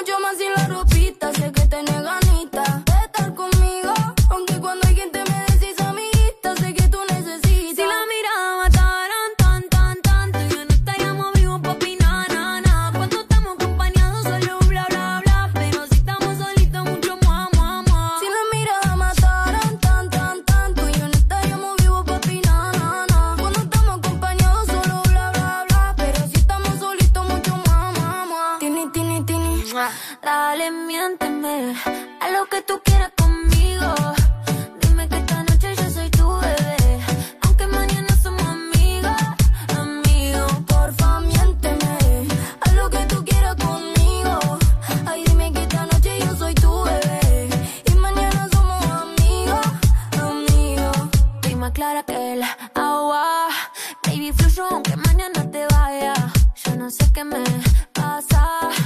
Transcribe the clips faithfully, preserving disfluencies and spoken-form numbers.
mucho más sin la ropita. Sé que tenés ganita de estar conmigo, aunque cuando hay gente me decís amiguita, sé que tú necesitas. Si la mirada mataran tan, tan, tan, tú y yo no estaríamos vivos, papi, na, na, na. Cuando estamos acompañados solo bla, bla, bla, pero si estamos solitos mucho mua, mua, mua. Si la mirada mataran tan, tan, tan, tú y yo no estaríamos vivos, papi, na, na, na. Cuando estamos acompañados solo bla, bla, bla, pero si estamos solitos mucho mua, mua, mua. Tini, tini, tini, dale, miénteme a lo que tú quieras conmigo. Dime que esta noche yo soy tu bebé, aunque mañana somos amigos, amigos. Porfa, miénteme a lo que tú quieras conmigo. Ay, dime que esta noche yo soy tu bebé y mañana somos amigos, amigos. Estoy más clara que el agua, baby, fluyo aunque mañana te vaya. Yo no sé qué me pasa,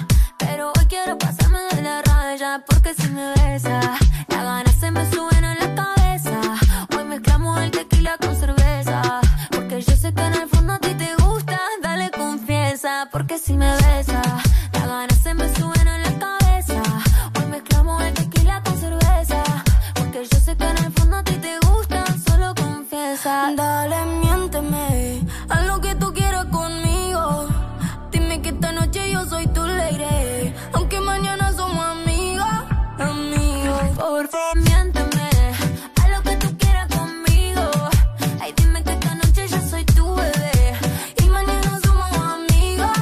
pero hoy quiero pasarme de la raya, porque si me besas, las ganas se me suben a la cabeza. Hoy mezclamos el tequila con cerveza, porque yo sé que en el fondo a ti te gusta, dale confianza, porque si me besas, las ganas se me suben a la cabeza. Hoy mezclamos el tequila con cerveza, porque yo sé que en el fondo a ti te gusta, solo confianza. Dale, miénteme a lo que tú quieras conmigo. Dime que esta noche yo soy tu lady, aunque mañana somos amigos, amigos. Por favor, miénteme a lo que tú quieras conmigo. Ay, dime que esta noche yo soy tu bebé y mañana somos amigos,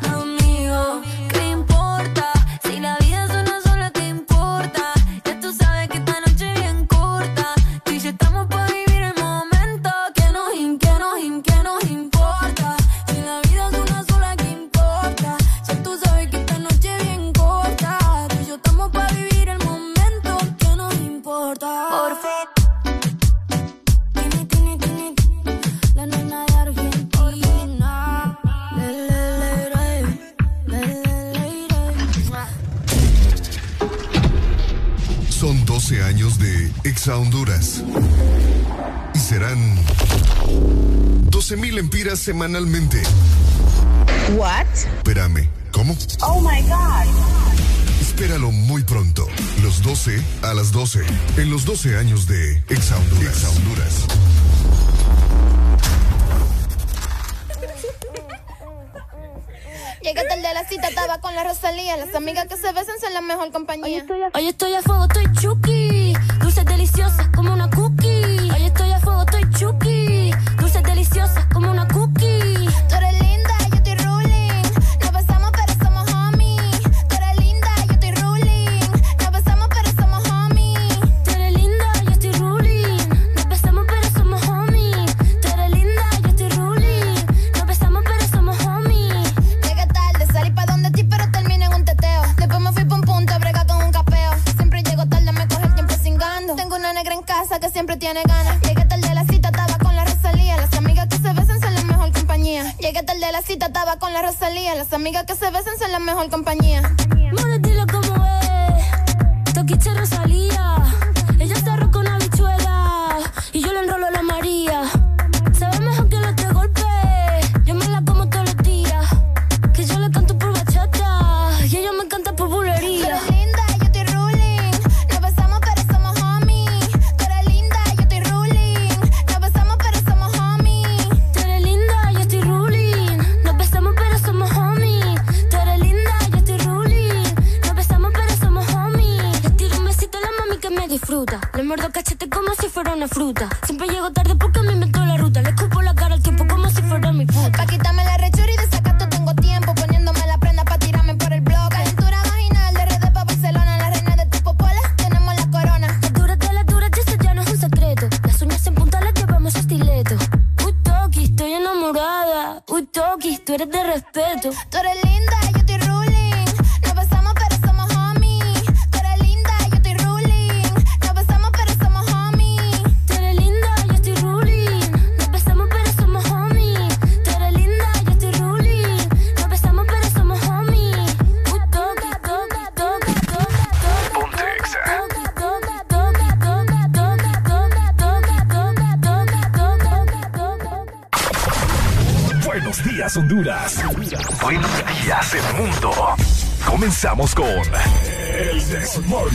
amigos. ¿Qué importa? Si la vida es una sola, ¿qué importa? Ya tú sabes que esta noche es bien corta. Tú y yo estamos para vivir el momento. Que nos, in, que nos, in, que nos importa. Si la vida es una sola, ¿qué importa? Ya tú sabes que esta noche es bien corta. Tú y yo estamos para vivir el momento. Que nos importa. Por favor. Tini, tini, tini, tini, la nena de Argentina. Le, le, le, re, le, le, le, re. Son doce años de Exa Honduras y serán doce mil empiras semanalmente. What? Espérame, ¿cómo? Oh my God. Espéralo muy pronto, los doce a las doce, en los doce años de Exa Honduras. Exa Honduras. Llegué tarde a la cita, estaba con la Rosalía. Las amigas que se besan son la mejor compañía. Hoy estoy a, hoy estoy a fuego, estoy chuki. Dulces deliciosas como una cookie. Hoy estoy a fuego, estoy chuki. Dulces deliciosas como una cookie. Tú eres linda, yo estoy ruling. Nos besamos pero somos homies. Tú eres linda, yo estoy ruling. Nos besamos pero somos homies. Tú eres linda, yo estoy ruling. Nos besamos pero somos homies. Tú eres linda, yo estoy ruling. Nos besamos pero somos homies. Llegué tarde, salí pa' donde ti pero terminé en un teteo. Después me fui pa' un punto, brega con un capeo. Siempre llego tarde, me coge el tiempo cingando. Tengo una negra en casa que siempre tiene ganas. Llegué tarde a la cita, estaba con la Rosalía. Las amigas que se besan son la mejor compañía. Llegué tarde a la cita, estaba con la Rosalía. Las amigas que se besan son la mejor compañía. More, dilo como es. Toquiche Rosalía. Ella está roca una bichuela y yo le enrolo a la María. Sabe mejor que los tres golpes. Yo me la como todos los días. Que yo le canto por bachata y ella me canta por Tú bulería. eres linda, yo estoy ruling. Nos besamos pero somos homies. Tú eres linda, yo estoy ruling. Nos besamos pero somos homies. Tú eres linda, yo estoy ruling. Nos besamos pero somos homies. Tú eres linda, yo estoy ruling. Nos besamos pero somos homies. Le tiro un besito a la mami que me disfruta. Le muerdo cachete como si fuera una fruta. Siempre llego tarde porque me inventó la ruta. Le escupo la cara al tiempo como si fuera mi puta. Pa' quitarme la rechura y de sacato tengo tiempo. Poniéndome la prenda pa' tirarme por el blog. Calentura vaginal de redes pa' Barcelona. La reina de tu popola, tenemos la corona. Las duras de las duras, y eso ya no es un secreto. Las uñas en punta las llevamos a estileto. Uy, Toki, estoy enamorada. Uy, Toki, tú eres de respeto. Tú eres linda, yo estoy ruling. Nos besamos pero somos homies. Tú eres linda, yo estoy ruling. Nos besamos pero somos homies. Tú eres linda, yo estoy ruling. Nos besamos pero somos homies. Tú eres linda, yo estoy ruling. Nos besamos pero somos homies. Uy, Toki, Toki, Toki, Toki, Toki. Ponte Exa. Toki, Toki, Toki, Toki, Toki, Toki, Toki, Toki, Toki. Buenos días, Honduras. Buenos días, el mundo. Comenzamos con el This Morning.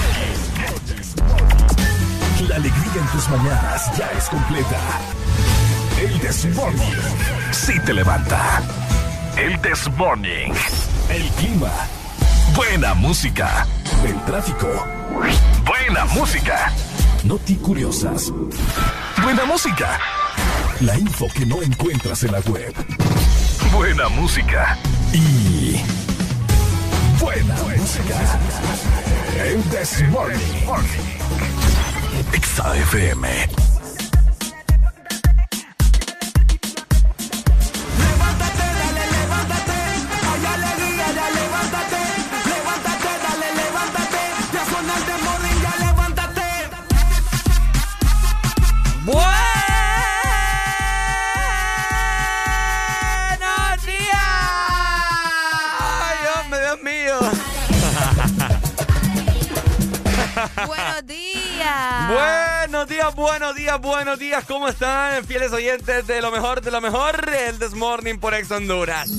La alegría en tus mañanas ya es completa. El This Morning sí te levanta. El This Morning. El clima. Buena música. El tráfico. Buena música. Noticuriosas. Buena música. La info que no encuentras en la web. Buena música. Y buena música. El This Morning. X A F M. Buenos días. Buenos días, buenos días, buenos días. ¿Cómo están, fieles oyentes de lo mejor, de lo mejor? El This Morning por Ex Honduras.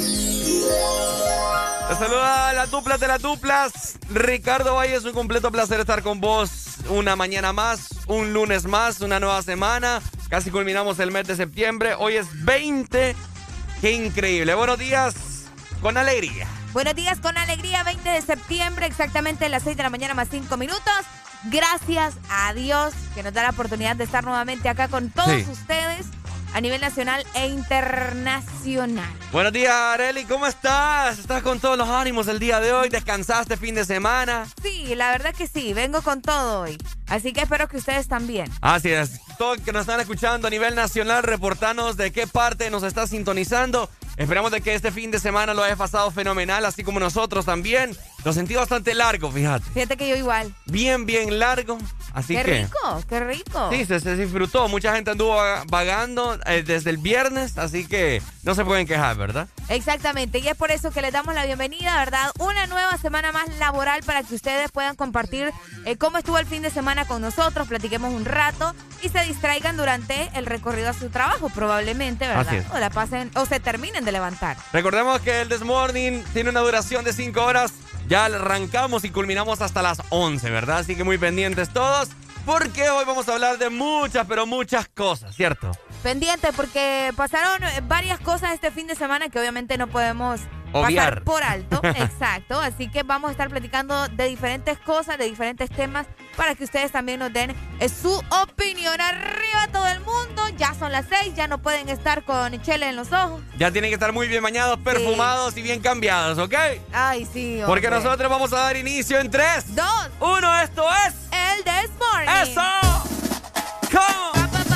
Te saluda la dupla de las duplas. Ricardo Valle, es un completo placer estar con vos una mañana más, un lunes más, una nueva semana. Casi culminamos el mes de septiembre. Hoy es veinte. Qué increíble. Buenos días con alegría. Buenos días con alegría, veinte de septiembre, exactamente a las seis de la mañana más cinco minutos. Gracias a Dios que nos da la oportunidad de estar nuevamente acá con todos sí. ustedes a nivel nacional e internacional. Buenos días, Arely, ¿cómo estás? ¿Estás con todos los ánimos el día de hoy? ¿Descansaste fin de semana? Sí, la verdad que sí, vengo con todo hoy. Así que espero que ustedes también. Así es, todos que nos están escuchando a nivel nacional, reportanos de qué parte nos está sintonizando. Esperamos de que este fin de semana lo hayas pasado fenomenal, así como nosotros también. Lo sentí bastante largo, fíjate. Fíjate que yo igual. Bien, bien largo. Así qué que... Qué rico, qué rico. Sí, se, se disfrutó. Mucha gente anduvo vagando eh, desde el viernes, así que no se pueden quejar, ¿verdad? Exactamente, y es por eso que les damos la bienvenida, ¿verdad? Una nueva semana más laboral para que ustedes puedan compartir eh, cómo estuvo el fin de semana con nosotros, platiquemos un rato y se distraigan durante el recorrido a su trabajo, probablemente, ¿verdad? Así es. O la pasen, o se terminen de levantar. Recordemos que el This Morning tiene una duración de cinco horas. Ya arrancamos y culminamos hasta las once, ¿verdad? Así que muy pendientes todos, porque hoy vamos a hablar de muchas, pero muchas cosas, ¿cierto? Pendiente, porque pasaron varias cosas este fin de semana que obviamente no podemos obviar. Pasar por alto. Exacto, así que vamos a estar platicando de diferentes cosas, de diferentes temas, para que ustedes también nos den eh, su opinión. Arriba todo el mundo, ya son las seis, ya no pueden estar con chele en los ojos. Ya tienen que estar muy bien bañados, perfumados sí. y bien cambiados, ¿ok? Ay, sí, hombre. Porque nosotros vamos a dar inicio en tres, dos, uno, esto es... El This Morning. ¡Eso! ¡Come!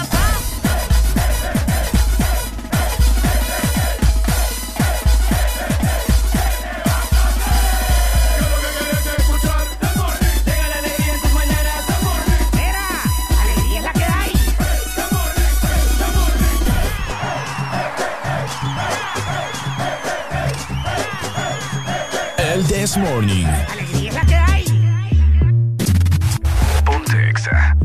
El This Morning. Alegría es la que hay. Ponte Exa.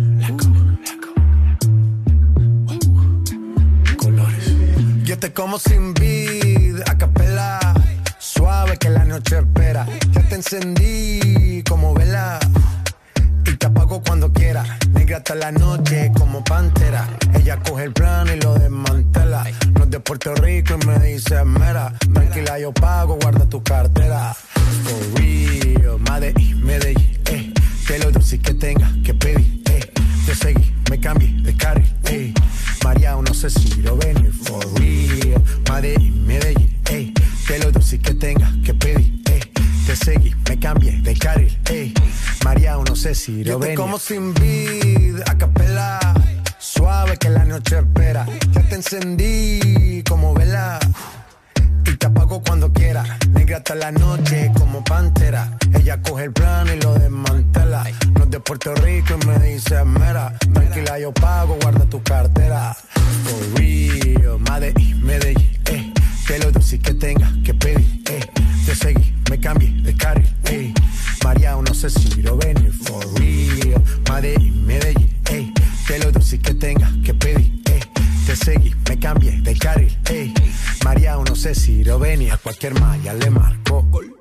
Colores. Yo te como sin vid, a capela. Suave que la noche espera. Ya te encendí como vela. Y te apago cuando quiera. Negra hasta la noche como pantera. Ella coge el plano y lo desmantela. No es de Puerto Rico y me dice mera. Tranquila, yo pago, guarda tu cartera. For real, Medellín, Medellín, eh. Que lo dulce que tenga que pedir, eh. Te seguí, me cambié de carril, eh. María, no sé si lo venir. For real, Medellín, Medellín, eh. Que lo dulce que tenga que pedir, eh. Te seguí, me cambié de carril, eh. María, no sé si lo venir. Yo te como sin vid, a capela. Suave que la noche espera. Ya te encendí como vela. Y te apago cuando quiera. Negra hasta la noche como pantera. Ella coge el plano y lo desmantela. No es de Puerto Rico y me dice mera. Tranquila, yo pago, guarda tu cartera. For real, Medellín, Medellín, eh. Que lo dulce que tenga que pedir, eh. Te seguí, me cambié de carril, eh. María, no sé si lo venir. For real, Medellín, Medellín, eh. Que lo dulce que tenga que pedir, eh. Te seguí, me cambié de carril, eh. María, no sé si lo venía. A cualquier malla le marco.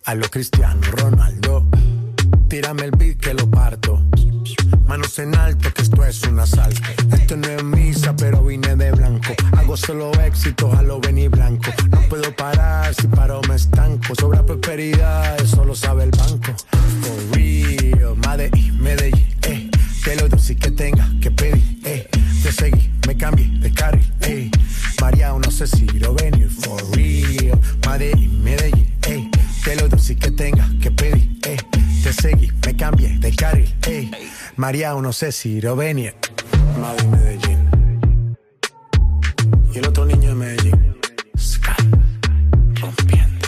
a lo Cristiano Ronaldo. Tírame el beat que lo parto. Manos en alto, que esto es un asalto. Esto no es misa, pero vine de blanco. Hago solo éxitos a lo Benny Blanco. No puedo parar, si paro me estanco. Sobra prosperidad, eso lo sabe el banco. For real, Medellín, Medellín, eh. Que lo dulce que tenga que pedir, eh. Te seguí, me cambié de carril, eh. María, no sé si lo venir. For real, Medellín, Medellín, eh. Que lo dulce que tenga que pedir, eh. Te seguí, me cambié de carril, eh. María, no sé si lo venir. Madrid, Medellín. Y el otro niño de Medellín. Sky, rompiendo.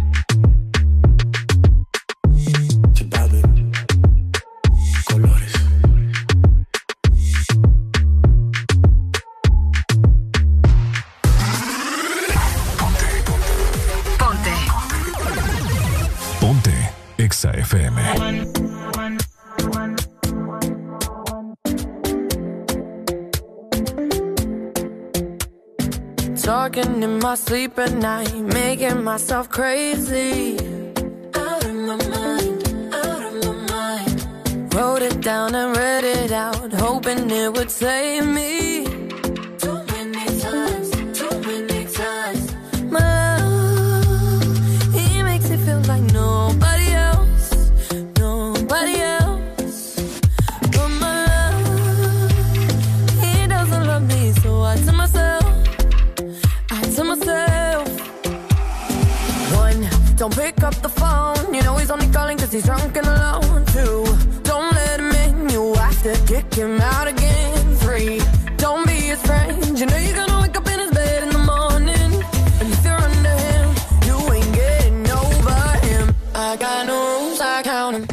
Chipado, colores. Ponte, ponte. Ponte, Exa F M. Talking in my sleep at night, making myself crazy. Out of my mind, out of my mind. Wrote it down and read it out, hoping it would save me. Too many times, too many times. My love, he makes it feel like nobody else, nobody else. But my love, he doesn't love me, so I tell myself. To myself. One, don't pick up the phone. You know he's only calling cause he's drunk and alone. Two, don't let him in. You have to kick him out again. Three, don't be his friend. You know you're gonna wake up in his bed in the morning. And if you're under him, you ain't getting over him. I got no rules, I count him.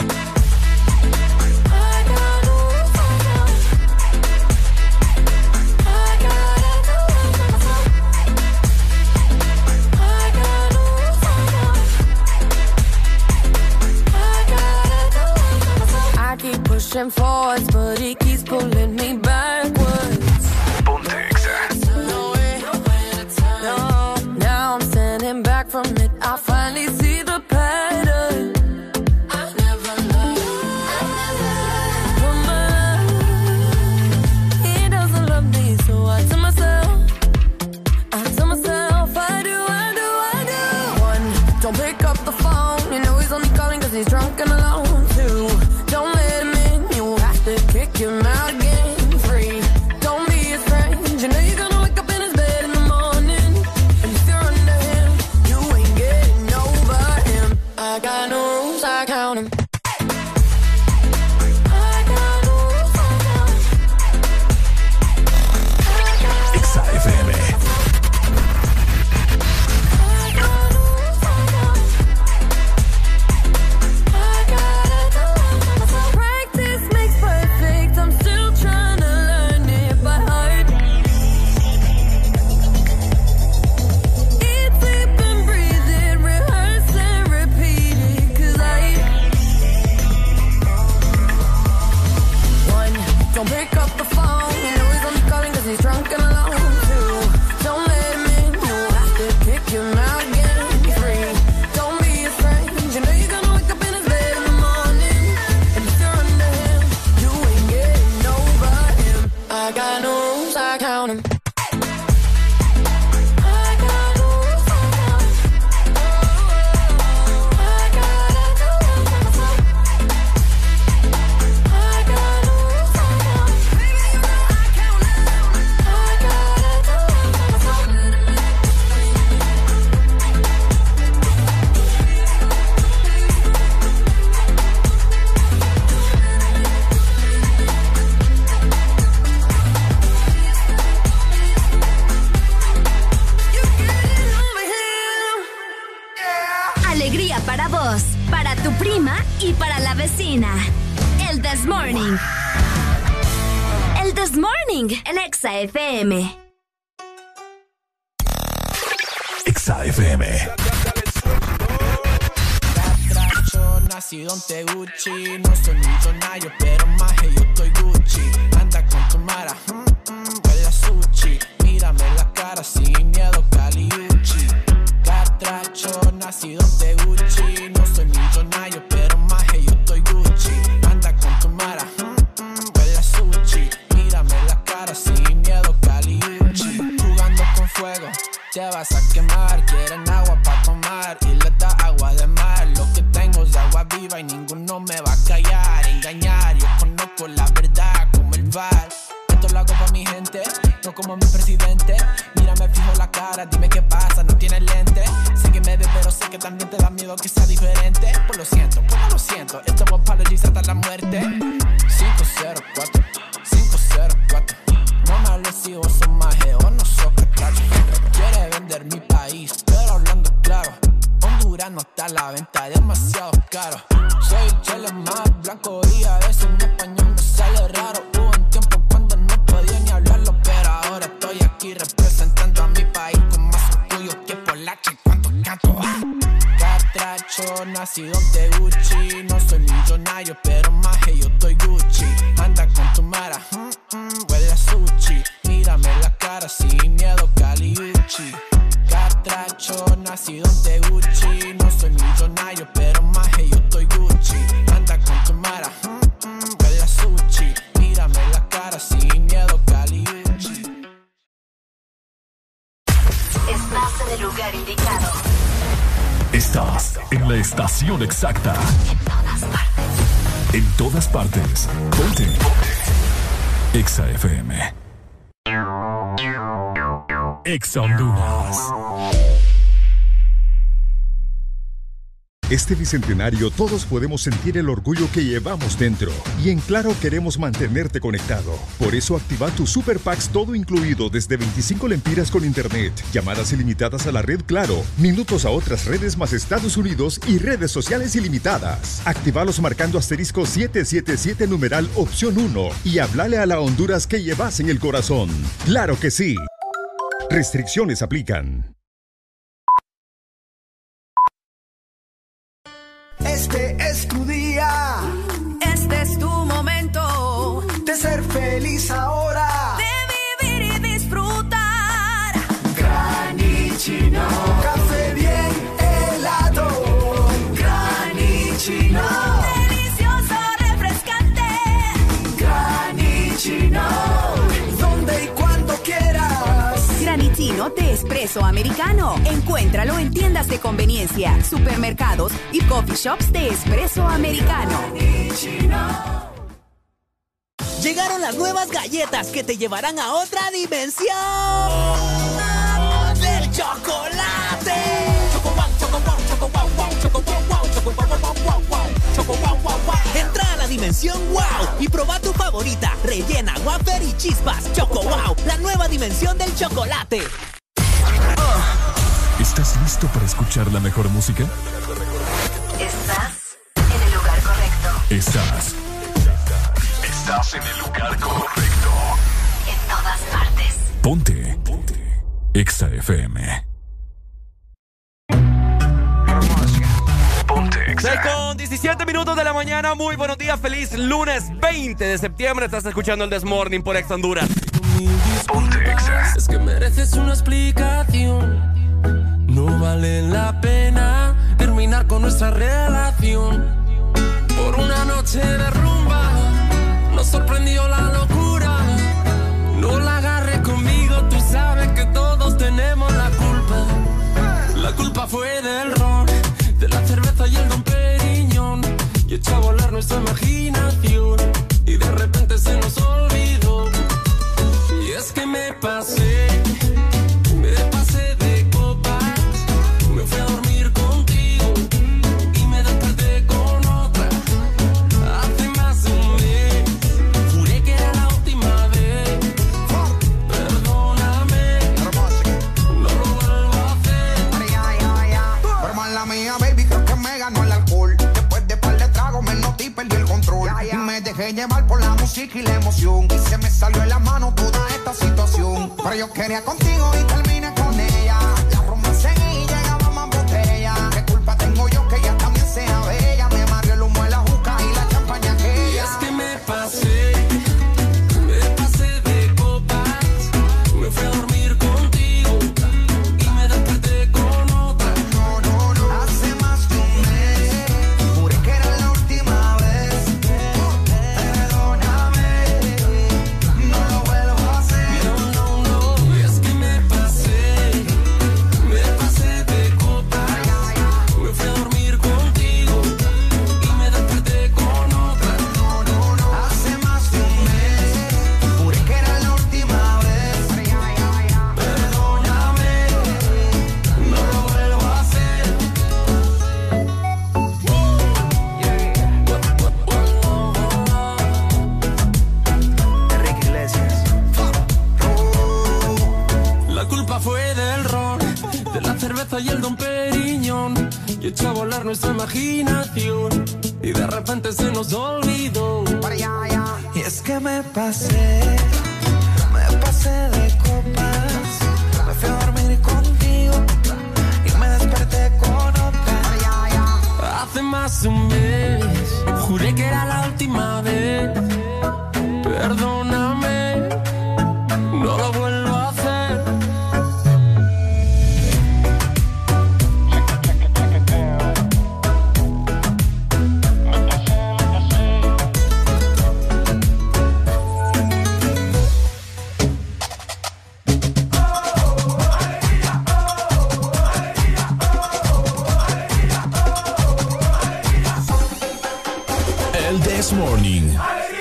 Pushing forwards, but he keeps pulling me backwards. Ponte Exa. No way, no. Now I'm standing back from it. I finally see the pattern. I never loved, I never loved. He doesn't love me, so I tell myself, I tell myself, I do, I do, I do. One, don't pick up the phone. You know he's only calling cause he's drunk and alone. Two, don't let him in. Kick him out again. Three, don't be his friend. You know you're gonna wake up in his bed in the morning. And if you're under him, you ain't getting over him. I got no rules, I count him. I got no rules, I count him. Exa F M. Don't pick up the phone. You know he's only calling cause he's drunk and alone. Two, don't let him in. You have to kick him out again. Three, don't be his friend. You know you're gonna wake up in his bed in the morning. And if you're under him, you ain't getting over him. I got no rules, I count him. Para vos, para tu prima y para la vecina. El This Morning. El This Morning en Exa F M. Exa F M. Nacido en Teguchi, no soy millonario, pero más que yo estoy Gucci. Anda con tu mara, mm, mm, huele a sushi. Mírame la cara sin miedo, Caliucci. Catracho, nacido en Teguchi, alto como mi presidente. Mírame fijo la cara, dime qué pasa, no tienes lente. Sé que me ves, pero sé que también te da miedo que sea diferente. Pues lo siento, pues no lo siento, esto es apologies hasta la muerte. cinco cero cuatro, cinco cero cuatro. No me hables si vos sos maje o no sos catracho. Quiere vender mi país, pero hablando claro. Honduras no está a la venta, demasiado caro. Soy el chelo más blanco y a veces mi español me sale raro. Hubo un tiempo cuando no podía ni hablarlo, pero ahora estoy aquí representando a mi país con más orgullo que Polache cuando canto. Catracho, nacido de Gucci. No soy millonario, pero maje, yo estoy Gucci. Anda con tu mara, mm, mm, huele a sushi. Mírame la cara sin miedo, Caliucci. Catracho, nacido de Gucci. No soy millonario, pero maje, yo estoy Gucci. Anda con tu mara, mm, mm, huele a sushi. Mírame la cara sin miedo, Caliucci. Estás en el lugar indicado. Estás en la estación exacta. En todas partes. En todas partes. Ponte. Exa F M. Exa Honduras. Este bicentenario todos podemos sentir el orgullo que llevamos dentro. Y en Claro queremos mantenerte conectado. Por eso activa tu Super Packs todo incluido desde veinticinco lempiras con internet, llamadas ilimitadas a la red Claro, minutos a otras redes más Estados Unidos y redes sociales ilimitadas. Actívalos marcando asterisco siete siete siete numeral opción uno y hablale a la Honduras que llevas en el corazón. ¡Claro que sí! Restricciones aplican. Este es tu día. Este es tu momento de ser feliz ahora, de vivir y disfrutar. Granichino, café bien helado. Granichino, delicioso, refrescante. Granichino, donde y cuando quieras. Granichino de espresso americano. Encuéntralo en tiendas de conveniencia, supermercados y coffee shops de espresso americano. Llegaron las nuevas galletas que te llevarán a otra dimensión del chocolate. Entra a la dimensión wow y proba tu favorita, rellena, wafer y chispas. Choco Wow, la nueva dimensión del chocolate. ¿Estás listo para escuchar la mejor música? Estás en el lugar correcto. Estás. Estás en el lugar correcto. En todas partes. Ponte. Ponte. Exa F M. Ponte Exa. seis con diecisiete minutos de la mañana. Muy buenos días. Feliz lunes veinte de septiembre. Estás escuchando el This Morning por Exa Honduras. Ponte Exa. Es que mereces una explicación. No vale la pena terminar con nuestra relación por una noche de rumba. Nos sorprendió la locura. No la agarres conmigo, tú sabes que todos tenemos la culpa. La culpa fue del ron, de la cerveza y el Don Periñón. Y echó a volar nuestra imaginación y de repente se nos olvidó. Y es que me pasé, me pasé de copas. Me fui a dormir contigo y me desperté con otra. Hace más de un mes juré que era la última vez. Perdóname, no lo vuelvo a hacer. Pero mala mía, baby, creo que me ganó el alcohol. Después de par de tragos me noté y perdí el control. Y me dejé llevar por la música y la emoción. Y se me salió en la mano toda esta situación. Pero yo quería contigo y terminé con ella. La rumba seguí y llegaba más botella. ¿Qué culpa tengo yo que ella también sea bella? Me mareó el humo de la juca y la champaña aquella. Y es que me pasé, me pasé de copas. Me fui a dormir contigo y me desperté con otra. No, no, no. Hace más de un mes juré que era la última vez. Perdóname, no lo vuelvo a hacer. No, no, no. Y es que me pasé, el Dom Perignon y echó a volar nuestra imaginación. Y de repente se nos olvidó. Y es que me pasé, me pasé de copas. Me fui a dormir contigo y me desperté con otra. Hace más de un mes juré que era la última vez. Perdóname, no lo vuelvo a hacer. El This Morning.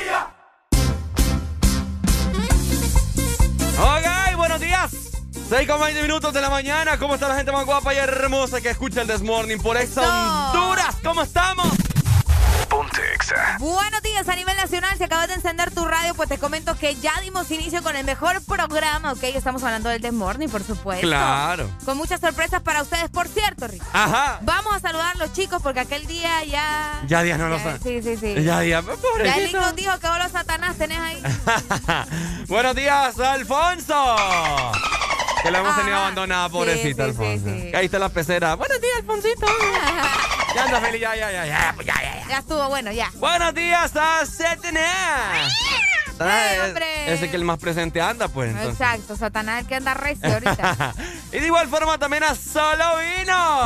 Ok, buenos días. seis con veinte minutos de la mañana. ¿Cómo está la gente más guapa y hermosa que escucha el This Morning por Exa Honduras? ¿Cómo estamos? Ponte Exa. Buenos días a nivel nacional. Si acabas de encender tu radio, pues te comento que ya dimos inicio con el mejor programa, ¿ok? Estamos hablando del This Morning, por supuesto. Claro. Con muchas sorpresas para ustedes, por cierto, Rick. Ajá. Vamos a saludar a los chicos porque aquel día ya... Ya Díaz no lo ya, sabe. Sí, sí, sí. Ya Díaz, Ya el pobrecito. Nick nos dijo que vos los Satanás tenés ahí. Buenos días, Alfonso. Que lo hemos tenido abandonada, pobrecita, sí, sí, Alfonso. sí, sí. Ahí está la pecera. Buenos días, Alfonsito. Ya anda feliz, ya, ya, ya, ya, pues ya, ya, ya. Ya estuvo bueno, ya. Buenos días a Satanás. ¡Ey, Es- hombre! Ese que el más presente anda, pues. Entonces. Exacto, Satanás el que anda recio ahorita. Y de igual forma también a Solo Vino.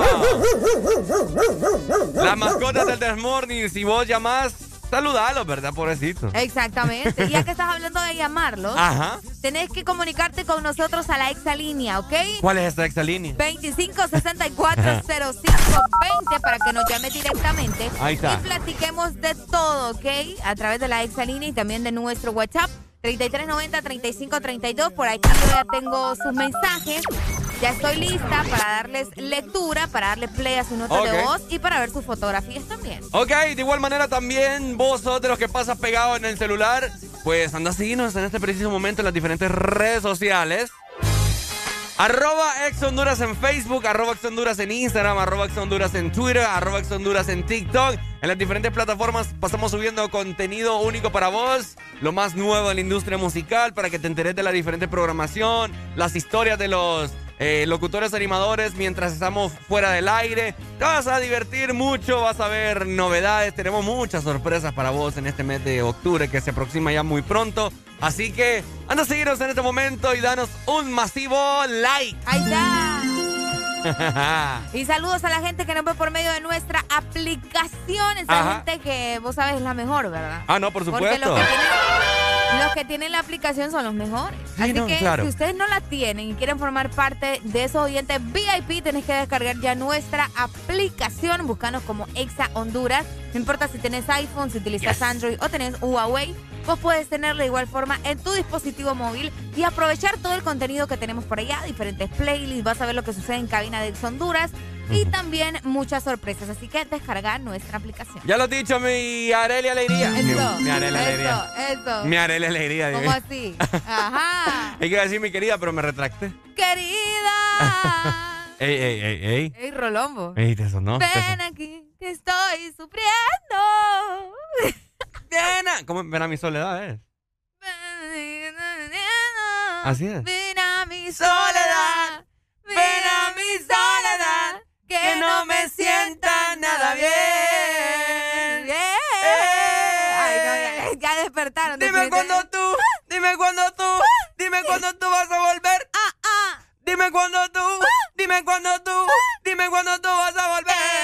Las mascotas del This Morning. Si vos llamás, saludalos, ¿verdad, pobrecito? Exactamente. Y ya que estás hablando de llamarlos, Ajá. tenés que comunicarte con nosotros a la exalínea, ¿ok? ¿Cuál es esta exalínea? veinticinco sesenta y cuatro cero cinco veinte para que nos llame directamente. Ahí está. Y platiquemos de todo, ¿ok? A través de la exalínea y también de nuestro WhatsApp. treinta y tres noventa, treinta y cinco treinta y dos. Por aquí yo ya tengo sus mensajes. Ya estoy lista para darles lectura, para darle play a su nota Ok. de voz y para ver sus fotografías también. Ok, de igual manera también vos sos de los que pasas pegado en el celular. Pues anda a seguirnos en este preciso momento en las diferentes redes sociales. Arroba Ex Honduras en Facebook, arroba Ex Honduras en Instagram, arroba Ex Honduras en Twitter, arroba Ex Honduras en TikTok. En las diferentes plataformas pasamos subiendo contenido único para vos, lo más nuevo en la industria musical, para que te enteres de la diferente programación, las historias de los eh, locutores animadores mientras estamos fuera del aire. Te vas a divertir mucho, vas a ver novedades, tenemos muchas sorpresas para vos en este mes de octubre que se aproxima ya muy pronto. Así que anda a seguirnos en este momento y danos un masivo like. Ahí está. Y saludos a la gente que nos ve por medio de nuestra aplicación. Esa Ajá. gente que vos sabes es la mejor, ¿verdad? Ah, no, por Porque supuesto. los que, tienen, los que tienen la aplicación son los mejores. Sí, Así no, que claro. si ustedes no la tienen y quieren formar parte de esos oyentes V I P, tenés que descargar ya nuestra aplicación. Búscanos como Exa Honduras. No importa si tenés iPhone, si utilizas Yes. Android o tenés Huawei. Vos puedes tenerla de igual forma en tu dispositivo móvil y aprovechar todo el contenido que tenemos por allá, diferentes playlists, vas a ver lo que sucede en cabina de Ex Honduras y también muchas sorpresas. Así que descargar nuestra aplicación. Ya lo he dicho, mi Arelia Alegría. Eso, Mi, mi Arelia Alegría. eso, eso. Mi Arelia Alegría. ¿Cómo dime. así? Ajá. Es que iba a decir mi querida, pero me retracté. Querida. Ey, ey, ey, ey. Ey, Rolombo. Ey, te sonó. te Ven sonó. aquí, que estoy sufriendo. Ven a... ¿Cómo? Ven a mi soledad, ¿eh? Así es. Ven a mi soledad, ven a mi soledad, que no me sienta nada bien. Ay, no, ya, ya despertaron. Dime cuándo tú, dime cuándo tú, dime cuándo tú vas a volver. Ah, ah. Dime cuándo tú, dime cuándo tú, dime cuándo tú vas a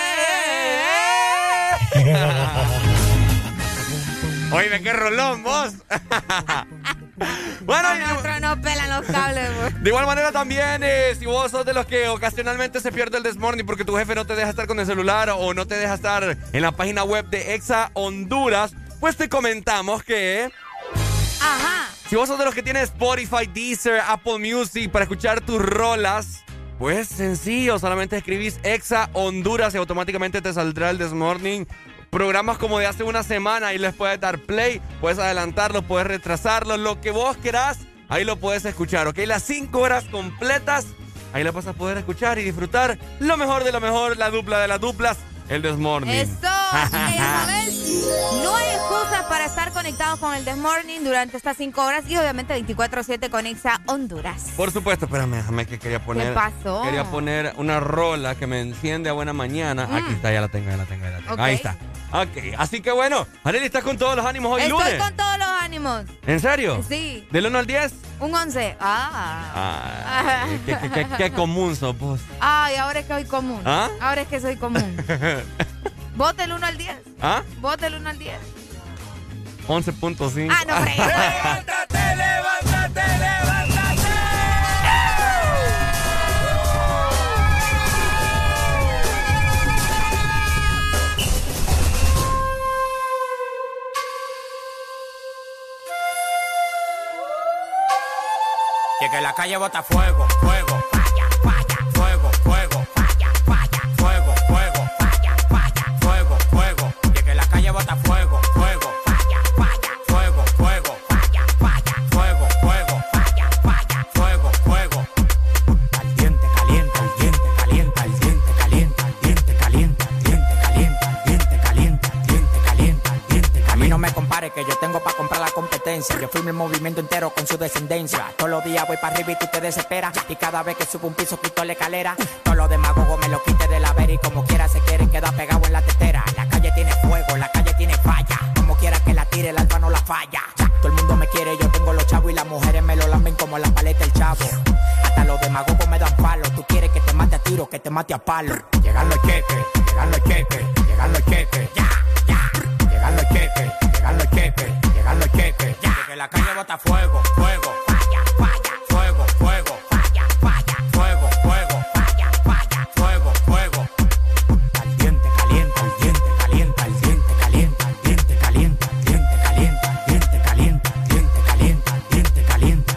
volver. Oye, qué rolón, vos. Bueno, y- Nosotros no pelan los cables, güey. de igual manera también, eh, si vos sos de los que ocasionalmente se pierde el This Morning porque tu jefe no te deja estar con el celular o no te deja estar en la página web de Exa Honduras, pues te comentamos que... Ajá. Si vos sos de los que tienes Spotify, Deezer, Apple Music para escuchar tus rolas, pues sencillo, solamente escribís Exa Honduras y automáticamente te saldrá el This Morning. Programas como de hace una semana y les puedes dar play, puedes adelantarlo, puedes retrasarlo, lo que vos querás, ahí lo puedes escuchar, ¿ok? Las cinco horas completas Ahí la vas a poder escuchar y disfrutar lo mejor de lo mejor, la dupla de las duplas, el This Morning. Eso, y ya sabes, no hay excusas para estar conectados con el This Morning durante estas cinco horas y obviamente veinticuatro siete con Exa Honduras. Por supuesto, espérame, déjame que quería poner. ¿Qué pasó? Quería poner una rola que me enciende a buena mañana. Mm. Aquí está, ya la tengo, ya la tengo, ya la tengo. Okay. Ahí está. Ok, así que bueno, Arely, ¿estás con todos los ánimos hoy Estoy lunes? Estoy con todos los ánimos. ¿En serio? Sí. ¿Del uno al diez? Un once. Ah. Ay, qué, qué, qué, qué común sos vos. Ay, ahora es que soy común. ¿Ah? Ahora es que soy común. ¿Vos del uno al diez? ¿Ah? ¿Vos del uno al diez? once punto cinco. Ah, no, hombre. ¡Levántate, levántate, levántate! Y que la calle bota fuego, fuego, falla, falla, fuego, fuego, falla, falla, fuego, fuego, falla, falla, fuego, fuego. Y que la calle bota fuego, fuego, falla, falla, fuego, fuego, falla, falla, fuego, fuego, falla, falla, fuego, fuego. Caliente, caliente, caliente, caliente, caliente, caliente, caliente, caliente, caliente, caliente, caliente, caliente, caliente, caliente. A mí no me compare que yo tengo para comprar la competencia. Yo fui mi movimiento entero con su descendencia. Todos los días voy para arriba y tú te desesperas. Y cada vez que subo un piso quito la escalera. Todos los demagogos me lo quite de la vera. Y como quiera se quieren quedar pegados en la tetera. La calle tiene fuego, la calle tiene falla. Como quiera que la tire, el alfa no la falla. Todo el mundo me quiere, yo tengo los chavos. Y las mujeres me lo lamben como la paleta el chavo. Hasta los demagogos me dan palo. Tú quieres que te mate a tiro, que te mate a palo. Llegan los cheques, llegan los cheques, llegan los cheques. Ya, ya. Llegan los cheques, llegan los cheques, llegan los cheques. Ya. Que la calle bota fuego, fuego. Falla, falla, fuego, fuego. Falla, falla, fuego, fuego. Falla, falla, fuego, fuego. Caliente, caliente, caliente, caliente, caliente, caliente, caliente, caliente, caliente, caliente, caliente, caliente, caliente, caliente, caliente.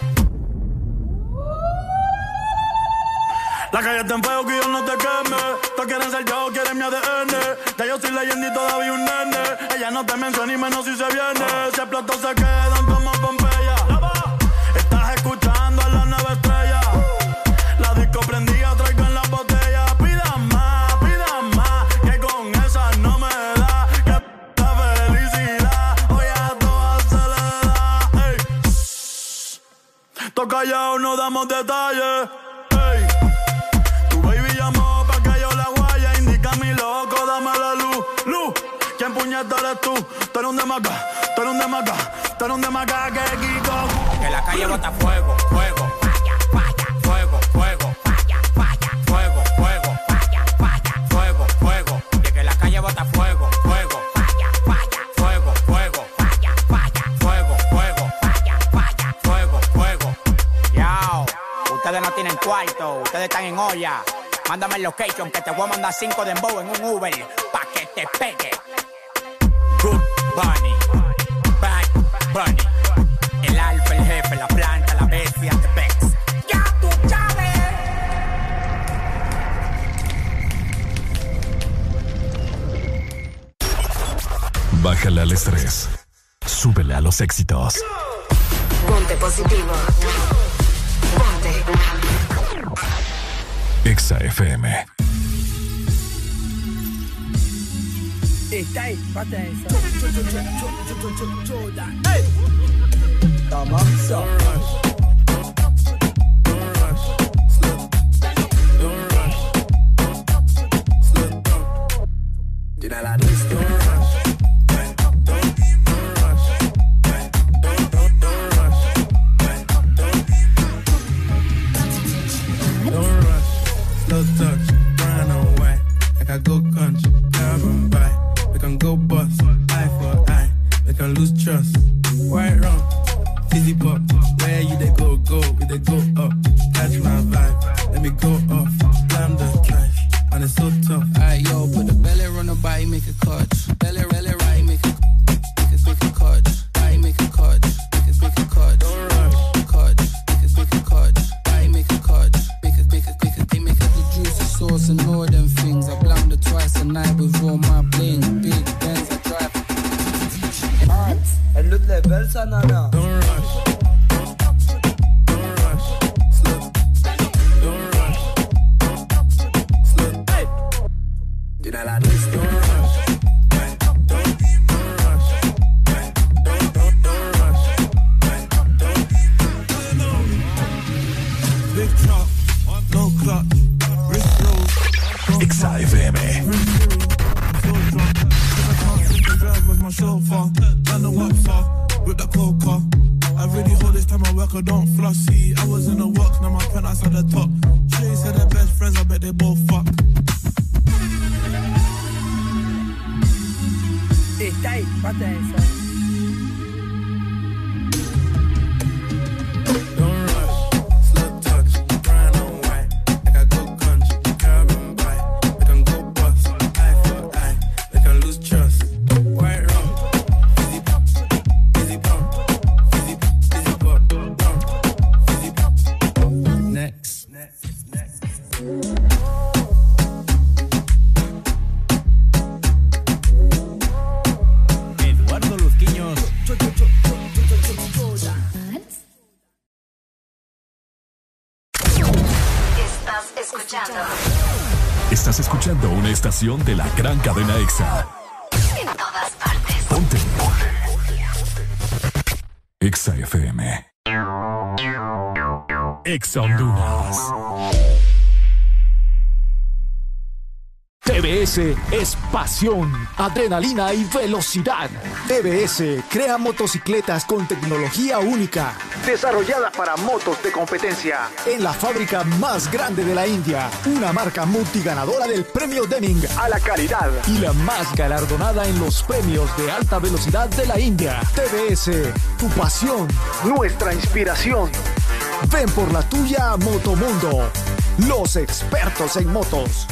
La calle está en fuego que yo no te queme. Todos quieren ser yo, quieren mi A D N. Ya yo soy leyenda y todavía un nene. Ella no te menciona y menos si se viene. Si explotó se quedan como Pompeya. Estás escuchando a la nueva estrella. La disco prendida, traigan la botella. Pidan más, pidan más, que con esa no me da. Que la felicidad hoy a todas se le da. Ey. Todos callados, no damos detalles. Ey. Tu baby llamó pa' que yo la guaya. Indica mi loco, dame la luz, luz. ¿Quién puñeta eres tú? Tú eres un demaca, tú eres un demaca, tú eres un demaca que Kiko. Que la calle bota fuego, fuego, falla, falla, fuego, fuego, falla, falla, fuego, fuego, falla, falla, fuego, fuego. Y que la calle bota fuego, fuego, falla, falla, fuego, fuego, falla, falla, fuego, fuego, falla, falla, fuego, fuego. Yao, ustedes no tienen cuarto, ustedes están en olla. Mándame el location que te voy a mandar cinco dembow en un Uber pa' que te pegue. Good Bunny, Bad Bunny, el alfa, el jefe, la planta, la bestia, the Bex. ¡Ya tú sabes! Bájale al estrés. Súbele a los éxitos. Ponte positivo. Ponte. Exa F M. Hey, come on, so. Go bust, eye for eye, they can lose trust. Right wrong, fizzy pop, where you they go, go, we they go up. Catch my vibe, let me go off, slam the trash, and it's so tough. Alright, yo, put the belly on the body, make a catch. Belly, belly, right, make a, make a, make a catch. Right, make a catch, make a, make a catch. Don't rush, catch, make a, make a catch. Right, make a catch, make a, make a, make a, make a. The juicy sauce and all them things. I blammed it twice a night with all my bling. Big Benz, I drive. El loot level, ça, nana. Don't rush, don't rush, slow, don't rush, I don't flossy. I was in the works, now my penthouse at the top. Shay said they're best friends, I bet they both fuck. Está ahí, pata esa. Estás escuchando una estación de la gran cadena EXA. En todas partes. Ponte. EXA F M. EXA Honduras. T V S es pasión, adrenalina y velocidad. T V S crea motocicletas con tecnología única, desarrollada para motos de competencia, en la fábrica más grande de la India. Una marca multiganadora del premio Deming a la calidad y la más galardonada en los premios de alta velocidad de la India. T V S, tu pasión, nuestra inspiración. Ven por la tuya a Motomundo, los expertos en motos.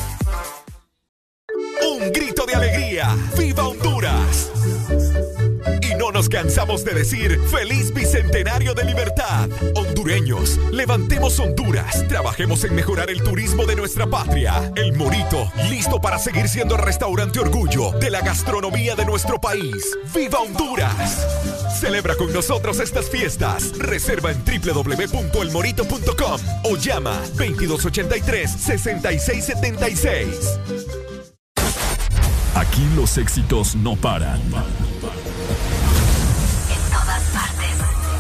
Un grito de alegría. ¡Viva Honduras! Y no nos cansamos de decir ¡Feliz Bicentenario de Libertad! Hondureños, levantemos Honduras. Trabajemos en mejorar el turismo de nuestra patria. El Morito, listo para seguir siendo el restaurante orgullo de la gastronomía de nuestro país. ¡Viva Honduras! Celebra con nosotros estas fiestas. Reserva en doble u doble u doble u punto el morito punto com o llama veintidós ochenta y tres, sesenta y seis setenta y seis. Aquí los éxitos no paran. En todas partes.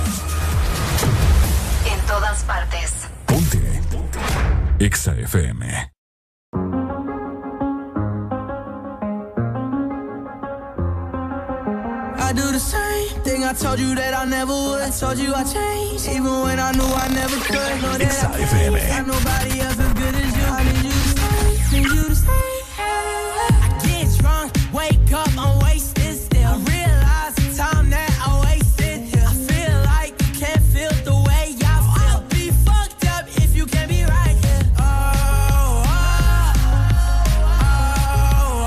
En todas partes. Ponte. EXA F M. I do the same thing I told you that I never would. I told you I changed, even when I knew I never could. Know that I can't find nobody else as good as you. I need you to stay, need you to stay. I get drunk, wake up, I'm wasted still. I realize the time that I wasted here. I feel like you can't feel the way I feel. I'll be fucked up if you can't be right here. Oh, oh, oh,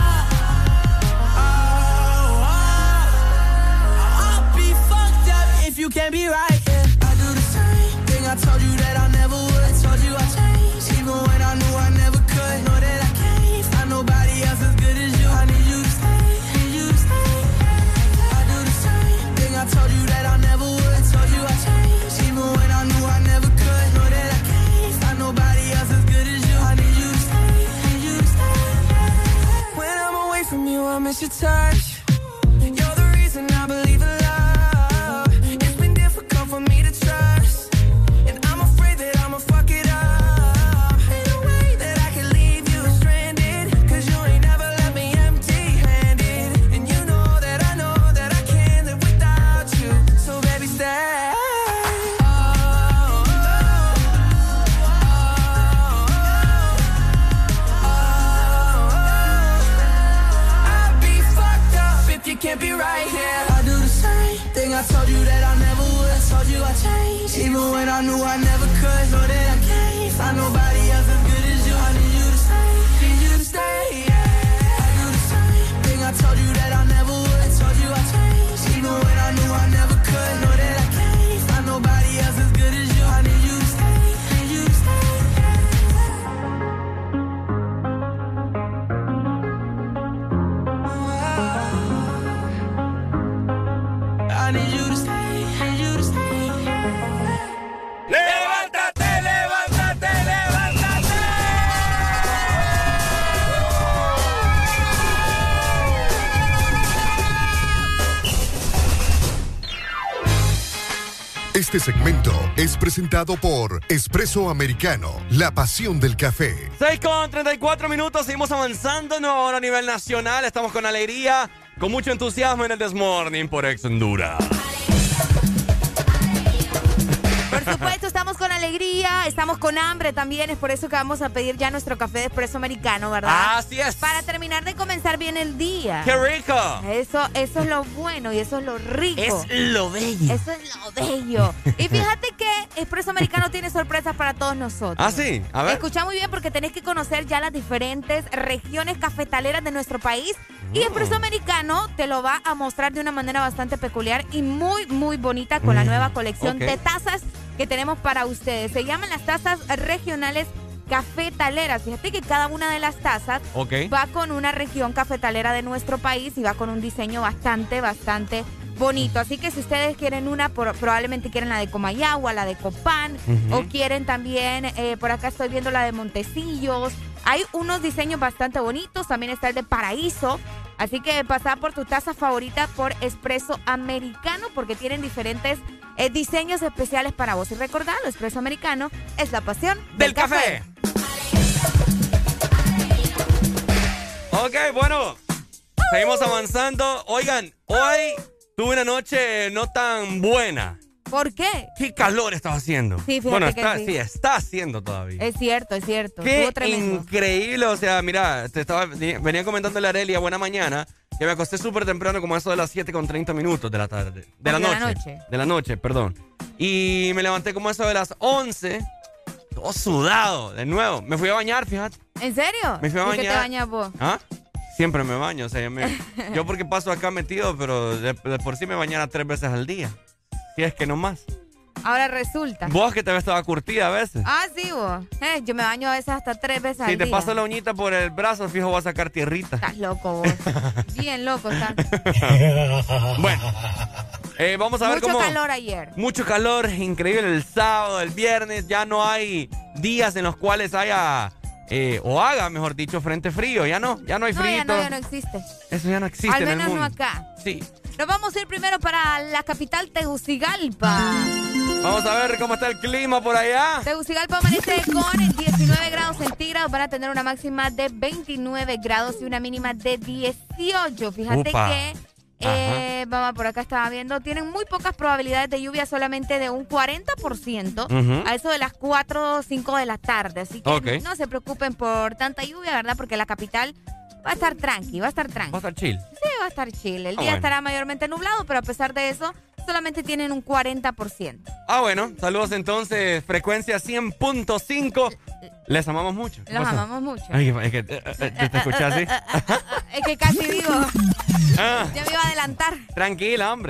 oh, oh. I'll be fucked up if you can't be right here. I do the same thing I told you that I never would. I told you I changed, even when I knew I never could. Know that I can't find nobody else as good as you. I need you to stay, need you to stay. I do the same thing I told you that I never would. I told you I changed, even when I knew I never could. Know that I can't find nobody else as good as you. I need you to stay, need you to stay. When I'm away from you, I miss your touch. You're the reason I believe in love. It's been difficult for me to trust, and I'm afraid that I'ma fuck it up. Ain't no way that I can leave you stranded, cause you ain't never left me empty-handed. And you know that I know that I can't live without you. So baby, stay. Oh, oh, oh, oh. I'd be fucked up if you can't be right here. I do the same thing I told you that I never would. I told you I changed, even when I knew I never could. Know that I can't find nobody else as good as you. I need you to stay, need you to stay. Yeah. I do the same thing I told you that I never would. I told you I changed, even when I knew I never could. Know that I can't find nobody else as good as you. I need you to stay, need you to stay. I need you to stay, need you to stay. ¡Levántate, levántate, levántate! Este segmento es presentado por Espresso Americano, la pasión del café. seis con treinta y cuatro minutos, seguimos avanzando, nueva hora a nivel nacional, estamos con alegría, con mucho entusiasmo en el This Morning por Ex Honduras. supuesto, estamos con alegría, estamos con hambre también. Es por eso que vamos a pedir ya nuestro café de espresso americano, ¿verdad? Así es. Para terminar de comenzar bien el día. ¡Qué rico! Eso, eso es lo bueno y eso es lo rico. Es lo bello. Eso es lo bello. Y fíjate que Espresso Americano tiene sorpresas para todos nosotros. ¿Ah, sí? A ver. Escucha muy bien porque tenés que conocer ya las diferentes regiones cafetaleras de nuestro país. Y Espresso Americano te lo va a mostrar de una manera bastante peculiar y muy, muy bonita con la nueva colección okay. de tazas que tenemos para ustedes. Se llaman las tazas regionales cafetaleras. Fíjate que cada una de las tazas okay. va con una región cafetalera de nuestro país y va con un diseño bastante, bastante bonito. Así que si ustedes quieren una, por, probablemente quieren la de Comayagua, la de Copán, uh-huh. o quieren también, eh, por acá estoy viendo la de Montecillos. Hay unos diseños bastante bonitos, también está el de Paraíso. Así que pasá por tu taza favorita por Espresso Americano porque tienen diferentes eh, diseños especiales para vos. Y recordad, el Espresso Americano es la pasión del, del café. café. Ok, bueno, seguimos avanzando. Oigan, hoy tuve una noche no tan buena. ¿Por qué? ¿Qué calor estaba haciendo? Sí, fíjate bueno, que está, sí. sí, está haciendo todavía. Es cierto, es cierto. Qué increíble, o sea, mira, te estaba, venía comentándole a Arelia, buena mañana, que me acosté súper temprano, como eso de las siete con treinta minutos de la tarde. De la, de noche, la noche. De la noche, perdón. Y me levanté como eso de las once, todo sudado, de nuevo. Me fui a bañar, fíjate. ¿En serio? Me fui a ¿Y bañar. qué te bañas vos? ¿Ah? Siempre me baño, o sea, yo, me, yo porque paso acá metido, pero de, de por sí me bañara tres veces al día. Si es que no más. Ahora resulta. Vos que te ves toda curtida a veces. Ah, sí, vos. Eh, yo me baño a veces hasta tres veces si al día. Si te paso la uñita por el brazo, fijo, vas a sacar tierrita. Estás loco vos. Bien loco estás. Bueno, eh, vamos a ver Mucho cómo... Mucho calor ayer. Mucho calor, increíble el sábado, el viernes. Ya no hay días en los cuales haya... Eh, o haga, mejor dicho, frente frío. Ya no, ya no hay no, frío. Ya no, ya no existe. Eso ya no existe Al en el menos mundo. no acá. Sí. Nos vamos a ir primero para la capital Tegucigalpa. Vamos a ver cómo está el clima por allá. Tegucigalpa amanece con diecinueve grados centígrados. Van a tener una máxima de veintinueve grados y una mínima de dieciocho. Fíjate Upa. que... Eh, vamos, por acá estaba viendo, tienen muy pocas probabilidades de lluvia, solamente de un cuarenta por ciento uh-huh. a eso de las cuatro o cinco de la tarde. Así que okay. no se preocupen por tanta lluvia, ¿verdad? Porque la capital va a estar tranqui, va a estar tranqui. Va a estar chill. Sí, va a estar chill. El ah, día bueno. estará mayormente nublado, pero a pesar de eso, solamente tienen un cuarenta por ciento. Ah, bueno, saludos entonces, frecuencia cien punto cinco. Les amamos mucho. Los amamos mucho. Ay, es que, eh, eh, ¿te, te escuchas así? Es que casi digo, ah, ya me iba a adelantar. Tranquila, hombre.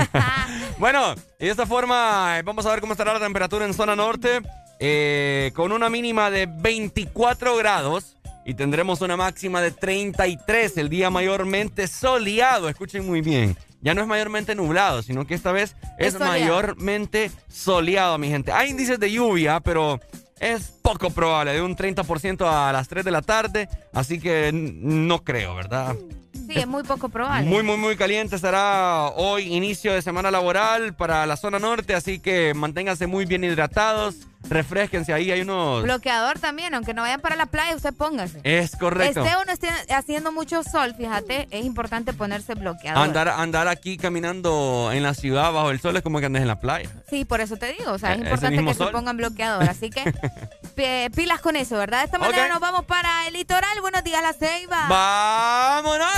Bueno, y de esta forma vamos a ver cómo estará la temperatura en zona norte, eh, con una mínima de veinticuatro grados y tendremos una máxima de treinta y tres, el día mayormente soleado, escuchen muy bien. Ya no es mayormente nublado, sino que esta vez es, es mayormente soleado, mi gente. Hay índices de lluvia, pero es poco probable, de un treinta por ciento a las tres de la tarde, así que no creo, ¿verdad? Sí, es muy poco probable. Muy, muy, muy caliente estará hoy, inicio de semana laboral para la zona norte, así que manténganse muy bien hidratados, refresquense, ahí hay unos... Bloqueador también, aunque no vayan para la playa, usted póngase. Es correcto. Esté o no esté haciendo mucho sol, fíjate, es importante ponerse bloqueador. Andar, andar aquí caminando en la ciudad bajo el sol es como que andes en la playa. Sí, por eso te digo, o sea, es Eh, importante que sol. se pongan bloqueador, así que p- pilas con eso, ¿verdad? De esta manera okay. nos vamos para el litoral. Buenos días, La Ceiba. ¡Vámonos!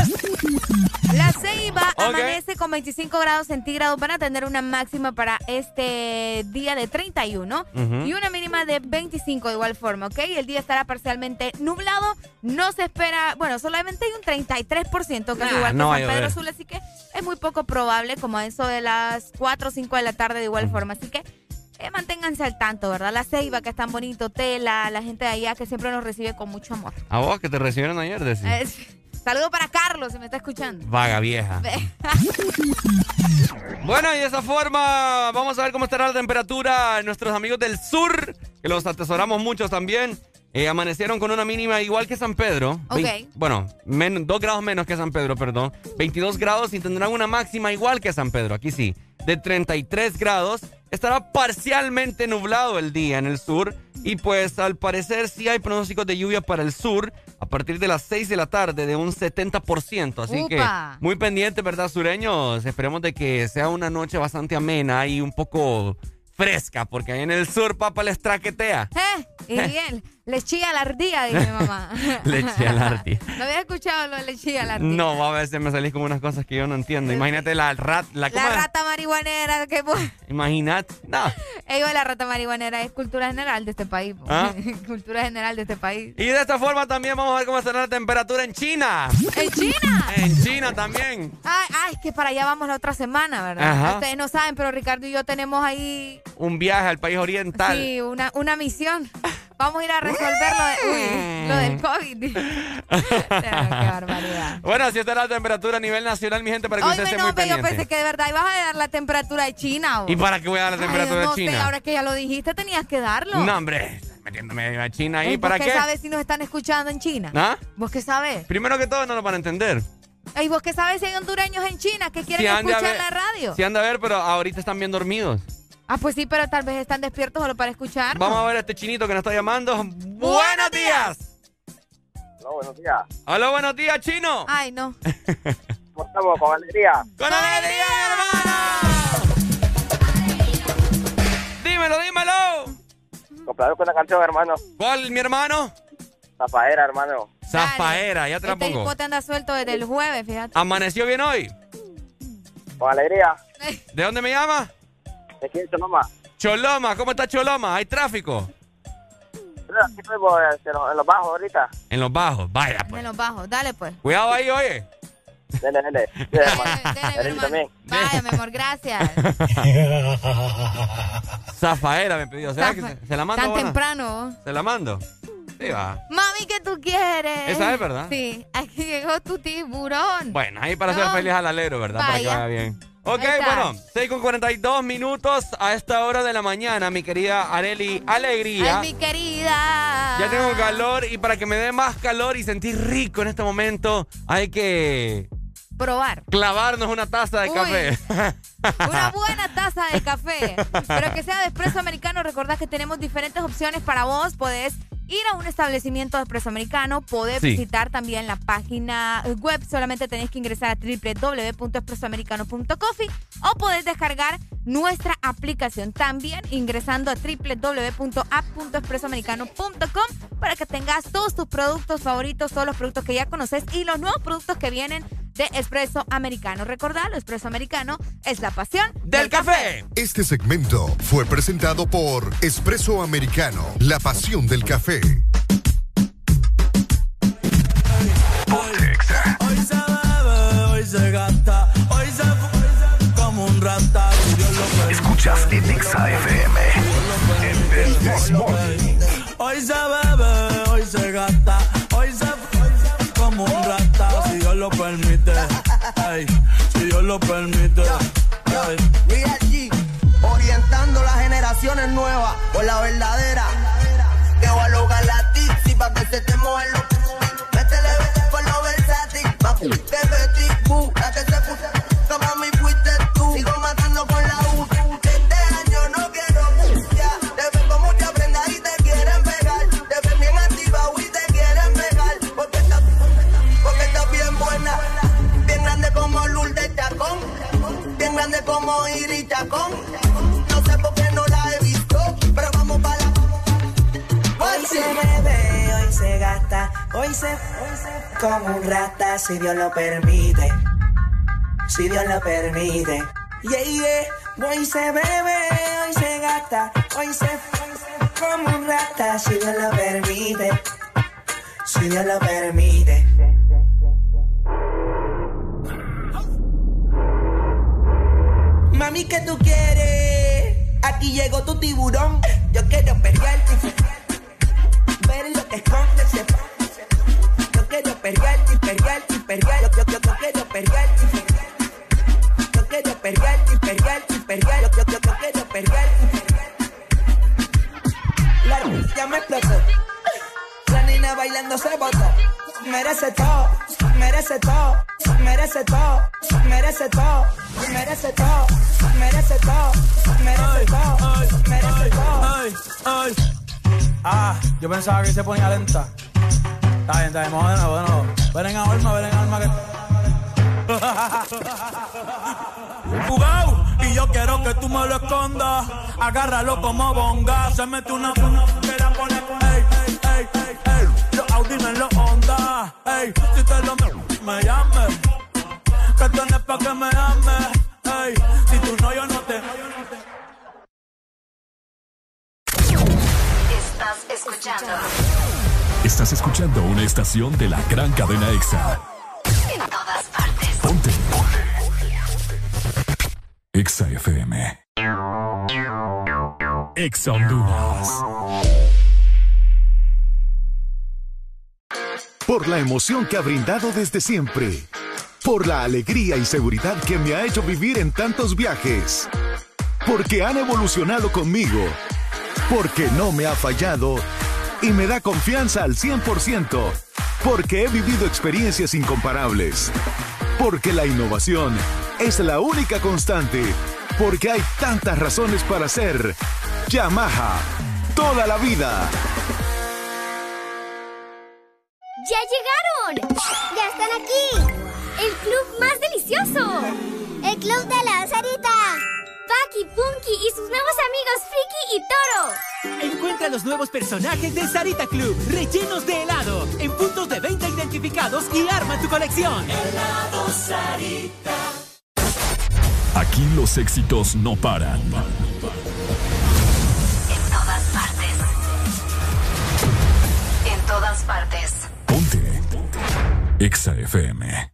La Ceiba okay. amanece con veinticinco grados centígrados. Van a tener una máxima para este día de treinta y uno uh-huh. y una mínima de veinticinco de igual forma, ¿ok? El día estará parcialmente nublado. No se espera, bueno, solamente hay un treinta y tres por ciento que nah, es igual que no San Pedro Sula, así que es muy poco probable, como eso de las cuatro o cinco de la tarde de igual uh-huh. forma. Así que eh, manténganse al tanto, ¿verdad? La Ceiba, que es tan bonito, Tela, la gente de allá que siempre nos recibe con mucho amor. ¿A vos que te recibieron ayer, decís? Eh, Saludo para Carlos, si me está escuchando. Vaga vieja. Bueno, y de esa forma vamos a ver cómo estará la temperatura. Nuestros amigos del sur, que los atesoramos muchos también, eh, amanecieron con una mínima igual que San Pedro. Ok. Ve- bueno, men- dos grados menos que San Pedro, perdón. veintidós grados y tendrán una máxima igual que San Pedro, aquí sí, de treinta y tres grados. Estará parcialmente nublado el día en el sur y pues al parecer sí hay pronósticos de lluvia para el sur a partir de las seis de la tarde de un setenta por ciento. Así Upa. que muy pendiente, ¿verdad, sureños? Esperemos de que sea una noche bastante amena y un poco fresca, porque ahí en el sur, papá, les traquetea. ¿Eh? Y bien, le chilla la ardilla, dice mi mamá. Le chilla la ardilla. ¿No había escuchado lo de le chilla la ardilla? No, a veces me salís como unas cosas que yo no entiendo. Imagínate la rat... La, la rata marihuanera. Que... Imagínate. No. Ey, la rata marihuanera es cultura general de este país. ¿Ah? Cultura general de este país. Y de esta forma también vamos a ver cómo será la temperatura en China. ¿En China? En China también. Ay, ay, que para allá vamos la otra semana, ¿verdad? Ajá. Ustedes no saben, pero Ricardo y yo tenemos ahí... Un viaje al país oriental. Sí, una, una misión. Vamos a ir a resolver lo, de, uy, lo del COVID. Qué barbaridad. Bueno, así está la temperatura a nivel nacional, mi gente, para que Oye, usted esté no, muy pero yo pendiente. pensé que de verdad ibas a dar la temperatura de China. ¿O? ¿Y para qué voy a dar la temperatura Ay, no de China? Sé, ahora que ya lo dijiste, tenías que darlo. No, hombre, metiéndome a China ahí, ¿Vos ¿para qué? qué? ¿Vos qué sabes si nos están escuchando en China? ¿Ah? ¿Vos qué sabes? Primero que todo, no lo van a entender. ¿Y vos qué sabes si hay hondureños en China que quieren Si han de escuchar haber- la radio? Sí, anda a ver, pero ahorita están bien dormidos. Ah, pues sí, pero tal vez están despiertos solo para escuchar. Vamos a ver a este chinito que nos está llamando. ¡Buenos días! Hola, buenos días. Hola, buenos días, chino. Ay, no. ¿Cómo estamos? ¿Con alegría? ¡Con alegría, hermano! Dímelo, dímelo. Complacido con la canción, hermano. ¿Cuál, mi hermano? Zafaera, hermano. Zafaera, ya te la Este pongo. hipote anda suelto desde el jueves, fíjate. ¿Amaneció bien hoy? Con alegría. ¿De dónde me llama? ¿De aquí en Choloma? Choloma, ¿cómo está Choloma? ¿Hay tráfico? Aquí estoy en los bajos ahorita. En los bajos, vaya pues. En los bajos, dale pues. Cuidado ahí, oye. Dele, dele. Dele, hermano. Dele también. Vaya, mi amor, gracias. Zafaera me pidió. ¿Será que Zafa- se, se la mando? Tan buena? temprano. ¿Se la mando? Sí, va. Mami, ¿qué tú quieres? Esa es, ¿verdad? Sí, aquí llegó tu tiburón. Bueno, ahí para No. hacer feliz al alero, ¿verdad? Para que Vaya. vaya bien. Ok, Ahí está. bueno, seis con cuarenta y dos minutos a esta hora de la mañana, mi querida Arely Alegría. Ay, mi querida. Ya tengo calor y para que me dé más calor y sentir rico en este momento, hay que Probar. clavarnos una taza de Uy. café. Una buena taza de café. Pero que sea de espresso americano. Recordad que tenemos diferentes opciones para vos. Podés ir a un establecimiento de espresso americano. Podés Sí. visitar también la página web. Solamente tenés que ingresar a doble u doble u doble u punto espresso americano punto coffee o podés descargar nuestra aplicación también ingresando a doble u doble u doble u punto app punto espresso americano punto com para que tengas todos tus productos favoritos, todos los productos que ya conoces y los nuevos productos que vienen de Espresso Americano. Recordad, lo Espresso Americano es la pasión del café. Este segmento fue presentado por Espresso Americano, la pasión del café. Hoy se bebe, hoy se gasta, hoy se fu- como un rata. Si Dios lo permite. Escuchas en Exa F M. El This Morning. Hoy se bebe, hoy se gasta, hoy se fu- como un rata. Si Dios lo permite, ay, si Dios lo permite. Ay. Mira allí, orientando las generaciones nuevas por la verdadera. Que voy a lograr la tipsy pa' que se te muevan los. Métele por lo versátil, pa' que te Betty Boo, la que se puso, como mi fuiste tú. Sigo matando con la U. Este año no quiero ya. Te ven con mucha prenda y te quieren pegar. Te ven bien activado y te quieren pegar. Porque estás, porque estás bien buena. Bien grande como Lourdes Chacón. Bien grande como Iris Chacón. No sé por qué no la he visto, pero vamos para la. Hoy se bebe, hoy se gasta, hoy se, hoy se como un rata, si Dios lo permite, si Dios lo permite. Yeah, yeah. Hoy se bebe, hoy se gasta, hoy se, hoy se como un rata, si Dios lo permite, si Dios lo permite. Mami, ¿qué tú quieres? Aquí llegó tu tiburón. Yo quiero perrearte, ver lo que esconde. Yo quiero perrearte, perrearte, perrearte. Yo, yo, yo, yo quiero perrearte. Yo quiero perrearte, perrearte, perrearte. Yo, yo, yo, yo quiero perrearte. La luz ya me explotó. La niña bailando se botó. Merece todo, merece todo, merece todo, merece todo, merece todo, merece todo, merece todo, merece todo. Ay, ay. Ah, yo pensaba que se ponía lenta. Está bien, está bien, vamos de nuevo, de nuevo. Ven en alma, ven en alma que. Jugao, y yo quiero que tú me lo escondas. Agárralo como bonga. Se mete una zona que la pone con ey, ey, ey, ey, ey. Los Audi en los Honda. Ey, si te lo me, me llames. Que tienes pa' que me ames. Ey, si tú no, yo no te. Estás escuchando. Estás escuchando una estación de la gran cadena EXA. En todas partes. Ponte. Ponte. EXA F M. EXA Honduras. Por la emoción que ha brindado desde siempre. Por la alegría y seguridad que me ha hecho vivir en tantos viajes. Porque han evolucionado conmigo. Porque no me ha fallado y me da confianza al cien por ciento. Porque he vivido experiencias incomparables. Porque la innovación es la única constante. Porque hay tantas razones para ser Yamaha toda la vida. ¡Ya llegaron! ¡Ya están aquí! ¡El club más delicioso! ¡El club de la Sarita! Paki, Punky y sus nuevos amigos Friki y Toro. Encuentra los nuevos personajes de Sarita Club, rellenos de helado, en puntos de venta identificados y arma tu colección. Helado Sarita. Aquí los éxitos no paran. En todas partes. En todas partes. Ponte. Ponte. EXA F M.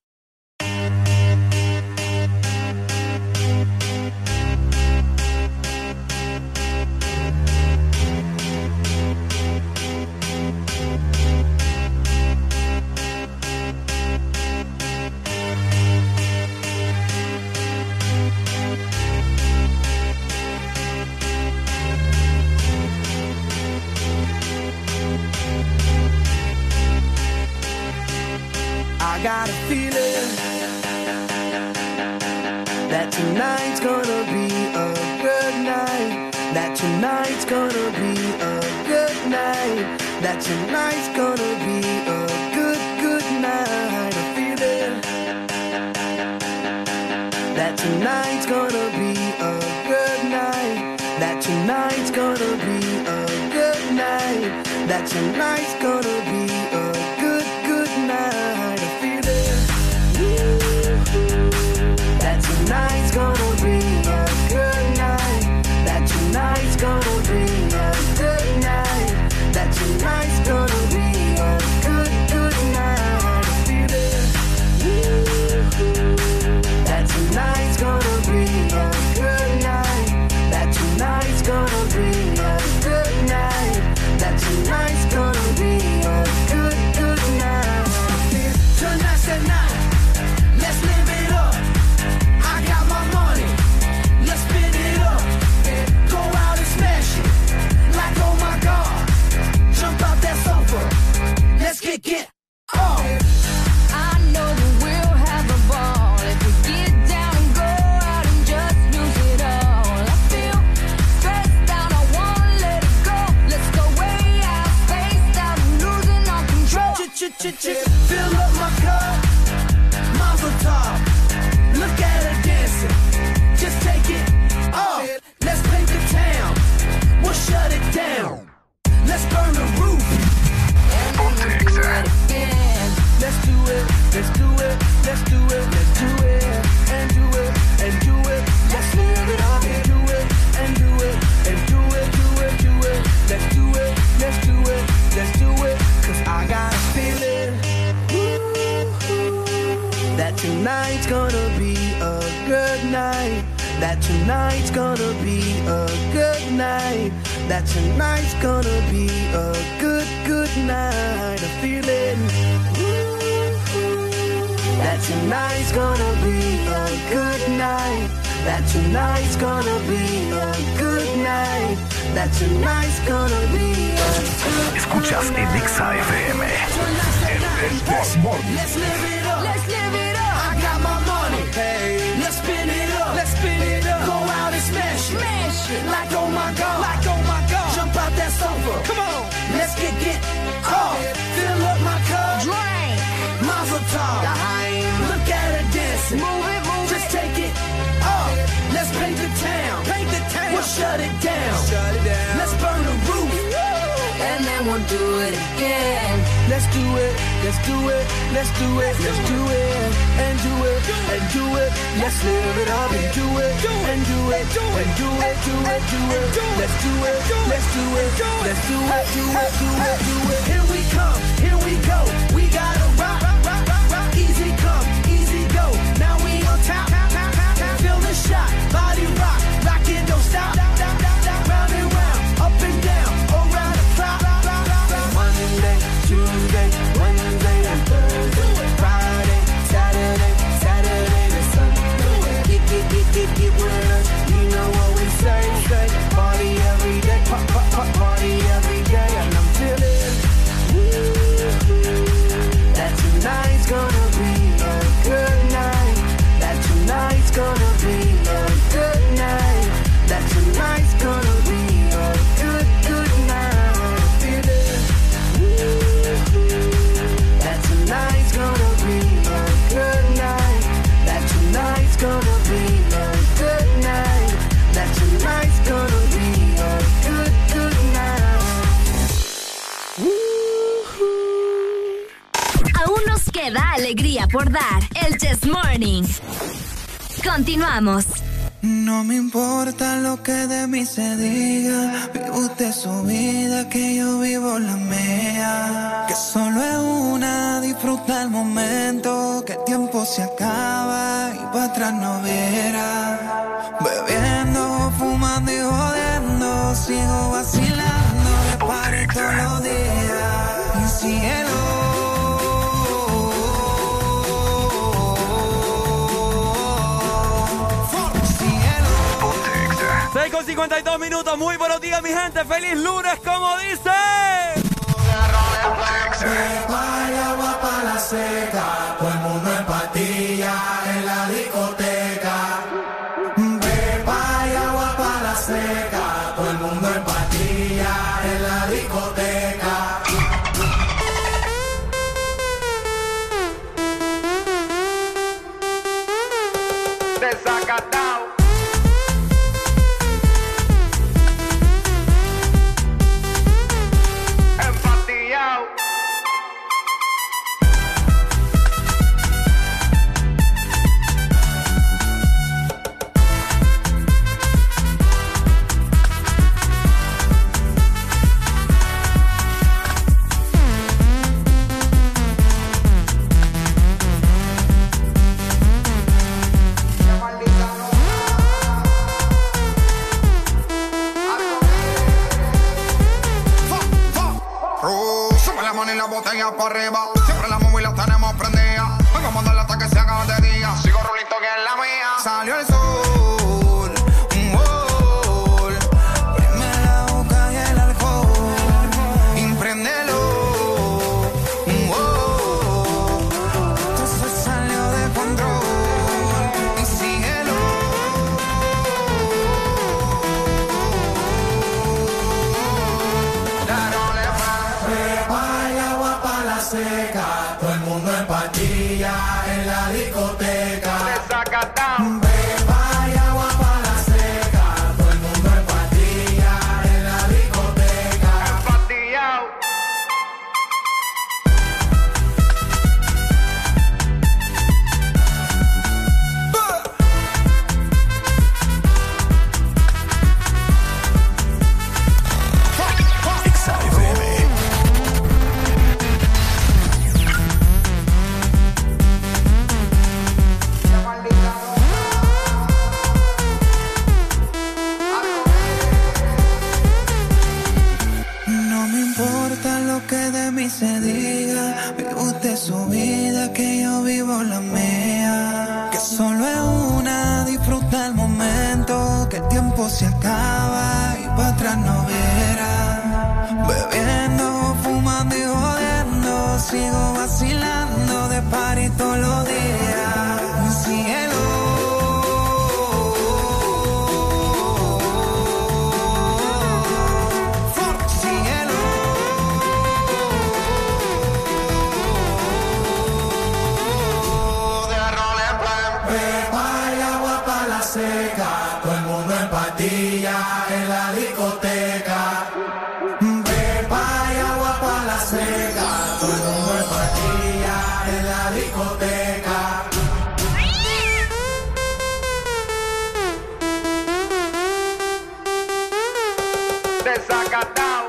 I got a feeling that tonight's gonna be a good night. That tonight's gonna be a good night. That tonight's gonna be a good, good night. A feeling that tonight's gonna be a good night. That tonight's gonna be a good night. That tonight's gonna be a good, good night. A feeling that tonight's gonna be a good night. That tonight's gonna be a good night. That tonight's gonna be a good, good night. A feeling that tonight's gonna be a good night. That tonight's gonna be a good night. That tonight's gonna be a good, good night. Tonight's the night. Let's live it up. I got my money. Let's spin it up. Go out and smash it. Like oh my God. Jump out that sofa. Let's kick it off. I know that we'll have a ball if we get down and go out and just lose it all. I feel stressed out, I wanna let it go. Let's go way out, spaced out, losing all control. Fill up my cup, Mazel tov. Look at her dancing, just take it off. Let's paint the town, we'll shut it down. Let's burn the roof. Let's do it, let's do it, let's do it, let's do it, and do it, and do it. Let's live it up and do it, and do it, and do it, do it, do it. Let's do it, let's do it, let's do it. Cause I got a feeling that tonight's gonna be a good night. That tonight's gonna be a good night. That tonight's gonna be a good, good night. A feeling that tonight's gonna be a good night. That tonight's gonna be a good night. That tonight's gonna be a good, Escuchas good en night. EXA F M. El This Morning. Let's live it up. Let's live it up. I got my money. Hey, let's spin it up. Let's spin it up. Go out and smash it. Smash it. Like oh my God. Like oh my God. Jump out that sofa. Come on. Let's get get off. Fill up my cup. Drink. Mazel tov. Look at her dancing. shut it down. Shut it down. Let's burn the roof. And then we'll do it again. Let's do it, let's do it, let's do it, let's do it, and do it, and do it. Let's live it up and do it, and do it, and do it, do it, do it. Let's do it, let's do it, let's do it, do it, do it, do it. Here we come, here we go. We gotta rock, rock, rock, rock. Easy come, easy go. Now we on top, feel the shot, body rock, rockin' don't stop. Round and round, up and down, around the clock. Monday, Tuesday, Wednesday, and Thursday, Friday, Saturday, Saturday to Sunday. Get, get, get, get, get with us. You know what we say, say. Party every day, pop, pop, pop, party every day, and I'm feeling that tonight's gonna be a good night. That tonight's gonna be a good night. That tonight's gonna be a good, good night. Feeling that tonight's gonna be a good night. That tonight's gonna be a good night. That tonight's gonna be a good, good night. Aún nos queda alegría por dar. El Chess Morning. Continuamos. No me importa lo que de mí se diga. Vive usted su vida, que yo vivo la mía. Que solo es una, disfruta el momento. Que el tiempo se acaba y para atrás no viera. Bebiendo, fumando y jodiendo. Sigo vacilando de party todos los días. Mi cielo. seis con cincuenta y dos minutos, muy buenos días mi gente, feliz lunes, como dice. Hay agua para la seca, todo el mundo en patilla en la discoteca. Beba, hay agua para la seca, todo el mundo en patilla en la discoteca. Desacatado. Botella para arriba, siempre las móviles las tenemos prendidas. Vengo a mandarla hasta que se haga de día. Sigo rulito que es la mía. Salió el sol, un gol. Prime la boca y el alcohol. Impréndelo, un gol. Esto se salió de control. Y síguelo. Seca, todo el mundo en patilla en la discoteca. Beba, pastillas en la discoteca. Pepa y agua pa' la seca. Todo el mundo en pastillas en la discoteca. Desacatado.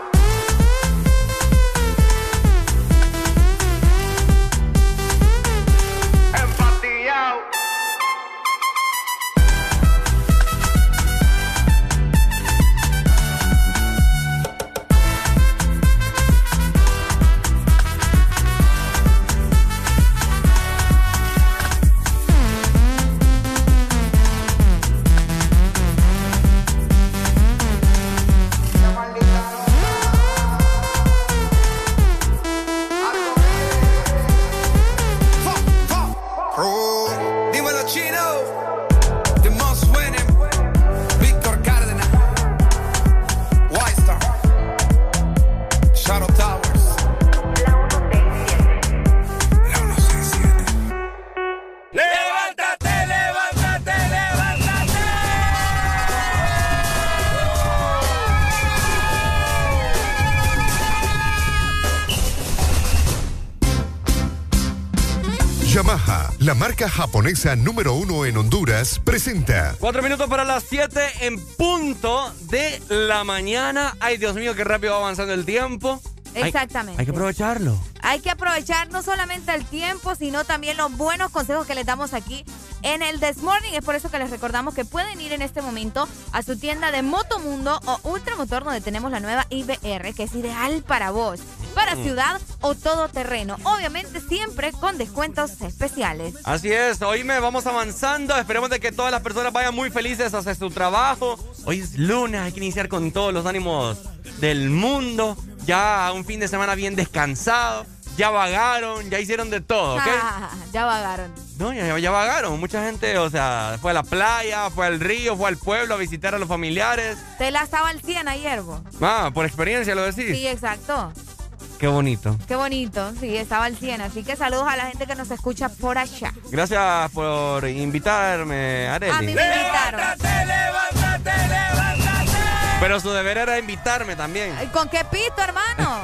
Empatillado. Dímelo, Chino. The most winning. Víctor Cárdenas. White Star. Shadow Towers. La uno seis siete. Levántate, levántate, levántate. Yamaha, la marca japonesa número uno en Honduras, presenta Cuatro minutos para las siete en punto de la mañana. Ay, Dios mío, qué rápido va avanzando el tiempo. Hay- Exactamente. Hay, que aprovecharlo. Hay que aprovechar no solamente el tiempo, sino también los buenos consejos que les damos aquí en el This Morning. Es por eso que les recordamos que pueden ir en este momento a su tienda de Motomundo o Ultramotor, donde tenemos la nueva I B R, que es ideal para vos, para Mm. ciudad o todoterreno. Obviamente siempre con descuentos especiales. Así es, hoy me vamos avanzando. Esperemos de que todas las personas vayan muy felices hacia su trabajo. Hoy es lunes, hay que iniciar con todos los ánimos del mundo. Ya un fin de semana bien descansado. Ya vagaron, ya hicieron de todo, ¿ok? Ah, ya vagaron. No, ya, ya vagaron. Mucha gente, o sea, fue a la playa, fue al río, fue al pueblo a visitar a los familiares. Te la estaba al cien ayer, vos. Ah, por experiencia lo decís. Sí, exacto. Qué bonito. Qué bonito. Sí, estaba al cien. Así que saludos a la gente que nos escucha por allá. Gracias por invitarme, Arely. A mí me invitaron. Levántate, levántate. Pero su deber era invitarme también. Ay, ¿con qué pito, hermano?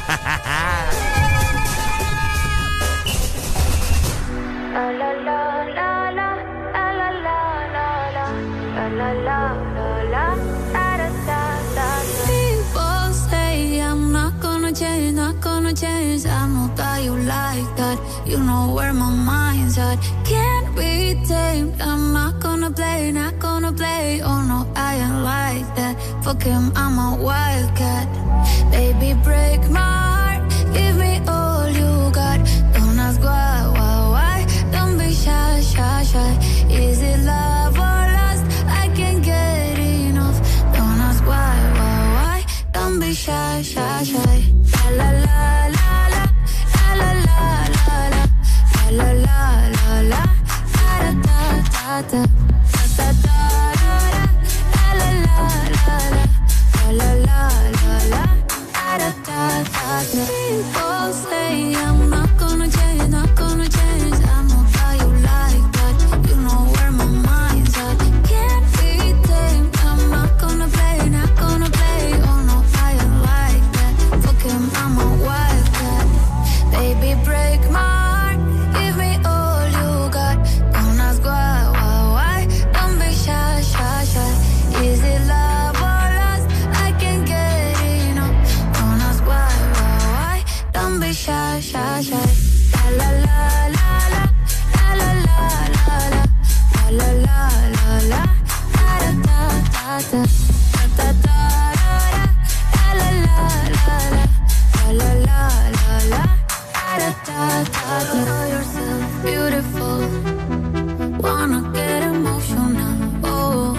People say I'm not gonna change, not gonna change. I know that you like that. You know where my mind's at. Can't be tamed. I'm not gonna play, not gonna play. Oh no, I ain't like that. Fuck him, I'm a wildcat. Baby, break my heart. Give me all you got. Don't ask why, why, why. Don't be shy, shy, shy. Is it love or lust? I can't get enough. Don't ask why, why, why. Don't be shy, shy, shy. La la la la la la la la la la la la la la da da da da da da da la la la la la la la la la da da da da. People say I'm not gonna change, not gonna change. I know how you like that. You know where my mind's at. Can't be tamed. I'm not gonna play, not gonna play. Oh no, I ain't like that. Fuck him, I'm a wildcat. Baby, break my heart. Give me all you got. Don't ask why, why, why. Don't be shy, shy, shy. Is it love or lust? I can't get enough. Don't ask why, why, why. Don't be shy, shy, shy. La la la la la la la la la la la la la la da da da da da da da la la la la la la la la da da da da. Know yourself beautiful. Wanna get emotional. Oh,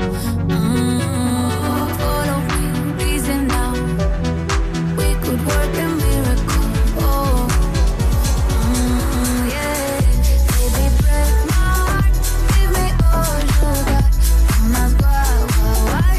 mm, follow me, reason now. We could work a miracle. Oh, mm, yeah. Baby, break my heart. Give me all you got. Don't ask why, why, why.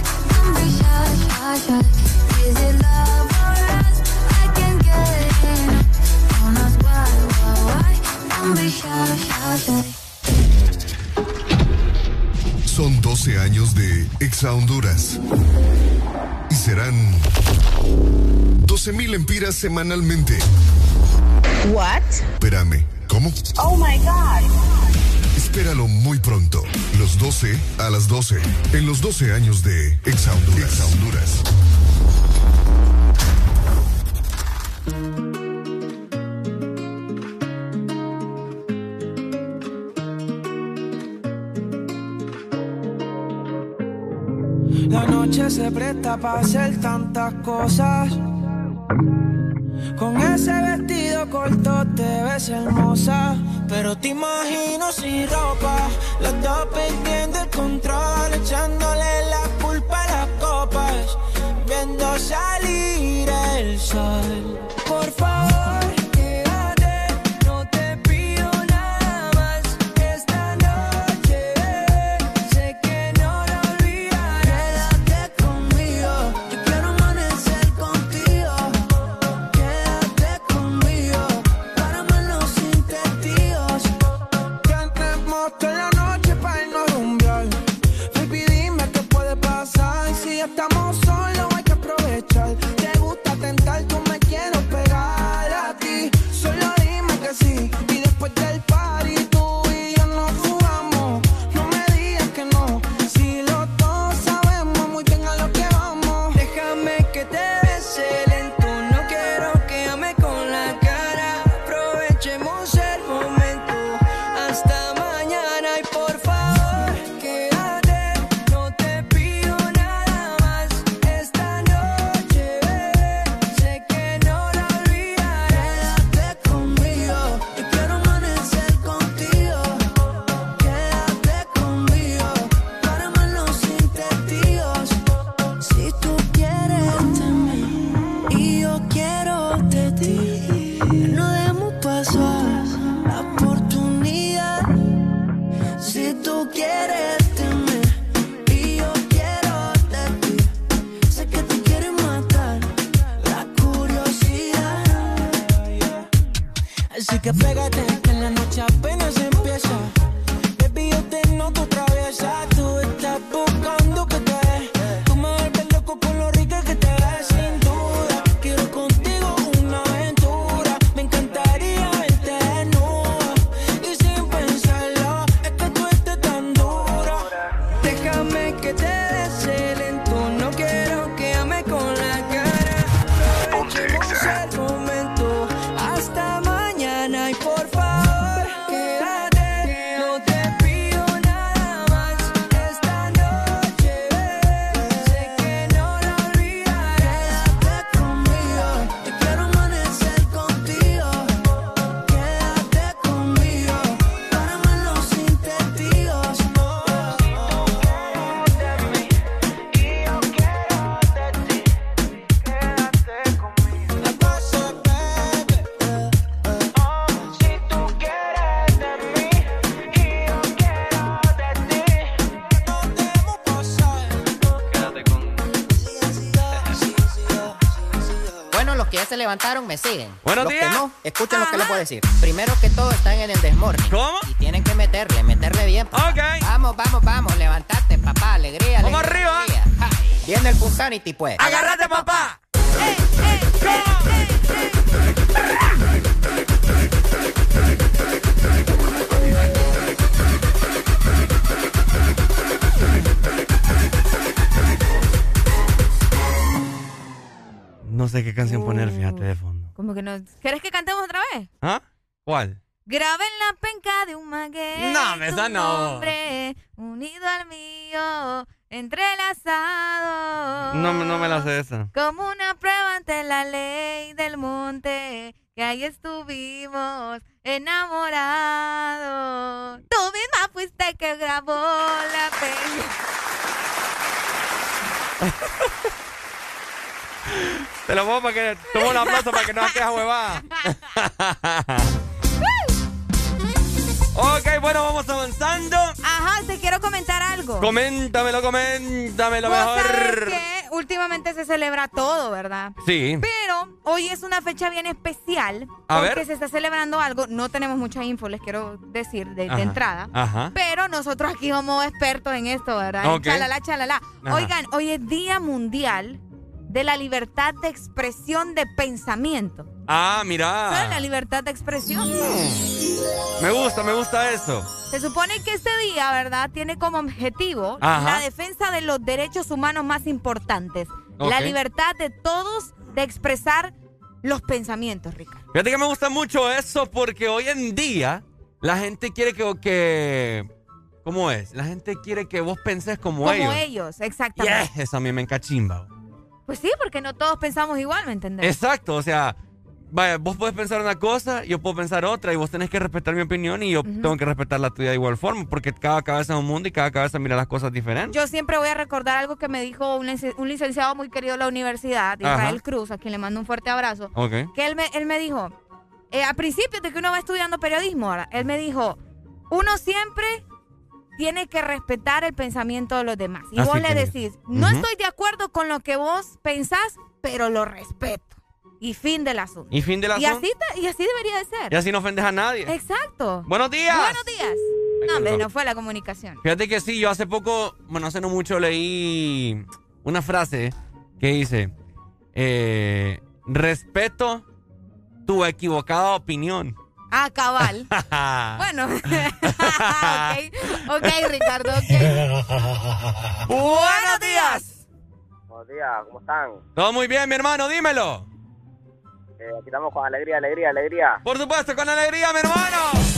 Son doce años de Exa Honduras. Y serán doce mil empiras semanalmente. What? Espérame, ¿cómo? Oh my God. Espéralo muy pronto. Los doce a las doce. En los doce años de Exa Honduras. Exa Honduras. La noche se presta para hacer tantas cosas. Con ese vestido corto te ves hermosa, pero te imagino sin ropa, los dos perdiendo el control, echándole la culpa a las copas, viendo salir el sol. Por favor, quédate, no te pido nada más esta noche. Sé que no lo olvidaré. Quédate conmigo, yo quiero amanecer contigo. Quédate conmigo, para amarnos sin testigos. Tenemos toda la noche para irnos a rumbear. Baby, dime qué puede pasar. Si ya estamos solos hay que aprovechar. Te gusta tentar, tú me quiero pegar a ti. Solo dime que sí. Y después del party tú y yo nos jugamos. No me digas que no. Si los dos sabemos muy bien a lo que vamos. Déjame que te bese lento. No quiero que ame con la cara. Aprovechemos el momento hasta mañana. Y por favor, quédate. No te pido nada más esta noche. Sé que no lo olvidaré. Quédate conmigo, yo quiero amanecer contigo. Quédate conmigo, para amarnos sin testigos. Si tú quieres de mí y yo quiero de ti, no dejemos pasar la oportunidad. Si tú quieres de mí y yo quiero de ti, sé que te quieren matar la curiosidad. Así que pégate, que en la noche apenas empieza. Baby, yo te noto traviesa. Tú estás buscando que te dé. Tú me vuelves loco con lo rica que te ves, sin duda. Quiero contigo una aventura. Me encantaría verte desnuda. Y sin pensarlo, es que tú estés tan dura. Déjame que te bese lento. No quiero que ame con la cara. Aprovechemos el momento hasta mañana. Y por favor, quédate. No te pido nada más esta noche. Sé que no lo olvidaré. Quédate conmigo, yo quiero amanecer contigo. Quédate conmigo, para amarnos sin testigos. Si tú quieres de mí y yo quiero de ti, quédate conmigo. La paso, baby. Si tú quieres de mí y yo quiero de ti, no debemos pasar. Quédate con. Bueno, los que ya se levantaron me siguen. Buenos los días. que no, escuchen lo que les puedo decir. Primero que todo están en el Desmorning. ¿Cómo? Y tienen que meterle, meterle bien. Papá. Ok. Vamos, vamos, vamos, levantate, papá, alegría, Vamos alegría, arriba. alegría. Ay, viene el Punsanity, pues. ¡Agárrate, papá! No sé qué canción poner, fíjate, de fondo. Como que no. ¿Quieres que cantemos otra vez? ¿Ah? ¿Cuál? Graba en la penca de un maguey. No, me esa tu no. nombre unido al mío, entrelazado. No, me- no me la sé esa. Como una prueba ante la ley del monte, que ahí estuvimos enamorados. Tú misma fuiste que grabó la penca. Te lo pongo para que tome un aplauso para que no quede huevada. Ok, bueno, vamos avanzando. Ajá, te quiero comentar algo. Coméntamelo, coméntamelo ¿Vos mejor. sabes que últimamente se celebra todo, ¿verdad? Sí. Pero hoy es una fecha bien especial A porque ver. se está celebrando algo. No tenemos mucha info, les quiero decir, de, de Ajá, entrada. ajá. Pero nosotros aquí somos expertos en esto, ¿verdad? En Ok. Chalala, chalala. Ajá. Oigan, hoy es Día Mundial de la Libertad de Expresión de Pensamiento. Ah, mira. ¿Sabes? La libertad de expresión. Me gusta, me gusta eso. Se supone que este día, ¿verdad?, tiene como objetivo Ajá. la defensa de los derechos humanos más importantes. Ok. La libertad de todos de expresar los pensamientos, Ricardo. Fíjate que me gusta mucho eso porque hoy en día la gente quiere que... que ¿cómo es? La gente quiere que vos penses como, Como ellos. ellos, exactamente. Yes, eso a mí me encachimba. Pues sí, porque no todos pensamos igual, ¿me entendés? Exacto, o sea, vaya, vos podés pensar una cosa, yo puedo pensar otra y vos tenés que respetar mi opinión y yo Ujú. tengo que respetar la tuya de igual forma porque cada cabeza es un mundo y cada cabeza mira las cosas diferentes. Yo siempre voy a recordar algo que me dijo un, lic- un licenciado muy querido de la universidad, Israel Ajá. Cruz, a quien le mando un fuerte abrazo. Ok. Que él me, él me dijo, eh, a principios de que uno va estudiando periodismo, ahora, él me dijo, uno siempre tiene que respetar el pensamiento de los demás. Y Así vos le que- decís, no Ujú. estoy de acuerdo con lo que vos pensás, pero lo respeto. Y fin del asunto. Y fin del Y asunto. así, ta- y así debería de ser. Y así no ofendes a nadie. Exacto. Buenos días. Buenos días. No, hombre, no fue la comunicación. Fíjate que sí, yo hace poco, bueno, hace no mucho leí una frase que dice, eh, respeto tu equivocada opinión. Ah, cabal. Bueno. ok, ok, Ricardo, ok. Buenos días. Buenos días, ¿cómo están? Todo muy bien, mi hermano, dímelo. Eh, aquí estamos con alegría, alegría, alegría. Por supuesto, con alegría, mi hermano.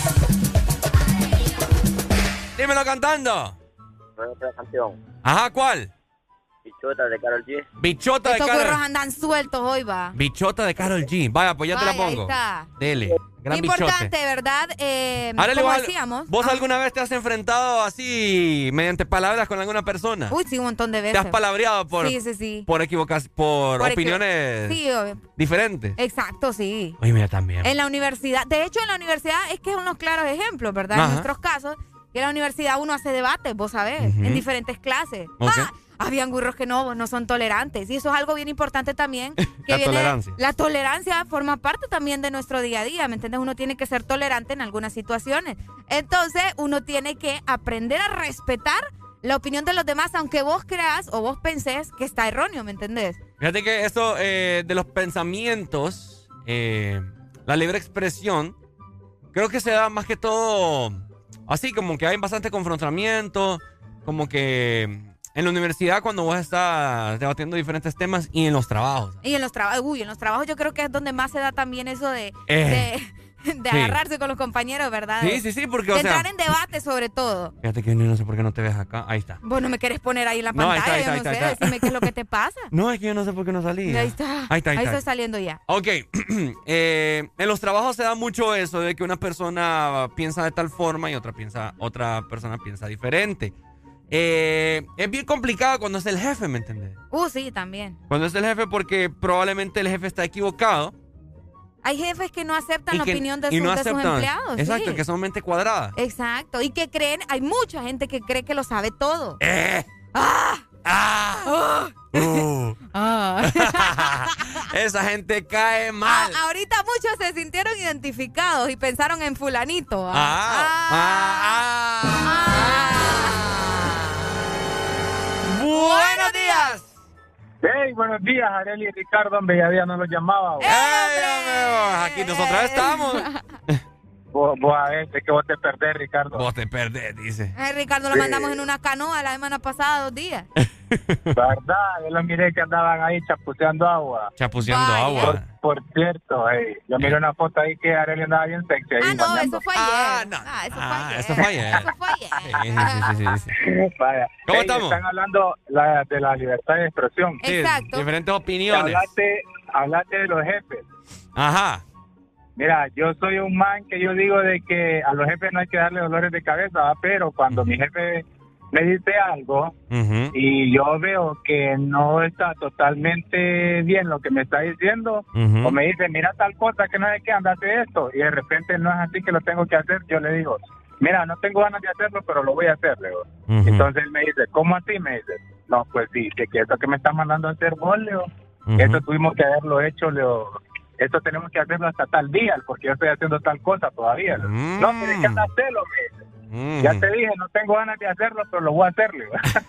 Dímelo cantando. Voy a hacer la canción. Ajá, ¿cuál? Bichota de Karol G. Bichota de Estos gorros Karol andan sueltos hoy, va. Bichota de Karol G. Vaya, pues ya te la Vaya, ahí pongo. está. Dele. Gran Importante, bichote. ¿verdad? Eh, Arely, como vos- decíamos. ¿Vos ah, alguna vez te has enfrentado así mediante palabras con alguna persona? Uy, sí, un montón de ¿Te veces. has palabreado por, Sí, sí, sí. por equivocas, por, Por equi- opiniones Sí, obvio. diferentes? Exacto, sí. Oye, mira también. En la universidad, de hecho, en la universidad es que son unos claros ejemplos, ¿verdad? Ajá. En nuestros casos, que en la universidad uno hace debates, vos sabés, Ujú. en diferentes clases. Ok. Ah, habían gurros que no, no son tolerantes. Y eso es algo bien importante también. Que La viene- tolerancia. La tolerancia forma parte también de nuestro día a día, ¿me entiendes? Uno tiene que ser tolerante en algunas situaciones. Entonces, uno tiene que aprender a respetar la opinión de los demás, aunque vos creas o vos pensés que está erróneo, ¿me entendés? Fíjate que eso eh, de los pensamientos, eh, la libre expresión, creo que se da más que todo así, como que hay bastante confrontamiento, como que en la universidad cuando vos estás debatiendo diferentes temas y en los trabajos. Y en los trabajos, uy, en los trabajos yo creo que es donde más se da también eso de, Eh, de, de sí. agarrarse con los compañeros, ¿verdad? Sí, De- sí, sí, porque, de o sea- entrar en debate sobre todo. Fíjate que yo no sé por qué no te ves acá. Ahí está. Vos no me querés poner ahí en la No, ahí pantalla, está, ahí yo no está, sé, ahí está. decime qué es lo que te pasa. No, es que yo no sé por qué no salí. Y ahí está, Ahí está, ahí está. estoy saliendo ya. Ok, eh, en los trabajos se da mucho eso de que una persona piensa de tal forma y otra, piensa, otra persona piensa diferente. Eh, es bien complicado cuando es el jefe, ¿me entiendes? Uh, sí, también. Cuando es el jefe porque probablemente el jefe está equivocado. Hay jefes que no aceptan y la que- opinión de, y sus, no de sus aceptan- empleados. Exacto, sí. que son mente cuadrada. Exacto, y que creen, hay mucha gente que cree que lo sabe todo. Eh. ¡Ah! ¡Ah! Uh. Ah. Esa gente cae mal. A- ahorita muchos se sintieron identificados y pensaron en fulanito. Ah, Ah. ah, Buenos días. Hey, buenos días, Arely y Ricardo. Hombre, ya día no los llamaba. ¡Eh! Ey, hombre, aquí nosotros estamos. Vos, vos a ver, es que vos te perdés, Ricardo. Vos te perdés, dice. Ay, Ricardo, lo Sí. mandamos en una canoa la semana pasada, dos días. ¿Verdad? Yo los miré que andaban ahí chapuceando agua. Chapuceando Vaya. agua. Por, por cierto, hey, yo miré una foto ahí que Arely andaba bien sexy ahí. Ah, no, bañando. eso fue ayer. Ah, no. Ah, eso fue Ah, ayer. eso fue ayer. Eso fue ayer. Sí, sí, sí, sí, sí. Vaya. ¿Cómo Hey, estamos? Están hablando la- de la libertad de expresión. Sí, Exacto. diferentes opiniones. Hablaste, hablaste de los jefes. Ajá. Mira, yo soy un man que yo digo de que a los jefes no hay que darle dolores de cabeza, ¿va? Pero cuando mi jefe me dice algo Ujú, y yo veo que no está totalmente bien lo que me está diciendo, ujú. o me dice, mira tal cosa que no sé qué, anda, hace esto, y de repente no es así que lo tengo que hacer, yo le digo, mira, no tengo ganas de hacerlo, pero lo voy a hacer, le digo. Ujú. Entonces él me dice, ¿cómo así? Me dice, no, pues sí, que, que eso que me está mandando a hacer vos, Leo, Ujú. eso tuvimos que haberlo hecho, Leo. Esto tenemos que hacerlo hasta tal día, porque yo estoy haciendo tal cosa todavía. Mm. No, pero es que anda a hacerlo, me dice. Mm. Ya te dije, no tengo ganas de hacerlo, pero lo voy a hacer, Leo.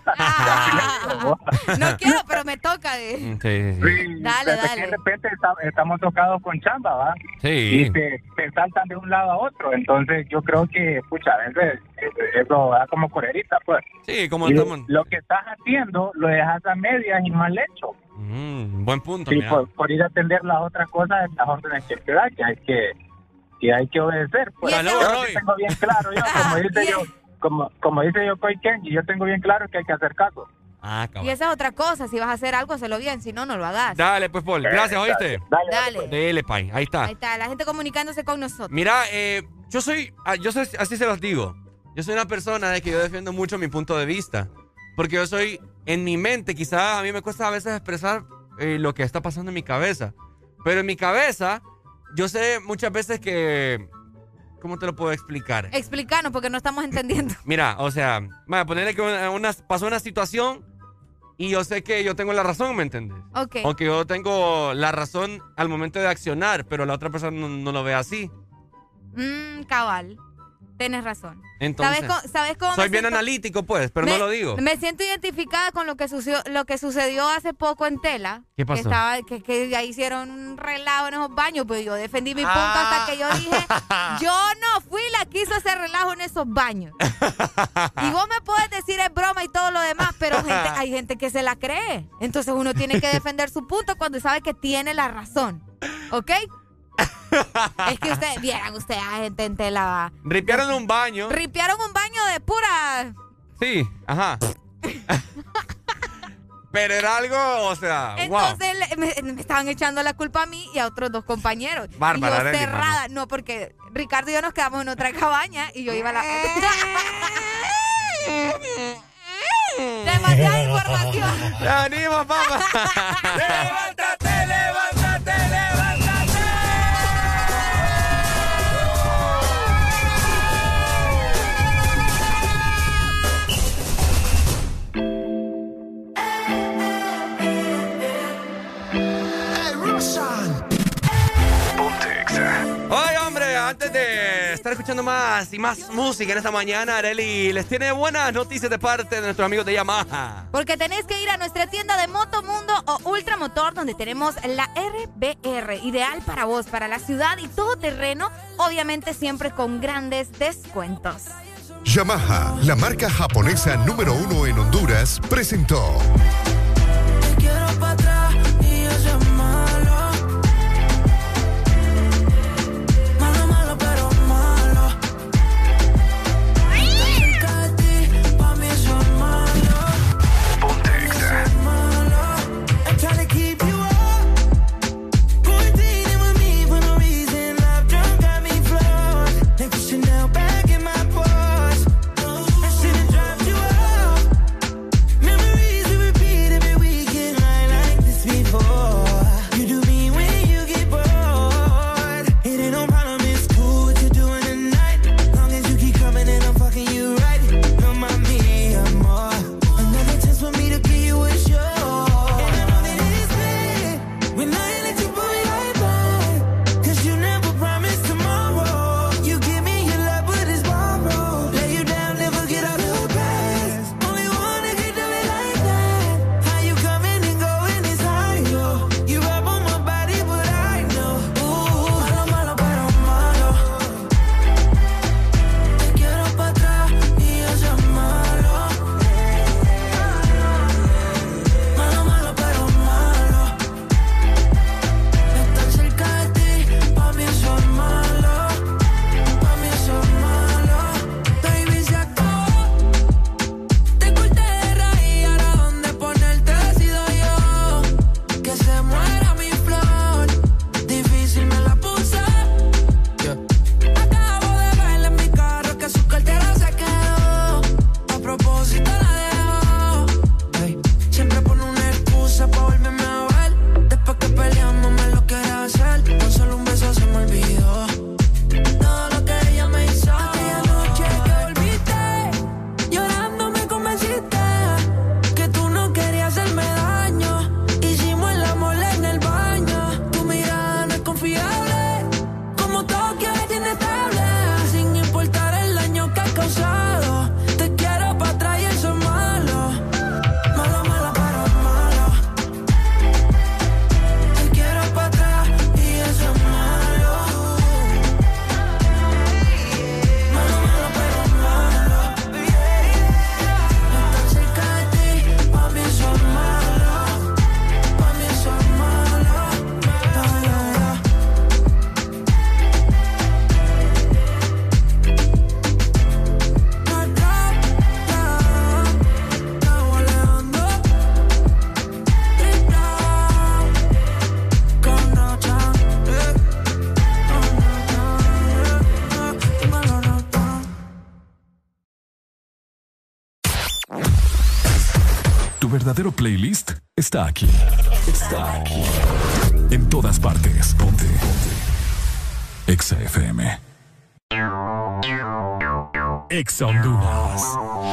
No quiero, pero me toca. De... Sí, sí, sí. Sí, Dale, pero es dale. que de repente está- estamos tocados con chamba, ¿va? Sí. Y te, te saltan de un lado a otro. Entonces yo creo que, pucha, a veces eso da como correrita, pues. Sí, como Y estamos. lo que estás haciendo lo dejas a medias y mal hecho. Mm, buen punto, Sí, mira. por, por ir a atender las otras cosas, las órdenes que te da, que hay que, que hay que obedecer. Pues. Y ese- Yo sí Roy. tengo bien claro, yo, como dice yo, como, como dice yo, Koi Kenji, yo tengo bien claro que hay que hacer caso. Ah, Y cabrón. esa es otra cosa, si vas a hacer algo, hazlo bien, si no, no lo hagas. Dale, pues, Paul. Gracias, ¿oíste? Dale. Dale. Dele, pay. Ahí está. Ahí está, la gente comunicándose con nosotros. Mira, eh, yo soy, ah, yo soy, así se los digo. Yo soy una persona de que yo defiendo mucho mi punto de vista. Porque yo soy, en mi mente, quizás a mí me cuesta a veces expresar eh, lo que está pasando en mi cabeza. Pero en mi cabeza, yo sé muchas veces que... ¿Cómo te lo puedo explicar? Explícanos, porque no estamos entendiendo. Mira, o sea, vaya, ponerle que una, una- pasó una situación y yo sé que yo tengo la razón, ¿me entiendes? Ok. O que yo tengo la razón al momento de accionar, pero la otra persona no, no lo ve así. Mmm, cabal. Tienes razón. Entonces, ¿Sabes cómo, ¿sabes cómo soy me bien siento? analítico, pues, pero me, no lo digo. Me siento identificada con lo que sucedió, lo que sucedió hace poco en Tela. ¿Qué pasó? Que, estaba, que, que ya hicieron un relajo en esos baños, pues yo defendí mi punto Ah. hasta que yo dije, yo no fui la que hizo ese relajo en esos baños. Y vos me puedes decir es broma y todo lo demás, pero gente, hay gente que se la cree. Entonces uno tiene que defender su punto cuando sabe que tiene la razón. ¿Ok? Es que ustedes, vieran ustedes a gente en Tela. va. Ripiaron un baño. Ripiaron un baño de pura... Sí, ajá. Pero era algo, o sea, Entonces le- me, me estaban echando la culpa a mí y a otros dos compañeros. Bárbara, y yo Arely, cerrada, no, porque Ricardo y yo nos quedamos en otra cabaña y yo iba a la... Demasiada información. ¡Te animo, papá! Levántate, levántate, levántate. Oye, hombre, antes de estar escuchando más y más música en esta mañana, Arely les tiene buenas noticias de parte de nuestros amigos de Yamaha. Porque tenés que ir a nuestra tienda de Motomundo o Ultramotor, donde tenemos la R B R, ideal para vos, para la ciudad y todo terreno, obviamente siempre con grandes descuentos. Yamaha, la marca japonesa número uno en Honduras, presentó Quiero para atrás y eso es malo. Malo, malo, pero malo. Cerca de ti, pa' mí eso es malo. Eso es malo. I'm trying to keep you up. Quarantining with me for no reason. Love drunk got me flawed. Take the Chanel back in my Porsche. That shit that drives you up. Memories we repeat. verdadero playlist está aquí. Está aquí. En todas partes. Ponte. Ponte. Exa F M. Exa Honduras.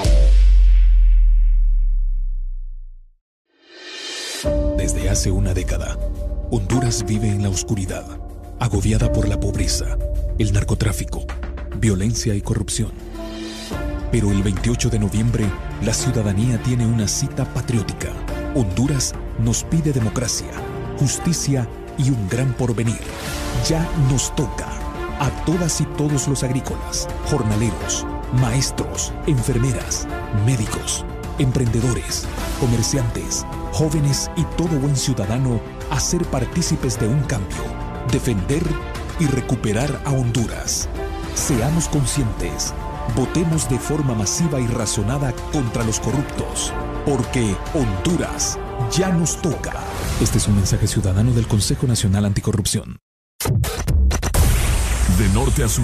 Desde hace una década, Honduras vive en la oscuridad, agobiada por la pobreza, el narcotráfico, violencia y corrupción. Pero el veintiocho de noviembre, la ciudadanía tiene una cita patriótica. Honduras nos pide democracia, justicia y un gran porvenir. Ya nos toca. A todas y todos los agrícolas, jornaleros, maestros, enfermeras, médicos, emprendedores, comerciantes, jóvenes y todo buen ciudadano a ser partícipes de un cambio, defender y recuperar a Honduras. Seamos conscientes, votemos de forma masiva y razonada contra los corruptos, porque Honduras ya nos toca. Este es un mensaje ciudadano del Consejo Nacional Anticorrupción. De norte a sur.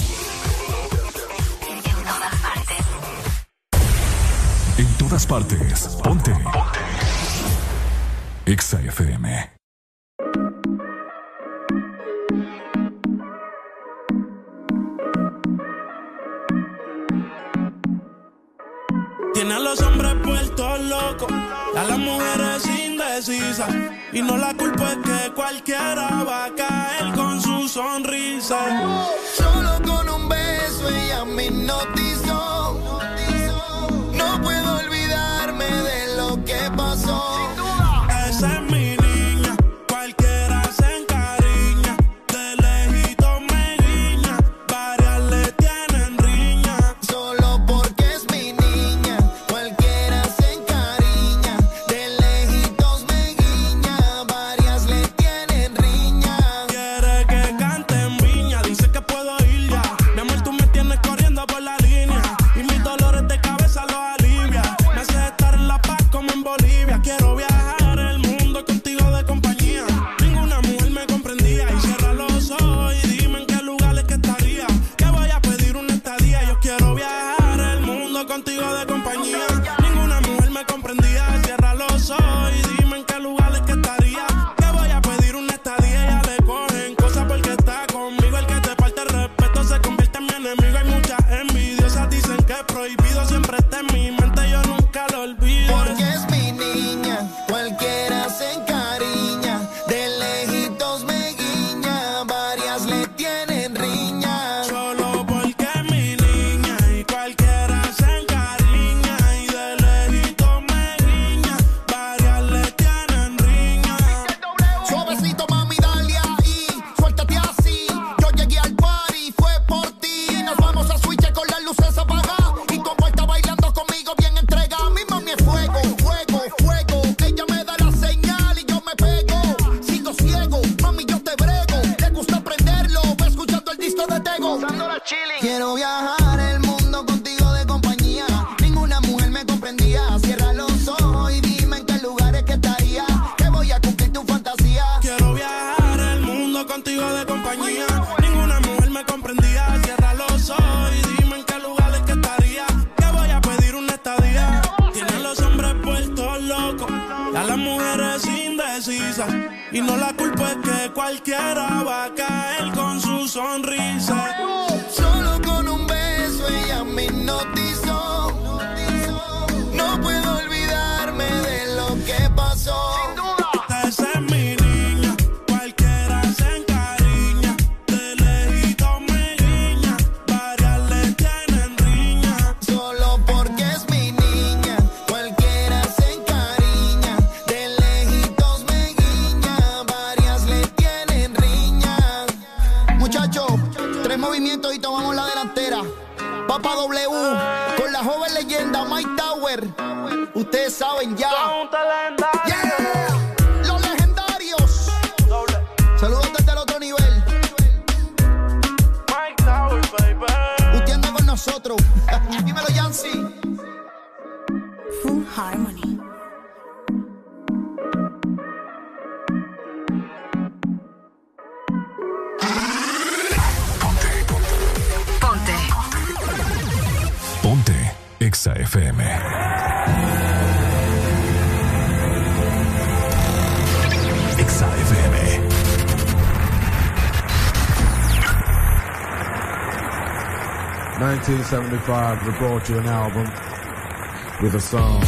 En todas partes. Ponte. Ponte. Exa F M. Tiene a los hombres puestos locos, a las mujeres indecisas. Y no la culpa es que cualquiera va a caer con su sonrisa. Solo con un beso ella me hipnotizó. No puedo olvidarme de lo que pasó. Esa es mi niña, cualquiera se encariña. De lejito me guiña, varias le tienen riña. Solo porque es mi niña, cualquiera se encariña. De lejitos me guiña, varias le tienen riña. Quiere que cante en viña, dice que puedo ir ya. Mi amor, tú me tienes corriendo por la línea. Y mis dolores de cabeza los alivia. Me hace estar en La Paz como en Bolivia. Quiero viajar el mundo contigo de compañía. Ninguna mujer me comprendía. Y cierra los ojos y dime en qué lugares que estaría. Que voy a pedir una estadía. Yo quiero viajar el mundo contigo de compañía. Ninguna mujer me comprendía. Cierra los ojos y dime en qué lugares que estaría. Que voy a pedir una estadía. Ya le cogen cosas porque está conmigo. El que te falta el respeto se convierte en mi enemigo. Hay muchas envidiosas, dicen que es prohibido. Siempre está en mi mente, yo nunca lo olvido. Porque es mi niña, cualquiera se encariña. De lejitos me guiña, varias le tienen riña. Solo porque es mi niña y cualquiera se encariña. Y de lejito me guiña, varias le tienen riña. Suavecito mami, dale ahí, suéltate así. Yo llegué al party, fue por ti. Nos vamos a switch con las luces apagadas. Y como está bailando conmigo bien entregada. Mi mami es fuego, fuego, fuego. Ella me da la señal y yo me pego. Sigo ciego, mami yo te brego. Le gusta aprenderlo, va escuchando el disco de Tego. Quiero viajar el mundo contigo de compañía. Ninguna mujer me comprendía. Cierra los ojos y dime en qué lugares que estaría. Que voy a cumplir tu fantasía. Quiero viajar el mundo contigo de compañía. Ninguna mujer me comprendía. Cierra los ojos y dime en qué lugares que estaría. Que voy a pedir una estadía. Tienen los hombres puestos locos, a las mujeres indecisas. Y no la culpa es que cualquiera va a caer con su sonrisa. Solo con un beso ella me hipnotizó. No puedo olvidarme de lo que pasó. Esa es mi niña, cualquiera se encariña. De lejito me guiña, varias le tienen riña. Solo porque es mi niña, cualquiera se encariña. De lejitos me guiña, varias le tienen riña. Muchachos, tres movimientos y tomamos la delantera. Papa W, con la joven leyenda Mike Tower. Ustedes saben ya. Yeah. Los legendarios. Saludos desde el otro nivel. Mike Tower, baby. Usted anda con nosotros. Dímelo, Yancy. Full Harmony. Ponte. Ponte. Exa F M. nineteen seventy-five, they brought you an album with a song.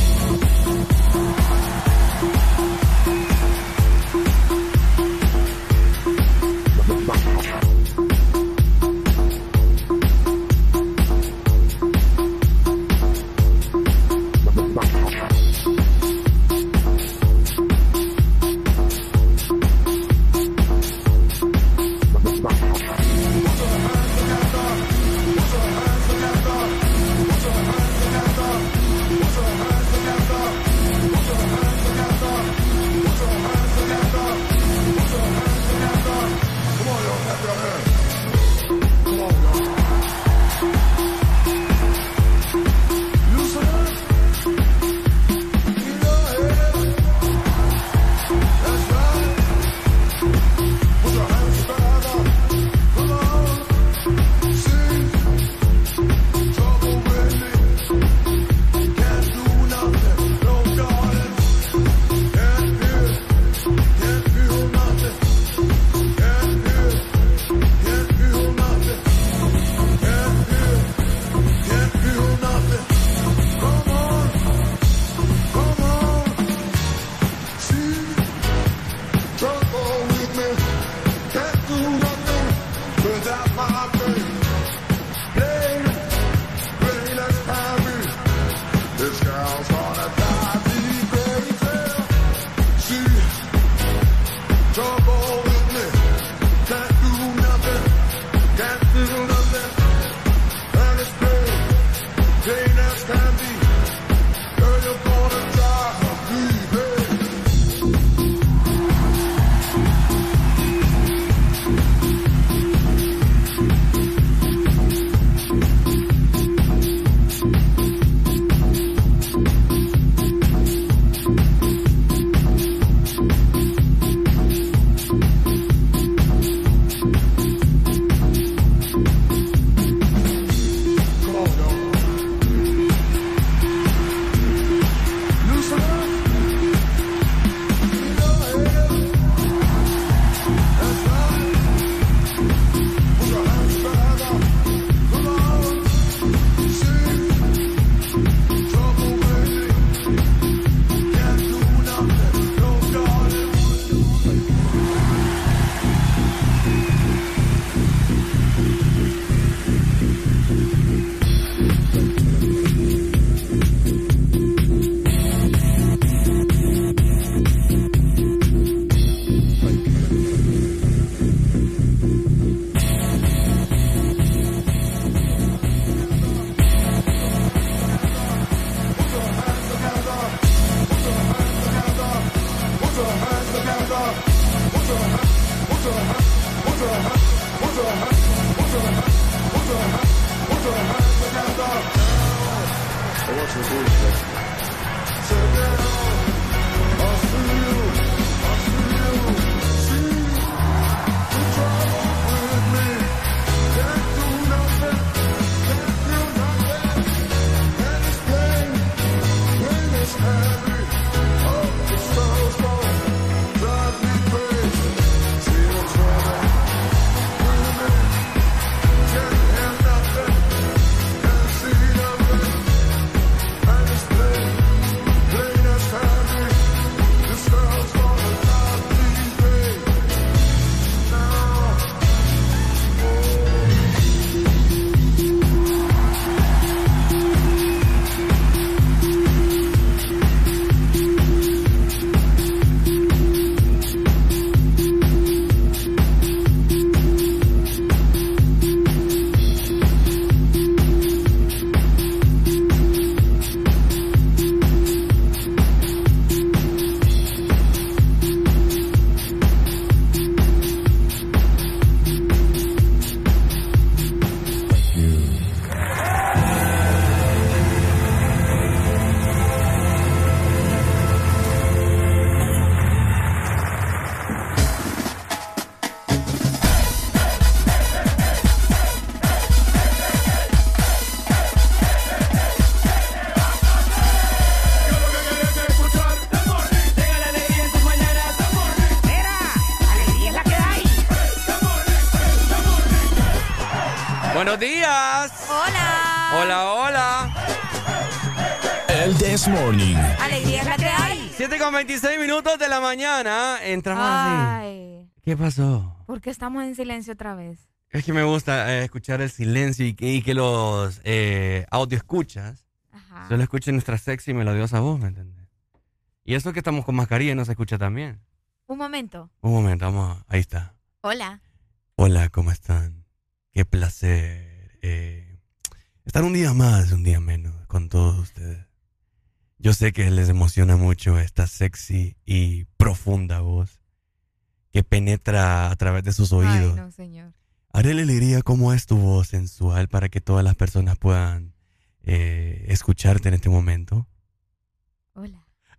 Buenos días. Hola. Hola, hola. El This Morning. Alegría es la que hay. siete con veintiséis minutos de la mañana. Entramos Ay. así. ¿Qué pasó? ¿Por qué estamos en silencio otra vez? Es que me gusta eh, escuchar el silencio y que, y que los eh, audio escuchas Ajá. solo escuchen nuestra sexy y melodiosa voz, ¿me entiendes? Y eso que estamos con mascarilla no se escucha tan bien. Un momento. Un momento, vamos. a- Ahí está. Hola. Hola, ¿cómo están? Qué placer eh, estar un día más, un día menos con todos ustedes. Yo sé que les emociona mucho esta sexy y profunda voz que penetra a través de sus oídos. Ay, no, señor. Haré la alegría cómo es tu voz sensual para que todas las personas puedan eh, escucharte en este momento. Hola.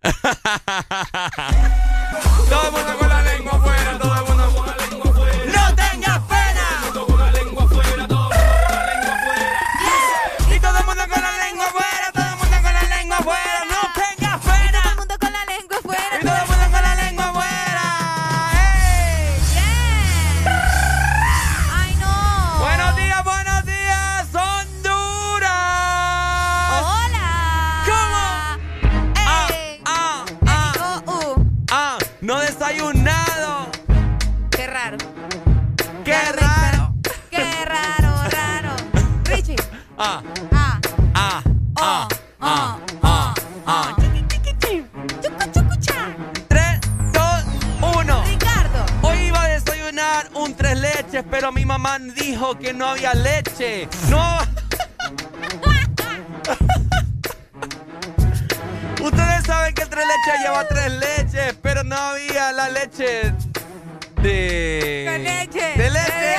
Todo el mundo con la lengua afuera, todo el mundo con la lengua afuera. ¡No tengas pena! Todo con la lengua afuera, todo con la lengua afuera. Y todo el mundo con la lengua afuera, todo el mundo con la lengua afuera. ¡No tengas pena! Todo el mundo con la lengua afuera. Y todo el mundo con la lengua afuera. ¡Hey! ¡Ay, no! Buenos días, buenos días, Honduras. ¡Hola! ¿Cómo? Ah, ¡Ey! ah, ah, México, uh. ah, no desayunado. ¡Qué raro! ¡Qué raro! ¡Qué raro, raro! Richie. Ah, Ah. ah, ah, Oh, ah, oh, ah, ah. Chucu, chucu, cha. Tres, dos, uno. Ricardo. Hoy iba a desayunar un tres leches, pero mi mamá dijo que no había leche. No. Ustedes saben que el tres leches lleva tres leches, pero no había la leche de... De leche. De leche.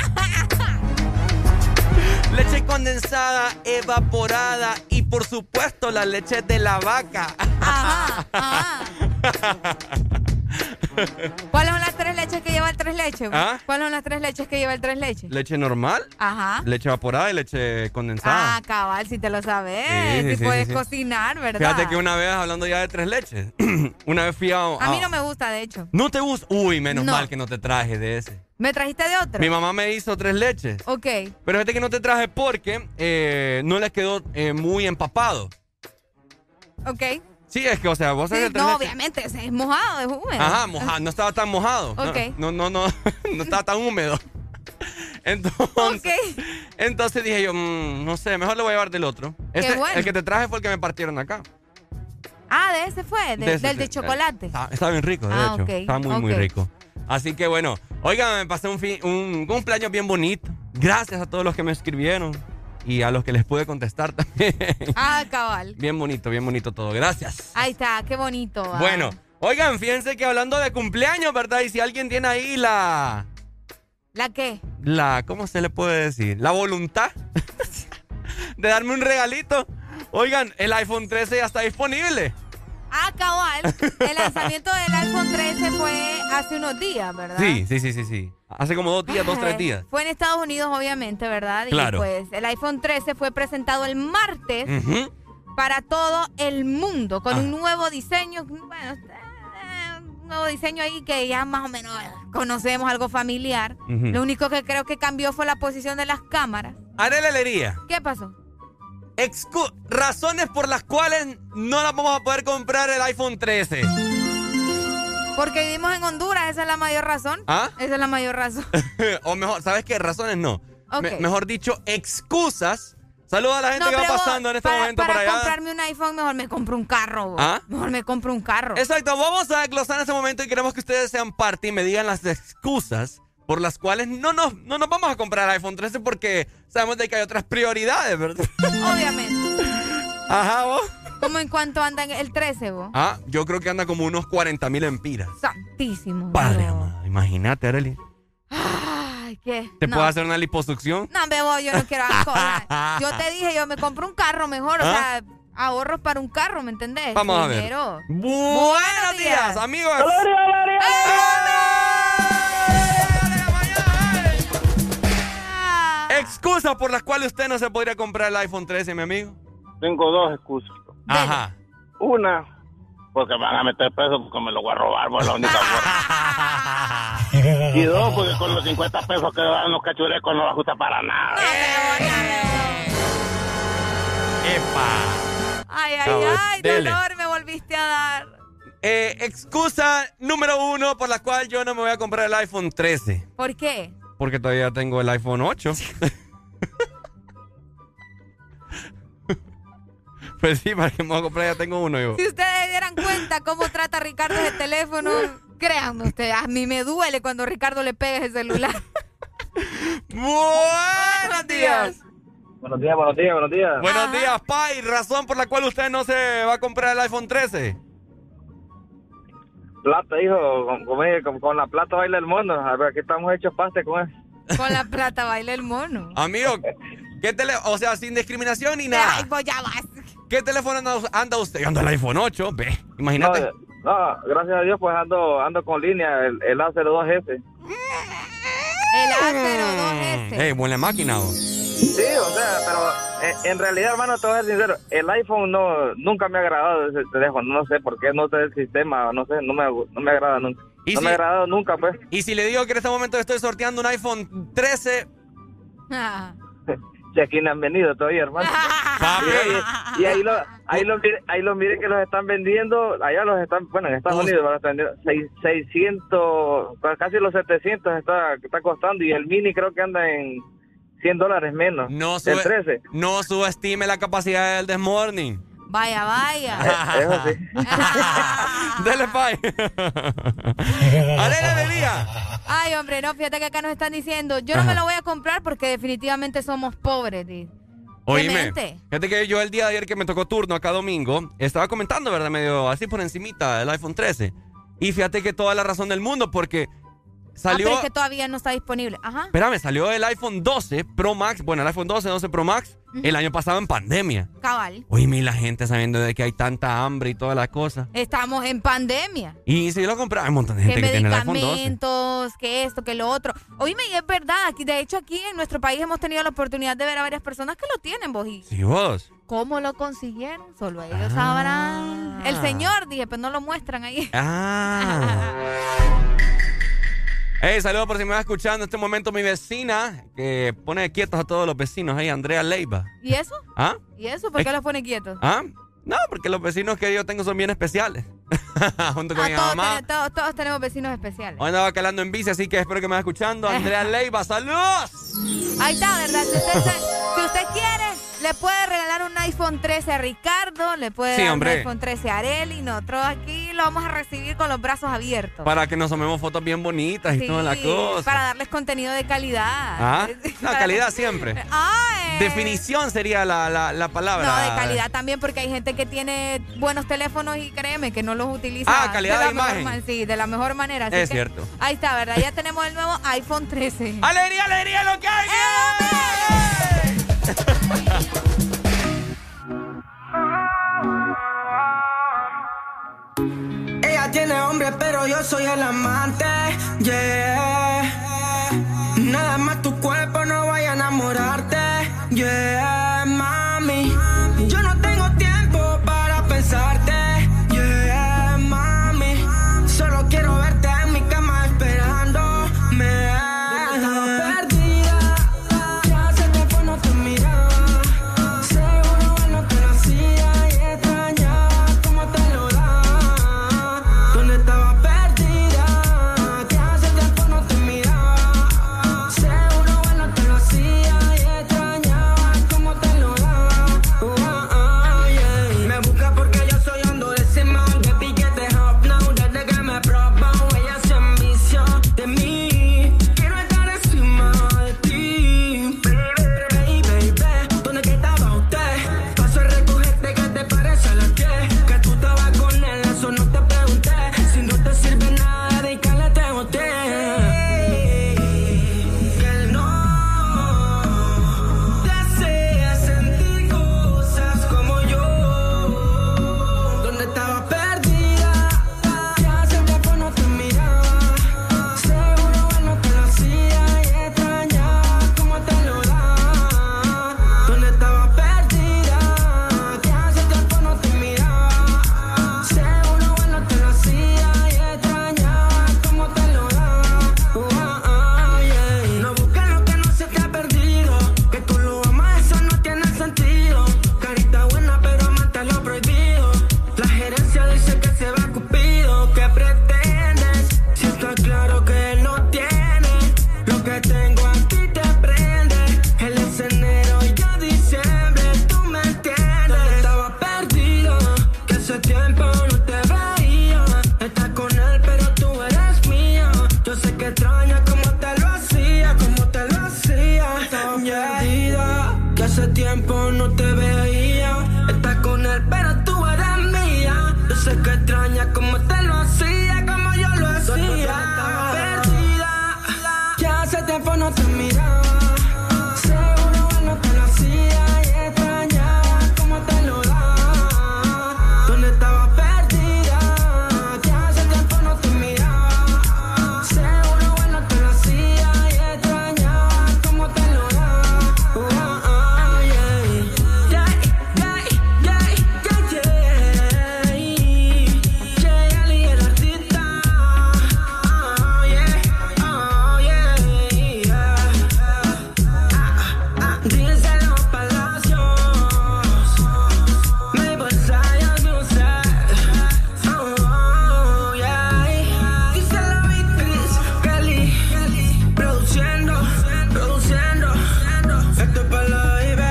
Leche condensada, evaporada y por supuesto la leche de la vaca. Ajá, ajá. ¿Cuáles son las tres leches que lleva el tres leches? ¿Ah? ¿Cuáles son las tres leches que lleva el tres leches? Leche normal, Ajá. leche evaporada y leche condensada. Ah, cabal, si te lo sabes. Sí, sí, si sí, puedes sí, sí. cocinar, ¿verdad? Fíjate que una vez, hablando ya de tres leches, una vez fui a... A mí no me gusta, de hecho. ¿No te gusta? Uy, menos No. mal que no te traje de ese. ¿Me trajiste de otro? Mi mamá me hizo tres leches. Ok. Pero fíjate que no te traje porque eh, no les quedó eh, muy empapado. Ok. Sí, es que, o sea, vos Sí, haces el tres no, leches. obviamente, es es mojado, es húmedo. Ajá, mojado, no estaba tan mojado. No, Ok. No, no, no, no estaba tan húmedo. Entonces, Ok. entonces dije yo, mm, no sé, mejor le voy a llevar del otro. Este, bueno. El que te traje fue el que me partieron acá. Ah, de ese fue, de- De ese, del de sí. chocolate. Está, está bien rico, de Ah, hecho. ok, Está muy, muy ok. rico. Así que bueno, oigan, me pasé un, fin, un cumpleaños bien bonito. Gracias a todos los que me escribieron y a los que les pude contestar también. Ah, cabal. Bien bonito, bien bonito todo. Gracias. Ahí está, qué bonito. ah. Bueno, oigan, fíjense que hablando de cumpleaños, ¿verdad? Y si alguien tiene ahí la... ¿La qué? la ¿cómo se le puede decir? La voluntad de darme un regalito. Oigan, el iPhone trece ya está disponible. Ah, cabal. El lanzamiento del iPhone trece fue hace unos días, ¿verdad? Sí, sí, sí, sí, sí. Hace como dos días, dos, Ay, tres días. Fue en Estados Unidos, obviamente, ¿verdad? Claro. Y pues el iPhone trece fue presentado el martes Ujú. para todo el mundo con Ah. un nuevo diseño. Bueno, eh, un nuevo diseño ahí que ya más o menos conocemos, algo familiar. Ujú. Lo único que creo que cambió fue la posición de las cámaras. Haré la alegría. ¿Qué pasó? Excu- razones por las cuales no la vamos a poder comprar el iPhone trece. Porque vivimos en Honduras, esa es la mayor razón. ¿Ah? Esa es la mayor razón. O mejor, ¿sabes qué? Razones no. Ok. Me- mejor dicho, excusas. Saludos a la gente No, que va pero vos, pasando en este para, momento para por allá. comprarme un iPhone, mejor me compro un carro. vos. ¿Ah? Mejor me compro un carro. Exacto, vamos a desglosar en este momento y queremos que ustedes sean parte y me digan las excusas por las cuales no nos, no nos vamos a comprar el iPhone trece porque sabemos de que hay otras prioridades, ¿verdad? Obviamente. Ajá, vos. ¿Cómo en cuánto anda el trece, vos? Ah, yo creo que anda como unos cuarenta mil empiras. Santísimo. Padre, Dios. amado, imagínate, Arely. Ay, ¿qué? ¿Te no. puedo hacer una liposucción? No, bebo, yo no quiero asco. Yo te dije, yo me compro un carro mejor, o ¿Ah? sea, ahorros para un carro, ¿me entendés? Vamos a ver. Dinero. Buenos días, amigos. Excusas por las cuales usted no se podría comprar el iPhone trece, mi amigo. Tengo dos excusas. Ajá. Una, porque me van a meter preso porque me lo voy a robar, por la única forma. Y dos, porque con los cincuenta pesos que dan los cachurecos no ajusta para nada. ¡Epa! Ay, ay, Cabal, ay, dele. dolor me volviste a dar. Eh, excusa número uno por la cual yo no me voy a comprar el iPhone trece. ¿Por qué? Porque todavía tengo el iPhone ocho. Pues sí, para que me voy a comprar ya tengo uno yo. Si ustedes dieran cuenta cómo trata Ricardo ese teléfono, créanme ustedes, a mí me duele cuando Ricardo le pega ese celular. Buenos días. Buenos días, buenos días, buenos días. Buenos días, Pai. Razón por la cual usted no se va a comprar el iPhone trece. Plata, hijo, con, con, con, con la plata baila el mono. A ver, aquí estamos hechos paste con eso. Con la plata baila el mono. Amigo, ¿qué tele o sea, sin discriminación ni nada? Ay, pues ya vas. ¿Qué teléfono anda, anda usted? Yo ando el iPhone ocho, ve, imagínate. No, no, gracias a Dios, pues ando ando con línea, el, el A cero dos S. El A cero dos S. Ey, buena máquina, vos. Sí, o sea, pero eh, en realidad, hermano, te voy a ser sincero, el iPhone no nunca me ha agradado ese teléfono, no sé por qué, no sé el sistema, no sé, no me, no me agrada nunca. ¿Y no si, me ha agradado nunca, pues. Y si le digo que en este momento estoy sorteando un iPhone trece... Ah. Si aquí no han venido todavía, hermano. y, y, y ahí lo ahí lo mire, ahí lo mire que los están vendiendo, allá los están, bueno, en Estados Unidos los están vendiendo seis, seiscientos, casi los setecientos está, está costando, y el mini creo que anda en cien dólares menos. No, el trece. No subestime la capacidad del This Morning. Vaya, vaya. Eh, eso sí. Dele, Pai. Alegre alegría. Ay, hombre, no, fíjate que acá nos están diciendo, yo no me lo voy a comprar porque definitivamente somos pobres, dice. Oíme, Demente. fíjate que yo el día de ayer que me tocó turno acá domingo, estaba comentando, ¿verdad? Medio así por encimita el iPhone trece. Y fíjate que toda la razón del mundo, porque salió... Ah, pero es que todavía no está disponible. Ajá. Espérame, salió el iPhone doce Pro Max, bueno, el iPhone doce, doce Pro Max, uh-huh. el año pasado en pandemia. Cabal. Oíme, y la gente sabiendo de que hay tanta hambre y todas las cosas. Estamos en pandemia. Y si lo compras, hay un montón de gente que, que tiene el iPhone doce. medicamentos, que esto, que lo otro. Oíme, y es verdad, aquí, de hecho aquí en nuestro país hemos tenido la oportunidad de ver a varias personas que lo tienen, vos. y- Sí, vos. ¿Cómo lo consiguieron? Solo ellos Ah. sabrán. El señor, dije, pero no lo muestran ahí. Ah. Hey, saludos por si me va escuchando en este momento mi vecina, que pone quietos a todos los vecinos ahí, Andrea Leiva. ¿Y eso? ¿Ah? ¿Y eso? ¿Por qué Es- los pone quietos? ¿Ah? No, porque los vecinos que yo tengo son bien especiales. Junto con Ah, mi todos, mamá. ten- todos, todos tenemos vecinos especiales. Hoy andaba calando en bici, así que espero que me vaya escuchando. Andrea Leiva, ¡saludos! Ahí está, ¿verdad? Si usted, se- si usted quiere, le puede regalar un iPhone trece a Ricardo, le puede Sí, dar hombre. un iPhone trece a Areli. Nosotros aquí lo vamos a recibir con los brazos abiertos. Para que nos tomemos fotos bien bonitas y Sí, toda la cosa. para darles contenido de calidad. ¿Ah? No, Para- calidad siempre. Ay. Definición sería la, la, la palabra. No, de calidad también, porque hay gente que tiene buenos teléfonos y créeme que no los utiliza. Ah, calidad de, la de mejor imagen. man- sí, de la mejor manera. Así Es que cierto. Ahí está, ¿verdad? Ya tenemos el nuevo iPhone trece. ¡Alegría, alegría, lo que hay! Ella tiene hombre, pero yo soy el amante. Yeah. Nada más tu cuerpo no vaya a enamorarte. Yeah, mami. Yo no tengo tiempo para pensarte. Yeah, mami. Solo quiero verte en mi cama esperándome. Estaba perdida. Ya hace tiempo no te miraba. Seguro él no te lo hacía y extrañaba cómo te lo daba. Donde estaba perdida. Que hace tiempo no te miraba. Seguro tiempo no te veía. Estás con él, pero tú eres mía. Yo sé que extrañas como te lo hacía, como te lo hacía. Estaba perdida, que hace tiempo no te veía. Estás con él, pero tú eres mía. Yo sé que extrañas como te lo hacía, como yo lo hacía. Estaba perdida, que hace tiempo no te miraba. Seguro él no te lo hacía y extrañaba como te lo daba. Donde estaba perdida, que hace tiempo no te miraba. Seguro él no te lo hacía y extrañaba como te lo daba. Oh, oh, oh, yeah. Yeah, yeah, yeah, yeah, yeah. Yeah, Ali, el artista. Oh, yeah, oh, yeah, yeah. Ah, ah, díselo, Palacios. Mabel Sayas, Music. Oh, oh, yeah. Díselo, Big Chris, Kelly. Produciendo, produciendo. Esto es para la baby.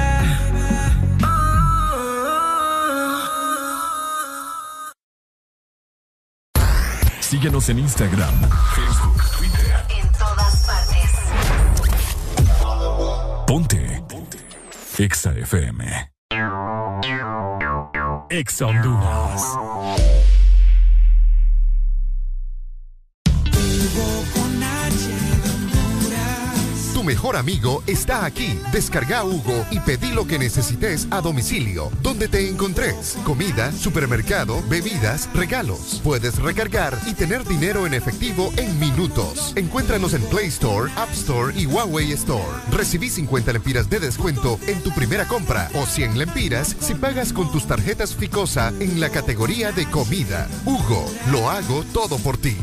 Síguenos en Instagram, Facebook, Twitter. En todas partes. Ponte. Ponte. Exa F M. Exa Honduras. Tu mejor amigo está aquí. Descarga Hugo y pedí lo que necesites a domicilio, donde te encontres. Comida, supermercado, bebidas, regalos. Puedes recargar y tener dinero en efectivo en minutos. Encuéntranos en Play Store, App Store y Huawei Store. Recibí cincuenta lempiras de descuento en tu primera compra o cien lempiras si pagas con tus tarjetas Ficosa en la categoría de comida. Hugo, lo hago todo por ti.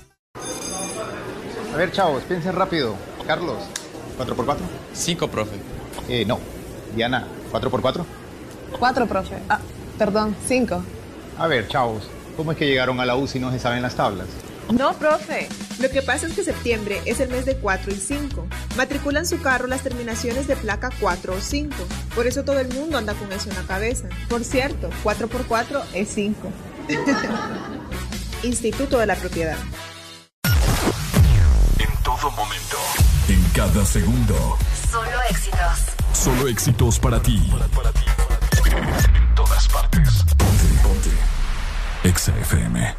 A ver, chavos, piensen rápido. Carlos, ¿cuatro por cuatro? Cinco, profe. Eh, no. Diana, ¿cuatro por cuatro? Cuatro, profe. Ah, perdón, cinco. A ver, chavos, ¿cómo es que llegaron a la U si no se saben las tablas? No, profe. Lo que pasa es que septiembre es el mes de cuatro y cinco. Matriculan su carro las terminaciones de placa cuatro o cinco. Por eso todo el mundo anda con eso en la cabeza. Por cierto, cuatro por cuatro es cinco. Instituto de la Propiedad. En todo momento. En cada segundo. Solo éxitos. Solo éxitos para ti. Para ti. En todas partes. Ponte, ponte. Exa F M.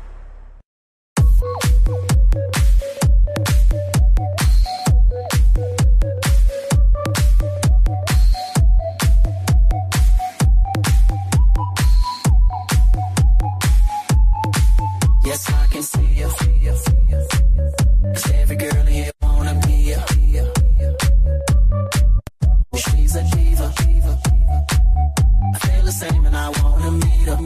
Yes, I can see you. 'Cause every girl here wanna be ya. She's a diva. I feel the same and I wanna meet her.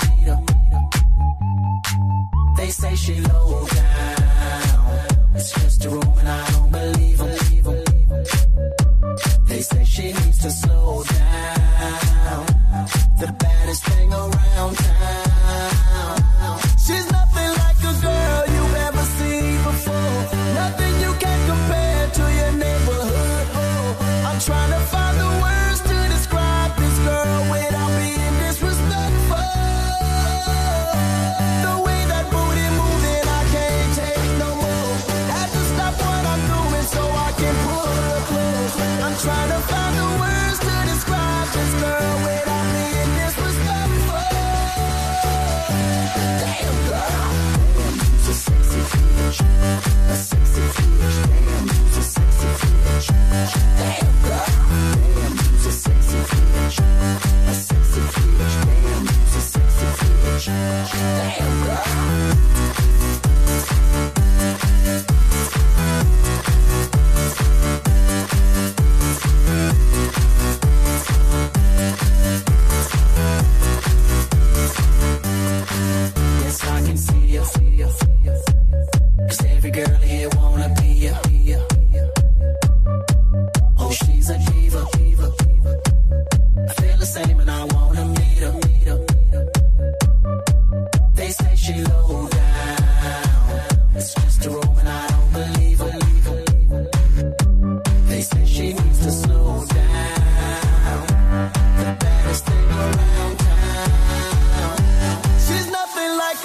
They say she low down. It's just a room and I don't believe them. They say she needs to slow down. The baddest thing around town. She's nothing like a girl you've ever seen before. Nothing you can compare to your neighborhood. I'm trying to find the words to describe this girl without being disrespectful. The way that booty moving, I can't take no more. Have to stop what I'm doing so I can pull her close. I'm trying to find the words to describe this girl without being disrespectful.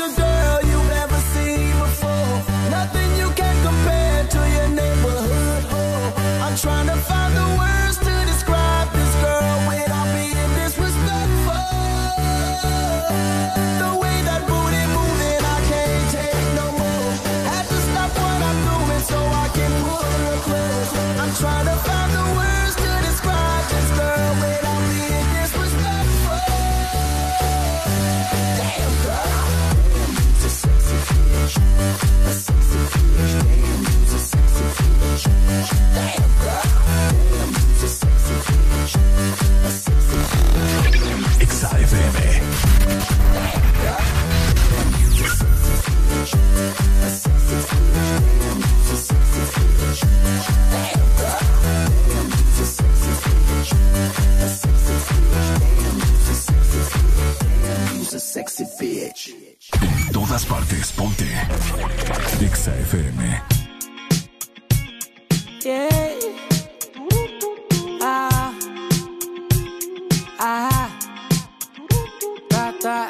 a girl you've never seen before. Nothing you can compare to your neighborhood. Oh, I'm trying to find the words to describe this girl without being disrespectful. The way that booty moving, I can't take no more. Had to stop what I'm doing so I can pull her close. I'm trying to find the words to describe this girl without being disrespectful. Damn girl, you's a sexy bitch, a sexy bitch. Damn, you's a sexy bitch. Damn girl, damn, you's a sexy bitch, a sexy bitch. Exa F M. Damn girl, you's a sexy bitch, a sexy bitch. Damn, you's a sexy bitch. Damn girl, damn, you's a sexy bitch, a sexy bitch. Damn, you's a sexy bitch. Damn, you's a sexy bitch. En todas partes, ponte Exa F M. Yeah. Ah. Ah. Ta, ta.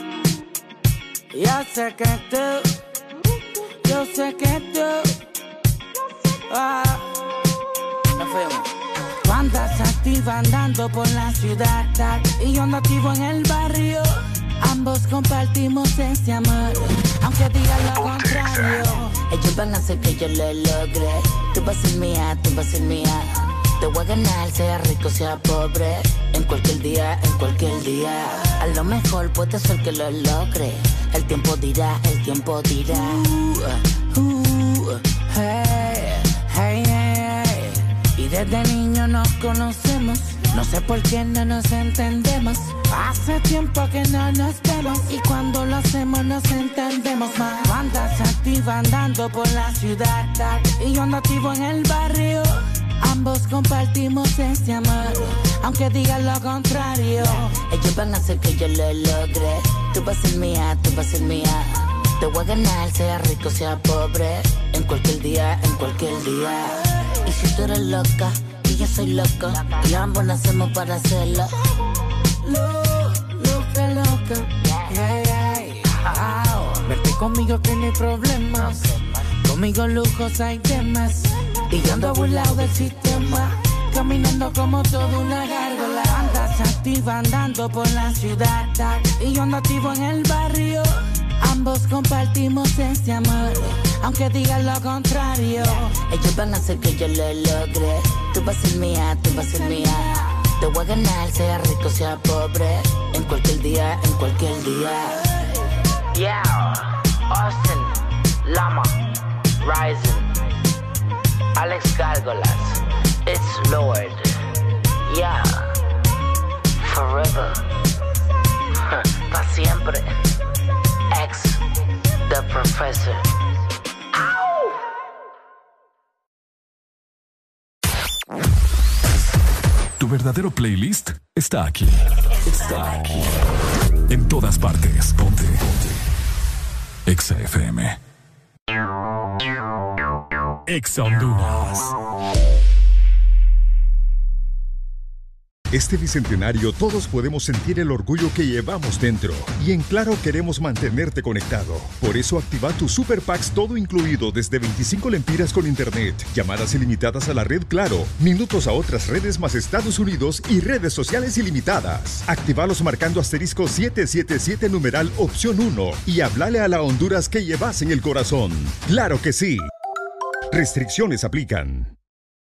Yo sé que tú, yo sé que tú. Ah. Nos fuimos. Tú andas activa andando por la ciudad y yo ando activo en el barrio. Ambos compartimos ese amor, aunque digan lo contrario. Ellos van a hacer que yo lo logre. Tú vas a ser mía, tú vas a ser mía. Te voy a ganar, sea rico, sea pobre. En cualquier día, en cualquier día. A lo mejor puede ser que lo logre. El tiempo dirá, el tiempo dirá. Uh, uh, hey, hey, hey. Y desde niño nos conocemos. No sé por qué no nos entendemos. Hace tiempo que no nos vemos y cuando lo hacemos nos entendemos más. Tú andas activa andando por la ciudad y yo ando activo en el barrio. Ambos compartimos ese amor, aunque digan lo contrario. Ellos van a hacer que yo lo logre. Tú vas a ser mía, tú vas a ser mía. Te voy a ganar, sea rico, sea pobre. En cualquier día, en cualquier día. Y si tú eres loca y yo soy loco, y ambos nacemos para hacerlo. Lo, loca, loca, yeah, yeah. Oh, verte conmigo que no hay problemas. Conmigo lujos hay temas. Y yo ando burlado del sistema, caminando como toda una gárgola. Andas activa andando por la ciudad y yo ando activo en el barrio. Ambos compartimos ese amor, aunque digan lo contrario. Ellos van a hacer que yo lo logre. Tú vas a ser mía, tú vas a ser mía. Te voy a ganar, sea rico, sea pobre. En cualquier día, en cualquier día. Yeah, Austin, Lama, Rising, Alex Gárgolas, it's Lord. Yeah, forever, pa' siempre. Ex, the professor. Tu verdadero playlist está aquí. Está aquí. En todas partes. Ponte. Ponte. Exa F M. Exa Honduras. Este bicentenario todos podemos sentir el orgullo que llevamos dentro. Y en Claro queremos mantenerte conectado. Por eso activa tu Super Packs todo incluido desde veinticinco lempiras con internet, llamadas ilimitadas a la red Claro, minutos a otras redes más Estados Unidos y redes sociales ilimitadas. Actívalos marcando asterisco siete siete siete numeral opción uno y hablale a la Honduras que llevas en el corazón. ¡Claro que sí! Restricciones aplican.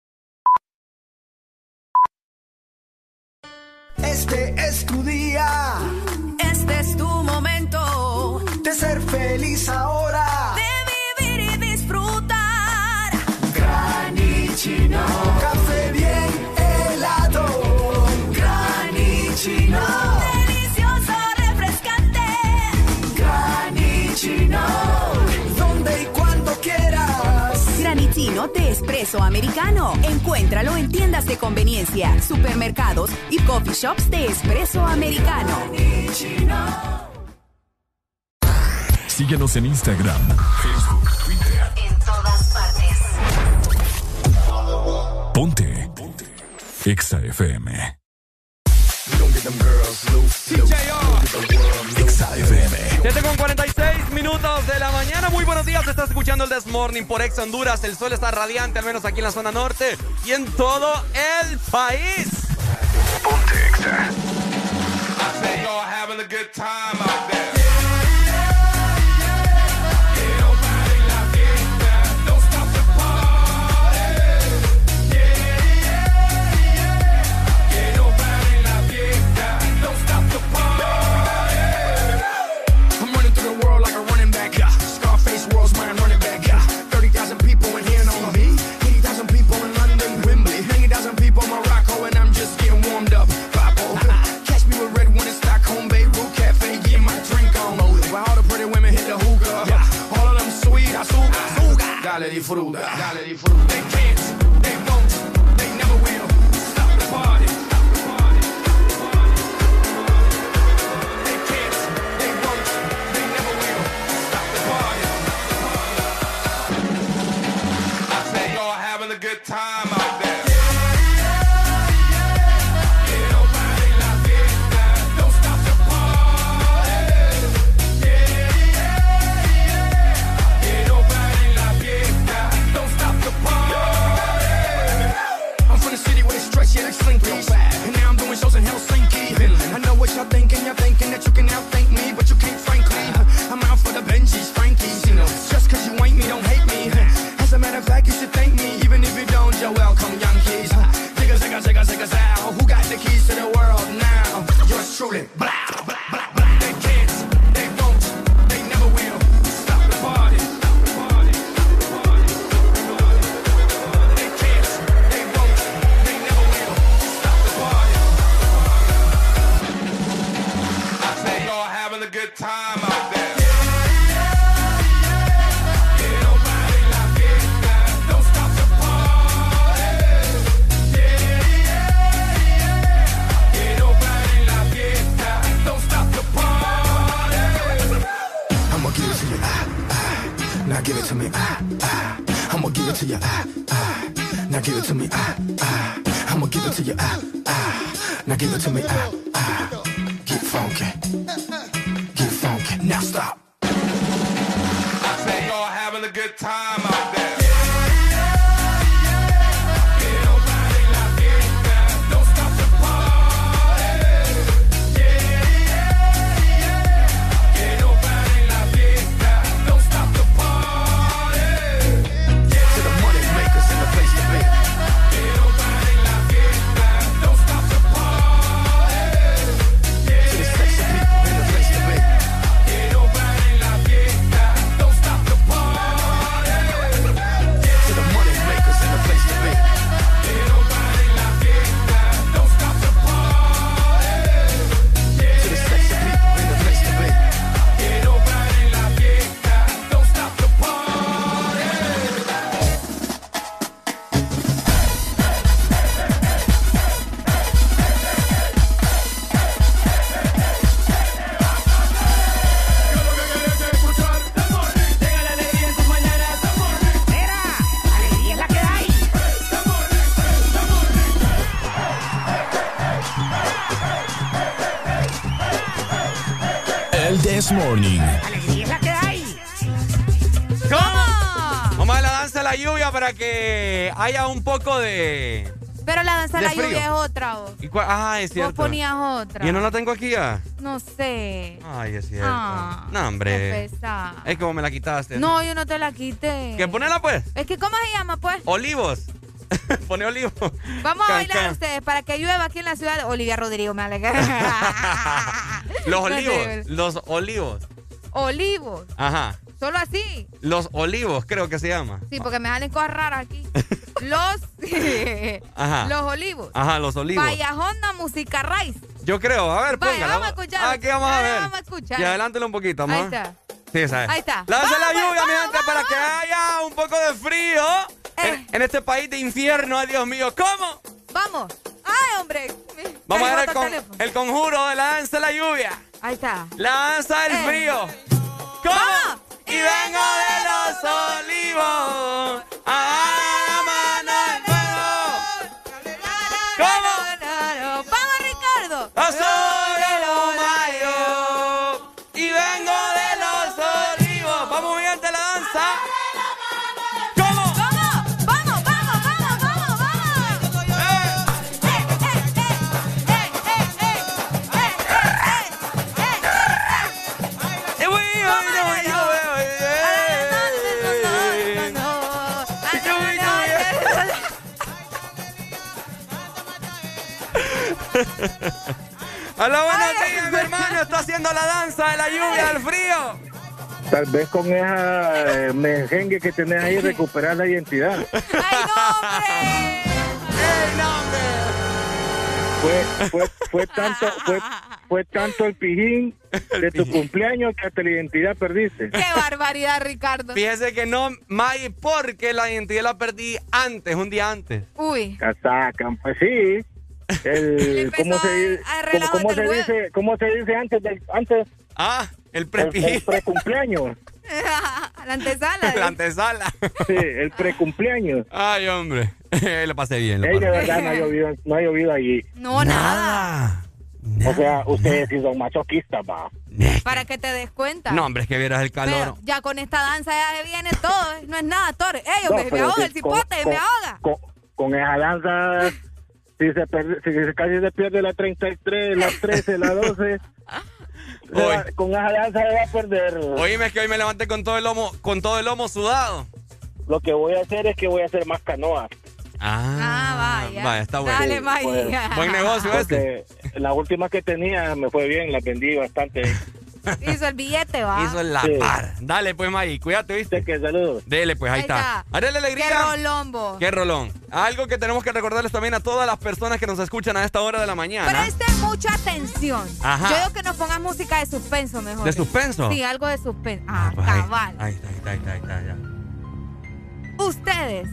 Este es tu día. Este es tu momento. De ser feliz ahora. De vivir y disfrutar. Granichino. Café bien helado. Granichino. Delicioso, refrescante. Granichino. Donde y cuando quieras. Granitino de espresso americano. Encuéntralo en tiendas de conveniencia, supermercados y coffee shops de espresso americano. Síguenos en Instagram, Facebook, Twitter. En todas partes. Ponte. Ponte. Exa F M. D J O. Exa F M. siete con cuarenta y seis. minutos de la mañana. Muy buenos días, estás escuchando el This Morning por Ex Honduras. El sol está radiante, al menos aquí en la zona norte y en todo el país. Ponte Exa. I say y'all having a good time out there. Dale disfruta, dale disfruta. They can't, they won't, they never will stop the party. They can't, they won't, they never will stop the party. I say y'all having a good time out there. And now I'm doing shows in Helsinki. I know what y'all thinking, you're thinking that you can outthink me, but you can't, frankly. I'm out for the Benjis, Frankies, you know. Just cause you ain't me, don't hate me. As a matter of fact, you should thank me, even if you don't, you're welcome, Yankees. Zigga, zigga, zigga, zigga, zow. Who got the keys to the world now? Yours truly, blah, blah, blah, blah. They can't, they won't, they never will stop the party. They can't, they won't, they never will stop the party. I say y'all having a good time out there. Now give it to me, ah, ah. I'ma give it to you, ah, ah. Now give it to me, ah, ah. I'ma give it to you, ah, ah. Now give it to me, ah, ah. Get funky, get funky. Now stop. I say y'all having a good time out there. This Morning. ¡Alegría es la que hay! ¿Cómo? Vamos a la danza de la lluvia para que haya un poco de... Pero la danza de la frío. lluvia es otra, vos. ¿Y cuál? Ah, es cierto. Vos ponías otra. ¿Yo no la tengo aquí ya? No sé. Ay, es cierto. Ah, no, hombre. qué pesada. Es como me la quitaste. No, yo no te la quité. ¿Qué? Ponela, pues. Es que, ¿cómo se llama, pues? Olivos. Pone olivos. Vamos a Can, bailar can. ustedes para que llueva aquí en la ciudad. Olivia Rodrigo, me alegra. Los olivos. Los olivos. Olivos. Ajá. Solo así. Los olivos, creo que se llama. Sí, porque me salen cosas raras aquí. Los. Ajá. Los olivos. Ajá, los olivos. Vaya Honda Música Rice. Yo creo. A ver, Vaya, póngala. vamos a escuchar. Aquí vamos a Ahora ver. vamos a escuchar. Y adelántelo un poquito, Ahí ¿no? está. Sí, ¿sabes? Ahí está. Lanza la Vamos, lluvia, mi vamos, gente, vamos, para que vamos. haya un poco de frío en, en este país de infierno. Ay, Dios mío. ¿Cómo? Vamos. Ay, hombre. Vamos a ver el, el con- teléfono. el conjuro de la danza de la lluvia. Ahí está. La danza del Eh. frío. ¿Cómo? Y vengo de los olivos a la mano del fuego. ¿Cómo? ¡Vamos, Ricardo! A sobre lo mayo. Y vengo de los olivos. Hola, buenos días, mi hermano. Está haciendo la danza de la lluvia, del frío. Tal vez con esa eh, mejengue que tenés ahí recuperar la identidad. ¡Ay, no, hombre! ¡Ey, no, hombre! Fue, fue, fue, tanto, fue, fue tanto el pijín de tu cumpleaños que hasta la identidad perdiste. ¡Qué barbaridad, Ricardo! Fíjese que no, May, porque la identidad la perdí antes, un día antes. Uy. Casacan, pues sí. El, ¿cómo se, dice, ¿cómo, cómo se dice? ¿Cómo se dice antes del antes? Ah, el pre El, el precumpleaños. La antesala. La antesala. Sí, el precumpleaños. Ay, hombre. Lo pasé bien. Lo Ey, pasé. de verdad, no ha llovido, no ha llovido allí. No, nada. O sea, ustedes sí son masoquistas, va. Para que te des cuenta. No, hombre, es que vieras el calor. Pero ya con esta danza ya se viene todo. No es nada, Torre. Ey, No, hombre, me pero ahoga sí, el cipote, con- me ahoga. Con, con esa danza, si se, pierde, si se casi se pierde la treinta y tres, la trece, la doce. se va- con esa danza se va a perder. Oíme, es que hoy me levanté con todo el lomo, con todo el lomo sudado. Lo que voy a hacer es que voy a hacer más canoas. Ah, vaya. vaya, está bueno. Dale, María. Buen negocio este. Porque la última que tenía me fue bien, la vendí bastante. Hizo el billete, va. Hizo la Sí. par. Dale, pues, May, cuídate, ¿viste? Que saludos. Dele, pues, ahí, Ahí está. está. Haré la alegría. Qué rolombo. Qué rolón. Algo que tenemos que recordarles también a todas las personas que nos escuchan a esta hora de la mañana. Presten mucha atención. Ajá. Yo digo que nos pongan música de suspenso mejor. ¿De suspenso? Sí, algo de suspenso. Ah, Pues ahí- cabal. Ahí está, ahí está, ahí está, ahí está, ya. Ustedes.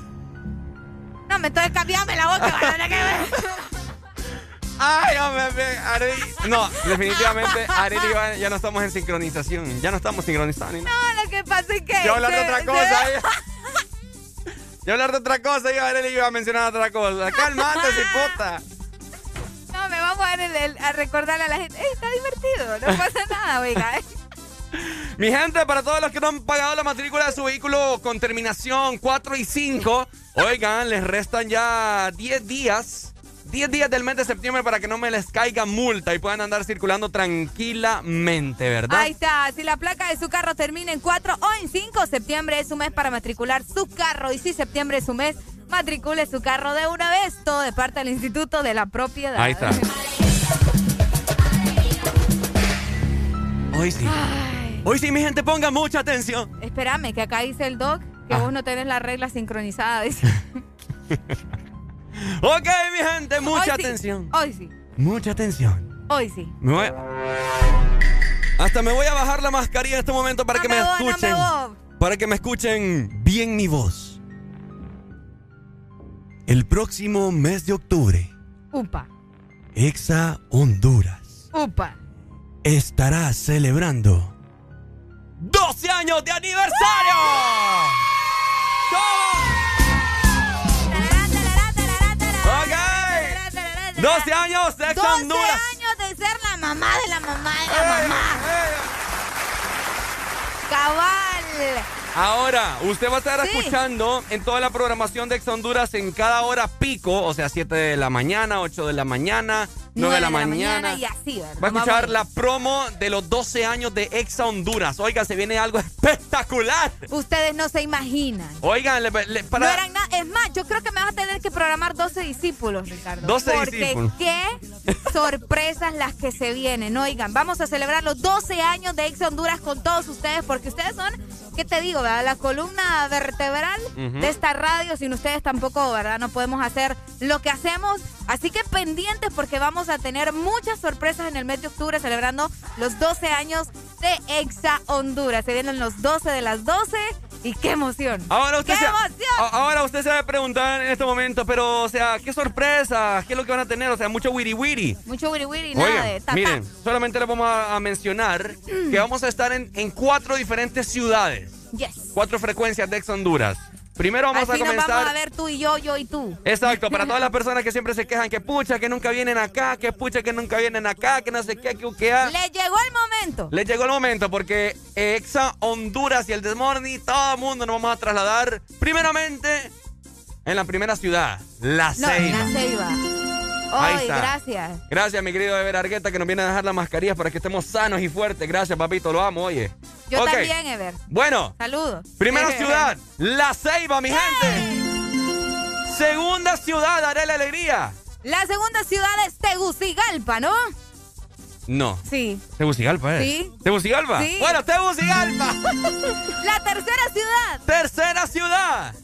No, me estoy cambiando la boca. ¿verdad que me- Ay, hombre, me- Arely. No, definitivamente, Arely y yo ya no estamos en sincronización. Ya no estamos sincronizados. ni nada. No, lo que pasa es que... Yo hablar de se- otra se- cosa. Yo, yo hablar de otra cosa y Arely iba a mencionar otra cosa. Cálmate, cipota. No, me vamos a, el- el- a recordarle a la gente. ¡Ey, está divertido! No pasa nada, oiga. ¿eh? Mi gente, para todos los que no han pagado la matrícula de su vehículo con terminación cuatro y cinco, oigan, les restan ya diez días. diez días del mes de septiembre para que no me les caiga multa y puedan andar circulando tranquilamente, ¿verdad? Ahí está. Si la placa de su carro termina en cuatro o en cinco, septiembre es su mes para matricular su carro. Y si septiembre es su mes, matricule su carro de una vez. Todo de parte del Instituto de la Propiedad. Ahí está. Hoy sí. Hoy sí, mi gente, ponga mucha atención. Espérame, que acá dice el doc que Ah. vos no tenés la regla sincronizada. Dice. Ok, mi gente, mucha Hoy sí, atención. Hoy sí. Mucha atención. Hoy sí. Me voy a- Hasta me voy a bajar la mascarilla en este momento para que me Dame vos, escuchen. dame vos. Para que me escuchen bien mi voz. El próximo mes de octubre, Upa. Exa Honduras Upa. estará celebrando doce años de aniversario. Ok. doce años de Exa doce Honduras. años de ser la mamá de la mamá de la mamá. Cabal. Ahora, usted va a estar Sí. escuchando en toda la programación de Exa Honduras en cada hora pico, o sea, siete de la mañana, ocho de la mañana, nueve de la mañana. y así, ¿verdad? Va a escuchar Vamos la promo de los doce años de Exa Honduras. Oigan, se viene algo espectacular. Ustedes no se imaginan. Oigan, le- le- para... No eran nada. Es más, yo creo que me vas a tener que programar doce discípulos, Ricardo. doce Porque discípulos. qué sorpresas las que se vienen. Oigan, vamos a celebrar los doce años de Exa Honduras con todos ustedes, porque ustedes son, ¿qué te digo, verdad? La columna vertebral Ujú. de esta radio. Sin ustedes tampoco, ¿verdad? No podemos hacer lo que hacemos. Así que pendientes, porque vamos a tener muchas sorpresas en el mes de octubre celebrando los doce años de Exa Honduras. Se vienen los doce de las doce y qué emoción. Ahora usted, ¡Qué se, emoción! a- ahora usted se va a preguntar en este momento, pero, o sea, ¿qué sorpresa? ¿Qué es lo que van a tener? O sea, mucho wiri wiri. Mucho wiri wiri, nada Oigan, de tata. miren, solamente les vamos a, a mencionar que vamos a estar en, en cuatro diferentes ciudades. Yes. Cuatro frecuencias de Exa Honduras. Primero vamos Así a comenzar. nos vamos a ver tú y yo, yo y tú. Exacto, para todas las personas que siempre se quejan que pucha, que nunca vienen acá, que pucha, que nunca vienen acá, que no sé qué, que uquea. Le llegó el momento. Les llegó el momento porque Exa Honduras y el Desmorning, todo el mundo nos vamos a trasladar primeramente en la primera ciudad, La No, Ceiba. la Ceiba. Ahí Ay, está. gracias. Gracias, mi querido Ever Argueta, que nos viene a dejar las mascarillas para que estemos sanos y fuertes. Gracias, papito, lo amo, oye. Yo Ok. también, Ever. Bueno, Saludos. primera ciudad, La Ceiba, mi gente. Segunda ciudad, haré la alegría. La segunda ciudad es Tegucigalpa, ¿no? No. Sí. Tegucigalpa, ¿eh? Sí. ¿Tegucigalpa? Sí. Bueno, Tegucigalpa. La tercera ciudad. Tercera ciudad.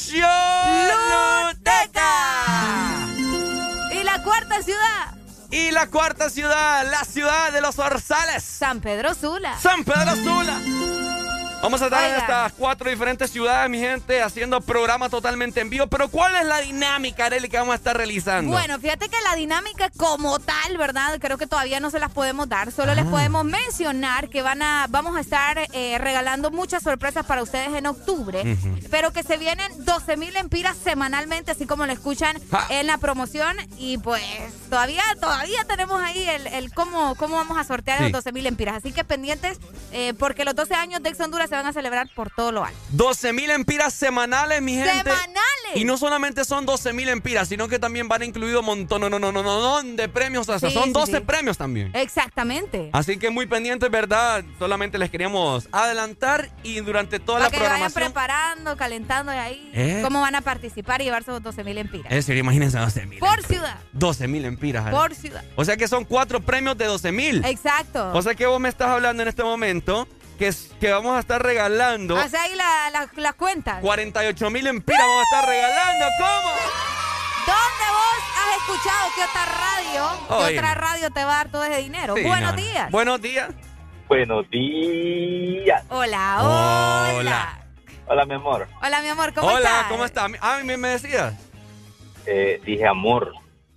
Choluteca. Y la cuarta ciudad. Y la cuarta ciudad, la ciudad de los Orzales. San Pedro Sula. San Pedro Sula. Vamos a estar Oiga. en estas cuatro diferentes ciudades, mi gente, haciendo programa totalmente en vivo. Pero ¿cuál es la dinámica, Arely, que vamos a estar realizando? Bueno, fíjate que la dinámica como tal, ¿verdad? Creo que todavía no se las podemos dar. Solo les podemos mencionar que van a, vamos a estar eh, regalando muchas sorpresas para ustedes en octubre. Ujú. Pero que se vienen doce mil empiras semanalmente, así como lo escuchan Ja. en la promoción. Y pues todavía todavía tenemos ahí el, el cómo, cómo vamos a sortear Sí. los doce mil empiras. Así que pendientes, eh, porque los doce años de Ex Honduras se van a celebrar por todo lo alto. doce mil empiras semanales, mi gente. ¡Semanales! Y no solamente son doce mil empiras, sino que también van incluido un montón, no, no, no, no, no, no, de premios. O sea, Sí, son sí, doce sí. premios también. Exactamente. Así que muy pendientes, ¿verdad? Solamente les queríamos adelantar y durante toda Para la que vayan programación. preparando, calentando de ahí. Eh. ¿Cómo van a participar y llevarse los doce mil empiras? Es decir, imagínense doce mil. Por ciudad. doce mil empiras. Arely. Por ciudad. O sea que son cuatro premios de doce mil. Exacto. O sea que vos me estás hablando en este momento que, es- que vamos a estar regalando Hace ahí la- la- las cuentas. cuarenta y ocho mil empiras. Vamos a estar regalando. ¿Cómo? ¿Dónde vos has escuchado que otra radio, que Oye. otra radio te va a dar todo ese dinero? Sí, Buenos no. días. Buenos días. Buenos días. Hola, hola. Hola. Hola, mi amor. Hola, mi amor, ¿cómo Hola, estás? ¿cómo estás? Ah, ¿me, me decías? Eh, dije amor.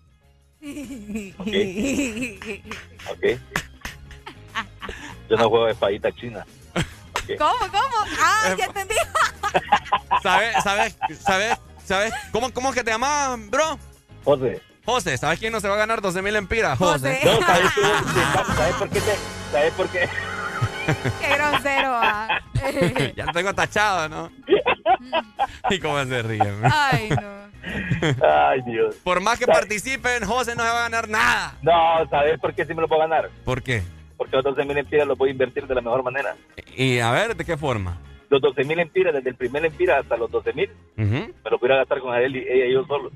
Ok. Yo no juego de espadita china. ¿Cómo, cómo? Ah, ya entendí. ¿Sabes, sabes, sabes, sabes? ¿Cómo, cómo es que te llamas, bro? José. José, ¿sabes quién no se va a ganar doce mil empiras? José. No, ¿sabes, tú? ¿Sabes por qué te, ¿Sabes por qué? Qué grosero, ah. Ya lo tengo tachado, ¿no? ¿Y cómo se ríen? Ay, no. Ay, Dios. Por más que participen, José no se va a ganar nada. No, ¿sabes por qué sí me lo puedo ganar? ¿Por qué? Porque los doce mil empiras los voy a invertir de la mejor manera. Y a ver, ¿de qué forma? Los doce mil empiras, desde el primer empira hasta los doce mil, Ujú. me los voy a gastar con Arely, ella y yo solo.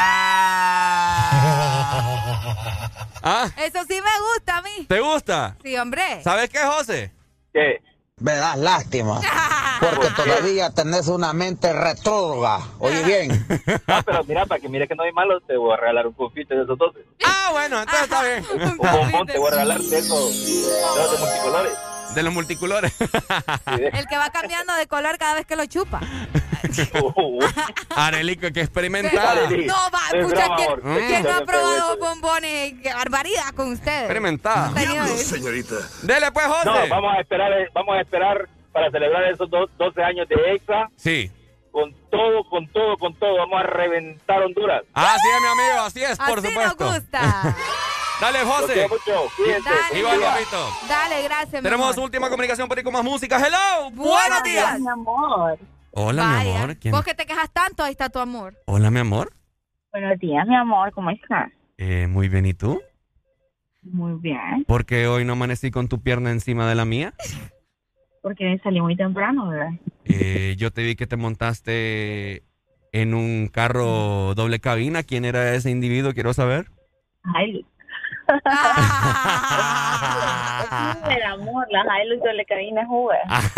¿Ah? Eso sí me gusta a mí. ¿Te gusta? Sí, hombre. ¿Sabes qué, José? ¿Qué? Me das lástima, porque todavía tenés una mente retrógrada. Oye bien. Ah, pero mira, para que mire que no hay malo, te voy a regalar un confite de esos doce. Ah, bueno, entonces está bien. Un bombón te voy a regalar de esos, de esos de multicolores. De los multicolores. El que va cambiando de color cada vez que lo chupa. Arelico, que experimentada. No, va, Es escucha, broma, ¿quién, amor. ¿quién no ha Mm. probado bombones? ¡Qué barbaridad con ustedes! Experimentada. No he tenido eso. señorita. Dele pues, José. No, vamos a esperar, vamos a esperar para celebrar esos do- doce años de EXA. Sí. Con todo, con todo, con todo. Vamos a reventar Honduras. Así es, mi amigo, así es, por Así supuesto. nos gusta. Dale, Los José. quiero mucho. Cuídense. Dale. Igual, Feliz día. papito. Dale, gracias, mi Tenemos amor. última comunicación por ahí con más música. Hello. Buenos días. Mi amor. Hola, mi Vaya. amor. ¿Quién? Vos que te quejas tanto, ahí está tu amor. Hola, mi amor. Buenos días, mi amor. ¿Cómo estás? Eh, muy bien, ¿y tú? Muy bien. ¿Por qué hoy no amanecí con tu pierna encima de la mía? Porque salí muy temprano, ¿verdad? Eh, yo te vi que te montaste en un carro doble cabina. ¿Quién era ese individuo? Quiero saber. Hilux. El amor, la Hilux de la cabina es Uber.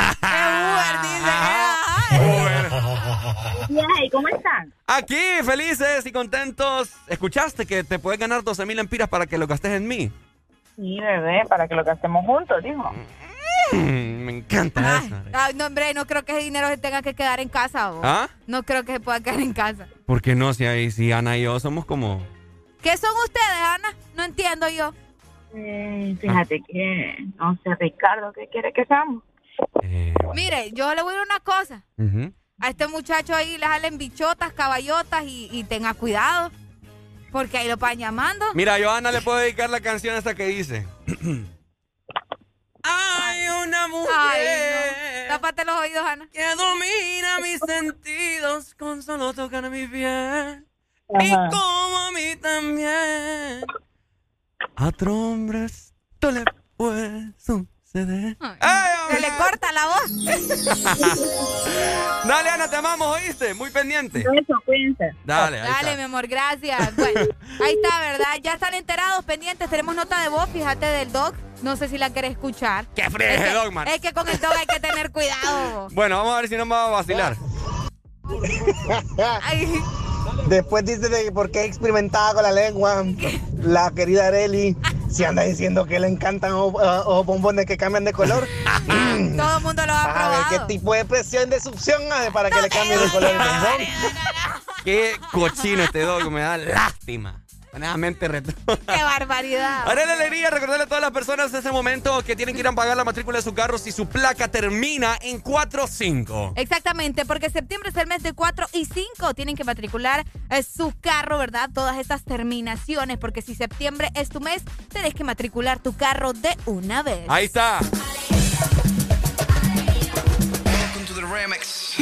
¿Y cómo están? Aquí, felices y contentos. ¿Escuchaste que te puedes ganar doce mil empiras para que lo gastes en mí? Sí, bebé, para que lo gastemos juntos, dijo. Mm, me encanta eso. Ay, no, hombre, no creo que ese dinero se tenga que quedar en casa. ¿Vos? ¿Ah? No creo que se pueda quedar en casa. ¿Por qué no? Si, ahí, si Ana y yo somos como... ¿Qué son ustedes, Ana? No entiendo yo. Eh, fíjate que, no sé, Ricardo, ¿qué quiere que seamos? Mire, yo le voy a decir una cosa. Ujú. A este muchacho ahí le salen bichotas, caballotas y, y tenga cuidado. Porque ahí lo van llamando. Mira, yo a Ana le puedo dedicar la canción esta que dice. Hay una mujer. Ay, no. Tápate los oídos, Ana. Que domina mis sentidos con solo tocar mi piel. Ajá. Y como a mí también. A otro hombre esto le puede suceder. Se le corta la voz. Dale, Ana, te amamos, ¿oíste? Muy pendiente. Eso, cuídense. Dale, ahí Dale, está. mi amor, gracias. Bueno, ahí está, ¿verdad? Ya están enterados, pendientes. Tenemos nota de voz, fíjate, del Doc. No sé si la querés escuchar. ¡Qué freje, es Doc, man! Es que con el Doc hay que tener cuidado. Bueno, vamos a ver si no me va a vacilar. Ay. Después dice de por qué experimentaba con la lengua. La querida Arely se anda diciendo que le encantan o, o bombones que cambian de color. Todo el mundo lo ha A ver probado. qué tipo de presión de succión hace para que le cambie de color el bombón. Qué cochino este Doc, me da lástima. Nuevamente retro. ¡Qué barbaridad! Haré la alegría recordarle a todas las personas en ese momento que tienen que ir a pagar la matrícula de su carro si su placa termina en cuatro cinco. Exactamente, porque septiembre es el mes de cuatro y cinco. Tienen que matricular eh, su carro, ¿verdad? Todas estas terminaciones, porque si septiembre es tu mes, tenés que matricular tu carro de una vez. Ahí está. Welcome to the remix.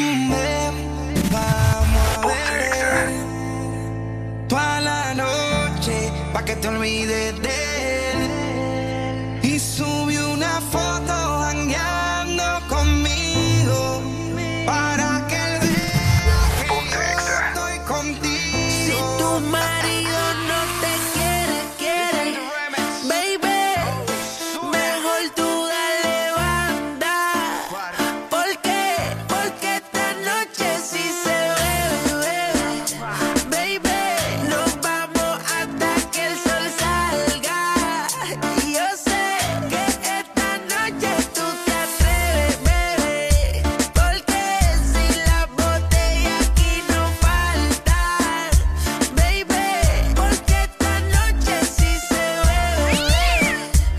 Vamos a ver toda la noche pa' que te olvides de él. Y subí una foto jangueando conmigo para que él vea que yo estoy contigo. Si tu marido no te quiere, quiere, baby, mejor tú dale banda. ¿Por qué? Porque esta noche sí se bebe, bebe. Baby, nos vamos hasta que el sol salga. Y yo sé que esta noche tú te atreves, bebé. Porque si la botella aquí no falta, baby, porque esta noche sí se bebe.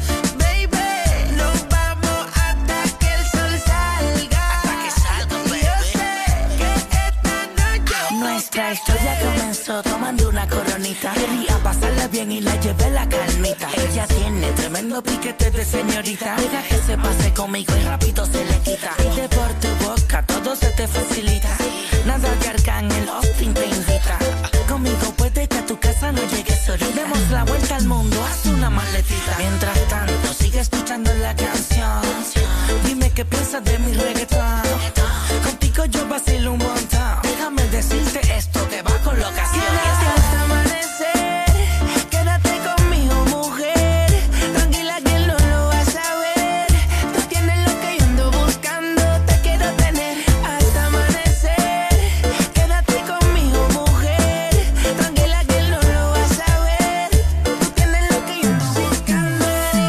Baby, nos vamos hasta que el sol salga. Hasta que salga, baby. Y yo sé que esta noche Nuestra historia comenzó tomando una coronita. Quería pasarla bien y la llevé la calmita. Ella tiene tremendo piquete de señorita. Deja que se pase conmigo y rápido se le quita. Pide por tu boca, todo se te facilita. Nada de Arcángel, Austin te invita. Conmigo puede que a tu casa no llegues solita. Demos la vuelta al mundo, haz una maletita. Mientras tanto, sigue escuchando la canción. Dime qué piensas de mi reggaetón. Contigo yo vacilo un montón. Déjame decirte esto que va con locación. Quédate hasta amanecer, quédate conmigo, mujer. Tranquila que él no lo va a saber. Tú tienes lo que yo ando buscando, te quiero tener hasta amanecer. Quédate conmigo, mujer. Tranquila que él no lo va a saber. Tú tienes lo que yo ando buscando.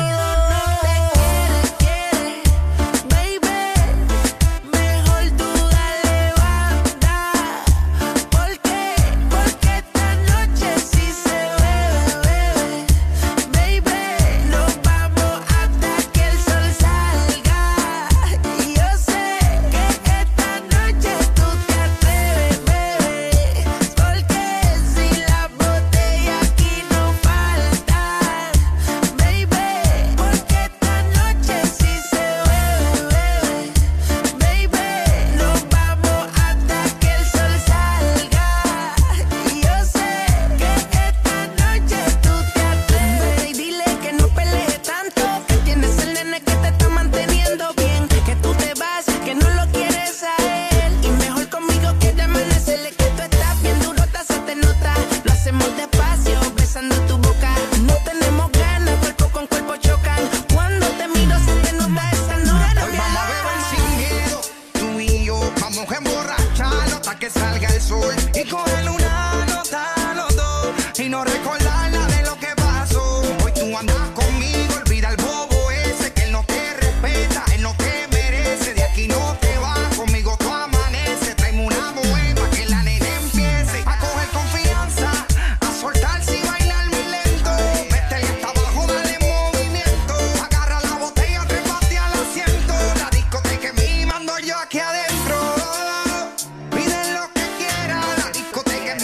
No te quiere, quiere, baby. Mejor tú dale banda. ¿Por qué? Porque esta noche sí se bebe, bebe. Baby, nos vamos hasta que el sol salga. Y yo sé que esta noche tú te atreves, bebé. Porque si la botella aquí no falta, baby, porque esta noche sí se bebe, baby. Nos vamos hasta que el sol salga. Y yo sé que esta noche tú te atreves. Y dile que no pelees tanto, que tienes el nene que te está manteniendo bien. Que tú te vas, que no lo quieres a él. Y mejor conmigo que de amanecerle, que tú estás bien durota, se te nota. Lo hacemos despacio, besando tu boca. No tenemos ganas, cuerpo con cuerpo chocan. Cuando te miro se te nota esa nota. Hoy vamos a beber sin miedo, tú y yo vamos a emborracharnos hasta que salga el sol y coger una nota los dos y no recordar nada de lo que pasó. Hoy tú andas conmigo, olvida el bobo ese que él no te respeta, él no te merece. De aquí no te vas, conmigo tú amaneces. Tráeme una mujer pa' que la nena empiece a coger confianza, a soltarse y bailar muy lento. Métele hasta abajo, dale movimiento. Agarra la botella, trépate al asiento. La discoteca es mía, mando yo aquí adentro. Pide lo que quieras, la discoteca es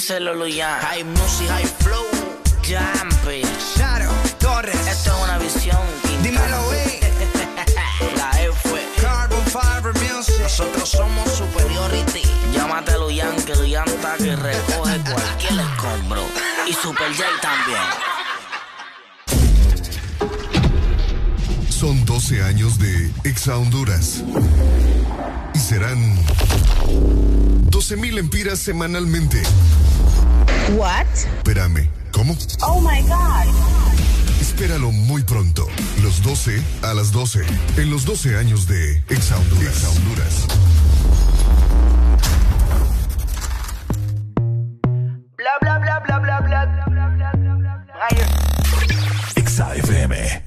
Díselo, Luyan. High music, high flow. Jumpy. Shadow Torres. Esto es una visión. Dímelo, güey. La F. Carbon Fiber Music. Nosotros somos Superiority. Llámate a Luyan, que Luyan está que recoge cualquier escombro. Y Super J también. Son doce años de Exa Honduras. Y serán doce mil empiras semanalmente. What? Espérame, ¿cómo? Oh my God. Espéralo muy pronto. Los doce a las doce. En los doce años de Exa Honduras. Exa Honduras. Bla bla bla bla bla bla. Exa F M.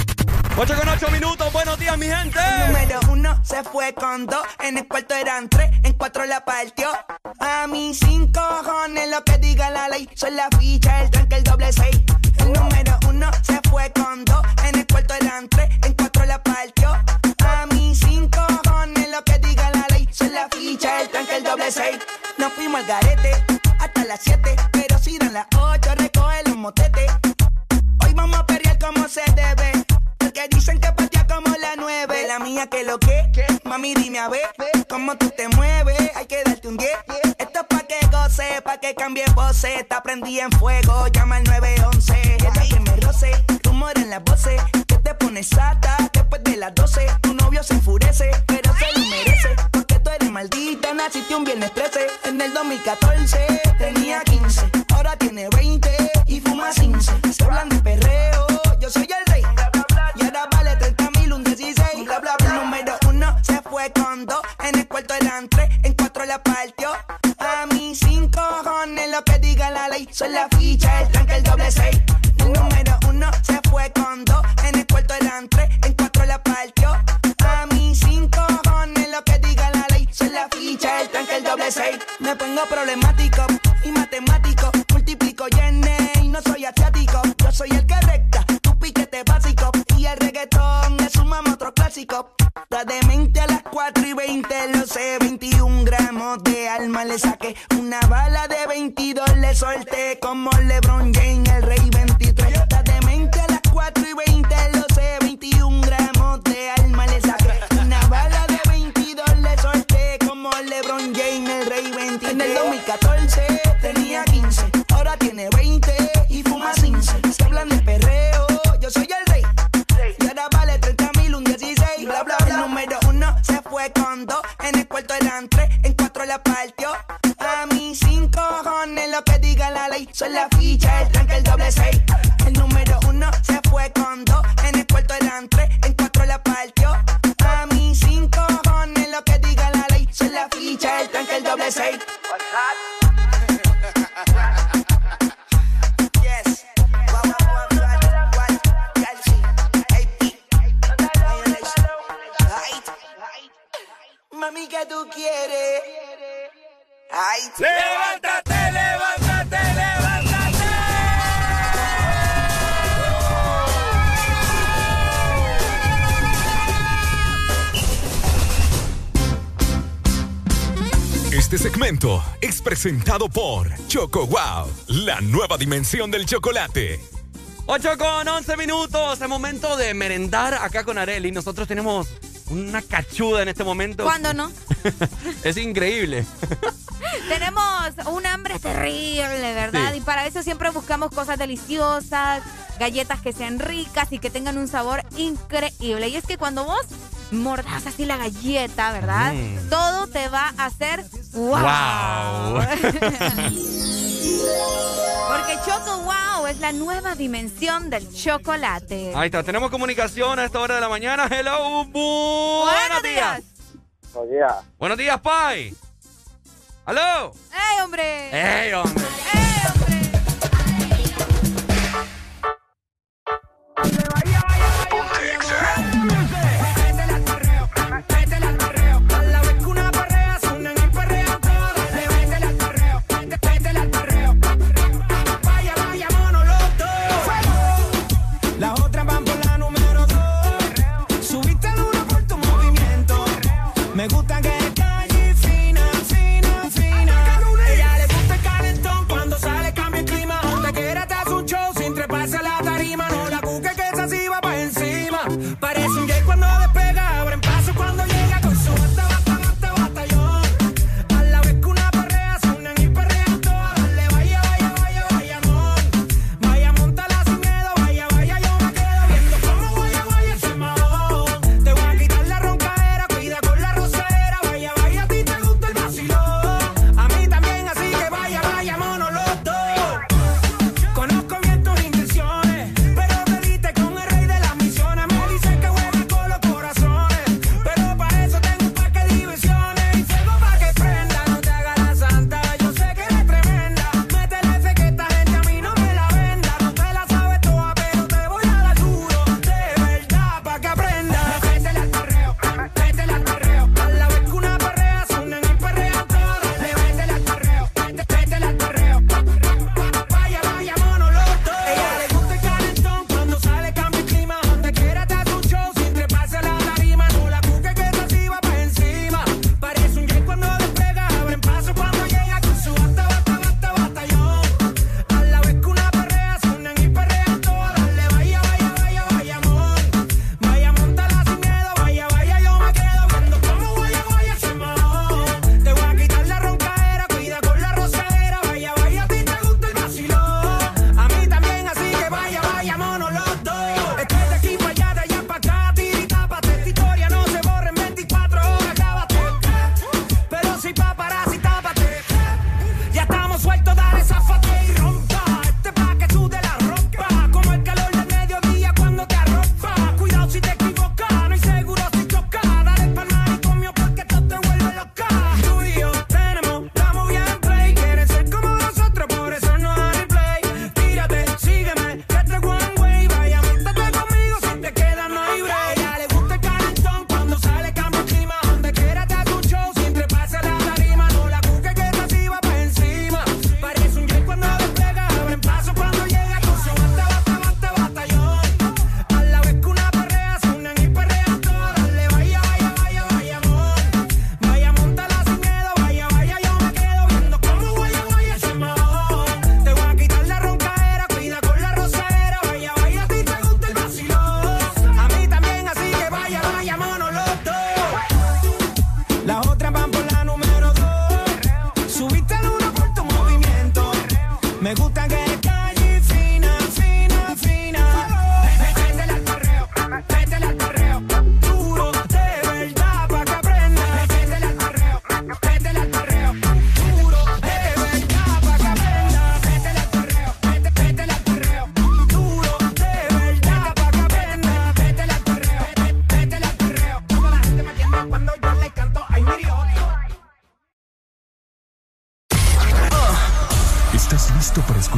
ocho con ocho minutos, buenos días, mi gente. El número uno se fue con dos, en el cuarto eran tres, en cuatro la partió. A mí sin cojones lo que diga la ley, son la ficha, el tranque, el doble seis. El número uno se fue con dos, en el cuarto eran tres, en cuatro la partió. A mí sin cojones lo que diga la ley, son la ficha, el tranque, el doble seis. Nos fuimos al garete hasta las siete, pero si dan las ocho, recoge los motetes. Hoy vamos a perrear como se debe. Que dicen que patea como la nueve. La mía que lo que, mami dime a ver cómo tú te mueves, hay que darte un diez. Esto es pa' que goce, pa' que cambie voces. Está prendida en fuego, llama al nueve once. Quiero que me roce, rumor en las voces. Que te pones sata después de las doce. Tu novio se enfurece, pero se lo merece. Porque tú eres maldita, naciste un viernes trece. En el dos mil catorce tenía quince, ahora tiene veinte y fuma quince. Se hablan de perreo, yo soy el rey. Y ahora vale treinta mil, un dieciséis. Bla, bla, bla. El número uno se fue con dos, en el cuarto eran tres, en cuatro la partió. A mí sin cojones lo que diga la ley, son la ficha, el tranque, el doble seis. El número uno se fue con dos, en el cuarto eran tres, en cuatro la partió. A mí sin cojones lo que diga la ley, son la ficha, el tranque, el doble seis. Me pongo problemático y matemático, multiplico y y no soy asiático. Yo soy el que recta, tu piquete básico. Y el reggaetón le sumamos otro clásico. Está demente a las cuatro y veinte, lo sé. veintiún gramos de alma le saqué. Una bala de veintidós le solté. Como LeBron James, el rey veintitrés. Está demente a las cuatro y veinte, lo sé. veintiún gramos de alma le saqué. Una bala de veintidós le solté. Como LeBron James, el rey veintitrés. En el dos mil catorce tenía quince, ahora tiene veinte y fuma quince. Se hablan de perreo, yo soy el rey. Y ahora vale treinta mil, un dieciséis. Bla, bla, bla. El número uno se fue con dos, en el cuarto eran tres, en cuatro la partió. A mí sin cojones lo que diga la ley, son la ficha, el tranque, el doble seis. El número uno se fue con dos, en el cuarto eran tres, en cuatro la partió. A mí sin cojones lo que diga la ley, son la ficha, el tranque, el doble seis. Mami, ¿qué tú quieres? Ay, levántate, levántate, levántate. Este segmento es presentado por Choco Wow, la nueva dimensión del chocolate. ocho con once minutos, es momento de merendar acá con Arely. Nosotros tenemos una cachuda en este momento. ¿Cuándo no? Es increíble. Tenemos un hambre terrible, ¿verdad? Sí. Y para eso siempre buscamos cosas deliciosas, galletas que sean ricas y que tengan un sabor increíble. Y es que cuando vos mordas así la galleta, ¿verdad? Mm. Todo te va a hacer wow. Wow. Porque Choco Wow es la nueva dimensión del chocolate. Ahí está, tenemos comunicación a esta hora de la mañana. Hello, bu buenos días. Buenos días. Buenos días, Pai. ¿Aló? ¡Ey, hombre! ¡Ey, hombre! ¡Ey, hombre! Me gusta que calle fina, fina, fina. Ella le gusta el calentón.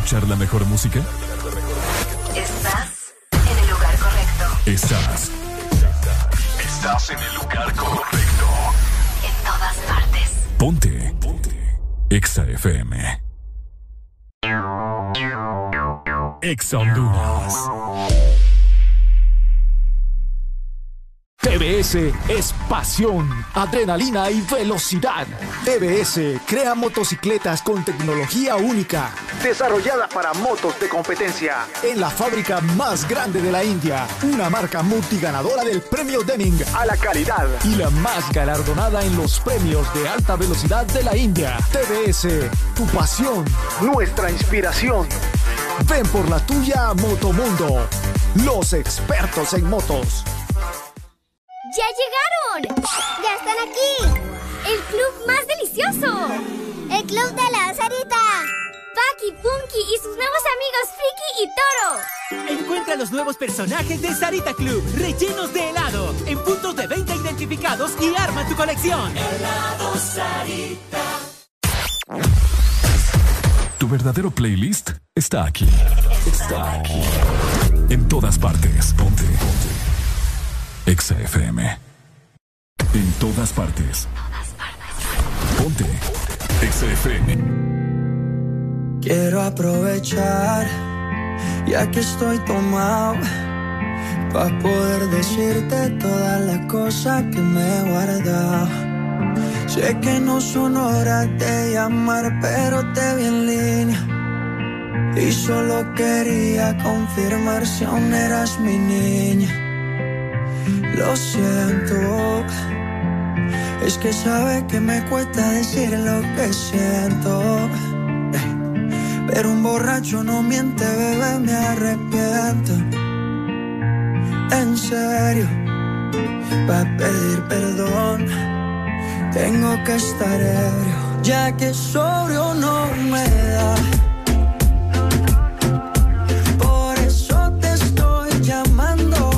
escuchar la mejor música? Estás en el lugar correcto. Estás. Estás en el lugar correcto. En todas partes. Ponte. Ponte. Exa F M. Exa Honduras. T V S es pasión, adrenalina y velocidad. T V S crea motocicletas con tecnología única, desarrollada para motos de competencia, en la fábrica más grande de la India, una marca multiganadora del premio Deming a la calidad y la más galardonada en los premios de alta velocidad de la India. T V S, tu pasión, nuestra inspiración. Ven por la tuya a Motomundo, los expertos en motos. ¡Ya llegaron! ¡Ya están aquí! ¡El club más delicioso! ¡El club de la Sarita! Paki, Punky y sus nuevos amigos Friki y Toro. Encuentra los nuevos personajes de Sarita Club, rellenos de helado, en puntos de venta identificados y arma tu colección. Helado Sarita. Tu verdadero playlist está aquí. Está aquí. En todas partes. Ponte. Ponte. Exa F M. En todas partes. Ponte. Exa F M. Quiero aprovechar, ya que estoy tomado, para poder decirte todas las cosas que me he guardado. Sé que no son horas de llamar, pero te vi en línea y solo quería confirmar si aún eras mi niña. Lo siento, es que sabe que me cuesta decir lo que siento, pero un borracho no miente, bebé, me arrepiento. En serio, para pedir perdón tengo que estar ebrio, ya que sobrio no me da. Por eso te estoy llamando.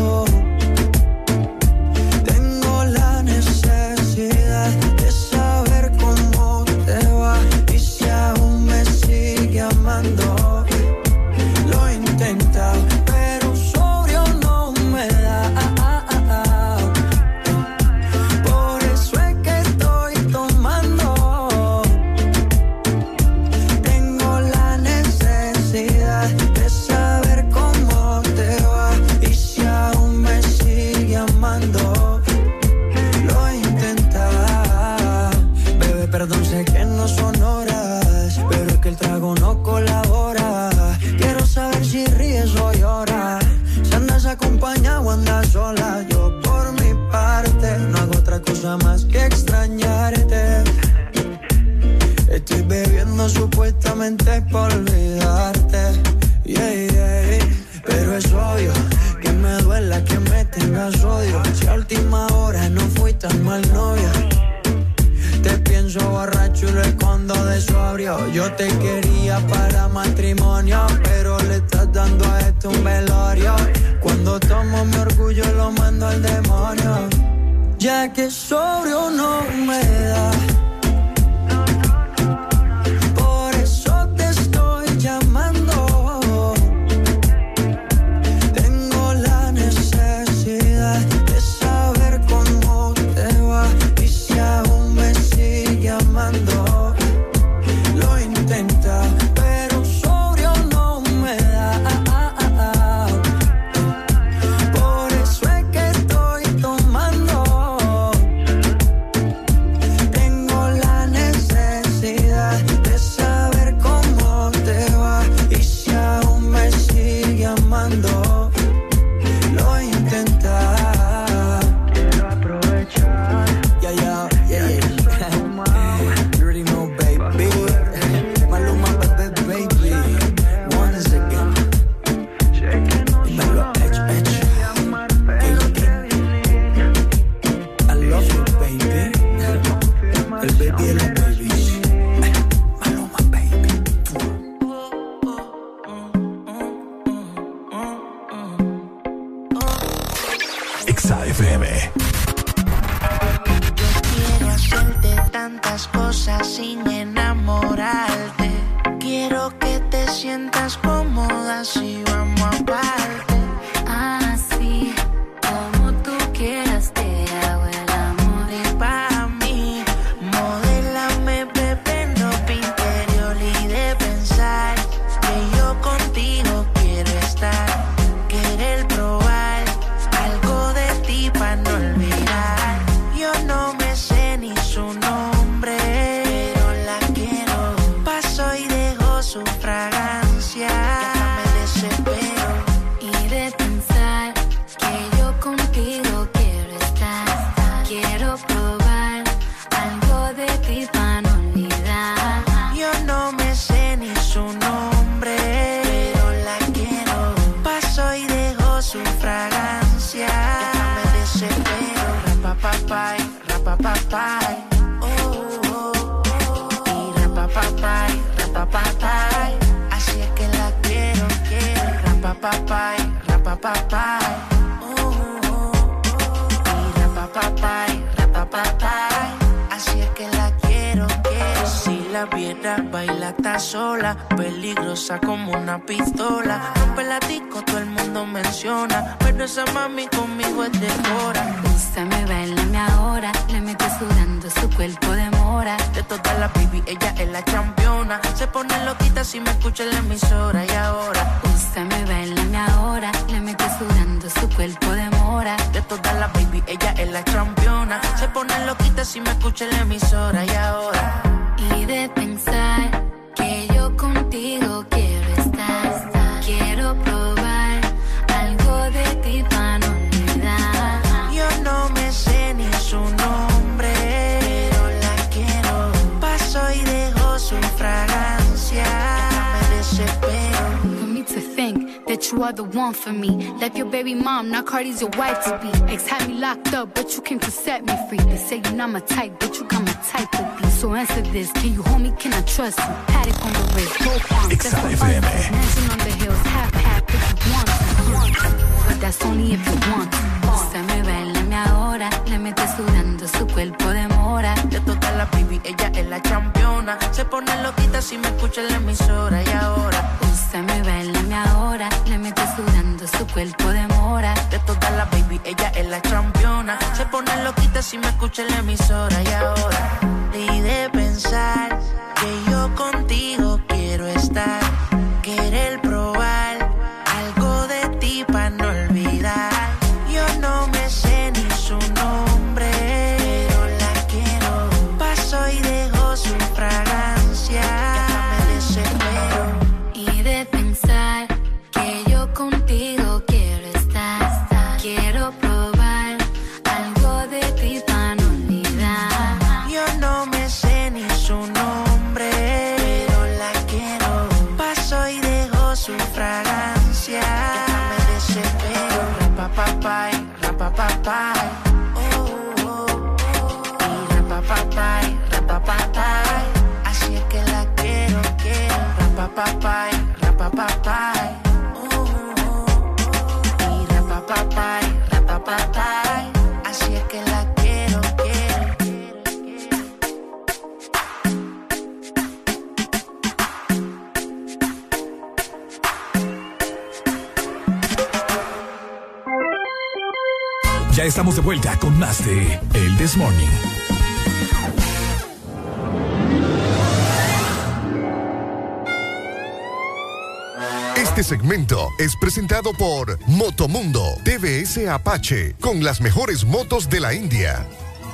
Lo he intentado, pero sobrio no me da. Por eso es que estoy tomando. Tengo la necesidad de saber cómo te va y si aún me sigue amando. Lo he intentado, bebé, perdón, sé que no son horas, pero es que el trago no colabora. Quiero saber si ríes o lloras, si andas acompañado o andas sola. Yo por mi parte no hago otra cosa más que extrañarte. Estoy bebiendo supuestamente por olvidarte, yeah, yeah. Pero es obvio que me duela que me tengas odio. Si a última hora no fui tan mal novia, te pienso borracho y lo escondo de sobrio. Yo te quería para matrimonio, pero le estás dando a esto un velorio. Cuando tomo mi orgullo lo mando al demonio, ya que sobrio no me da. Por eso te estoy llamando. Tengo la necesidad de saber cómo te va y si aún me sigue amando. Lo intenta, pero sobrio no me da. Por eso es que estoy tomando. Tengo la necesidad de saber cómo te va y si aún me sigue amando. Lo intenta. Quiero aprovechar. Yeah, yeah, yeah, yeah. You already know, baby. Maluma, baby, baby. Once again. Dímelo, Edge, Edge. I love you, baby. El baby de la baby. Maluma, baby. Exa F M. Quiero hacerte tantas cosas sin enamorarte. Quiero que te sientas cómoda si vamos aparte. Así como tú quieras te hago el amor. Y pa' mí, modélame, bebé, no interior y de pensar que yo contigo quiero estar. Querer probar algo de ti pa' no olvidar. Yo no me sé ni su nombre, pero la quiero. Paso y dejo su fragancia, ya me desespero. Y de pensar que yo contigo quiero estar. Quiero probar algo de ti para no olvidar. Yo no me sé ni su nombre, pero la quiero. Paso y dejo su fragancia, ya me desespero. Rapapapay, rapapapay, oh, oh, oh. Y rapapapay, rapapapay, así es que la quiero, quiero. Rapapapay, rapapapay, oh, oh, oh. Y rapapapay, rapapapay, así es que la quiero, quiero. Si la viera baila está sola, peligrosa como una pistola. Rompe la disco, todo el mundo menciona, pero esa mami conmigo es de hora. Úsame, bailame ahora, le meto sudando su cuerpo de mora. De todas las baby, ella es la campeona. Se pone loquita si me escucha en la emisora. Y ahora, úsame, bailame ahora, le meto sudando su cuerpo de mora. de todas las baby, ella es la campeona. Se pone loquita si me escucha en la emisora. Y ahora, y de pensar que yo contigo quiero estar. Quiero probar algo de ti para no olvidar. yo no me sé ni su nombre, pero la quiero. Paso y dejo su fragancia, me desespero. For me to think that you are the one for me. Left your baby mom, now Cardi's your wife to be. Ex had me locked up, but you came to set me free. They say you're not my type, but you got my type to be. So answer this, can you hold me, can I trust you? Paddock on the wrist, both arms, that's the F M. mansion on the hills, half half if you want to. But that's only if you want to. Úsame, bailame ahora, le meto sudando su cuerpo de mora. De todas las baby, ella es la campeona. Se pone loquita si me escucha en la emisora. Y ahora, úsame, bailame ahora, le meto sudando su cuerpo de mora. de todas las baby, ella es la campeona. Se pone loquita si me escucha en la emisora. Y ahora, y de pensar que yo contigo quiero estar. Querer probar algo de ti pa' no olvidar. Yo no me sé ni su nombre, pero la quiero. Paso y dejo su fragancia, ya me desespero. Y de pensar que yo contigo quiero estar. Quiero probar algo de ti para no olvidar. Yo no me sé ni su nombre, pero la quiero. Paso y dejo su fragancia, ya me desespero. Rapapapay, rapapapay, oh, oh, oh. Y rapapapay, rapapapay, así es que la quiero, quiero. Rapapapay, rapapapay, oh, oh, oh. Y rapapapay, rapapapay, así es que la quiero, quiero. Ya estamos de vuelta con más de El This Morning. Este segmento es presentado por Motomundo T V S Apache, con las mejores motos de la India.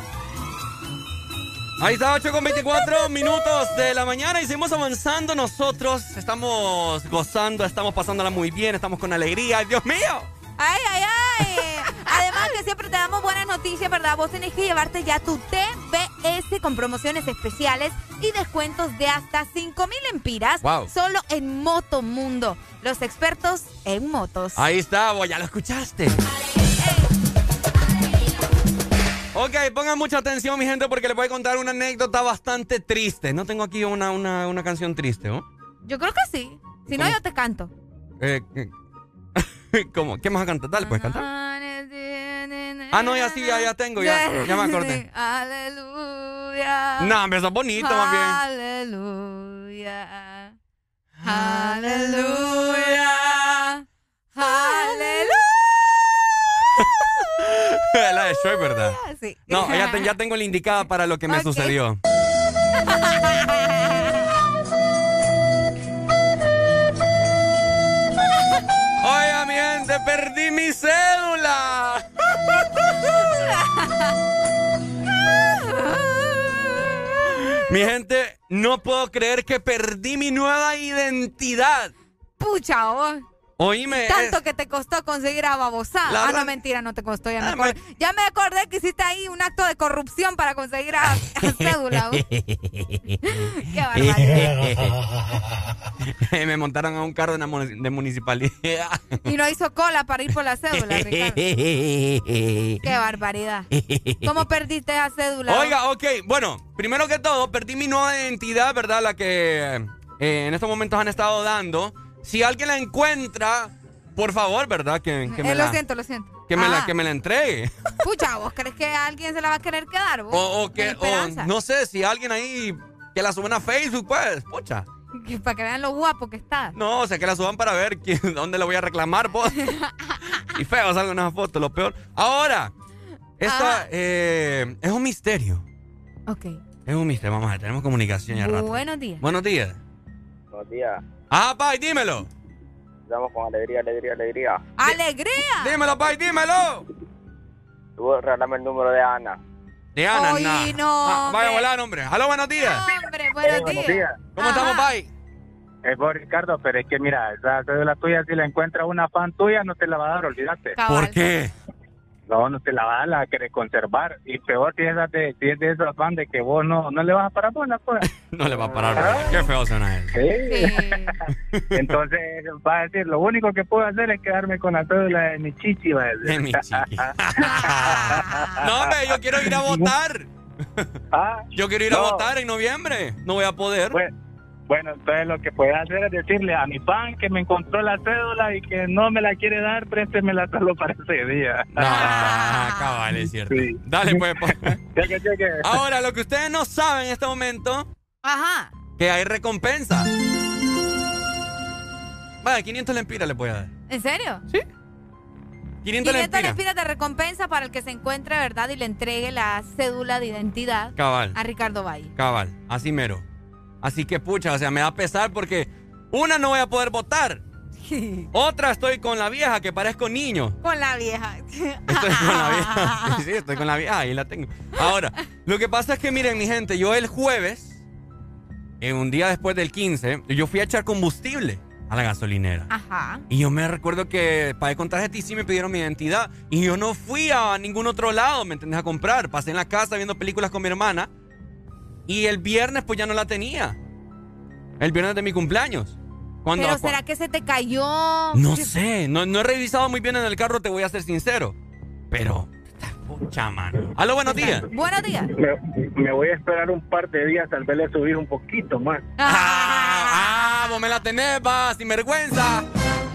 Ahí está, ocho con veinticuatro minutos de la mañana y seguimos avanzando nosotros. Estamos gozando, estamos pasándola muy bien, estamos con alegría. ¡Dios mío! ¡Ay, ay, ay! Además que siempre te damos buenas noticias, ¿verdad? Vos tenés que llevarte ya tu T V S con promociones especiales y descuentos de hasta cinco mil empiras. Wow. Solo en Motomundo, los expertos en motos. Ahí está, vos ya lo escuchaste. Ok, pongan mucha atención, mi gente, porque les voy a contar una anécdota bastante triste. No tengo aquí una, una, una canción triste, ¿no? Yo creo que sí. Si no, ¿Cómo? yo te canto. Eh, eh, ¿Cómo? ¿Qué más a cantar? Dale, ¿puedes cantar? Ah, no, ya sí, ya, ya tengo, ya, ya me acordé. Aleluya. No, hombre, eso es bonito, más bien. Aleluya. Aleluya. Aleluya. La de Shrek, ¿verdad? Sí. No, ya, te, ya tengo la indicada para lo que me Okay. sucedió. Oiga, mi gente, perdí mi cédula. Mi gente, no puedo creer que perdí mi nueva identidad. Pucha, vos. Oíme. Tanto es... que te costó conseguir a babosá. La Ah, verdad... no, mentira, no te costó. Ya me, Ah, acordé. me... ya me acordé que hiciste ahí un acto de corrupción para conseguir a, a cédula. Qué barbaridad. Me montaron a un carro de, una munic- de municipalidad. Y no hizo cola para ir por la cédula, Ricardo. Qué barbaridad. ¿Cómo perdiste esa cédula? Oiga, ok, bueno, primero que todo, perdí mi nueva identidad, ¿verdad? La que eh, en estos momentos han estado dando. Si alguien la encuentra, por favor, ¿verdad? Que, que me eh, la, lo siento, lo siento. Que me, ah. la, que me la entregue. Pucha, ¿vos crees que alguien se la va a querer quedar? ¿Vos? O, o que, Con o, esperanza. no sé, si alguien ahí que la suban a Facebook, pues, pucha. Que para que vean lo guapo que está. No, o sea, que la suban para ver quién, dónde le voy a reclamar, pues. Y feo salgo en esa foto, lo peor. Ahora, esta eh, es un misterio. Ok. Es un misterio, vamos a ver, tenemos comunicación ya rato. Buenos días. Buenos días. Buenos días. Ah, Pai, dímelo. Estamos con alegría, alegría, alegría. ¡Alegría! Dímelo, Pai, dímelo. Tú regálame el número de Ana. De Ana, Oye, nah. no, Ah, vaya a hombre. volar, hombre. Aló, buenos días. Hombre, buenos, Eh, buenos días. días. ¿Cómo Ajá. estamos, Pai? Es vos, Ricardo, pero es que mira, esa cédula tuya, si la encuentra una fan tuya, no te la va a dar, olvídate. Cabal. ¿Por qué? No, no te la va a dar, la quiere conservar. Y peor si es, de, si es de esos fan de que vos no, no le vas a parar por la cosa. No le va a parar. ¿Verdad? Qué feo suena él. Sí. Sí. Entonces va a decir, lo único que puedo hacer es quedarme con la cédula de mi chichi, va a decir. De mi chiqui. No, hombre, yo quiero ir a votar. Ah, Yo quiero ir no. a votar en noviembre. No voy a poder. Bueno, bueno, entonces lo que puede hacer es decirle a mi fan que me encontró la cédula y que no me la quiere dar, préstemela solo para ese día. Ah, cabal, es cierto. Sí. Dale, pues. pues. Cheque, cheque. Ahora, lo que ustedes no saben en este momento, Ajá. que hay recompensa. Vaya, quinientos lempiras le voy a dar. ¿En serio? Sí. quinientos quinientos lempiras. lempiras de recompensa para el que se encuentre, ¿verdad? Y le entregue la cédula de identidad Cabal, a Ricardo Valle. cabal, así mero. Así que, pucha, o sea, me va a pesar porque una, no voy a poder votar. Otra, estoy con la vieja que parezco niño. Con la vieja. Estoy con la vieja. Sí, estoy con la vieja. Ahí la tengo. Ahora, lo que pasa es que, miren, mi gente, yo el jueves, en un día después del quince, yo fui a echar combustible a la gasolinera. Ajá. Y yo me recuerdo que pagué con tarjeta y sí me pidieron mi identidad. Y yo no fui a ningún otro lado, ¿me entendés? A comprar. Pasé en la casa viendo películas con mi hermana. Y el viernes, pues ya no la tenía. El viernes de mi cumpleaños. Cuando, Pero cua- ¿será que se te cayó? No sé, no, no he revisado muy bien en el carro, te voy a ser sincero. Pero, pucha, mano. Aló, buenos días. Buenos días. Me, me voy a esperar un par de días, tal vez le subir un poquito más. Ah, ah, vos me la tenés, va, sin vergüenza.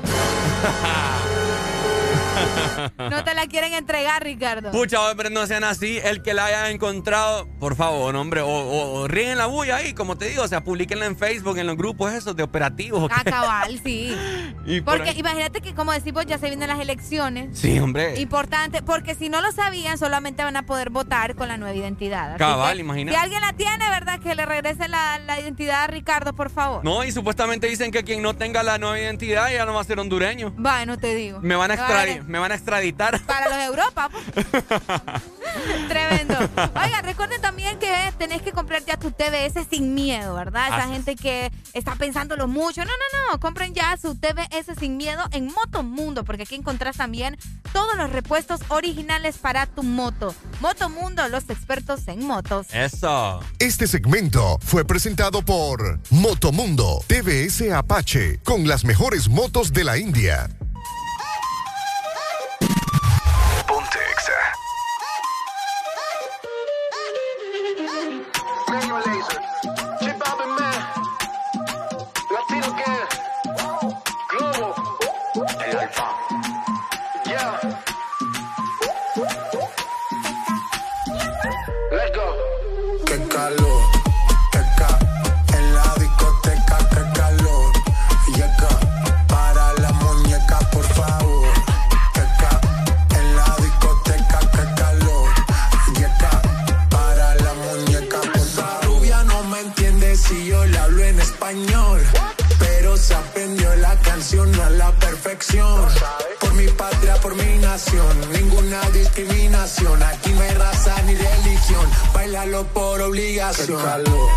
No te la quieren entregar, Ricardo. Pucha, hombre, no sean así. El que la haya encontrado, por favor, hombre, o, o, o ríen la bulla ahí, como te digo, o sea, publiquenla en Facebook, en los grupos esos de operativos. A cabal, sí. Y por Porque ahí- imagínate que, como decimos, ya se vienen las elecciones. Sí, hombre. Importante, porque si no lo sabían, solamente van a poder votar con la nueva identidad. Así Cabal, que, imagínate. Si alguien la tiene, ¿verdad? Que le regrese la, la identidad a Ricardo, por favor. No, y supuestamente dicen que quien no tenga la nueva identidad ya no va a ser hondureño. Va, no te digo. Me van a, extradi- Vale. me van a extraditar. Para los de Europa, pues. Tremendo. Oigan, recuerden también que tenés que comprar ya tu T V S sin miedo, ¿verdad? Esa Así. gente que está pensándolo mucho. No, no, no. Compren ya su T V S sin miedo en Motomundo, porque aquí encontrás también todos los repuestos originales para tu moto. Motomundo, los expertos en motos. Eso. Este segmento fue presentado por Motomundo T V S Apache, con las mejores motos de la India. Ponte Exa. Qué calor, qué ca en la discoteca, qué calor. honor. Por mi patria, por mi nación, ninguna discriminación. Aquí no hay raza ni religión, bailalo por obligación. Qué calor.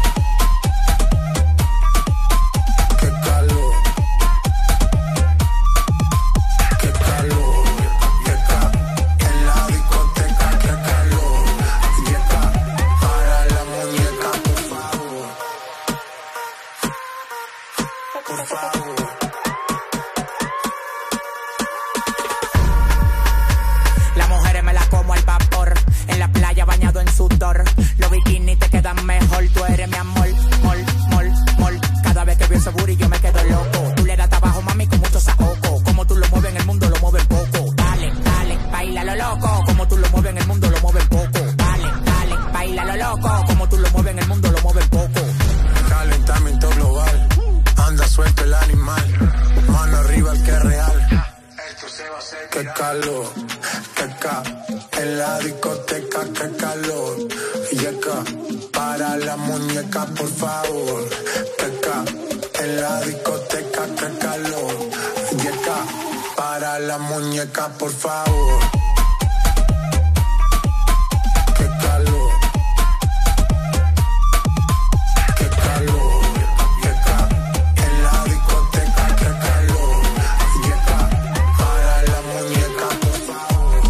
Qué calor. Qué calor. Qué calor. En la discoteca, qué calor. Yeca, para la muñeca, por favor. Por favor. Las mujeres me las como al vapor, en la playa bañado en sudor. Los bikinis te quedan mejor, tú eres mi amor, mol, mol, mol. Cada vez que veo ese booty yo me quedo loco. Tú le das trabajo, mami, con mucho saoco. Como tú lo mueves en el mundo, lo mueves poco. Dale, dale, baila lo loco. Como tú lo mueves en el mundo, lo mueves poco. Dale, dale, baila lo loco. Como tú lo mueves en el mundo, lo mueves poco. Calentamiento global, anda suelto el animal. Mano arriba el que es real. Qué calor, qué ca, en la discoteca, qué calor. Yeca, para la muñeca, por favor. Qué ca, en la discoteca, qué calor. Yeca, para la muñeca, por favor. Qué calor. Qué calor. Yeca, en la discoteca, qué calor. Yeca, para la muñeca, por favor.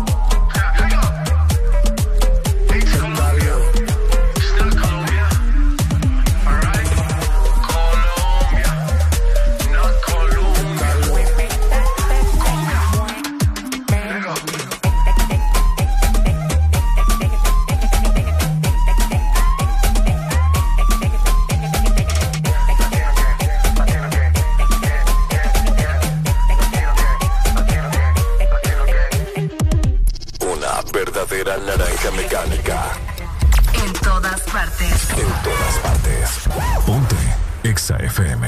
Qué calor. Still Colombia. Alright. Colombia. Not Colombia. Una verdadera naranja mecánica. En todas partes. En todas partes. Ponte Exa F M.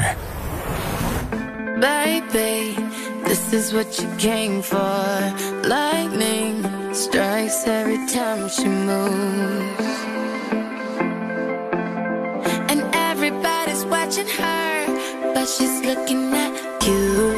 Baby, this is what you came for. Lightning strikes every time she moves. And everybody's watching her, but she's looking at you.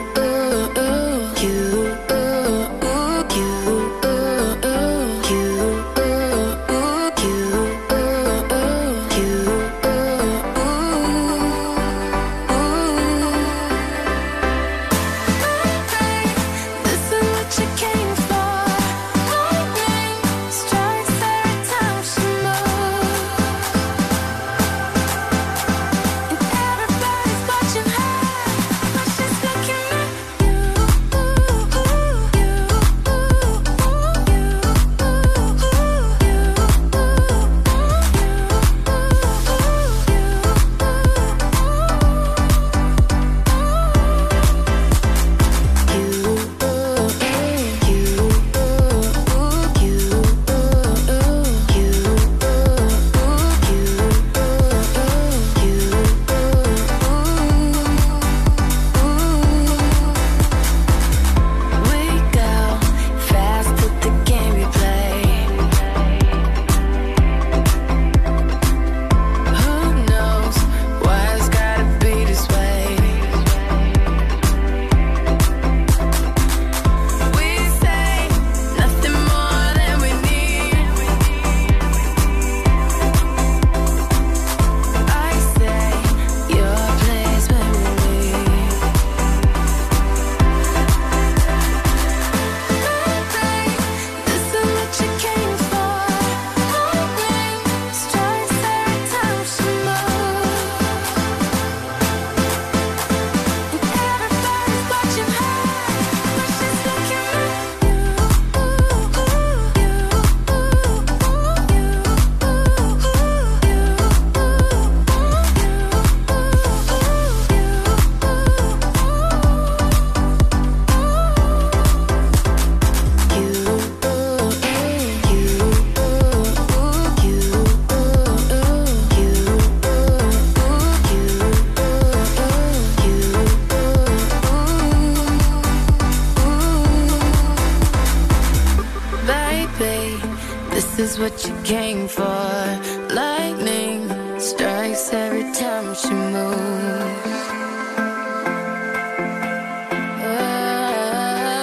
is what you came for. Lightning strikes every time she moves. Ah.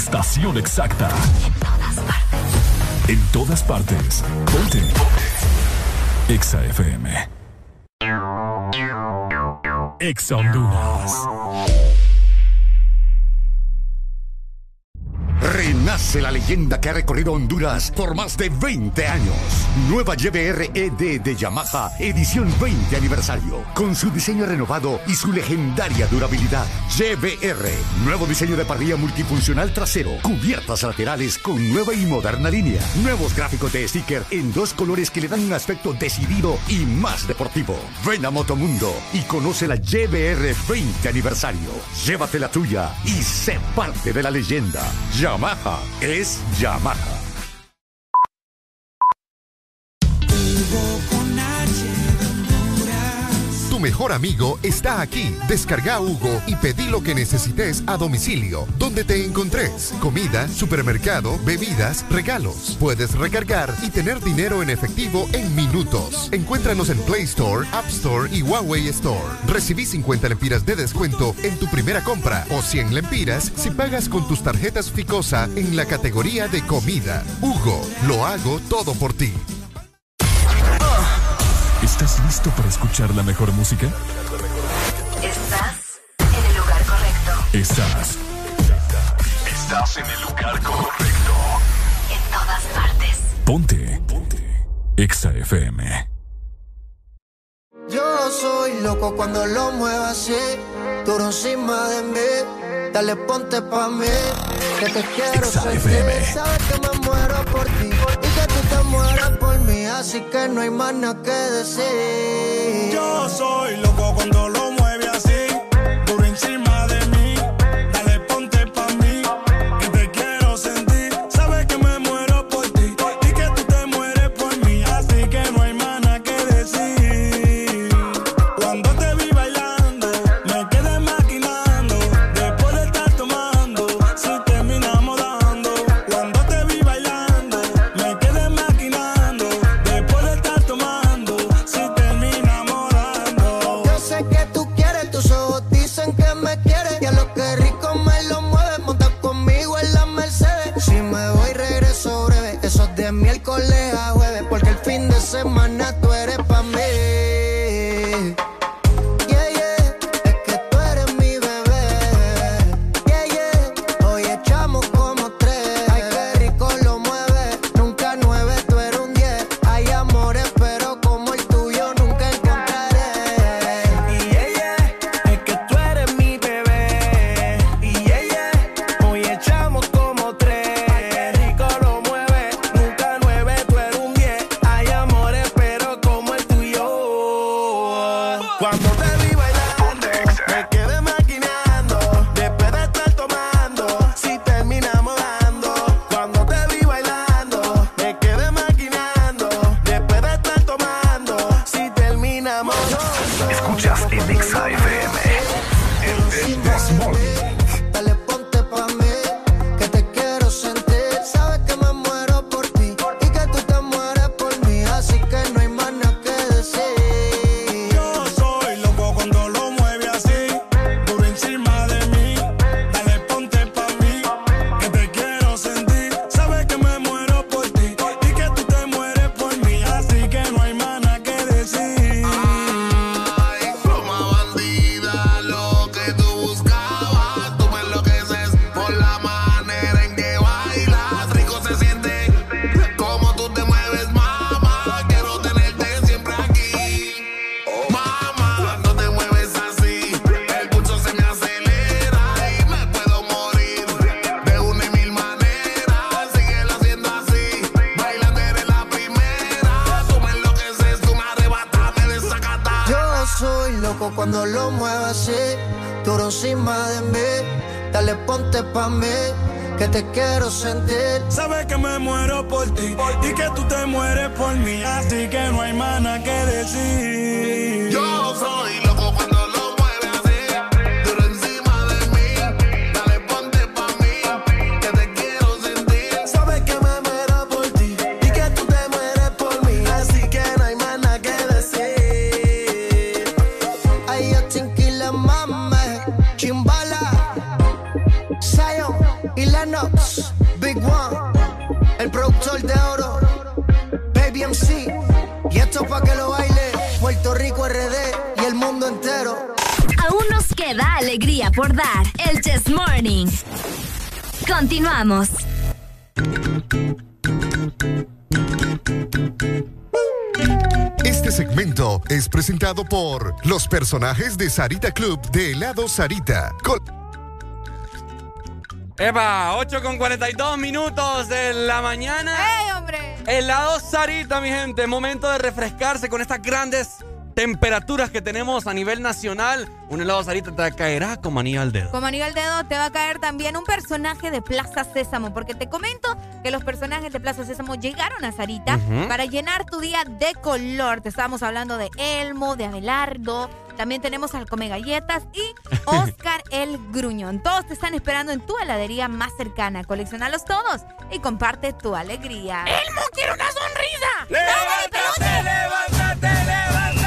estación exacta. En todas partes. En todas partes. Ponte. Exa F M. Exa Honduras. Renace la leyenda que ha recorrido Honduras por más de veinte años. Nueva Y B R E D de Yamaha, edición veinte aniversario. Con su diseño renovado y su legendaria durabilidad. Y B R, nuevo diseño de parrilla multifuncional trasero. Cubiertas laterales con nueva y moderna línea. Nuevos gráficos de sticker en dos colores que le dan un aspecto decidido y más deportivo. Ven a Motomundo y conoce la Y B R veinte aniversario. Llévate la tuya y sé parte de la leyenda. Yamaha es Yamaha. Tu mejor amigo está aquí. Descarga Hugo y pedí lo que necesites a domicilio, donde te encontres. Comida, supermercado, bebidas, regalos. Puedes recargar y tener dinero en efectivo en minutos. Encuéntranos en Play Store, App Store y Huawei Store. Recibí cincuenta lempiras de descuento en tu primera compra o cien lempiras si pagas con tus tarjetas Ficosa en la categoría de comida. Hugo, lo hago todo por ti. ¿Estás listo para escuchar la mejor música? Estás en el lugar correcto. Estás. Estás en el lugar correcto. En todas partes. Ponte. Ponte. Exa F M. Yo soy loco cuando lo muevo así, duro encima de mí. Dale, ponte pa' mí, que te quiero sentir. Sabes que me muero por ti y que tú te mueras por mí, así que no hay más nada que decir. Yo soy loco cuando lo mueve así, duro encima de mí. Dale, ponte pa' mí, que te quiero sentir. Sabes que me muero por ti y que tú te mueres por mí, así que no hay más nada que decir. Cuando te vi bailando, me quedé maquinando. Después de estar tomando, si terminamos dando. Cuando te vi bailando, me quedé maquinando. Después de estar tomando, si terminamos dando. Yo sé que tú quieres, tus ojos dicen que me quieres. Y a lo que rico me lo mueves, monta conmigo en la Mercedes. Si me voy regreso breve, esos de miércoles a jueves, porque el fin de semana tú eres pa' mí. Yeah, yeah, es que tú eres mi bebé. Yeah, yeah, hoy echamos como tres. Ay, qué rico lo mueve, nunca nueve, tú eres un diez. Hay amores, pero como el tuyo nunca encontraré. Y yeah, yeah, es que tú eres mi bebé. Y yeah, yeah, hoy echamos como tres. Ay, qué rico lo mueve, nunca nueve, tú eres un diez. Hay amores, pero como el tuyo. Cuando te vi bailando, me quedé maquinando. Después de estar tomando, si terminamos dando. Cuando te vi bailando, me quedé maquinando. Después de estar tomando, si terminamos. Escuchas en Exa F M. El This Morning. Dale, ponte pa' mí, que te quiero sentir. Sabes que me muero por ti y que tú te mueres por mí, así que no hay más nada que decir. Yo soy loco cuando lo mueve así, duro encima de mí. Dale, ponte pa' mí, que te quiero sentir. Sabes que me muero por ti y que tú te mueres por mí, así que no hay más nada que decir. Ay, pluma bandida, lo que tú buscabas. Tú me enloqueces por la manera en que bailas. Rico se siente como tú te mueves, mamá. Quiero tenerte siempre aquí. Mamá, cuando te mueves así, el pulso se me acelera y me puedo morir de una y mil maneras. Síguelo haciendo así, bailando eres la primera. Tú me enloqueces, tú me arrebatas, me desacatas. Yo soy loco cuando lo muevo así, duro encima de mí. Dale, ponte pa' mí, que te quiero sentir. Sabes que me muero por ti y que tú te mueres por mí, así que no hay más nada que decir. Yo soy loco cuando lo mueve así, duro encima de mí. Dale, ponte pa' mí, que te quiero sentir. Sabes que me muero por ti y que tú te mueres por mí, así que no hay más nada que decir. Ay, yo chinquila, mame, chimbala, Zion y Lennox. M C. Y esto pa' que lo baile Puerto Rico, R D y el mundo entero. Aún nos queda alegría por dar. El This Morning. Continuamos. Este segmento es presentado por los personajes de Sarita Club de helado Sarita. Col- Epa, ocho con cuarenta y dos minutos de la mañana. ¡Ey, hombre! Helado Sarita, mi gente. Momento de refrescarse con estas grandes temperaturas que tenemos a nivel nacional. Un helado Sarita te caerá como anillo al dedo. Como anillo al dedo te va a caer también un personaje de Plaza Sésamo, porque te comento que los personajes de Plaza Sésamo llegaron a Sarita uh-huh. para llenar tu día de color. Te estábamos hablando de Elmo, de Abelardo, también tenemos al Come Galletas y Oscar el Gruñón. Todos te están esperando en tu heladería más cercana. Coleccionalos todos y comparte tu alegría. ¡Elmo quiere una sonrisa! ¡Levántate, levántate, levántate!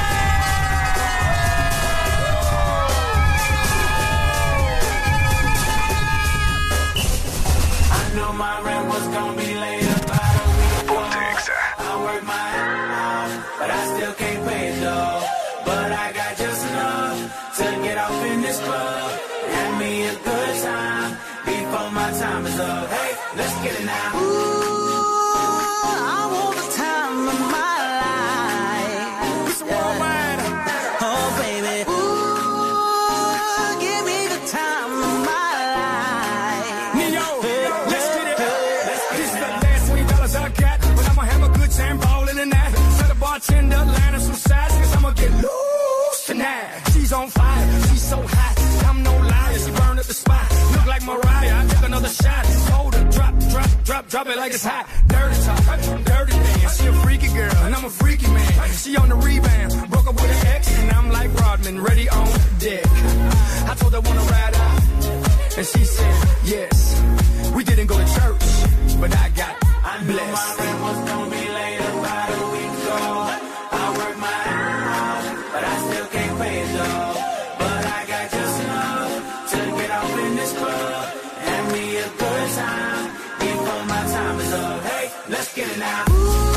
Know my rent was gonna be late about a week ago. I work my ass off, but I still can't pay it though. But I got just enough to get off in this club. Have me a good time before my time is up. Hey, let's get it now. Ooh, I want the time of my life. It's worldwide. Oh, baby. Ooh, give me the time of my life. Neo, let's get it. This is the last twenty dollars I got, but I'ma have a good time ballin' in that. Tell the bartender, line up some sides, cause I'ma get loose tonight. She's on fire, she's so hot, I'm no liar, she burned up the spot. Look like Mariah, I took another shot. Hold her, drop, drop, drop, drop it like it's hot. Dirty talk, dirty dance, she a freaky girl, and I'm a freaky man. She on the rebound, broke up with an ex, and I'm like Rodman, ready on deck. I told her wanna ride out, and she said yes. We didn't go to church, but I got I knew blessed. my rent was gonna be late about a week ago. I work my ass off, but I still can't pay it though. But I got just enough to get off in this club. Have me a good time before my time is up. Hey, let's get it now.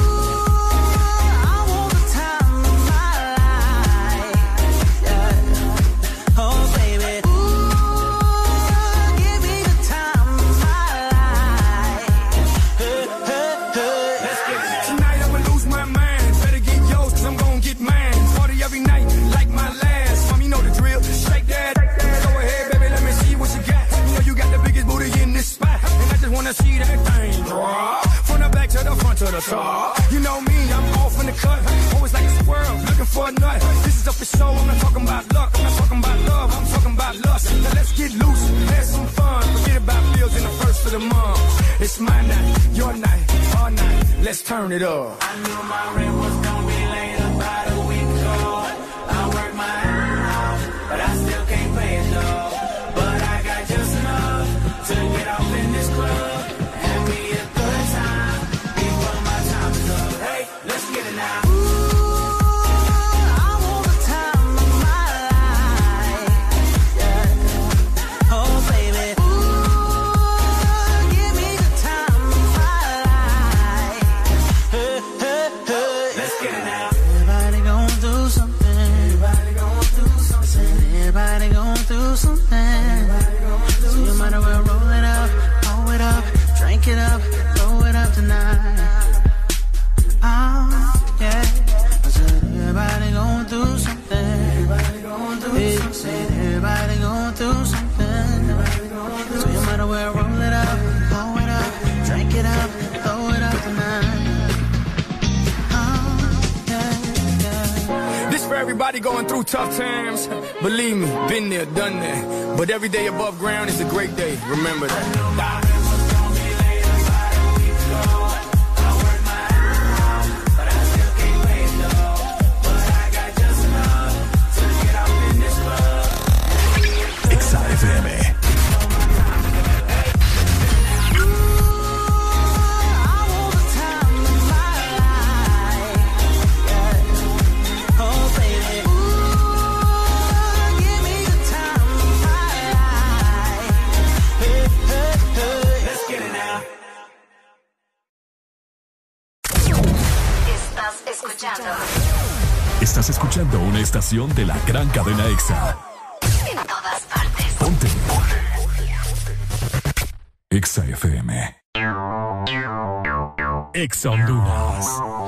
See that thing drop from the back to the front to the top. You know me, I'm off in the cut. Always like a squirrel, looking for a nut. This is up for show. I'm not talking about luck. I'm not talking about love. I'm talking about lust. Now let's get loose, have some fun. Forget about bills in the first of the month. It's my night, your night, our night. Let's turn it up. I knew my rent was gonna be late about a week ago. I work my ass off, but I still can't pay it though. But I got just enough to get off in this club. It up, throw it up tonight. Oh, yeah. I said everybody gon' do something. Everybody gon' do hey, something. Said everybody gon' do something. So you might as well roll it up, throw it up, drink it up, throw it up tonight. Oh, yeah, yeah. This for everybody going through tough times. Believe me, been there, done that. But every day above ground is a great day. Remember that. Hey, hey, hey. escuchando. Estás escuchando una estación de la gran cadena EXA. En todas partes. Ponte. EXA F M. EXA Honduras.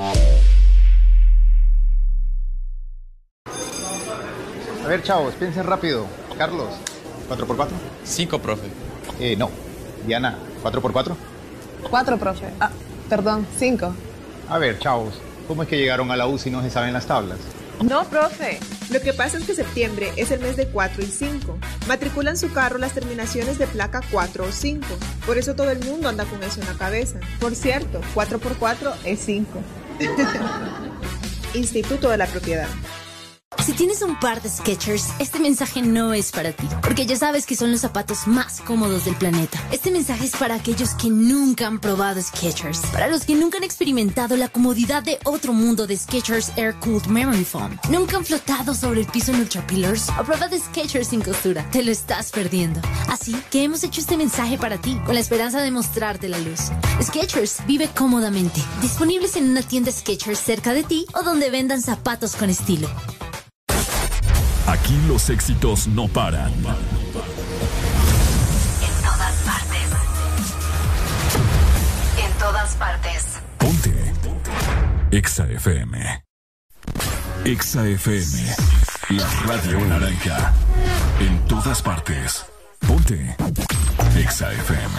A ver, chavos, piensen rápido. Carlos, ¿cuatro por cuatro? Cinco, profe. Eh, no. Diana, ¿cuatro por cuatro? Cuatro, profe. Ah, perdón, cinco. A ver, chavos, ¿cómo es que llegaron a la U si no se saben las tablas? No, profe. Lo que pasa es que septiembre es el mes de cuatro y cinco. Matriculan su carro las terminaciones de placa cuatro o cinco. Por eso todo el mundo anda con eso en la cabeza. Por cierto, cuatro por cuatro es cinco. Instituto de la Propiedad. Si tienes un par de Skechers, este mensaje no es para ti, porque ya sabes que son los zapatos más cómodos del planeta. Este mensaje es para aquellos que nunca han probado Skechers, para los que nunca han experimentado la comodidad de otro mundo de Skechers Air Cooled Memory Foam, nunca han flotado sobre el piso en Ultra Pillars o probado Skechers sin costura. Te lo estás perdiendo. Así que hemos hecho este mensaje para ti, con la esperanza de mostrarte la luz. Skechers vive cómodamente, disponibles en una tienda Skechers cerca de ti o donde vendan zapatos con estilo. Aquí los éxitos no paran. En todas partes. En todas partes. Ponte. EXA F M. EXA F M. La radio naranja. En todas partes. Ponte. EXA F M.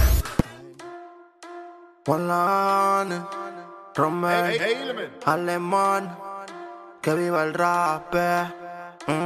Polane, Romeo, Alemán, que viva el rap. Mm.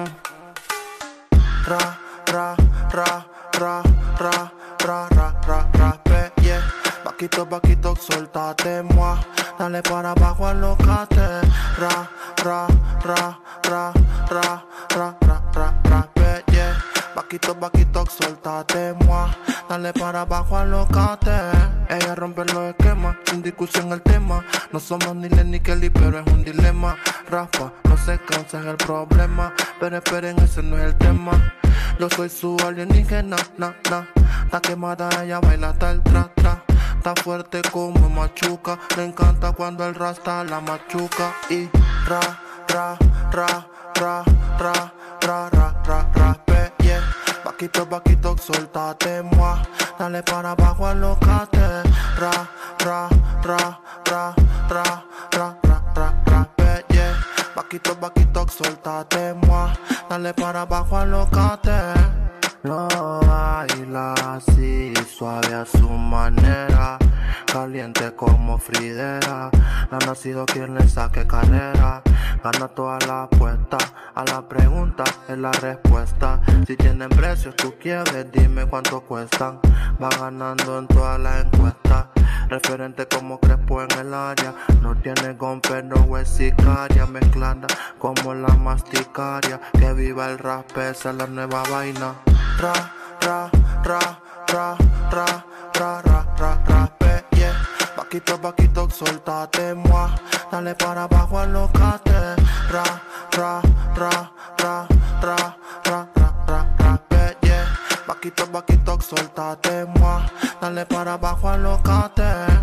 Ra, ra, ra, ra, ra, ra, ra, ra, ra, pe, yeah. Vaquito, vaquito, suéltate, moi. Dale para abajo, alócate. Ra, ra, ra, ra, ra, ra, ra, ra, ra, pe, yeah. Vaquito, vaquito, suéltate, moi. Dale para abajo, alócate. Ella rompe los esquemas, sin discusión el tema. No somos ni Len ni Kelly, pero es un dilema. Rafa, no se cansa, es el problema. Pero esperen, ese no es el tema. Yo soy su alienígena, na, na. Está quemada, ella baila hasta el tra, tra. Está fuerte como machuca. Le encanta cuando el rasta la machuca. Y ra, ra, ra, ra, ra, ra, ra, ra, ra, pe, yeah. Vaquito, vaquito, suéltate, moi. Dale para abajo, alócate. Ra, ra, ra, ra, ra, ra, ra, ra, ra, pe, yeah. Vaquito, vaquito, suéltate, moi. Dale para abajo, alócate. Lo baila así, suave a su manera. Caliente como Fridera. No ha nacido quien le saque carrera. Gana toda la apuesta. A la pregunta es la respuesta. Si tienen precios tú quieres, dime cuánto cuestan. Va ganando en todas las encuestas. Referente como Crespo en el área. No tiene gon pero es sicaria. Mezclada como la masticaria. Que viva el rap, esa es la nueva vaina. Ra, ra, ra, ra, ra, ra, ra, ra, ra, pe, yeah. Vaquito, vaquito, suéltate, moi. Dale para abajo, alócate. Ra, ra, ra, ra, ra, ra, ra, ra, ra, pe, yeah. Vaquito, vaquito, suéltate, moi. Dale para abajo, alócate.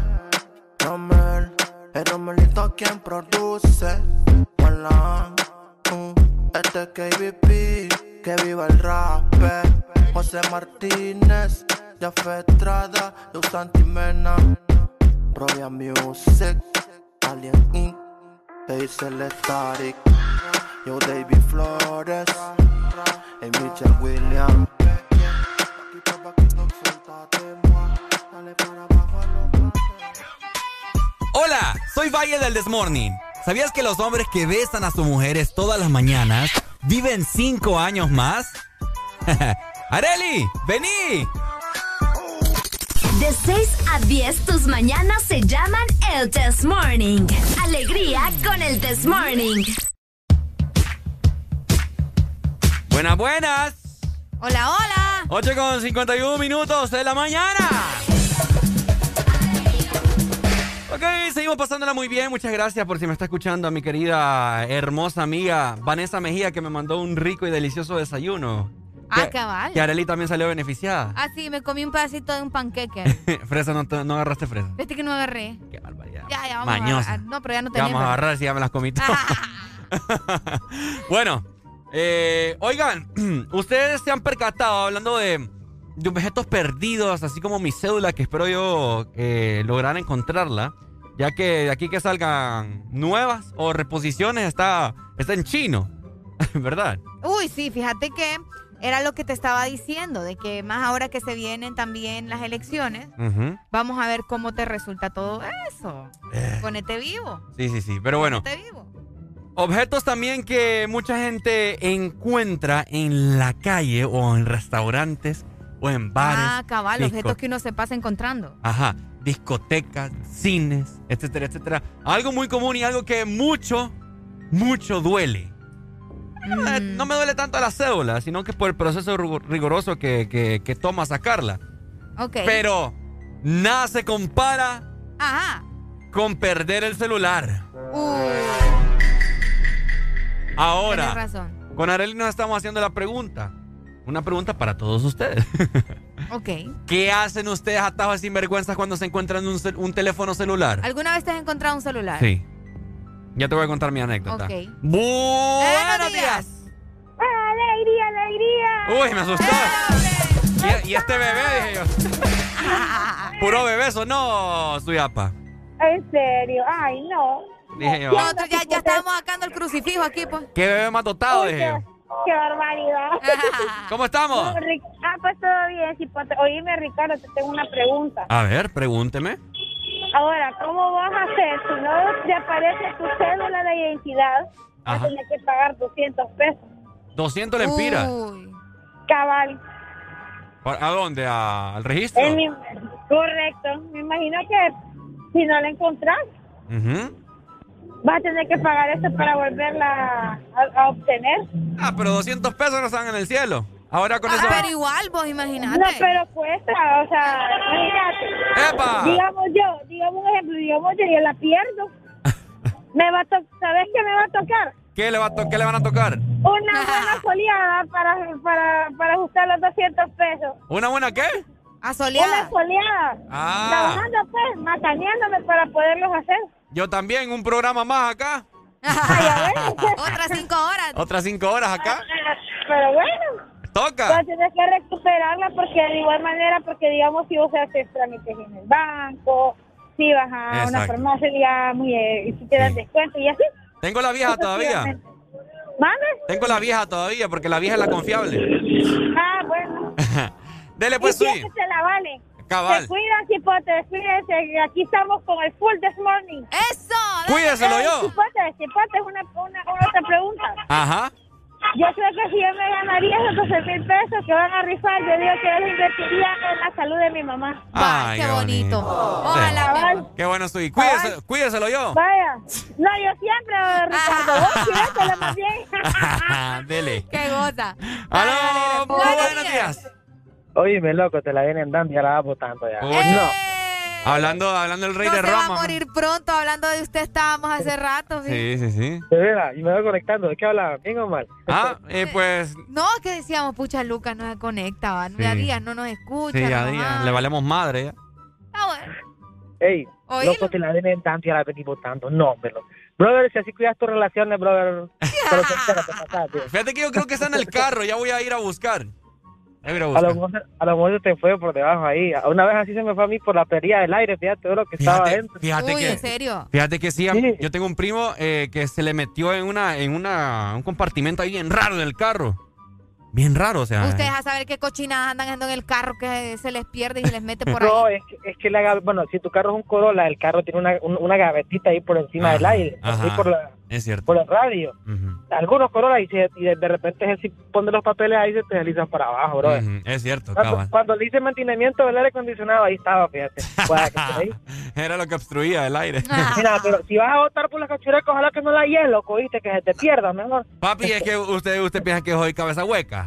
Romel, el Romelito quien produce. Hola, uh, este es K B P, que viva el rap. José Martínez, Jafé Estrada, Luz Antimena, Roya Music, Alien Incorporated, te dice el Static, yo David Flores, y Michelle Williams. Hola, soy Valle del Desmorning. ¿Sabías que los hombres que besan a sus mujeres todas las mañanas viven cinco años más? ¡Areli, vení! De seis a diez, tus mañanas se llaman el This Morning. Alegría con el This Morning. Buenas, buenas. Hola, hola. ocho con cincuenta y uno minutos de la mañana. Ok, seguimos pasándola muy bien. Muchas gracias por si me está escuchando a mi querida, hermosa amiga Vanessa Mejía, que me mandó un rico y delicioso desayuno. Ah, cabal. Que Arely también salió beneficiada. Ah, sí, me comí un pedacito de un panqueque. Fresa, no, te- no agarraste fresa. Viste que no agarré. Qué barbaridad. Ya, ya, vamos Mañosa. a agarrar. No, pero ya no ¿Qué tenemos. vamos a agarrar si ya me las comí todas? Bueno, eh, oigan, ustedes se han percatado hablando de, de objetos perdidos, así como mi cédula, que espero yo eh, lograr encontrarla, ya que de aquí que salgan nuevas o reposiciones está, está en chino, ¿verdad? Uy, sí, fíjate que era lo que te estaba diciendo, de que más ahora que se vienen también las elecciones, Ujú. vamos a ver cómo te resulta todo eso. Eh. Ponete vivo. Sí, sí, sí, pero bueno. Ponete vivo. Objetos también que mucha gente encuentra en la calle o en restaurantes o en bares. Ah, cabal, disco- objetos que uno se pasa encontrando. Ajá, discotecas, cines, etcétera, etcétera. Algo muy común y algo que mucho, mucho duele. No, me- no me duele tanto la cédula, sino que por el proceso ru- riguroso que, que, que toma sacarla. Ok. Pero nada se compara Ajá. con perder el celular. Uh, Ahora, tienes razón. con Arely nos estamos haciendo la pregunta. Una pregunta para todos ustedes. Ok. ¿Qué hacen ustedes atajos sinvergüenzas cuando se encuentran un, cel- un teléfono celular? ¿Alguna vez te has encontrado un celular? Sí. Ya te voy a contar mi anécdota. Ok. Buenos días. ¡Alegría, alegría! Uy, me asustó. Y, y este bebé, dije yo. Puro bebé, eso no, Suyapa. ¿En serio? Ay, no. Dije yo. Nosotros ya, ya estábamos sacando el crucifijo aquí, pues. ¿Qué bebé más dotado, Uy, dije qué, yo? qué barbaridad. ¿Cómo estamos? No, Ric- ah, pues todo bien, cipote. Oíme, Ricardo, te tengo una pregunta. A ver, pregúnteme. Ahora, ¿cómo vas a hacer si no te aparece tu cédula de identidad? Vas Ajá. a tener que pagar doscientos pesos. doscientos lempiras. Cabal. ¿A dónde? ¿A- ¿Al registro? En mi- Correcto. Me imagino que si no la encontrás, Ujú. vas a tener que pagar eso para volverla a, a obtener. Ah, pero doscientos pesos no están en el cielo. Ahora con eso... Pero igual, vos imagínate. No, pero cuesta, o sea, imagínate. ¡Epa! Digamos yo, digamos un ejemplo, digamos yo, yo la pierdo. Me va a to- ¿Sabes qué me va a tocar? ¿Qué le, va a to- ¿Qué le van a tocar? Una buena soleada para, para, para ajustar los doscientos pesos. ¿Una buena qué? Asoleada. Una soleada. Ah. Trabajando pues, macaneándome para poderlos hacer. Yo también, un programa más acá. Otras cinco horas. Otras cinco horas acá. Pero bueno. Toca. Vas a tener que recuperarla porque de igual manera, porque digamos si vos haces trámites en el banco, si vas a una Exacto. farmacia, digamos, y, eh, y si te dan descuento y así. Tengo la vieja todavía. ¿Mande? Tengo la vieja todavía porque la vieja es la confiable. Ah, bueno. Dele pues, y Sui. siempre se la valen. Cabal. Se cuidan, cipote, cuídense. Aquí estamos con el full this morning. ¡Eso! Cuídeselo Eh, yo. Cipote, cipote, una, una, una otra pregunta. Ajá. Yo creo que si yo me ganaría esos doce mil pesos que van a rifar, yo digo que yo los invertiría en la salud de mi mamá. Ay, qué bonito. Ojalá. Cabal. Qué bueno, Sui. Cuídese, cuídeselo yo. Vaya. No, yo siempre, Ricardo. Vos cuídatelo más bien. Dele. Qué gota. Aló, muy buenos días. Oíme, loco, te la vienen dando, ya la vas botando ya. Coño. Hablando, hablando del rey No de se va a Roma. morir pronto, hablando de usted estábamos hace rato. Sí, sí, sí. De veras, y me voy conectando. ¿De qué hablaba? ¿Bien o mal? Ah, eh, pues. No, que decíamos, pucha, Lucas no se conecta, va. Sí. Ya días no nos escucha. Sí, ya, no ya. más. Le valemos madre ya. Ah, bueno. Ey, Oílo. loco, te la vienen tanto y ya la venimos tanto. No, pero. Brother, si así cuidas tus relaciones, brother. Pero que te pasaste. Fíjate que yo creo que está en el carro. Ya voy a ir a buscar. Ya voy a ir a A buscar. lo, mejor, a lo mejor se te fue por debajo ahí. Una vez así se me fue a mí por la perilla del aire, fíjate todo lo que estaba Fíjate, adentro. fíjate Uy, que, ¿en serio? Fíjate que sí, yo tengo un primo eh, que se le metió en una, en una, un compartimento ahí bien raro del carro. Bien raro, o sea. Ustedes a saber qué cochinadas andan haciendo en el carro que se les pierde y se les mete por No, ahí. es que, es que la gav- bueno, si tu carro es un Corolla, el carro tiene una, un- una gavetita ahí por encima del aire, Ajá, así por la, es cierto. por el radio. Ujú, Algunos Corolla y, se- y de, de repente él si pone los papeles ahí se te deslizan para abajo, bro. ujú, es cierto, Cuando, cabal. cuando le hice mantenimiento del aire acondicionado, ahí estaba, fíjate. Pues, que por ahí. Era lo que obstruía el aire. Mira, pero si vas a botar por la cachureca, ojalá que no la hielo, loco, ¿viste? Que se te pierda, mejor. Papi, es que usted, usted piensa que soy cabeza hueca.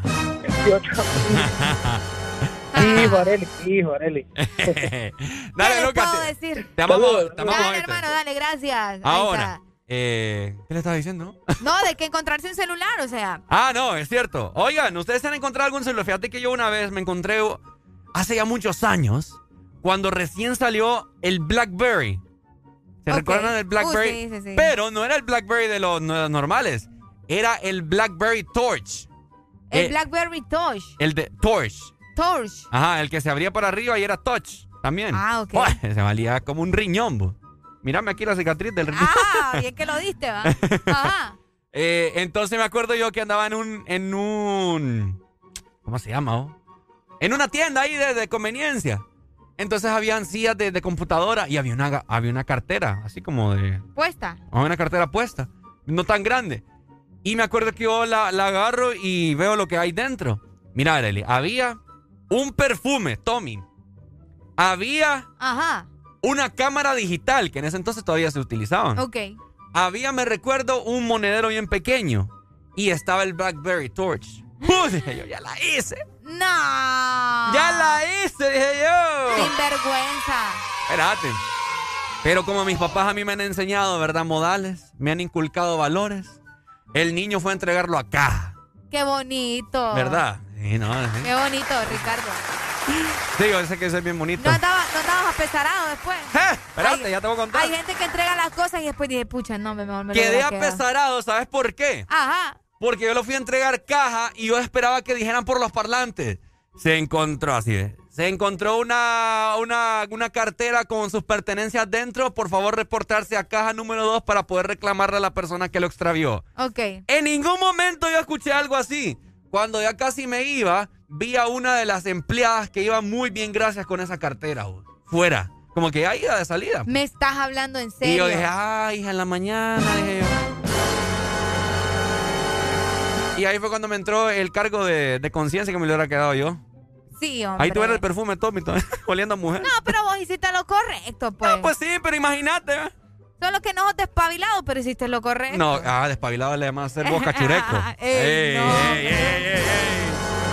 Hijo, Areli, hijo, Areli. Dale, ¿Qué Lucas. puedo Te, decir? te amamos, Saludos. te amamos. Dale, ¿oíste? hermano, dale, gracias. Ahí Ahora, está. Eh, ¿Qué le estaba diciendo? No, de que encontrarse un celular, o sea. Ah, no, es cierto. Oigan, ¿ustedes han encontrado algún celular? Fíjate que yo una vez me encontré hace ya muchos años, cuando recién salió el BlackBerry. ¿Se Okay. recuerdan del BlackBerry? Uh, sí, sí, sí. Pero no era el BlackBerry de los, no, de los normales. Era el BlackBerry Torch. El Eh, BlackBerry Touch. El de Torch. Torch. Ajá, el que se abría por arriba y era Touch también. Ah, ok. Uy, se valía como un riñón, bo. Mírame aquí la cicatriz del riñón. Ah, bien que lo diste, ¿va? Ajá. Eh, entonces me acuerdo yo que andaba en un, en un, ¿cómo se llama? Oh? En una tienda ahí de, de conveniencia. Entonces habían sillas de, de computadora y había una, había una cartera, así como de... Puesta. Una cartera puesta, no tan grande. Y me acuerdo que yo la, la agarro y veo lo que hay dentro. Mira, Arely, había un perfume, Tommy. Había Ajá. una cámara digital, que en ese entonces todavía se utilizaban. Ok. Había, me recuerdo, un monedero bien pequeño. Y estaba el BlackBerry Torch. Uh, dije yo, ya la hice. No. Ya la hice, dije yo. Sin vergüenza. Espérate. Pero como mis papás a mí me han enseñado, ¿verdad? Modales. Me han inculcado valores. El niño fue a entregarlo a caja. Qué bonito. ¿Verdad? Sí, no, sí. Qué bonito, Ricardo. Sí, yo sé que eso es bien bonito. No andabas no andabas apesarado después. ¡Eh! Espérate, Hay- ya te voy a contar. Hay gente que entrega las cosas y después dije, pucha, no, mejor me lo Quedé voy a quedar. apesarado, ¿sabes por qué? Ajá. Porque yo lo fui a entregar caja y yo esperaba que dijeran por los parlantes. Se encontró así, ¿ves? Se encontró una, una, una cartera con sus pertenencias dentro. Por favor, reportarse a caja número dos para poder reclamarle a la persona que lo extravió. Ok. En ningún momento yo escuché algo así. Cuando ya casi me iba, vi a una de las empleadas que iba muy bien, gracias, con esa cartera, güey, fuera. Como que ya iba de salida. Me estás hablando en serio. Y yo dije, ay, hija, en la mañana, dije yo. Y ahí fue cuando me entró el cargo de, de conciencia que me lo hubiera quedado yo. Sí, hombre. Ahí tuviera el perfume Tommy, Tommy, oliendo a mujer. No, pero vos hiciste lo correcto, pues. No, pues sí, pero imagínate. ¿eh? Solo que no despabilado, pero hiciste lo correcto. No, ah, despabilado le llaman hacer vos cachureco. Ey, Ey, no. ey, ey, ey, ey.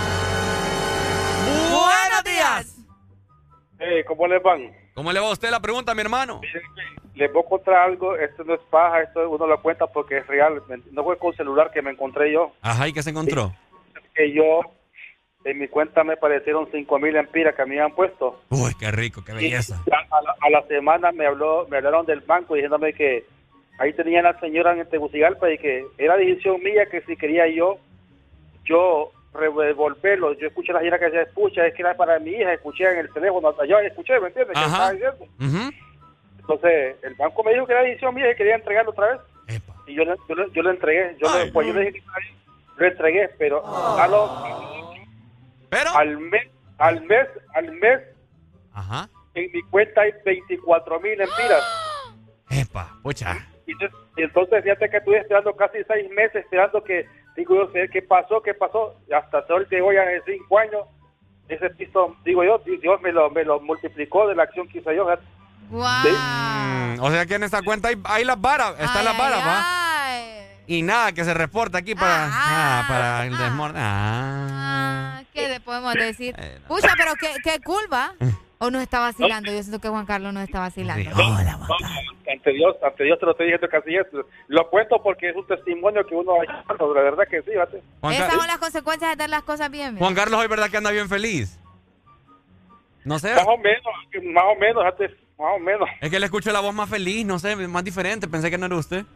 Buenos días. Hey, ¿cómo les van? ¿Cómo le va a usted la pregunta, mi hermano? Les voy a contar algo, esto no es paja, esto uno lo cuenta porque es real. No fue con celular que me encontré yo. Ajá, ¿y qué se encontró? Que yo, en mi cuenta me aparecieron cinco mil empiras que me habían puesto. Uy, qué rico, qué belleza. Y a, a la, a la semana me habló, me hablaron del banco diciéndome que ahí tenía la señora en Tegucigalpa y que era decisión mía que si quería yo, yo revolverlo. Yo escuché la señora que se escucha, es que era para mi hija, escuché en el teléfono, yo escuché, ¿me entiendes? Que estaba diciendo. Uh-huh. Entonces, el banco me dijo que era decisión mía y quería entregarlo otra vez. Epa. Y yo, le- yo, le- yo lo entregué. Yo, Ay, le, pues, no. yo le dije que lo entregué, pero, Oh. a lo- ¿Pero? al mes, al mes, al mes, Ajá. en mi cuenta hay veinticuatro mil empiras. Epa, pucha. Y entonces, y entonces, fíjate que estuve esperando casi seis meses, esperando que, digo yo, sé qué pasó, qué pasó. Y hasta hoy que voy a cinco años, ese piso, digo yo, Dios me lo, me lo multiplicó de la acción que hice yo. fíjate. Wow. Mm, o sea que en esta cuenta hay, hay las varas, están las varas, ¿va? Ay, Y nada, que se reporta aquí para, ah, para el desmorte. Ah. ¿qué le podemos decir? Eh, no. Pucha, pero qué, qué cool, ¿va? ¿O nos está vacilando? Yo siento que Juan Carlos nos está vacilando. Sí. Hola, Juan No, ante Dios, ante Dios te lo estoy diciendo casi esto. Lo cuento porque es un testimonio que uno ha hecho, la verdad que sí, fíjate. Juan, Esas Car- son las consecuencias de hacer las cosas bien. mira. Juan Carlos hoy, ¿verdad que anda bien feliz? No sé. Más o menos, más o menos, fíjate, más o menos. Es que le escucho la voz más feliz, no sé, más diferente. Pensé que no era usted.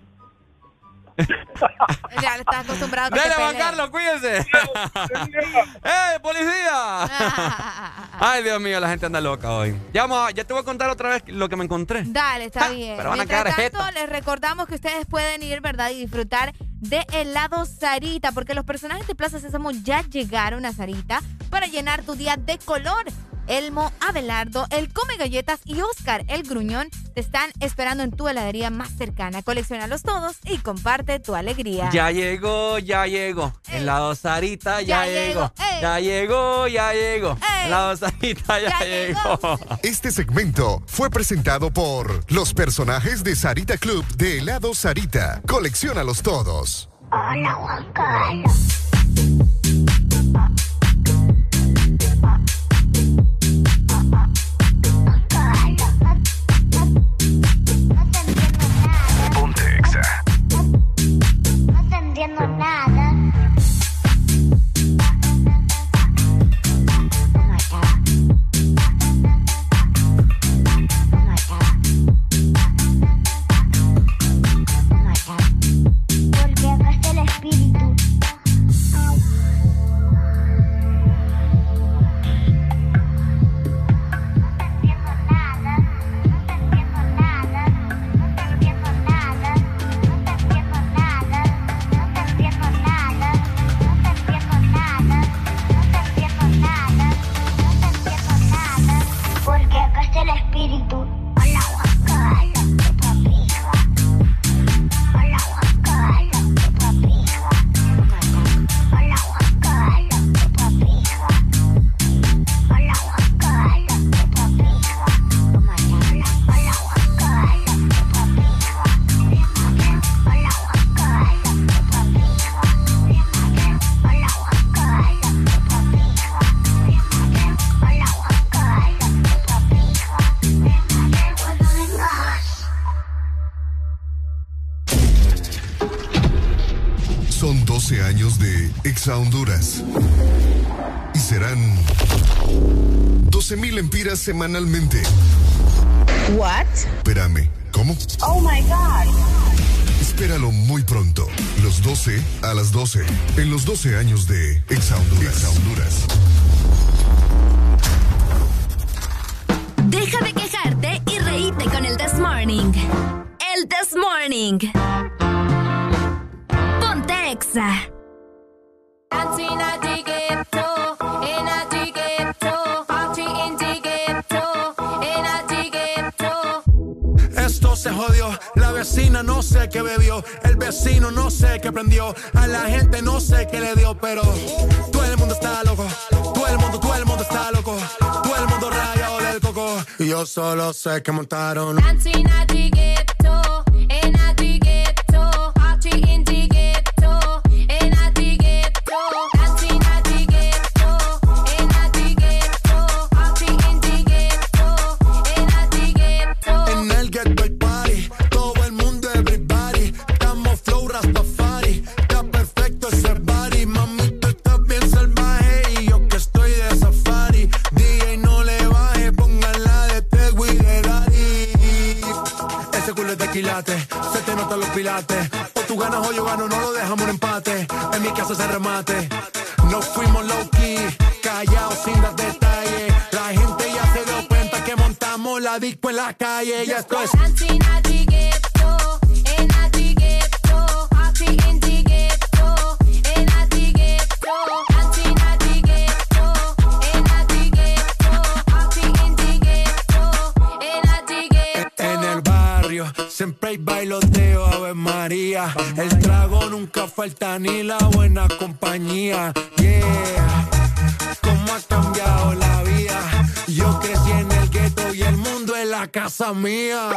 Ya le estás acostumbrado a que Dale, te Juan peleen. Carlos, cuídense. ¡Eh, policía! Ay, Dios mío, la gente anda loca hoy. Ya, vamos a- ya te voy a contar otra vez lo que me encontré. Dale, está Ah, bien. pero van a Mientras quedar tanto, jeta. les recordamos que ustedes pueden ir, ¿verdad? Y disfrutar de helado Sarita, porque los personajes de Plaza Sésamo ya llegaron a Sarita para llenar tu día de color. Elmo, Abelardo, el Come Galletas y Oscar, el Gruñón, te están esperando en tu heladería más cercana. Colecciónalos todos y comparte tu alegría. Ya llegó, ya llegó. El lado Sarita ya, Ya llegó. llegó, ey. Ya llegó, ya llegó. Ey. El lado Sarita ya, Ya llegó. Este segmento fue presentado por los personajes de Sarita Club de helado Sarita. Colecciónalos todos. Hola, Juan Carlos. Ponte Exa. Son doce años de Exa Honduras. Y serán doce mil empiras semanalmente. What? Espérame, ¿cómo? Oh my God. Espéralo muy pronto. Los doce a las doce. En los doce años de Exa Honduras. Exa Honduras. Deja de quejarte y reíte con el This Morning. El This Morning. Ponte Exa. Esto se jodió, la vecina no sé qué bebió, el vecino no sé qué prendió, a la gente no sé qué le dio, pero todo el mundo está loco, todo el mundo, todo el mundo está loco, todo el mundo rayado del coco, y yo solo sé que montaron. Se te notan los pilates. O tú ganas o yo gano, no lo dejamos en empate. En mi casa se remate. No fuimos low key, callados sin dar detalles. La gente ya se dio cuenta que montamos la disco en la calle. Ya esto es. Siempre hay bailoteo, Ave María. El trago nunca falta ni la buena compañía. Yeah, cómo ha cambiado la vida. Yo crecí en el gueto y el mundo es la casa mía.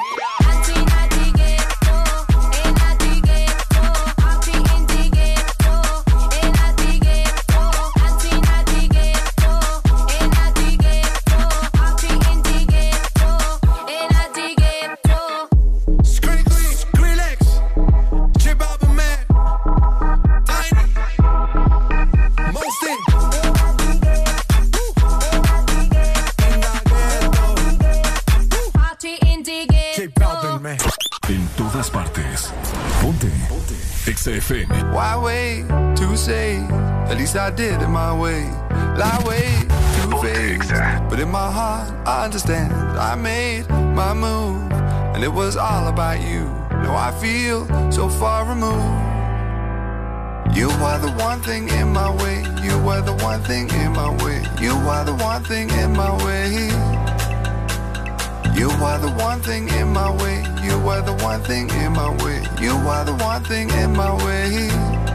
En todas partes. Ponte. Exa F M. Why wait to say? At least I did it my way. Lie way too fake. But in my heart, I understand. I made my move, and it was all about you. Now I feel so far removed. You are the one thing in my way. You were the one thing in my way. You are the one thing in my way. You are the one thing in my way. You are the one thing in my way. You are the one thing in my way.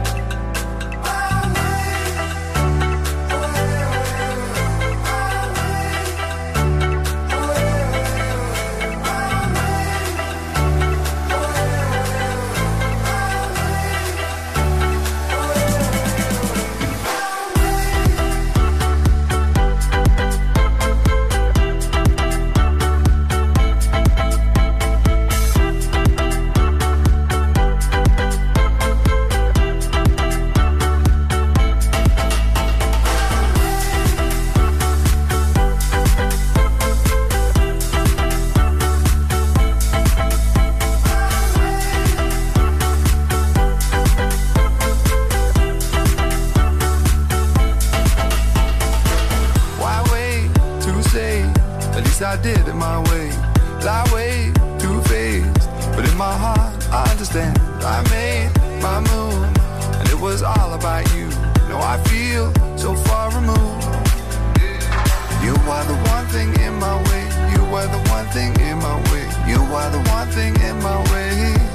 I did it my way, lie way too faced. But in my heart, I understand. I made my move, and it was all about you. Now I feel so far removed. You are the one thing in my way. You are the one thing in my way. You are the one thing in my way.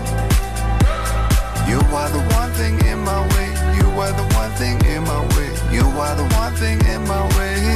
You are the one thing in my way. You are the one thing in my way. You are the one thing in my way.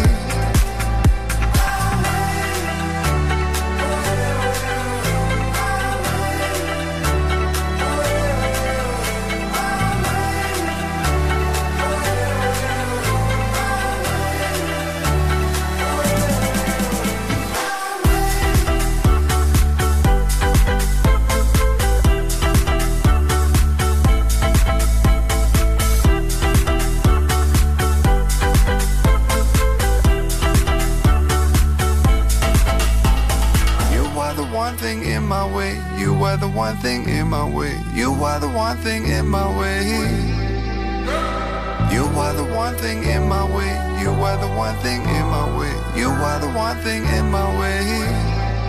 the one thing in my way. You are the one thing in my way. You are the one thing in my way. You are the one thing in my way. You are the one thing in my way.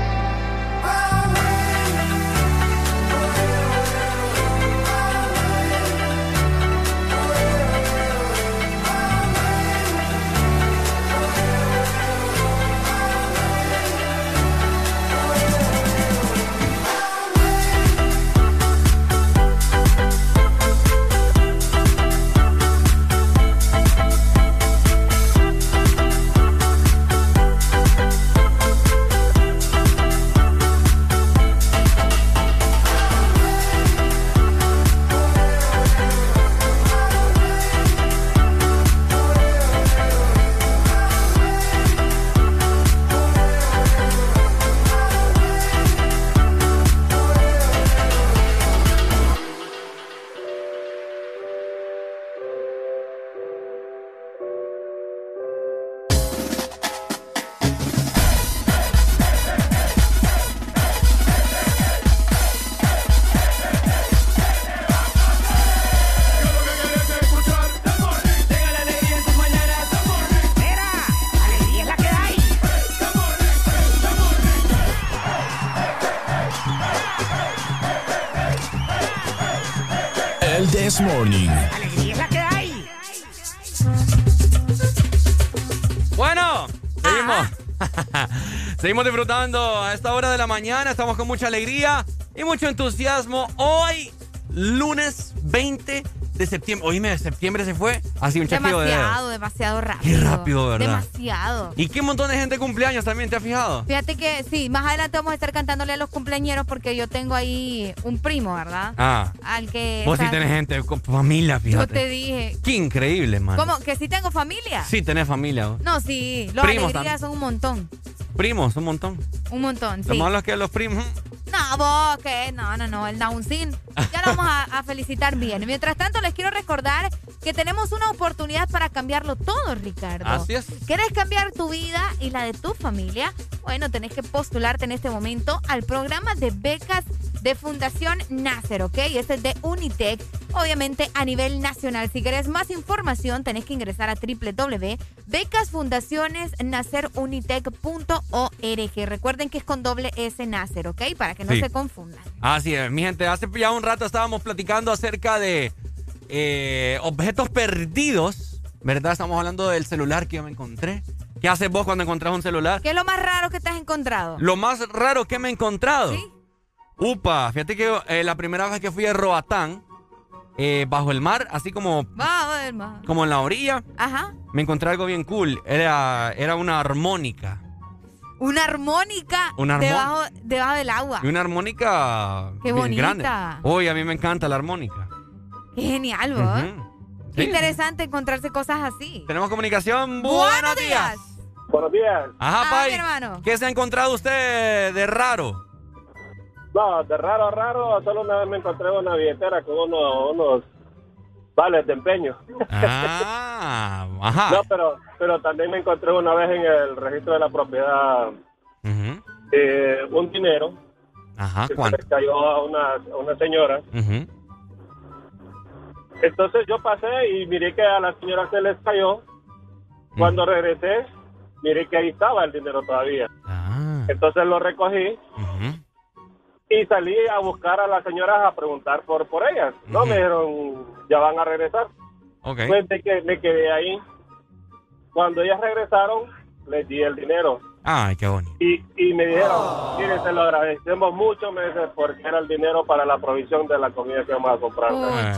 This Morning. Alegría es la que hay. Bueno, seguimos. Seguimos disfrutando a esta hora de la mañana. Estamos con mucha alegría y mucho entusiasmo. Hoy, lunes veinte de septiembre. Oíme, de septiembre se fue. Así un chasquido de dedo. Demasiado, demasiado rápido. Qué rápido, ¿verdad? Demasiado. Y qué montón de gente cumpleaños también, ¿te has fijado? Fíjate que sí, más adelante vamos a estar cantándole a los cumpleañeros porque yo tengo ahí un primo, ¿verdad? Ah. Al que... Vos sí está... tenés gente con familia, fíjate. Yo te dije. Qué increíble, man. ¿Cómo? ¿Que sí tengo familia? Sí, tenés familia. ¿Vos? No, sí. Los Primos alegrías son un montón. Primos, un montón. Un montón, sí. Lo malo es que los primos... No, vos, ¿qué? No, no, no, el Downsin. Ya lo vamos a, a felicitar bien. Mientras tanto, les quiero recordar que tenemos una oportunidad para cambiarlo todo, Ricardo. Así es. ¿Quieres cambiar tu vida y la de tu familia? Bueno, tenés que postularte en este momento al programa de becas de Fundación Nacer, ¿ok? Este es de Unitec, obviamente a nivel nacional. Si querés más información, tenés que ingresar a doble u doble u doble u punto becas fundaciones nacer unitec punto org. Recuerden que es con doble S Nacer, ¿ok? Para que no Sí. se confundan. Así es, mi gente. Hace ya un rato estábamos platicando acerca de eh, objetos perdidos, ¿verdad? Estamos hablando del celular que yo me encontré. ¿Qué haces vos cuando encontrás un celular? ¿Qué es lo más raro que te has encontrado? Lo más raro que me he encontrado. ¿Sí? Upa, fíjate que eh, la primera vez que fui a Roatán, eh, bajo el mar, así como, Va, a ver, más. como en la orilla, Ajá. me encontré algo bien cool. Era, era una armónica. Una armónica Una armó- debajo, debajo del agua. Y una armónica Qué bien bonita. grande. Uy, a mí me encanta la armónica. Qué genial, ¿vos? Ujú. Qué Sí. interesante encontrarse cosas así. Tenemos comunicación. Buenos, Buenos días. Buenos días. Ajá, Ah, Pai. mi hermano. ¿Qué se ha encontrado usted de raro? No, de raro a raro, solo una vez me encontré una billetera con unos, unos vales de empeño. Ah, ajá. No, pero, pero también me encontré una vez en el registro de la propiedad Ujú. eh, un dinero Ajá, que se ¿cuánto? le cayó a una, a una señora. Ujú. Entonces yo pasé y miré que a la señora se les cayó. Cuando regresé, miré que ahí estaba el dinero todavía. Ah. Entonces lo recogí Ujú. y salí a buscar a las señoras a preguntar por, por ellas. No, me dijeron, ya van a regresar. Ok. Pues me quedé, me quedé ahí. Cuando ellas regresaron, les di el dinero. Ay, qué bonito. Y, y me dijeron, mire, se lo agradecemos mucho, me dice, porque era el dinero para la provisión de la comida que vamos a comprar.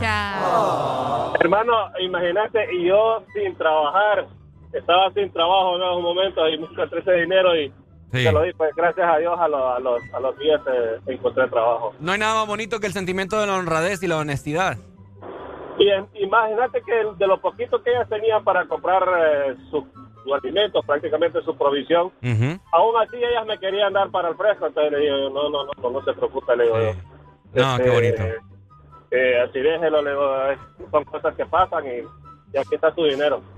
Pucha. Hermano, imagínate, y yo sin trabajar, estaba sin trabajo en esos momentos y me encontré ese dinero y Sí. se lo di, pues gracias a Dios a los, a los, a los días eh, encontré trabajo. No hay nada más bonito que el sentimiento de la honradez y la honestidad. Y eh, imagínate que de lo poquito que ellas tenían para comprar eh, sus su alimentos, prácticamente su provisión, Ujú. aún así ellas me querían dar para el fresco, entonces le digo, yo, no, no, no, no se preocupe, le digo yo. No, qué bonito. Eh, así déjelo, le digo, eh, son cosas que pasan y, y aquí está su dinero.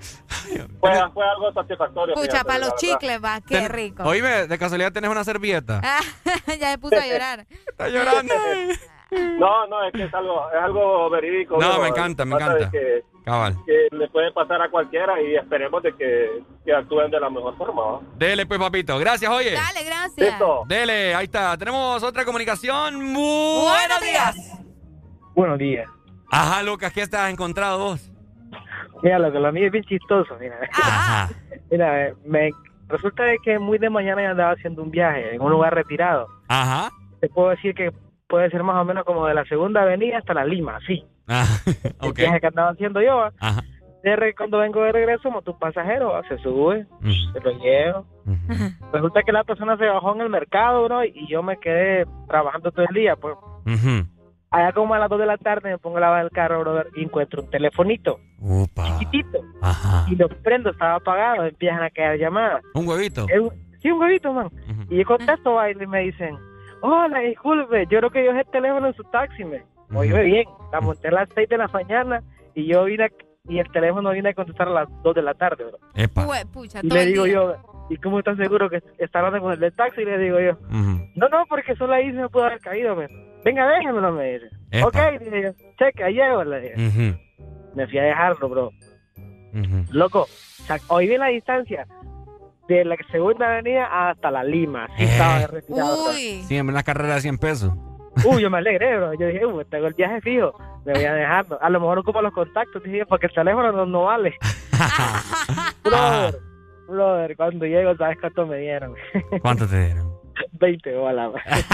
fue, fue algo satisfactorio. Pucha, fíjate, para los la chicles, va, qué Ten- rico. Oíme, de casualidad tenés una servilleta. Ya me puso a llorar. Está llorando. No, no, es que es algo, es algo verídico. No, viejo. me encanta, me Pasa de encanta. Que, Cabal. que le puede pasar a cualquiera y esperemos de que, que actúen de la mejor forma, ¿no? Dele pues, papito. Gracias, oye. Dale, gracias. Listo. Dele, ahí está. Tenemos otra comunicación. Buenos días. Buenos días. Ajá, Lucas, ¿qué estás encontrado vos? Mira, lo que lo mío es bien chistoso, mira. Ajá. Mira, eh, me resulta de que muy de mañana ya andaba haciendo un viaje en un lugar retirado. Ajá. Te puedo decir que puede ser más o menos como de la Segunda Avenida hasta la Lima, sí. Ajá. El Ok. viaje que andaba haciendo yo. Ajá. De re- cuando vengo de regreso, como tu pasajero, se sube, se lo llevo. Resulta que la persona se bajó en el mercado, bro, y yo me quedé trabajando todo el día, pues. Ujú. Allá como a las dos de la tarde me pongo a lavar el carro, brother, y encuentro un telefonito Upa. chiquitito. Ajá. Y lo prendo, estaba apagado, empiezan a caer llamadas. Un huevito. Es un- sí, un huevito, man. Y yo contesto, va, y me dicen, hola, disculpe, yo creo que yo dejé el teléfono en su taxi, me. Oye, bien, la monté a las seis de la mañana y yo vine, a- y el teléfono vine a contestar a las dos de la tarde, bro. Epa. Pue- Pucha, Y todo le el digo día. yo, ¿y cómo estás seguro que está hablando con el del taxi? Y le digo yo, Ujú. no, no, porque solo ahí se me pudo haber caído, me. Venga, déjemelo, me dice. Epa. Ok, dije yo, cheque, ahí llego, le dije. Ujú. Me fui a dejarlo, bro. Ujú. Loco, o sea, hoy vi la distancia de la Segunda Avenida hasta la Lima. Sí, Eh. estaba retirado. bro. Uy. Siempre en la carrera de cien pesos. Uy, yo me alegré, bro. Yo dije, uy, tengo el viaje fijo. Me voy a dejarlo. A lo mejor ocupo los contactos, dije, porque el teléfono no, no vale. brother, brother, cuando llego, ¿sabes cuánto me dieron? ¿Cuánto te dieron? veinte bolas.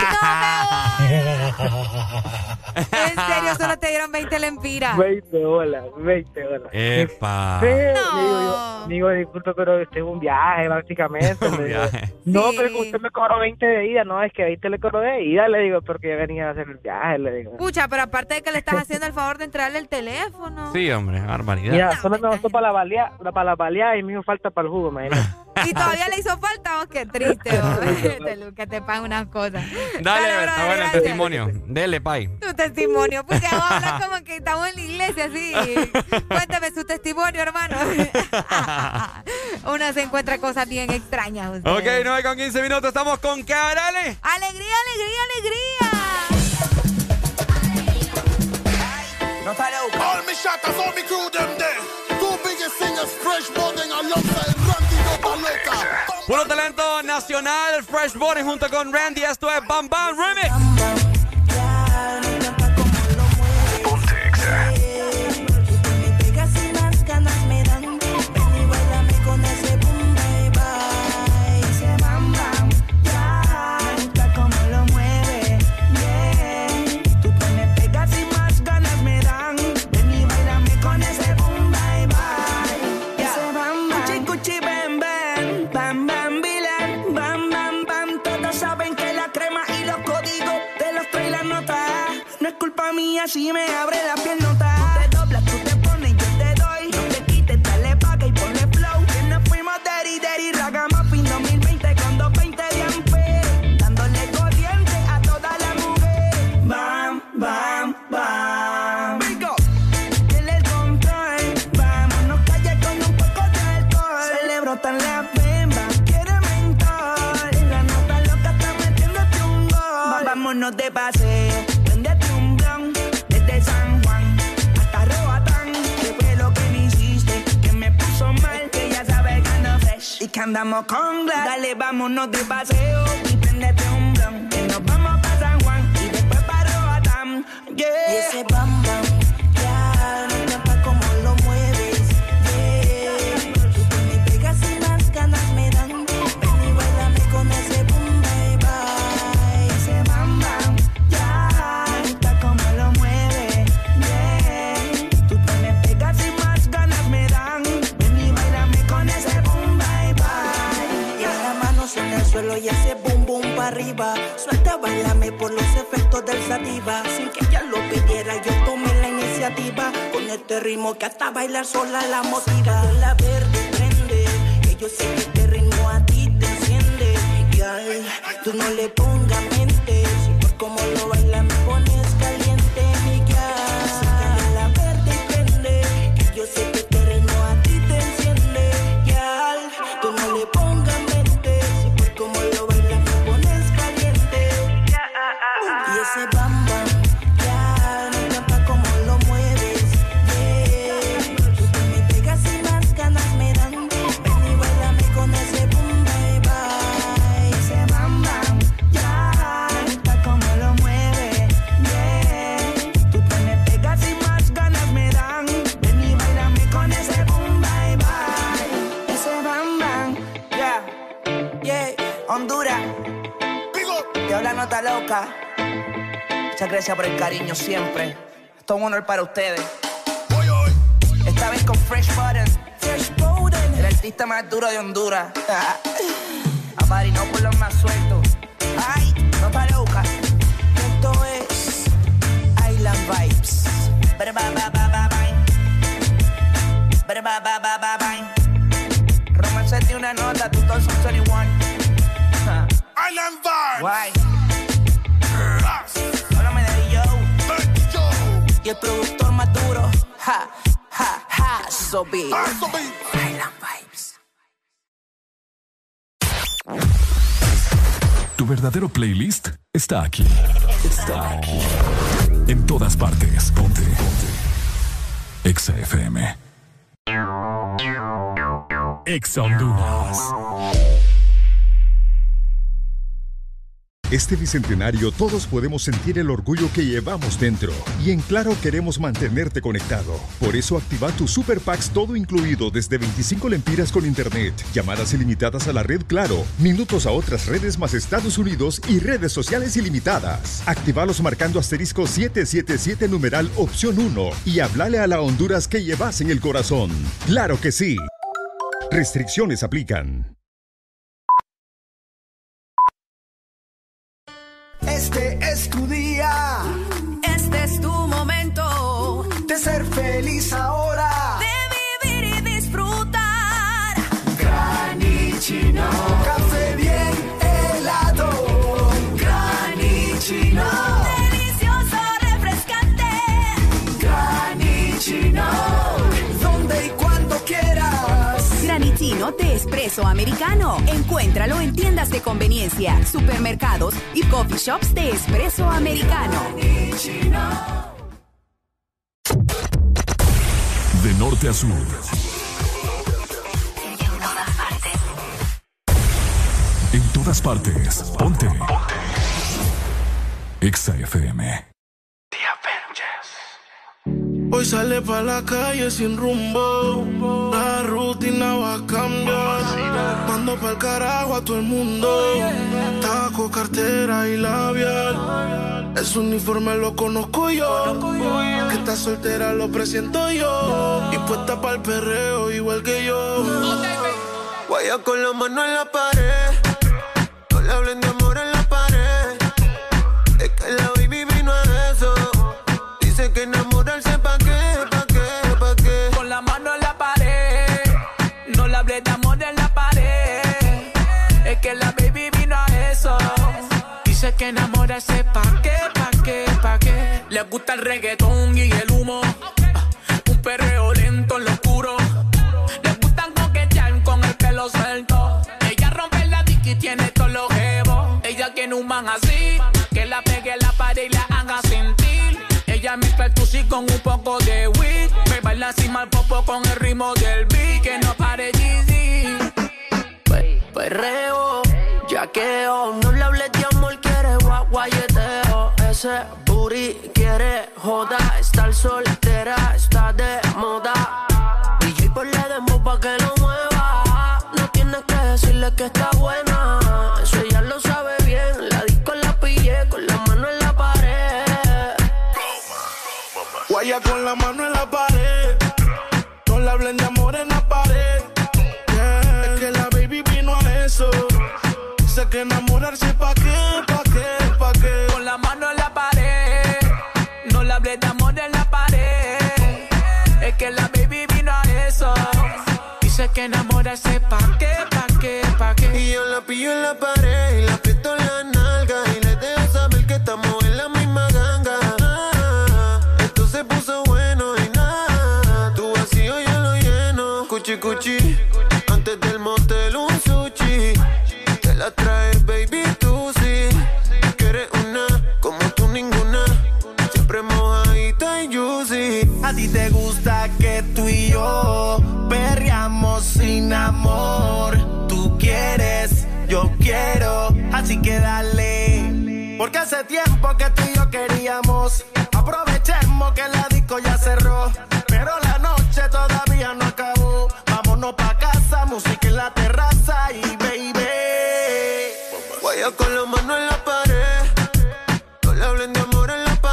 En serio, solo te dieron veinte lempiras. veinte bolas, veinte bolas. Epa. Sí, le digo yo, digo, disculpe, pero este es un viaje, prácticamente. Un le digo. viaje. No, Sí. pero que usted me cobró veinte de ida, no, es que veinte le cobró de ida, le digo, porque yo venía a hacer el viaje, le digo. Pucha, pero aparte de que le estás haciendo el favor de entrarle el teléfono. Sí, hombre, barbaridad. Mira, solo me gustó para la baleada, para la baleada y me hizo falta para el jugo, imagínate. Y todavía le hizo falta, oh, qué triste, oh. Este Luca te paga unas cosas. Dale, Dale, está brother, bueno el gracias. testimonio. Dele, pay. Tu testimonio, porque vos hablas como que estamos en la iglesia, así. Cuéntame su testimonio, hermano. Uno se encuentra cosas bien extrañas. Usted. Ok, nueve con quince minutos. Estamos con Carale. Alegría, alegría, alegría. All me shatters, all me crew them there. Two biggest singers, Fresh Borden alongside Randy Nota Loca. Puro talento nacional, Fresh Body junto con Randy. Esto es Bam Bam Remix. Ponte Exa. Me pegas y las ganas me dan. Ven y bailame con ese boom, bye, bye. Ese bam, bam, ya. Me gusta cómo lo mueve, bien. Tú te me pegas y más ganas me dan. Ven y bailame con ese boom, bye, bye. Ese bam, bam. Cuchi, cuchi, ven, ven. Bam, bam, bilan. Bam, bam, bam. Todos saben que la crema y los códigos te los trae la nota. No es culpa mía si me abre la piernota. Tú te doblas, tú te pones, yo te doy. No te quites, dale paga y ponle flow. Que nos fuimos daddy, daddy, ragamuffin dos mil veinte con doscientos veinte de amper. Dándole corriente a toda la mujer. Bam, bam, bam. Bingo. Tiene el control. Vámonos calle con un poco de alcohol. Se le brotan las bembas, quiere mentor. La nota loca está metiéndote un gol. Vámonos de paseo. Prendete un blon desde San Juan hasta Roatán. ¿Qué fue lo que me hiciste? Que me puso mal, que ya sabes que ando fresh y que andamos con glass. Dale, vámonos de paseo y prendete un blon. Que nos vamos pa' San Juan y después pa' Roatán. Yeah. Y ese bam bam, ya, me encanta cómo lo mueves. Yeah. Tú me pegas y las ganas me dan. Ven y bailame con ese boom, bye, bye. Ese bam bam, ya, me gusta cómo lo mueve. Yeah. Tú te me pegas y más ganas me dan. Ven y bailame con ese boom, bye, bye. Y las manos en el suelo y ese boom boom para arriba. Suelta, bailame por los efectos del sativa. Sin que ella lo pidiera, yo tomé la iniciativa. Con este ritmo que hasta bailar sola la motiva. La verde prende, que yo sé que este ritmo a ti te enciende. Girl, tú no le pongas mente. Si por cómo lo baila me pones caliente, mi girl. La verde prende, que yo sé que este ritmo a ti te enciende. Muchas gracias por el cariño siempre. Esto es un honor para ustedes. Esta vez con Fresh Buttons. Fresh Bowden, el artista más duro de Honduras. Apadrinado por los más sueltos. Ay, no para loca. Esto es Island Vibes. Ba ba ba ba ba ba. Ba ba ba ba ba ba. Romance de una nota, tú todos son veintiuno. Island Vibes. Guay. Háblame de yo. Y el productor más duro. Ja, ja, ja. So big. Island Vibes. Tu verdadero playlist está aquí. Está aquí. En todas partes. Ponte. Ponte. Exa F M. Exa Honduras. Este bicentenario todos podemos sentir el orgullo que llevamos dentro. Y en Claro queremos mantenerte conectado. Por eso activa tu Super Packs todo incluido desde veinticinco lempiras con internet, llamadas ilimitadas a la red Claro, minutos a otras redes más Estados Unidos y redes sociales ilimitadas. Actívalos marcando asterisco siete siete siete numeral opción uno y hablale a la Honduras que llevas en el corazón. ¡Claro que sí! Restricciones aplican. Este es tu día, Este es tu momento de ser feliz ahora, de vivir y disfrutar. Granichino, café bien helado, Granichino, Delicioso, refrescante. Granichino, donde y cuando quieras. Granichino de espresso americano. Encuéntralo en tiendas de conveniencia, supermercados y coffee shops de espresso americano. De norte a sur. En todas partes. Ponte. Ponte. Exa F M. Hoy sale pa' la calle sin rumbo, la rutina va a cambiar. Mando pa'l carajo a todo el mundo, taco, cartera y labial. Ese uniforme lo conozco yo, que está soltera lo presiento yo, y puesta pa'l perreo igual que yo. Guaya con la mano en la pared, no le hablen de amor en la pared. Es que la baby vino a eso, dice que enamorarse pa' qué, pa' qué, pa' qué. Con la mano en la pared, no le hablé de amor en la pared. Es que la baby vino a eso, dice que enamorarse pa' qué, pa' qué, pa' qué. Le gusta el reggaetón y el humo, un perreo lento en lo oscuro. Le gustan coquetear con el pelo suelto. Ella rompe la dick y tiene todos los jevos. Ella tiene un man así, que la pegue en la pared y la haga sentir. Ella mezcla el tusi con un poco de weed. Me baila encima el popo con el ritmo del beat. Que no pare Yeezy. Perreo, yaqueo, no le hables de amor, quiere guaguayeteo. Ese booty quiere joda, estar soltera está de moda. D J por la demo pa' que lo mueva. No tienes que decirle que está buena, eso ella lo sabe bien. La disco la pillé con la mano en la pared. Guaya con la mano en la pared, no le hablen de amor en la pared. Yeah. Es que la baby vino a eso, sé que enamorarse pa' qué, pa' qué, pa' qué. Con la mano en la pared, no le hablé de amor en la pared. Es que la baby vino a eso, dice que enamorarse pa' qué, pa' qué, pa' qué. Y yo la pillo en la pared y la aprieto en la nalga y le dejo saber que estamos en la misma ganga. Esto se puso bueno y nada, tu vacío yo lo lleno. Cuchi cuchi, antes del motel un sushi. Te la traes baby tú sí, que eres una como tú ninguna, siempre mojadita y juicy. A ti te gusta que tú y yo perreamos sin amor. Tú quieres, yo quiero, así que dale. Porque hace tiempo que tú y yo queríamos. Aprovechemos que la disco ya cerró, pero la noche todavía no acabó. Vámonos pa' casa, música en la terraza y baby. Guaya con la mano en la pared, no le hablen de amor en la pared.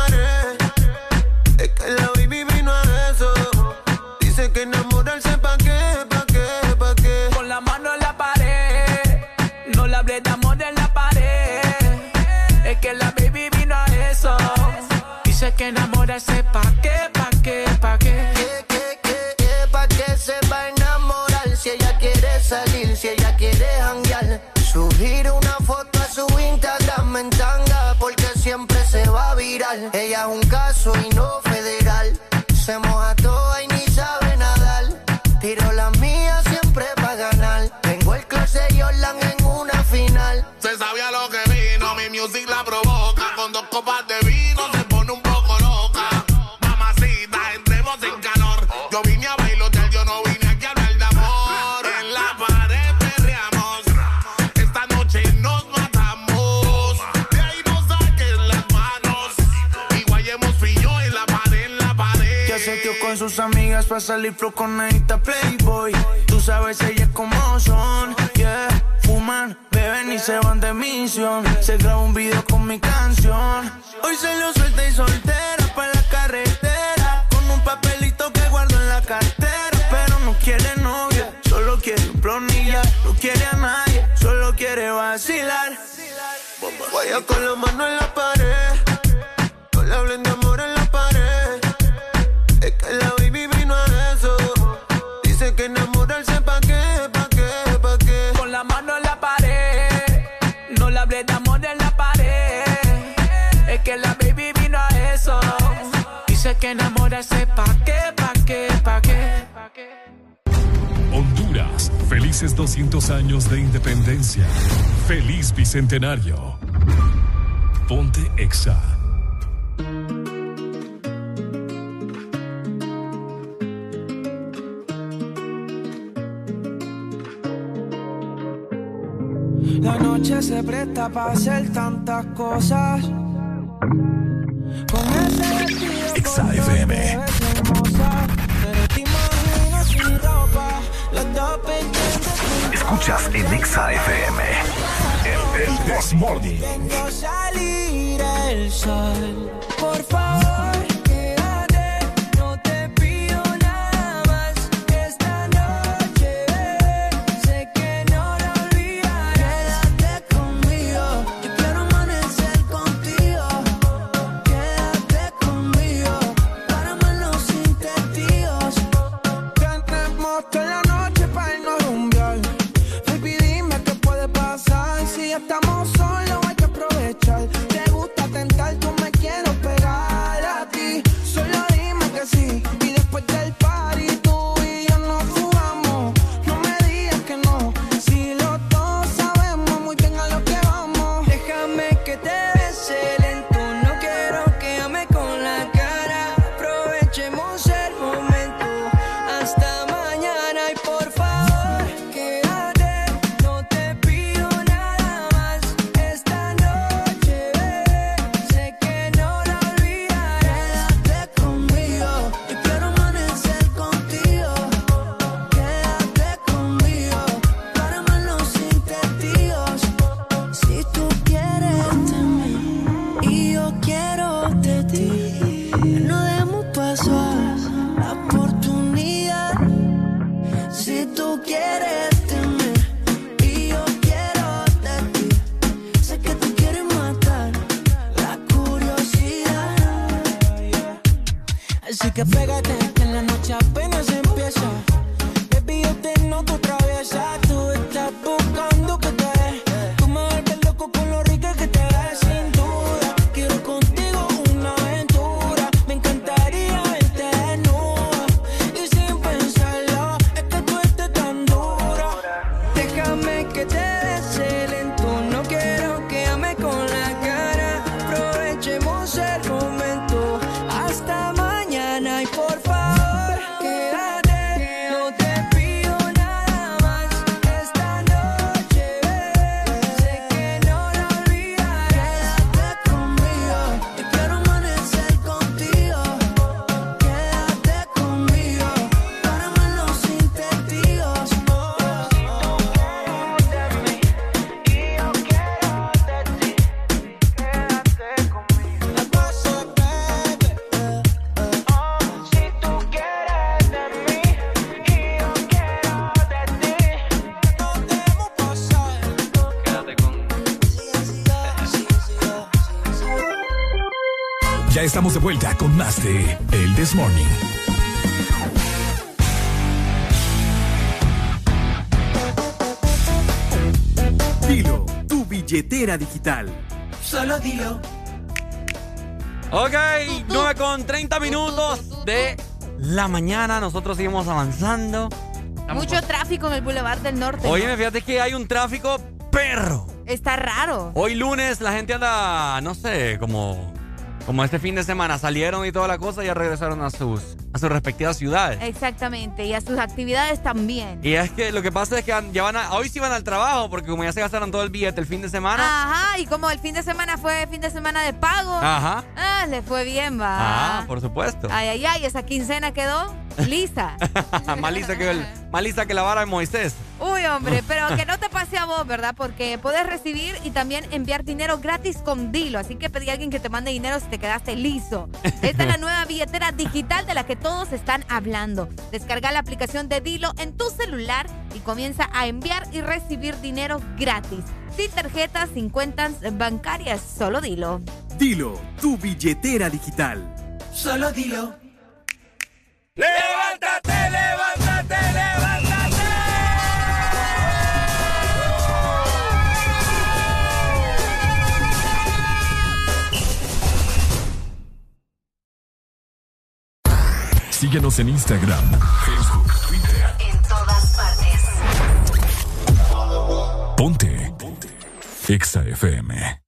enamorarse, ¿pa' qué, pa' qué, pa' qué? ¿Qué, qué, qué, qué? ¿Pa' qué se va a enamorar? Si ella quiere salir, si ella quiere janguear. Subir una foto a su Instagram en tanga, porque siempre se va a virar. Ella es un caso y no federal. Se moja toda y ni sabe nadar. Tiro la mía siempre pa' ganar. Tengo el closet Jordan en una final. Se sabía lo que vino, mi music la provoca. Con dos copas de vino se pone un poco loca. Mamacita, entremos en calor. Yo vine a bailotear, yo no vine aquí a hablar de amor. En la pared perreamos, esta noche nos matamos. De ahí nos saquen las manos y guayemos frío en la pared, en la pared. Ya se dio con sus amigas pa' salir flow con esta Playboy. Tú sabes ellas como son, yeah. Fuman, beben y se van de misión. Se graba un video con mi canción. Hoy se lo suelta y soltera pa' la carretera. Con un papelito que guardo en la cartera. Pero no quiere novia, solo quiere un plonilla. No quiere a nadie, solo quiere vacilar. Vaya con la mano en la pared. No le hablen de amor en la pared. Es que la baby vino a eso. Dice que enamorarse pa' qué, pa' qué, pa' qué. Con la mano en la pared. No le hablé de amor en la pared. Es que la baby vino a eso. Dice que enamorarse pa' qué, pa' qué, pa' qué. Honduras, felices doscientos años de independencia. Feliz bicentenario. Ponte Exa. La noche se presta para hacer tantas cosas. Con ese vestido Exa F M. Pero te imagino sin ropa, los dos pendientes. Escuchas en Exa F M. El, el This Morning. Tengo salir el sol. Por favor, quédate, no te pido nada más. Esta noche, sé que no lo olvidaré. Quédate conmigo, yo quiero amanecer contigo. Quédate conmigo, para amarnos sin testigos. Cantemos toda la noche para irnos a rumbear. Baby, dime qué puede pasar. Si ya estamos solos hay que aprovechar. Te gusta tentar, tú me quiero pegar a ti. Solo dime que sí. Y después del party tú y yo nos fugamos. No me digas que no. Si los dos sabemos muy bien a lo que vamos. Déjame que te bese lento. No quiero que ame con la cara. Aprovechemos el momento hasta mañana. Y por favor, quédate, no te pido nada más. Esta noche, sé que no la olvidaré. Quédate conmigo, yo quiero amanecer contigo. Quédate conmigo, para amarnos sin testigos. Si tú quieres de mí y yo quiero de ti, no dejemos pasar la oportunidad. Si tú quieres de mí y yo quiero de ti, sé que tú quieres matar la curiosidad. Así que pégate, que en la noche apenas empieza. Baby, yo te noto traviesa. Tú estás buscando que te dé. Tú me vuelves loco con lo rica que te ves. Sin duda, quiero contigo una aventura. Me encantaría verte desnuda. Y sin pensarlo, es que tú estés tan dura. Déjame que te bese lento. No quiero que ame con la cara. Aprovechemos el momento hasta mañana. Y por favor, quédate, no te pido nada más. Esta noche estamos de vuelta con más de El This Morning. Dilo, tu billetera digital. Solo dilo. Ok, nueve con treinta minutos de la mañana. Nosotros seguimos avanzando. Estamos Mucho con... tráfico en el Boulevard del Norte. Oye, ¿no? fíjate que hay un tráfico perro. Está raro. Hoy lunes la gente anda, no sé, como, como este fin de semana salieron y toda la cosa y ya regresaron a sus, a sus respectivas ciudades. Exactamente, y a sus actividades también. Y es que lo que pasa es que ya van a, hoy sí van al trabajo porque como ya se gastaron todo el billete el fin de semana. Ajá, y como el fin de semana fue fin de semana de pago. Ajá. Ah, le fue bien, va. Ah, por supuesto. Ay, ay, ay, esa quincena quedó lisa. más, lisa que el, más lisa que la vara de Moisés. Uy, hombre, pero que no te pase a vos, ¿verdad? Porque puedes recibir y también enviar dinero gratis con Dilo. Así que pedí a alguien que te mande dinero si te quedaste liso. Esta es la nueva billetera digital de la que todos están hablando. Descarga la aplicación de Dilo en tu celular y comienza a enviar y recibir dinero gratis. Sin tarjetas, sin cuentas bancarias, solo Dilo. Dilo, tu billetera digital. Solo dilo. ¡Levántate, levántate, levántate! Síguenos en Instagram, Facebook, Twitter. En todas partes. Ponte. Ponte. Exa F M.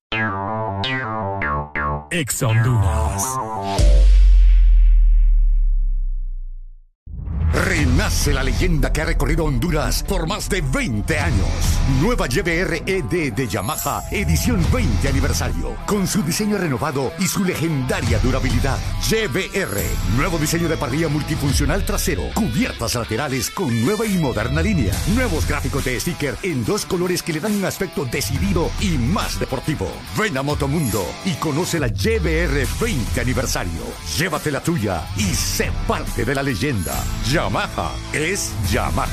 Exa Honduras. Renace la leyenda que ha recorrido Honduras por más de veinte años. Nueva Y B R E D de Yamaha, edición veinte aniversario. Con su diseño renovado y su legendaria durabilidad. Y B R, nuevo diseño de parrilla multifuncional trasero. Cubiertas laterales con nueva y moderna línea. Nuevos gráficos de sticker en dos colores que le dan un aspecto decidido y más deportivo. Ven a Motomundo y conoce la Y B R veinte aniversario. Llévate la tuya y sé parte de la leyenda. Yamaha es Yamaha.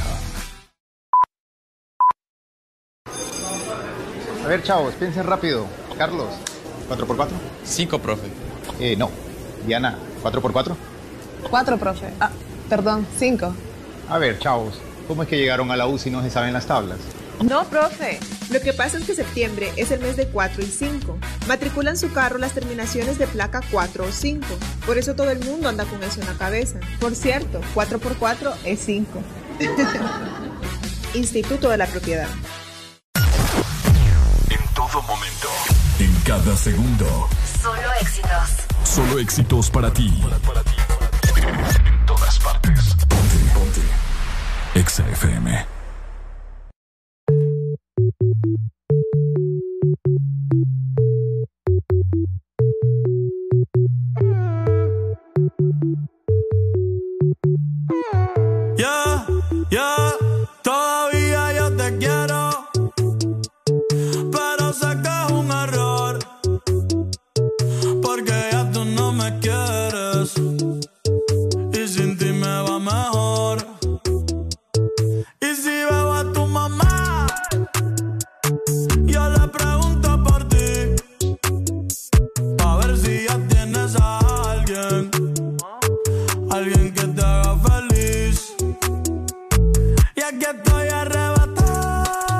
A ver, chavos, piensen rápido. Carlos, ¿cuatro por cuatro? Cinco, profe. Eh, no. Diana, ¿cuatro por cuatro? Cuatro, profe. Ah, perdón, cinco. A ver, chavos, ¿cómo es que llegaron a la U si no se saben las tablas? No, profe. Lo que pasa es que septiembre es el mes de cuatro y cinco. Matriculan su carro las terminaciones de placa cuatro o cinco. Por eso todo el mundo anda con eso en la cabeza. Por cierto, cuatro por cuatro es cinco. Instituto de la Propiedad. En todo momento. En cada segundo. Solo éxitos. Solo éxitos para ti. Para ti. En todas partes. Ponte, ponte. Exa F M. Yeah, yeah, todavía yo te quiero, pero sé que es un error, porque ya tú no me quieres, y sin ti me va mejor. Y si veo a tu mamá, yo le pregunto por ti, a ver si ya tienes a alguien, alguien que te haga feliz. Y aquí estoy arrebatado,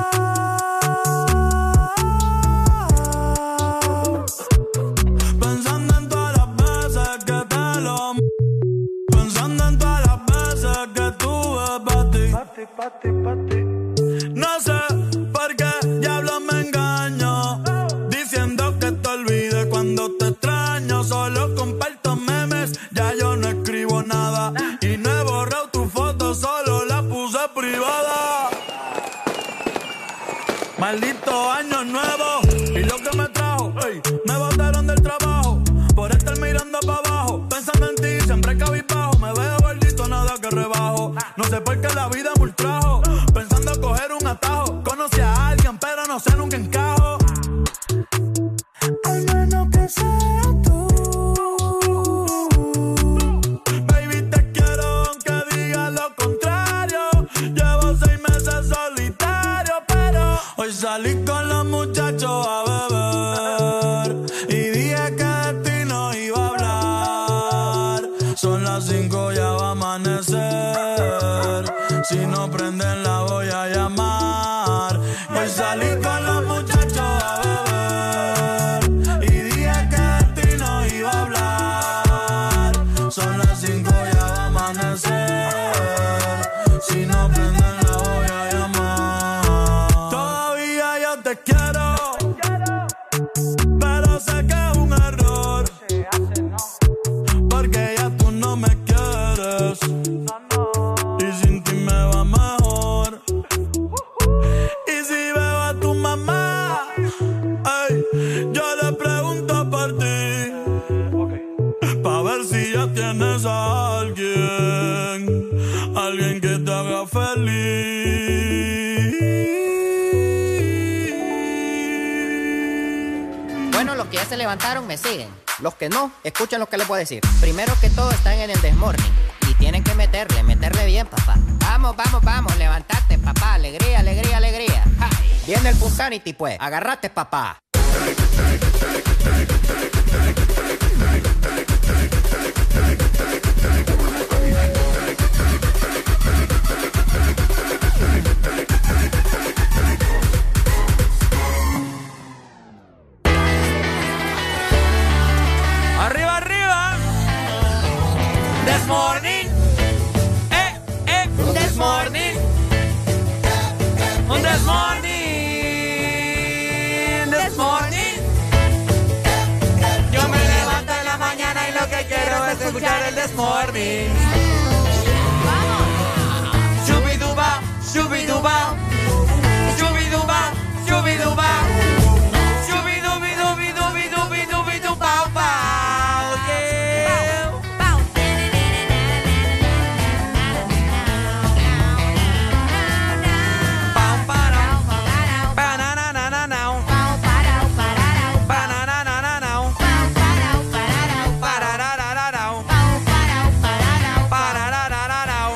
pensando en todas las veces que te lo, pensando en todas las veces que tuve para ti, pa' ti, pa' ti, pa' ti. No sé por qué diablos me engaño, diciendo que te olvide cuando te extraño. Solo comparto memes, ya yo no escribo nada, y no he borrado tu foto, solo la puse privada. Maldito año nuevo, y lo que me trajo, ey, me botaron del trabajo, por estar mirando para abajo, pensando en ti, siempre cabizbajo, me veo gordito, nada que rebajo, no sé por qué la vida me ultrajo, pensando coger un atajo, con las cinco ya va a amanecer. Si no prenden la voy a llamar. Hoy salí con los muchachos a beber y dije que de ti no iba a hablar. Son las cinco ya va a amanecer. Si no prenden la voy a llamar. Todavía yo te quiero, pero sé que es un error, porque ya tú no me quieres y sin ti me va mejor. Y si veo a tu mamá, ey, yo le pregunto por ti, pa' ver si ya tienes a alguien, alguien que te haga feliz. Bueno, los que ya se levantaron me siguen. Los que no, escuchen lo que les voy a decir. Primero que todo están en el Desmorning y tienen que meterle, meterle bien, papá. Vamos, vamos, vamos, levantate, papá. Alegría, alegría, alegría. ¡Ja! Viene el Punsanity, pues. Agarrate, papá. Arriba, arriba. This morning. Eh, eh. This morning. On this morning. This morning. Yo me levanto en la mañana y lo que quiero es escuchar el This Morning. Shubiduba, shubiduba. Shubiduba, shubiduba. Bow, bow, yeah. Bow, bow. Bow, parao. Bananananao. Bow, parao, parao. Bananananao. Bow, parao, parao. Pararararao. Bow, parao, parao. Pararararao.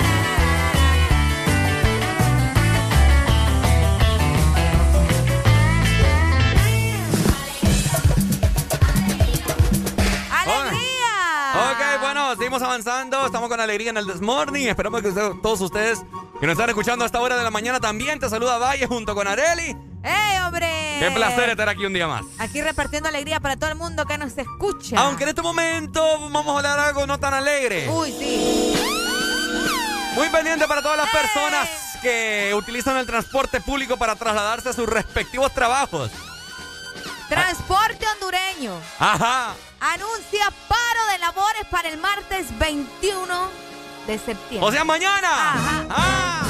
Ok, bueno, seguimos avanzando. Estamos con alegría en el This Morning. Esperamos que usted, todos ustedes que nos están escuchando a esta hora de la mañana también. Te saluda Valle junto con Arely. ¡Ey, hombre! Qué placer estar aquí un día más. Aquí repartiendo alegría para todo el mundo que nos escucha. Aunque en este momento vamos a hablar algo no tan alegre. Uy, sí. Muy pendiente para todas las personas que utilizan el transporte público para trasladarse a sus respectivos trabajos. Transporte hondureño. Ajá. Anuncia paro de labores para el martes veintiuno de septiembre. O sea, mañana. Ajá. Ah.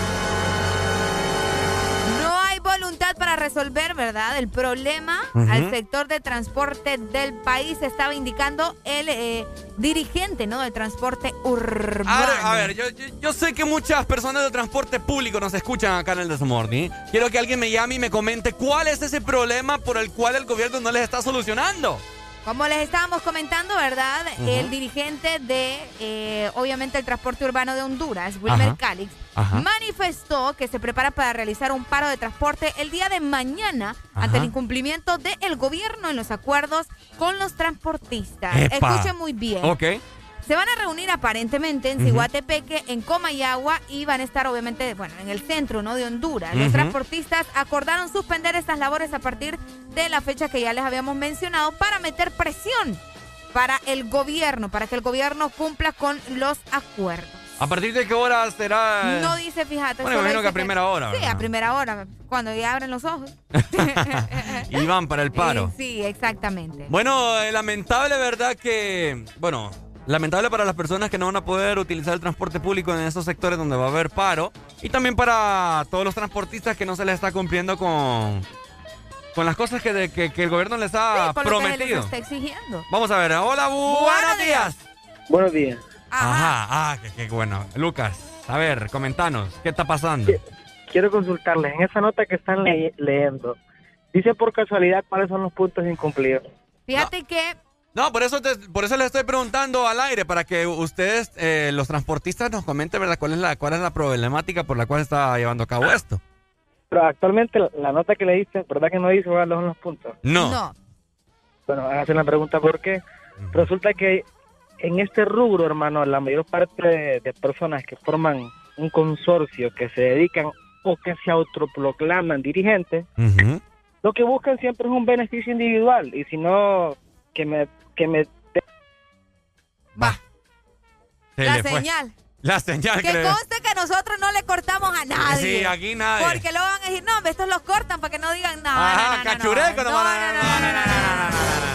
No hay voluntad para resolver, ¿verdad?, el problema uh-huh. al sector de transporte del país, estaba indicando el eh, dirigente, ¿no?, del transporte urbano. A, a ver, yo, yo, yo sé que muchas personas de transporte público nos escuchan acá en el This Morning. Quiero que alguien me llame y me comente cuál es ese problema por el cual el gobierno no les está solucionando. Como les estábamos comentando, ¿verdad? Uh-huh. El dirigente de, eh, obviamente, el transporte urbano de Honduras, Wilmer uh-huh. Calix, uh-huh. manifestó que se prepara para realizar un paro de transporte el día de mañana uh-huh. ante el incumplimiento del gobierno en los acuerdos con los transportistas. ¡Epa! Escuchen muy bien. Ok. Se van a reunir aparentemente en uh-huh. Ciguatepeque, en Comayagua, y van a estar obviamente, bueno, en el centro, ¿no?, de Honduras. Uh-huh. Los transportistas acordaron suspender estas labores a partir de la fecha que ya les habíamos mencionado para meter presión para el gobierno, para que el gobierno cumpla con los acuerdos. ¿A partir de qué hora será? No dice, fíjate. Bueno, me imagino que a primera hora, Sí, ¿verdad? a primera hora, cuando ya abren los ojos. Y van para el paro. Eh, sí, exactamente. Bueno, eh, lamentable, ¿verdad? Que, bueno... Lamentable para las personas que no van a poder utilizar el transporte público en esos sectores donde va a haber paro. Y también para todos los transportistas que no se les está cumpliendo con, con las cosas que, de, que, que el gobierno les ha sí, con prometido. Lo que les está exigiendo. Vamos a ver. Hola, bu buenos, buenos días. días. Buenos días. Ajá, ah, qué, qué bueno. Lucas, a ver, comentanos. ¿Qué está pasando? Quiero consultarles. En esa nota que están le leyendo, ¿dice por casualidad cuáles son los puntos incumplidos? Fíjate no. que... No, por eso te, por eso les estoy preguntando al aire, para que ustedes, eh, los transportistas, nos comenten, ¿verdad?, cuál es la cuál es la problemática por la cual está llevando a cabo esto. Pero actualmente la, la nota que le diste, ¿verdad que no dice cuáles son los puntos? No. no. Bueno, hacen la pregunta por qué. Uh-huh. Resulta que en este rubro, hermano, la mayor parte de, de personas que forman un consorcio, que se dedican o que se autoproclaman dirigentes, uh-huh. lo que buscan siempre es un beneficio individual, y si no, que me... Que me Va. Se La le fue. señal. La señal. Que le... conste que nosotros no le cortamos a nadie. Sí, aquí nadie. Porque luego van a decir, no, estos los cortan para que no digan nada. Ajá, no, no, no, cachureco. no, no, no, no, no, no, no,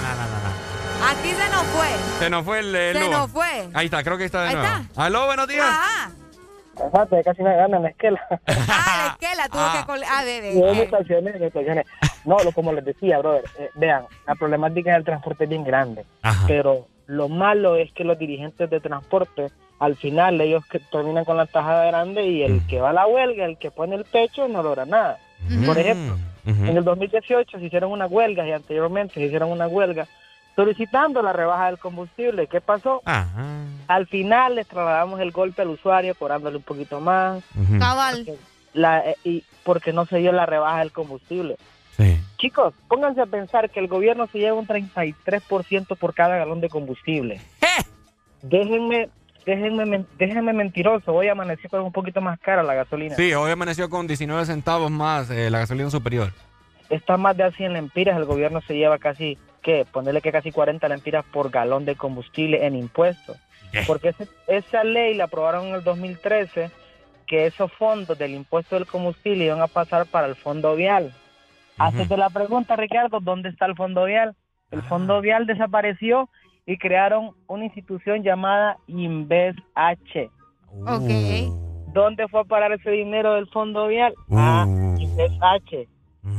no. Aquí se nos fue. Se nos fue el... el Se Lugo. nos fue. Ahí está, creo que está de Ahí nuevo. está. Aló, buenos días. Ajá. Fíjate, casi me gana la esquela. Ah, la esquela tuvo Ah. que... col- Ah, bebé. Yo me estacioné, me estacioné. No, lo, como les decía, brother, eh, vean, la problemática del transporte es bien grande, Ajá. pero lo malo es que los dirigentes de transporte, al final ellos que terminan con la tajada grande y el Mm. que va a la huelga, el que pone el pecho, no logra nada. Por ejemplo, Ujú. en el dos mil dieciocho se hicieron unas huelgas y anteriormente se hicieron unas huelgas solicitando la rebaja del combustible. ¿Qué pasó? Ajá. Al final les trasladamos el golpe al usuario, cobrándole un poquito más. Ujú. Cabal. La, eh, y porque no se dio la rebaja del combustible. Sí. Chicos, pónganse a pensar que el gobierno se lleva un treinta y tres por ciento por cada galón de combustible. Déjenme, déjenme, men- déjenme mentiroso, hoy amaneció con un poquito más cara la gasolina. Sí, hoy amaneció con diecinueve centavos más eh, la gasolina superior. Está más de a cien lempiras, el gobierno se lleva casi, ¿qué? Ponerle que casi cuarenta lempiras por galón de combustible en impuestos. ¿Qué? Porque ese- esa ley la aprobaron en el dos mil trece, que esos fondos del impuesto del combustible iban a pasar para el fondo vial. Hazte la pregunta, Ricardo, ¿dónde está el fondo vial? El fondo vial desapareció y crearon una institución llamada Inves H. Ok. ¿Dónde fue a parar ese dinero del fondo vial? A Inves H.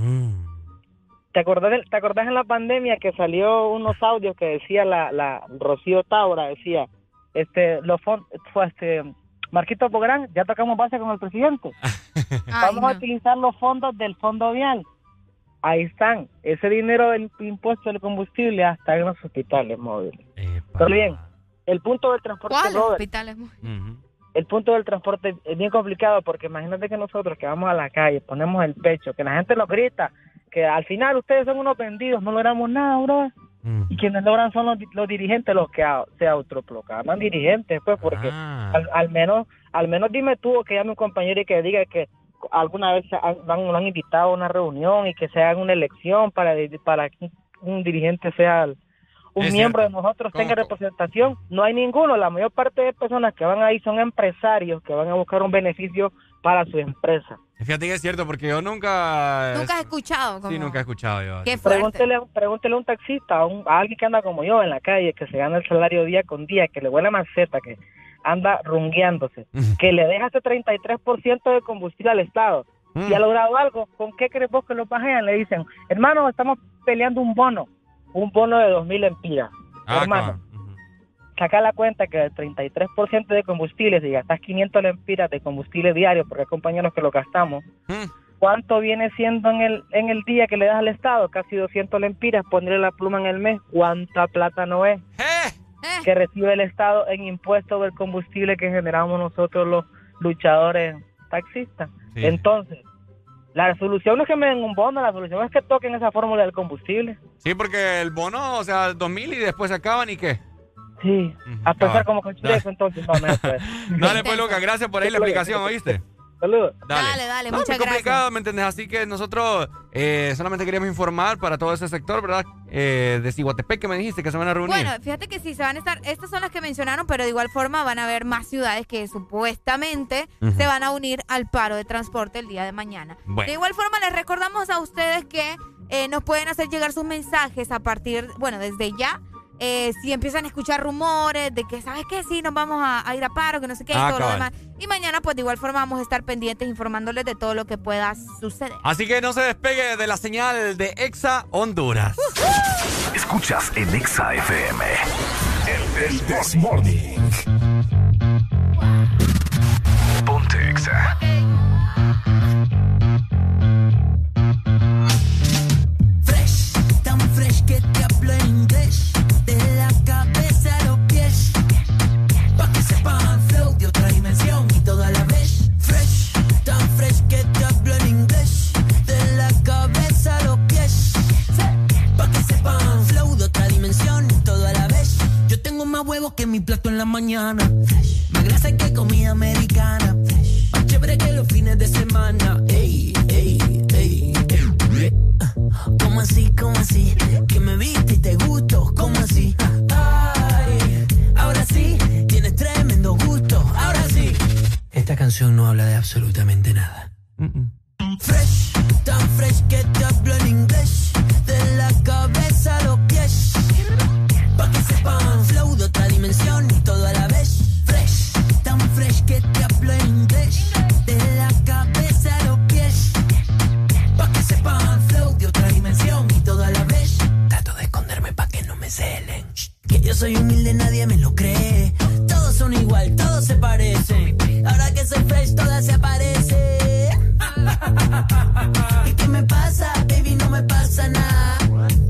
¿Te acordás, de- ¿Te acordás en la pandemia que salió unos audios que decía la, la Rocío Taura, decía, este, los fondos, fue este, Marquito Pográn, ya tocamos base con el presidente. Vamos a utilizar los fondos del fondo vial. Ahí están, ese dinero del impuesto del combustible hasta en los hospitales móviles. Pero bien, el punto del transporte, ¿Cuáles Robert, hospitales? el punto del transporte es bien complicado porque imagínate que nosotros que vamos a la calle, ponemos el pecho, que la gente nos grita, que al final ustedes son unos vendidos, no logramos nada, bro. Y quienes logran son los, los dirigentes, los que a- se autoproclaman dirigentes, pues, porque al, al menos al menos dime tú, que llame un compañero y que diga que alguna vez se han- van- lo han invitado a una reunión y que se haga una elección para, para que un dirigente sea el- un Es miembro cierto. de nosotros ¿Cómo? tenga representación. No hay ninguno. La mayor parte de personas que van ahí son empresarios que van a buscar un beneficio para su empresa. Fíjate que es cierto, porque yo nunca... Nunca has escuchado. Como... Sí, nunca he escuchado yo. Qué fuerte. Pregúntele, pregúntele a un taxista, a, un- a alguien que anda como yo en la calle, que se gana el salario día con día, que le huele maceta, que anda rungueándose, que le deja ese treinta y tres por ciento de combustible al Estado. Mm. Y ha logrado algo. ¿Con qué crees vos que lo bajean? Le dicen, hermano, estamos peleando un bono, un bono de dos mil empiras. Ah, hermano, saca la cuenta que del treinta y tres por ciento de combustible, si gastas quinientos lempiras de combustible diario, porque hay compañeros que lo gastamos, ¿cuánto viene siendo en el en el día que le das al Estado? Casi doscientos lempiras, ponerle la pluma en el mes. ¿Cuánta plata no es? Que recibe el Estado en impuestos del combustible que generamos nosotros los luchadores taxistas. Sí. Entonces, la solución no es que me den un bono, la solución es que toquen esa fórmula del combustible. Sí, porque el bono, o sea, dos mil y después se acaban y qué. Sí, a pensar como con Dale. eso, entonces no me puede. Dale pues, Lucas, gracias por ahí la explicación, ¿oíste? Saludos. Dale, dale, No, muchas muy complicado, gracias. ¿me entendés? Así que nosotros eh, solamente queríamos informar para todo ese sector, ¿verdad? Eh, de Ciguatepec, que me dijiste que se van a reunir. Bueno, fíjate que sí, se van a estar, estas son las que mencionaron, pero de igual forma van a haber más ciudades que supuestamente Ujú. se van a unir al paro de transporte el día de mañana. Bueno. De igual forma les recordamos a ustedes que eh, nos pueden hacer llegar sus mensajes a partir, bueno, desde ya. Eh, si empiezan a escuchar rumores de que, ¿sabes qué? Sí, nos vamos a, a ir a paro, que no sé qué, y Ah, todo lo cabal. demás. Y mañana, pues de igual forma vamos a estar pendientes informándoles de todo lo que pueda suceder. Así que no se despegue de la señal de Exa Honduras. Escuchas en Exa F M. El, el This Morning. Ponte Exa. Fresh, tan fresh que te hablo en inglés, de la cabeza a los pies, pa' que sepan flow de otra dimensión y todo a la vez. Fresh, tan fresh que te hablo en inglés, de la cabeza a los pies, pa' que sepan flow de otra dimensión y todo a la vez. Yo tengo más huevos que mi mañana. Más grasa que comida americana. Más chévere que los fines de semana. Ey, ey, ey, ey. ¿Cómo así, cómo así? Que me viste y te gustó. ¿Cómo así? Ay, ahora sí, tienes tremendo gusto. Ahora sí. Esta canción no habla de absolutamente nada. Mm-mm. Fresh, tan fresh que te hablo en inglés. De la cabeza a los pies. Pa' que sepan, flow de otra dimensión y todo a la vez. Fresh, tan fresh que te hablo en inglés. De la cabeza a los pies. Pa' que sepan, flow de otra dimensión y todo a la vez. Trato de esconderme pa' que no me celen. Que yo soy humilde, nadie me lo cree. Todos son igual, todos se parecen. Ahora que soy fresh, todas se aparecen. ¿Y qué me pasa, baby? No me pasa nada.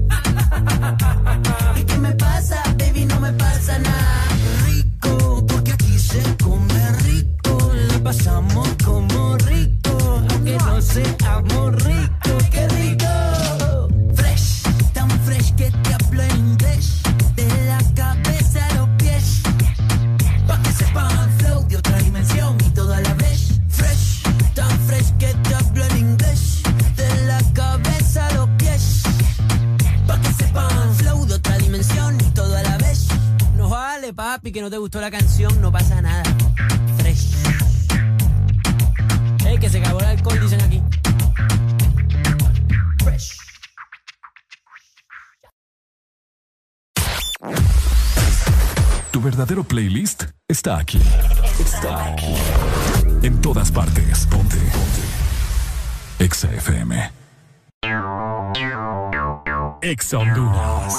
¿Y qué me pasa, baby? No me pasa nada. Rico, porque aquí se come rico. La pasamos como rico, aunque no seamos ricos. ¡Qué rico! Fresh, tan fresh que te hablo en inglés. De la cabeza a los pies. Pa' que sepan, flow de otra dimensión y todo a la vez. Fresh, tan fresh que te hablo en inglés. De la cabeza a los pies. Pa' que sepan, flow de otra dimensión y todo a la vez. No vale, papi, que no te gustó la canción, no pasa nada. Fresh. Ey, que se acabó el alcohol, dicen aquí. Fresh. Tu verdadero playlist está aquí. Está aquí. En todas partes. Ponte. Ponte. Exa F M. Exa Honduras.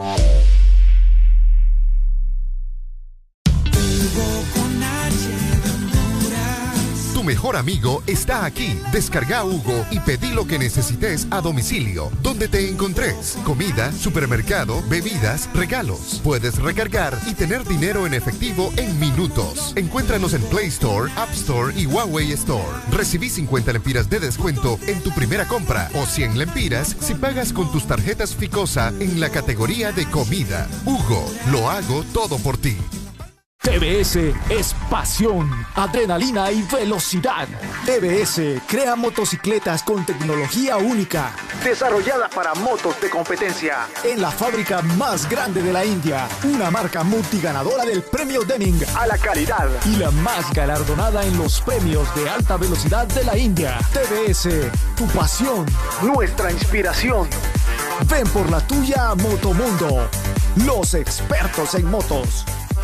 Tu mejor amigo está aquí. Descarga Hugo y pedí lo que necesites a domicilio, donde te encontres. Comida, supermercado, bebidas, regalos. Puedes recargar y tener dinero en efectivo en minutos. Encuéntranos en Play Store, App Store y Huawei Store. Recibí cincuenta lempiras de descuento en tu primera compra o cien lempiras si pagas con tus tarjetas Ficosa en la categoría de comida. Hugo, lo hago todo por ti. T V S es pasión, adrenalina y velocidad. T V S crea motocicletas con tecnología única, desarrollada para motos de competencia, en la fábrica más grande de la India. Una marca multiganadora del premio Deming a la calidad y la más galardonada en los premios de alta velocidad de la India. T V S, tu pasión, nuestra inspiración. Ven por la tuya a Motomundo, los expertos en motos.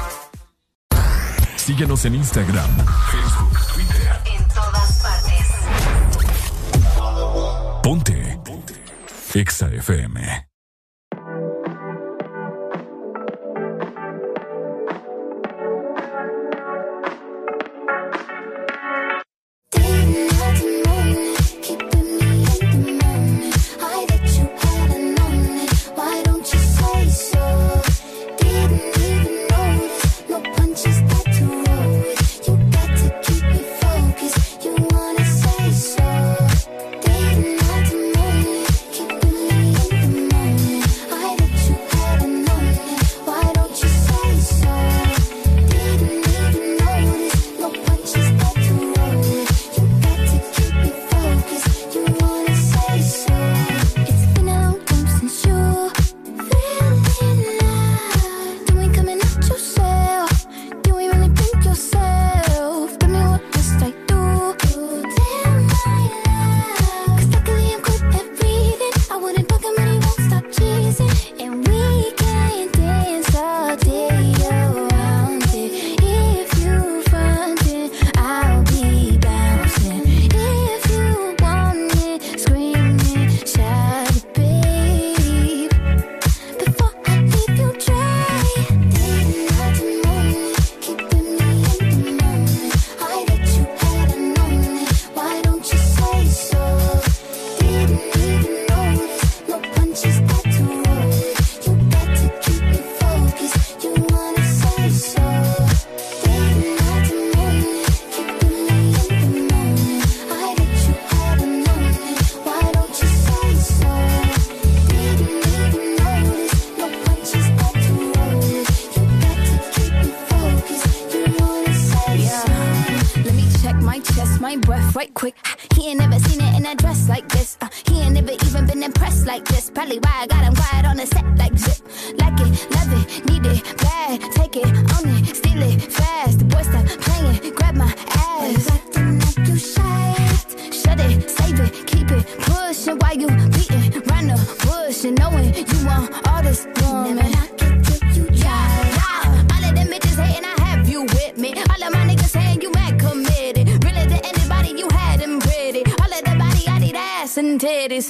Síguenos en Instagram, Facebook, Twitter. En todas partes. Ponte. Ponte. Exa F M. Didn't have to know it, keep me in the moment. my breath right quick. He ain't never seen it in a dress like this. Uh, he ain't never even been impressed like this. Probably why I got him quiet on the set like zip. Like it, love it, need it, bad. Take it, own it, steal it, fast. The boy stop playing, grab my ass. Acting like you shy. Shut it, save it, keep it pushing while you beating round the bush and knowing you want all this woman. Never knock it till you try. Yeah, yeah. All of them bitches hating, I have you with me. All of my niggas saying you mad committed. Really to anybody you had them pretty. All of the body, I need ass and titties.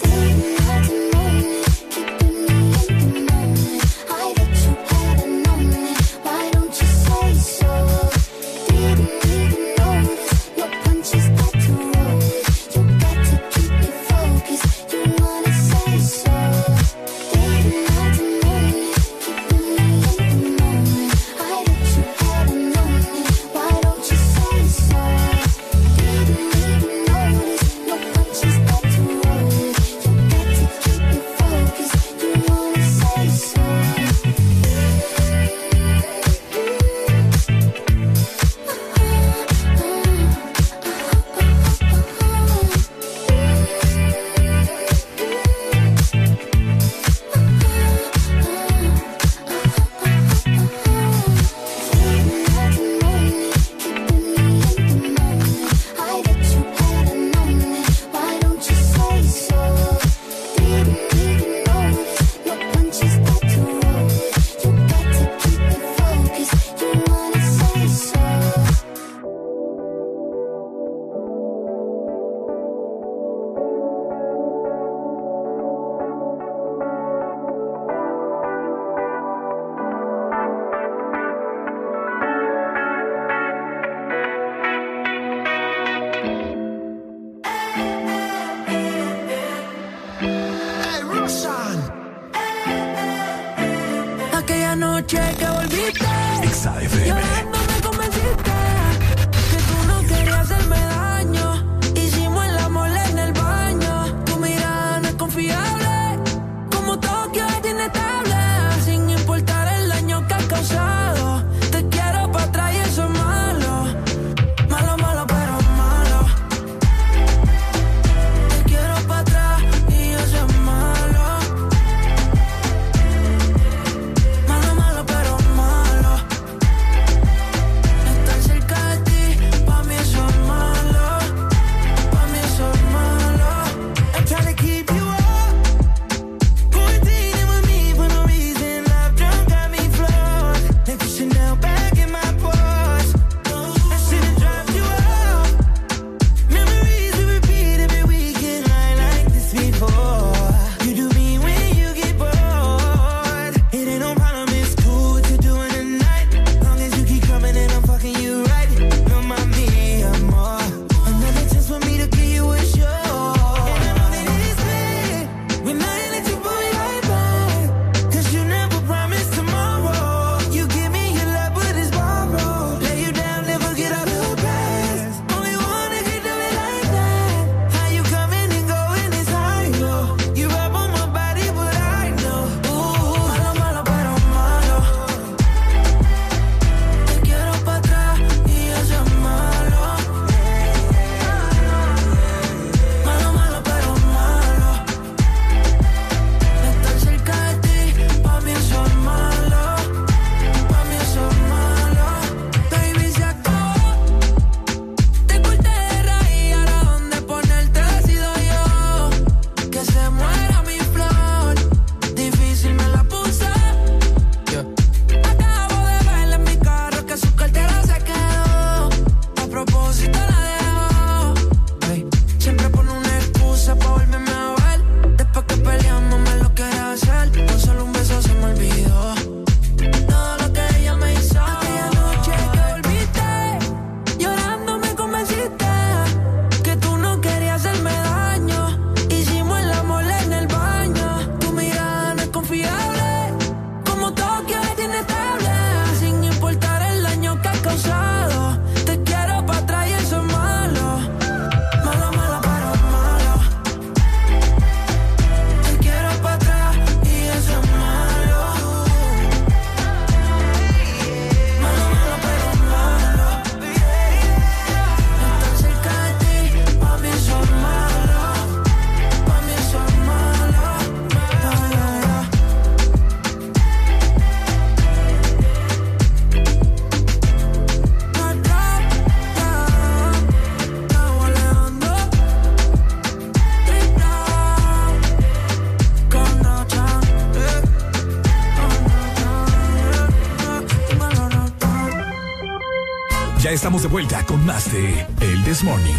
Ya estamos de vuelta con más de El This Morning.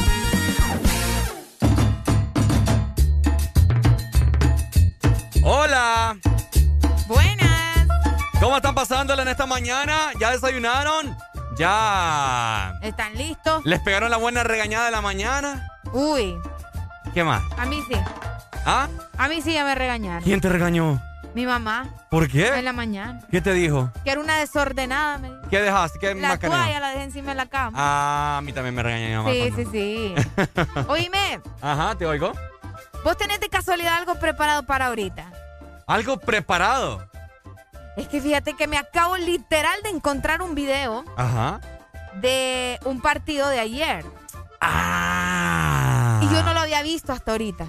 Hola. Buenas. ¿Cómo están pasándola en esta mañana? ¿Ya desayunaron? ¿Ya ¿Están listos? les pegaron la buena regañada de la mañana? Uy, ¿Qué más? a mí sí. ¿Ah? A mí sí ya me regañaron. ¿Quién te regañó? Mi mamá. ¿Por qué? En la mañana. ¿Qué te dijo? Que era una desordenada, me dijo. ¿Qué dejaste? ¿Qué La macaneo? toalla la dejé encima de la cama. Ah, a mí también me regañó mi mamá. sí, cuando- sí, sí. Oíme, Ajá, ¿te oigo? ¿vos tenés de casualidad algo preparado para ahorita? ¿Algo preparado? Es que fíjate que me acabo literal de encontrar un video Ajá. de un partido de ayer. Ah. Y yo no lo había visto hasta ahorita.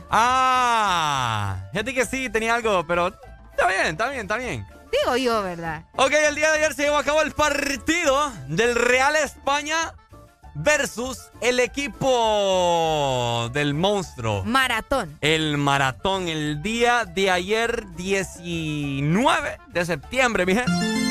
Ah. Fíjate que sí, tenía algo, pero está bien, está bien, está bien. Digo yo, ¿verdad? Ok, el día de ayer se llevó a cabo el partido del Real España versus el equipo del monstruo. Maratón. El maratón, el día de ayer, diecinueve de septiembre, mi gente.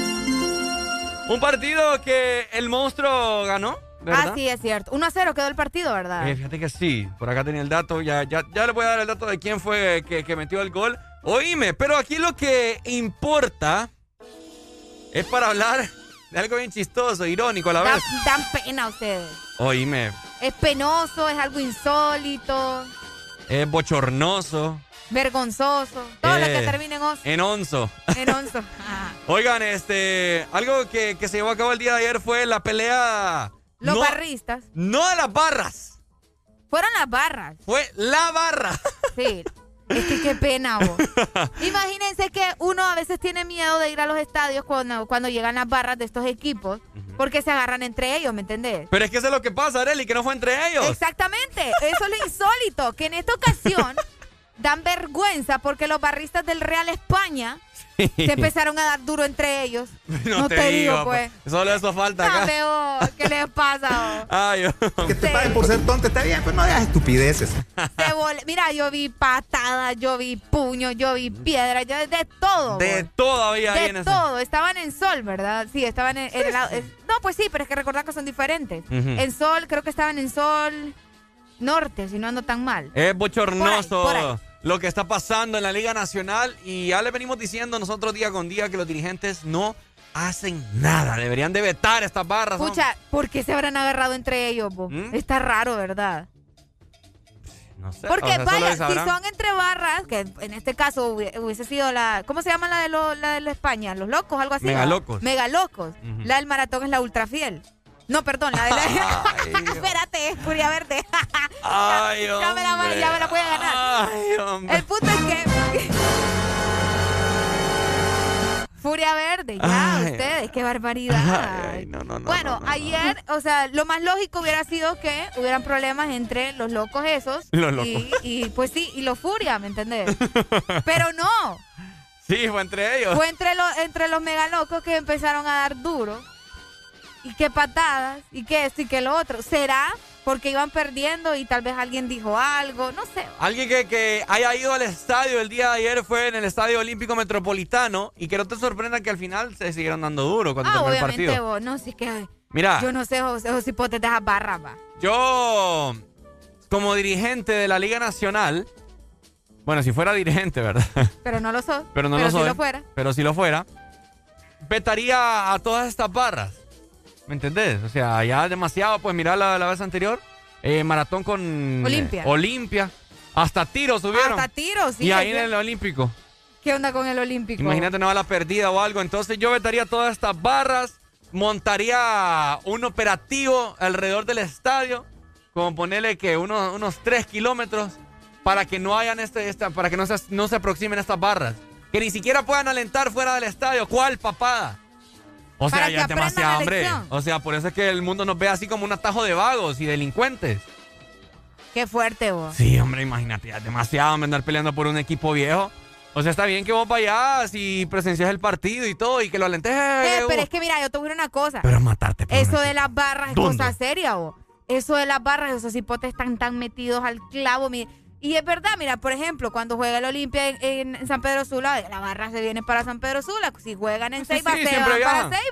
Un partido que el monstruo ganó, ¿verdad? Ah, sí, es cierto. uno a cero quedó el partido, ¿verdad? Eh, fíjate que sí, por acá tenía el dato, ya, ya, ya le voy a dar el dato de quién fue que, que metió el gol. Oíme, pero aquí lo que importa es para hablar de algo bien chistoso, irónico a la Dan, vez. dan pena a ustedes. Oíme, Es penoso, es algo insólito, es bochornoso. vergonzoso. Todo lo eh, que termine en oso. En onzo. En onzo. Ajá. Oigan, este, algo que, que se llevó a cabo el día de ayer fue la pelea. Los no, barristas. No de las barras, Fueron las barras. fue la barra. Sí. Es que qué pena, vos. Imagínense que uno a veces tiene miedo de ir a los estadios cuando, cuando llegan las barras de estos equipos, porque se agarran entre ellos, ¿me entendés? Pero es que eso es lo que pasa, Arely, que no fue entre ellos. Exactamente. Eso es lo insólito, que en esta ocasión dan vergüenza porque los barristas del Real España se empezaron a dar duro entre ellos. No, No te, te digo, digo, pues. Solo eso falta No, acá. veo, ¿qué les pasa? Ay, Que te paguen por ser tonto, está bien, pues no digas estupideces. Se vole- Mira, yo vi patadas, yo vi puños, yo vi piedras, yo de todo. de vos. todo había ahí en De ese. todo. Estaban en Sol, ¿verdad? Sí, estaban en, en el lado. es- No, pues sí, pero es que recordar que son diferentes. Ujú. En Sol, creo que estaban en Sol Norte, si no ando tan mal. Es bochornoso Por ahí, por ahí. lo que está pasando en la Liga Nacional y ya le venimos diciendo nosotros día con día que los dirigentes no hacen nada. Deberían de vetar estas barras. ¿no? Escucha, ¿por qué se habrán agarrado entre ellos, vos? ¿Mm? Está raro, ¿verdad? No sé. Porque o sea, solo vaya, ellos si sabrán. son entre barras, que en este caso hubi- hubiese sido la... ¿Cómo se llama la de, lo- la de la España? ¿Los locos? Algo así. Megalocos. ¿verdad? Megalocos. Ujú. La del maratón es la ultrafiel. No, perdón, la de la... Espérate, es Furia Verde. Ay, ya, ya me la, voy- ya me la voy a ganar. Ay, hombre. El punto es que... Furia Verde, ya, Ay. ustedes, qué barbaridad. Ay, no, no, no. Bueno, no, no, no. ayer, o sea, lo más lógico hubiera sido que hubieran problemas entre los locos esos Los locos. Y, y, pues sí, y los Furia, ¿me entendés? Pero no, Sí, fue entre ellos. fue entre los entre los megalocos que empezaron a dar duro y qué patadas y qué esto y qué lo otro. ¿Será porque iban perdiendo y tal vez alguien dijo algo? No sé. Alguien que, que haya ido al estadio el día de ayer fue en el Estadio Olímpico Metropolitano y que no te sorprenda que al final se siguieron dando duro cuando Ah, terminó el obviamente partido. vos, no, si es que Mira, yo no sé esos, esos hipotes de esas barras, va. yo como dirigente de la Liga Nacional, bueno, si fuera dirigente, ¿verdad? Pero no lo sos. Pero no pero lo soy. si lo fuera. Pero si lo fuera, vetaría a todas estas barras. ¿Me entendés? O sea, ya demasiado, pues mira la, la vez anterior, eh, maratón con Olimpia. eh, Olimpia. Hasta tiros subieron. Hasta tiros, sí. y ahí es en que- el Olímpico. ¿Qué onda con el Olímpico? Imagínate una bala perdida o algo. Entonces yo vetaría todas estas barras, montaría un operativo alrededor del estadio, como ponerle que unos, unos tres kilómetros para que no hayan este, esta, para que no se, no se aproximen estas barras. Que ni siquiera puedan alentar fuera del estadio. ¿Cuál papada? O sea, Para que ya es aprendan demasiado, la hombre. lección. O sea, por eso es que el mundo nos ve así como un atajo de vagos y delincuentes. Qué fuerte vos. Sí, hombre, imagínate, ya es demasiado hombre, andar peleando por un equipo viejo. O sea, está bien que vos vayas y presencias el partido y todo y que lo alentes. Eh, pero es que mira, yo te voy a decir una cosa. Pero matarte por Eso un de las barras es ¿Dónde? cosa seria, vos. Eso de las barras, esos hipotes están tan metidos al clavo. mi- Y es verdad, mira, por ejemplo, cuando juega el Olimpia en, en San Pedro Sula, la barra se viene para San Pedro Sula. Si juegan en Sí, Ceiba, sí, se siempre van para viajan. Ceiba.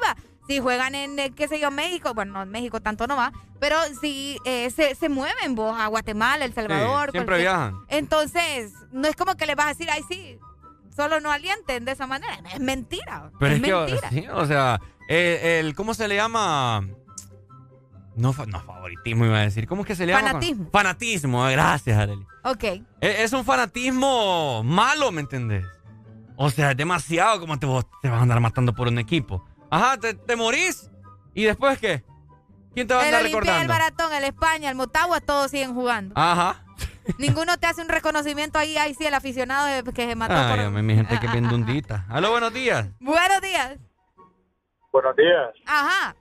Si juegan en, eh, qué sé yo, México, bueno, no en México tanto no va, pero si eh, se, se mueven vos a Guatemala, El Salvador. Sí, siempre cualquier- viajan. Entonces, no es como que le vas a decir, ay, sí, solo no alienten de esa manera. Es mentira. Pero es, es, que, mentira. sí, o sea, el, el- ¿cómo se le llama? No, fa- no, favoritismo iba a decir. ¿Cómo es que se le llama? Fanatismo. Fanatismo, gracias, Arely. Ok. Es, es un fanatismo malo, ¿me entendés? O sea, es demasiado como te, vos te vas a andar matando por un equipo. Ajá, te, te morís. ¿Y después qué? ¿Quién te va a El andar Olimpia, el recordando? Maratón, el España, el Motagua, todos siguen jugando. Ajá. Ninguno te hace un reconocimiento ahí, ahí sí, el aficionado de- que se mató. Ay, por... hombre, mi gente que bien dundita. Aló, buenos días. Buenos días. Buenos días. Ajá.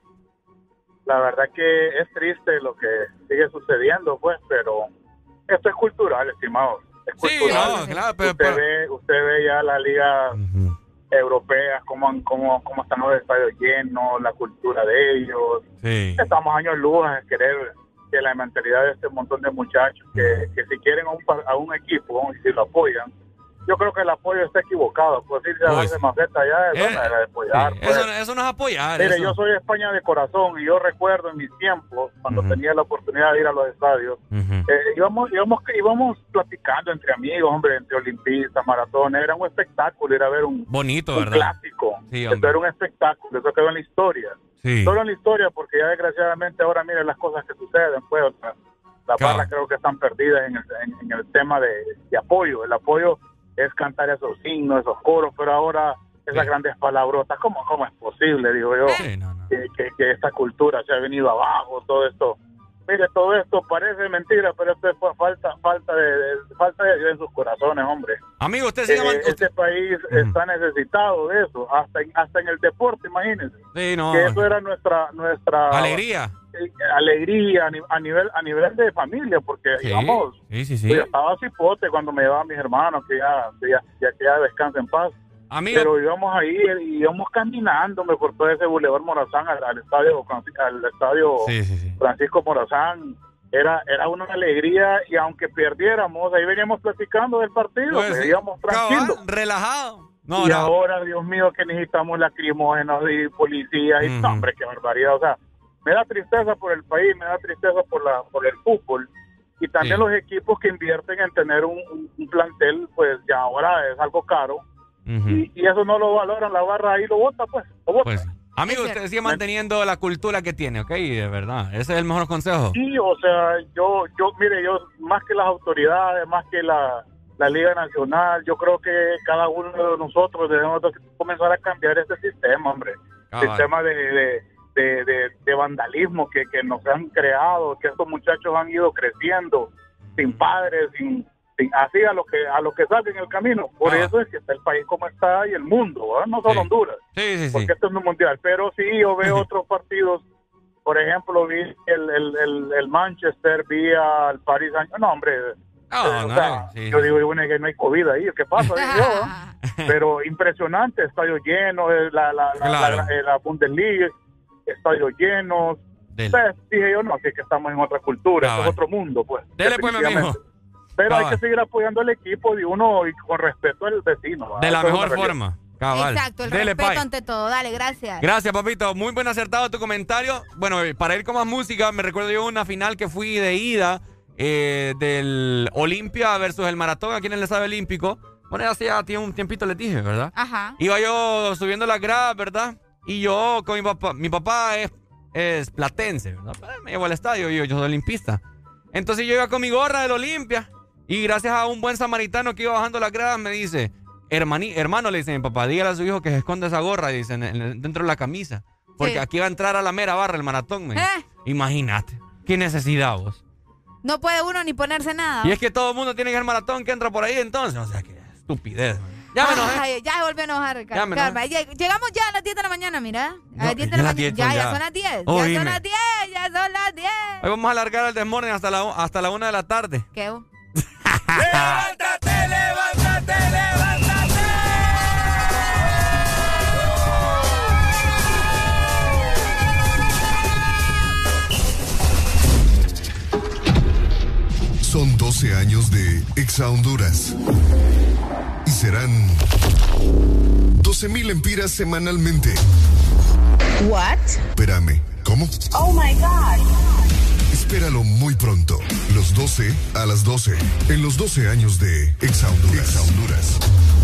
La verdad que es triste lo que sigue sucediendo, pues, pero esto es cultural, estimados. Es Sí, cultural. no, claro, pero- usted, pero- Ve, usted ve ya las ligas europeas, cómo, cómo, cómo están los estadios llenos, la cultura de ellos. Sí. Estamos años luz en querer que la mentalidad de este montón de muchachos que, que si quieren a un, pa- a un equipo y si lo apoyan, yo creo que el apoyo está equivocado. Pues irse a Uy, darse sí. maceta ya, eso Eh, no era de apoyar. Sí, pues. eso, eso no es apoyar. Mire, eso. yo soy de España de corazón y yo recuerdo en mis tiempos, cuando tenía la oportunidad de ir a los estadios, Ujú. eh, íbamos, íbamos, íbamos platicando entre amigos, hombre, entre olimpistas, maratones, era un espectáculo ir a ver un, Bonito, un ¿verdad? clásico. Sí, Esto hombre. era un espectáculo, eso quedó en la historia. Sí. Solo en la historia, porque ya desgraciadamente ahora miren las cosas que suceden, pues, o sea, las Claro. barras creo que están perdidas en el, en, en el tema de, de apoyo. El apoyo es cantar esos signos, esos coros, pero ahora esas grandes palabrotas, ¿cómo, cómo es posible, digo yo, Sí, no, no. que, que, que esta cultura se ha venido abajo, todo esto? Mire, todo esto parece mentira, pero esto es fa- falta, falta de, de- falta de Dios en sus corazones, hombre. Amigo, usted sigue Eh, man- este usted- país está necesitado de eso, hasta en, hasta en el deporte, imagínense. Sí, no. Que eso era nuestra nuestra Alegría. eh, alegría a, ni- a nivel a nivel de familia, porque Sí, digamos, sí, sí, sí. yo estaba cipote cuando me llevaban mis hermanos, que ya, que ya, ya, que ya descansen en paz. Amigo. Pero íbamos ahí, y íbamos caminándome por todo ese Boulevard Morazán al, al estadio Francisco, al estadio Sí, sí, sí. Francisco Morazán. Era, era una alegría, y aunque perdiéramos, ahí veníamos platicando del partido, Pues pues, sí, íbamos tranquilos. cabal, relajado. No, y no. ahora, Dios mío, que necesitamos lacrimógenos y policías, y Ujú. no, hombre, qué barbaridad. O sea, me da tristeza por el país, me da tristeza por la por el fútbol, y también Sí. los equipos que invierten en tener un, un- un plantel, pues ya ahora es algo caro, Ujú. y, y eso no lo valoran, la barra ahí lo vota, pues, lo vota. Pues, amigo, usted sigue manteniendo la cultura que tiene, ¿ok? De verdad. Ese es el mejor consejo. Sí, o sea, yo, yo, mire, yo, más que las autoridades, más que la, la Liga Nacional, yo creo que cada uno de nosotros debemos de comenzar a cambiar este sistema, hombre. Cabal. Sistema de, de, de, de- de vandalismo que, que nos han creado, que estos muchachos han ido creciendo sin padres, sin, sin así a lo que a lo que salga en el camino. Por Ah. eso es que está el país como está y el mundo, ¿verdad? No solo Sí. Honduras, Sí, sí, sí. porque esto es un mundial. Pero sí, yo veo otros partidos. Por ejemplo, vi el, el, el, el Manchester, vi al Paris Saint- No, hombre. No, eh, o no, sea, sí, yo sí. digo, bueno, que no hay COVID ahí. ¿Qué pasa? Digo yo, ¿no? Pero impresionante, estadio lleno, eh, la, la, la, Claro. la, eh, la Bundesliga, estadios llenos. Del- Pues, dije yo, no, así que estamos en otra cultura, Cabal. esto es otro mundo, pues. Dele, pues, mi amigo. definitivamente. Pero hay Cabal. que seguir apoyando al equipo de uno y con respeto al vecino. ¿verdad? De la Eso es mejor una realidad. forma. Cabal. Exacto, el Dele, respeto pai. ante todo. Dale, gracias. Gracias, papito. Muy buen acertado tu comentario. Bueno, eh, para ir con más música, me recuerdo yo una final que fui de ida eh, del Olimpia versus el Maratón aquí en el Estadio Olímpico. Bueno, hace ya tiene un tiempito les dije, ¿verdad? Ajá. Iba yo subiendo las gradas, ¿verdad? Y yo con mi papá, mi papá es, es platense, ¿verdad? Me llevo al estadio y yo, yo soy olimpista. Entonces yo iba con mi gorra del Olimpia y gracias a un buen samaritano que iba bajando las gradas me dice, Hermani, hermano, le dice mi papá, dígale a su hijo que se esconda esa gorra, dice, en el- dentro de la camisa. Porque Sí. aquí va a entrar a la mera barra el maratón, me dice. ¿Eh? Imagínate, qué necesidad vos. No puede uno ni ponerse nada. Y es que todo el mundo tiene que ir al maratón que entra por ahí entonces. O sea, qué estupidez, man. Ya me enojé. Ay, ya se volvió a enojar, Ricardo. Ya me enojé. Calma. Lleg- Llegamos ya a las diez de la mañana, mira. A No, las diez de ya la las mañana. diez Ya, son ya ya. son las diez. Ya Oíme. son las diez. Ya son las diez. Hoy vamos a alargar el desmorning hasta la, hasta la una de la tarde. ¿Qué? ¡Levántate, levántate, levántate! Son doce años de Exa Honduras. Y serán doce mil empiras semanalmente. What? Espérame, ¿cómo? Oh my God. Espéralo muy pronto. Los doce a las doce. En los doce años de Exa Honduras. Exa Honduras.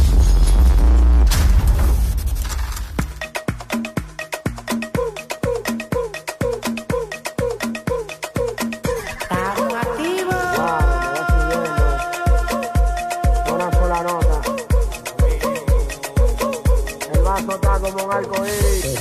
Como un arcoíris.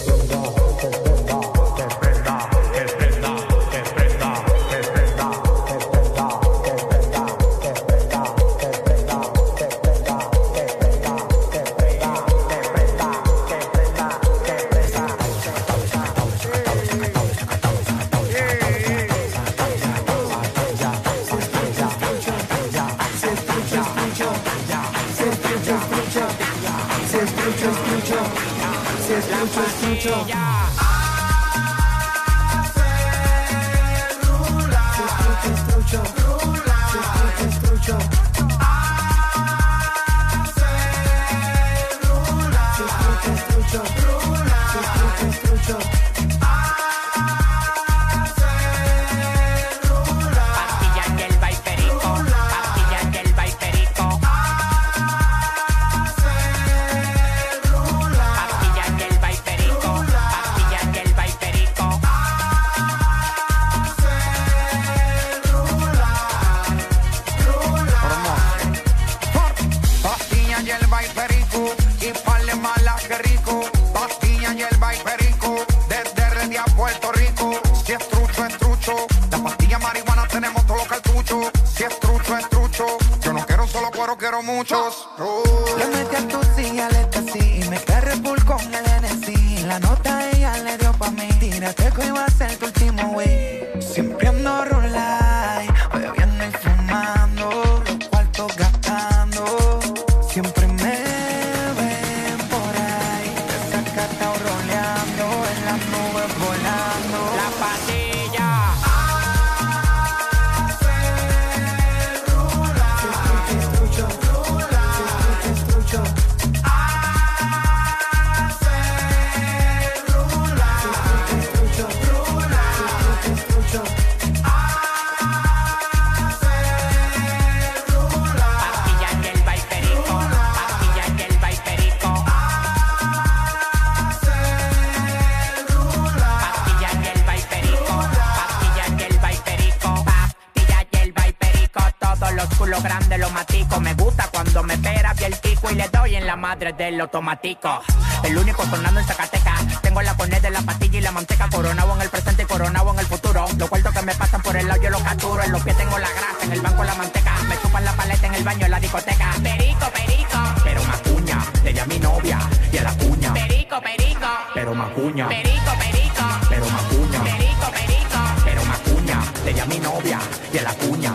Del automático, el único sonando en Zacatecas. Tengo la coned de la pastilla y la manteca. Coronado en el presente y coronado en el futuro. Los cuartos que me pasan por el lado yo los capturo. En los pies tengo la grasa, en el banco la manteca. Me chupan la paleta en el baño en la discoteca. Perico, perico, pero más cuña. Ella es mi novia y a la cuña. Perico, perico, pero más cuña. Perico, perico, pero más cuña. Perico, perico, pero más cuña. Ella es mi novia y a la cuña.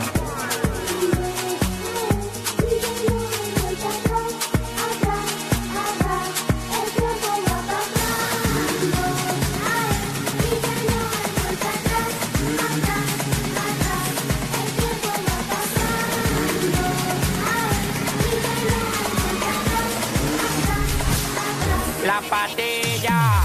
La patilla.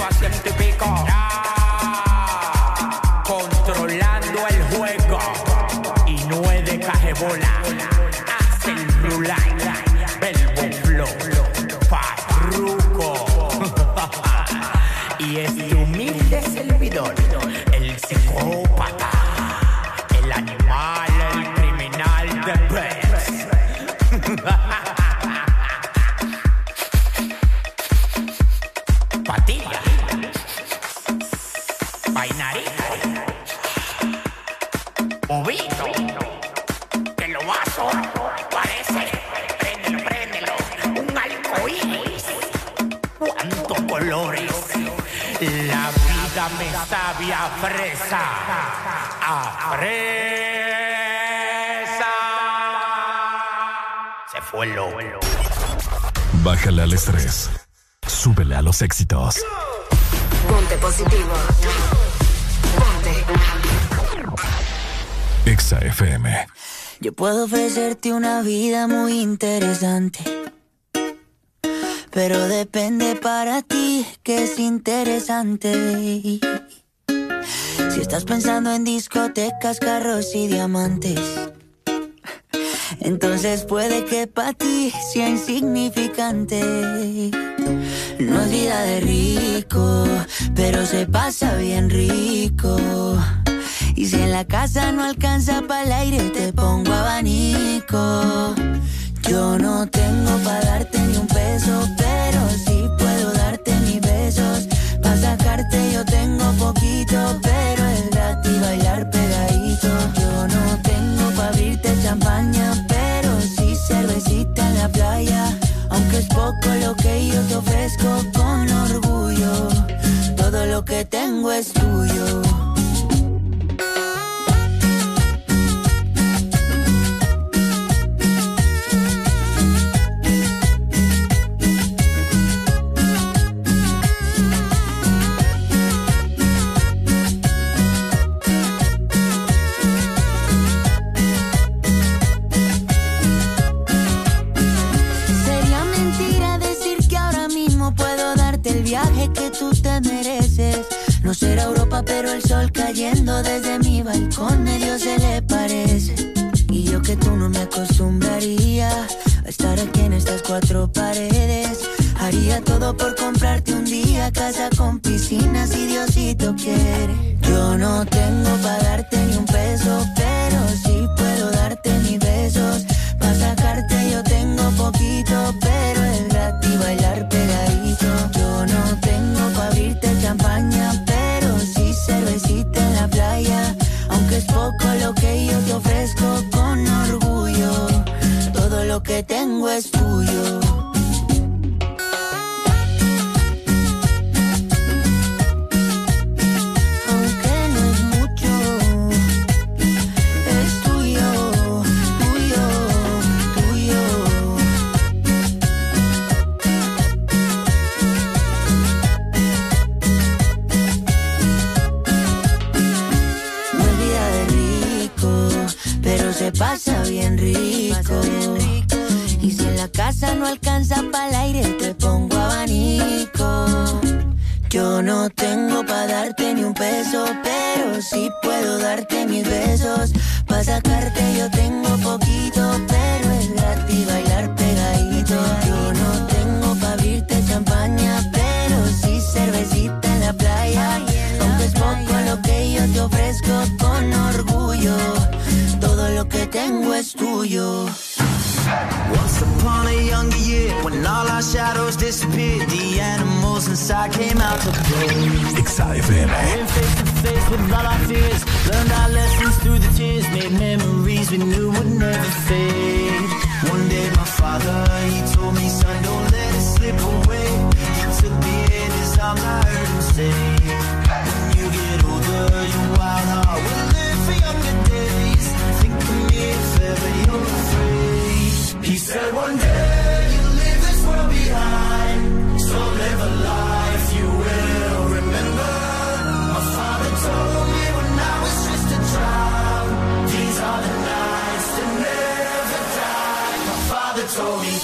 Controlando el juego. el servidor, el psicópata, el animal, el criminal de Pez. Patilla, Painarito, Bobito, que lo vaso parece, préndelo, préndelo, un arcoíris, cuántos colores, la vida me sabe a fresa, a fresa, se fue el loco. Bájale al estrés, súbele a los éxitos. Ponte positivo. Ponte. Exa F M. Yo puedo ofrecerte una vida muy interesante, pero depende para ti que es interesante. Si estás pensando en discotecas, carros y diamantes, entonces puede que para ti sea insignificante. No es vida de rico, pero se pasa bien rico. Y si en la casa no alcanza para el aire, te pongo abanico. Yo no tengo para darte ni un peso, pero sí puedo darte mis besos. Pa' sacarte yo tengo poquito, pero es gratis bailar pegadito. Yo no tengo pa' abrirte champaña, pero sí cervecita en la playa. Aunque es poco lo que yo te ofrezco con orgullo, todo lo que tengo es tuyo. No será Europa, pero el sol cayendo desde mi balcón medio se le parece. Y yo que tú no me acostumbraría a estar aquí en estas cuatro paredes. Haría todo por comprarte un día casa con piscina si Diosito quiere. Yo no tengo para darte ni un peso, pero sí puedo darte mis besos. Pa' sacarte yo tengo poquito, pero es gratis bailar pegadito. Yo no tengo pa' abrirte champaña, pero sí cervecita en la playa. Aunque es poco lo que yo te ofrezco con orgullo, todo lo que tengo es tuyo. Se pasa bien rico. Y si en la casa no alcanza para el aire, te pongo abanico. Yo no tengo para darte ni un peso, pero sí puedo darte mis besos. Pa' sacarte yo tengo poquito, pero es gratis bailar pegadito. Yo no tengo pa' abrirte champaña, pero sí cervecita en la playa. Aunque es poco lo que yo te ofrezco con orgullo, todo lo que tengo es tuyo. Once upon a younger year, when all our shadows disappeared, the animals inside came out to play. Exa F M. Went face to face with all our fears, learned our lessons through the tears, made memories we knew would never fade. One day my father, he told me, son, don't let it slip away. He took me in his arms, I heard him say, when you get older, your wild heart will live for younger days. Think of me if ever you're afraid. He said one day you'll leave this world behind, so live a life you will remember. My father told me when I was just a child, these are the nights that never die. My father told me.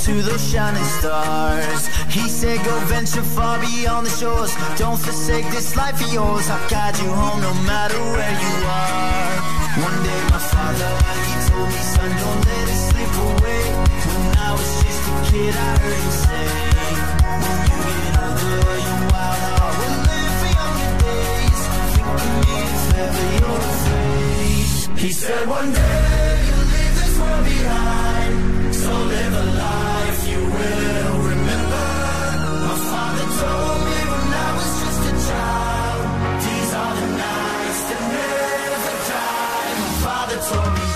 to those shining stars. He said go venture far beyond the shores. Don't forsake this life of yours. I'll guide you home no matter where you are. One day my father, he told me, son, don't let it slip away. When I was just a kid, I heard him say, when you get older, your wild heart will live for younger days. Think of me if ever you're afraid. He said one day you'll leave this world behind, so live a life you will remember. My father told me when I was just a child, these are the nights that never die. My father told me.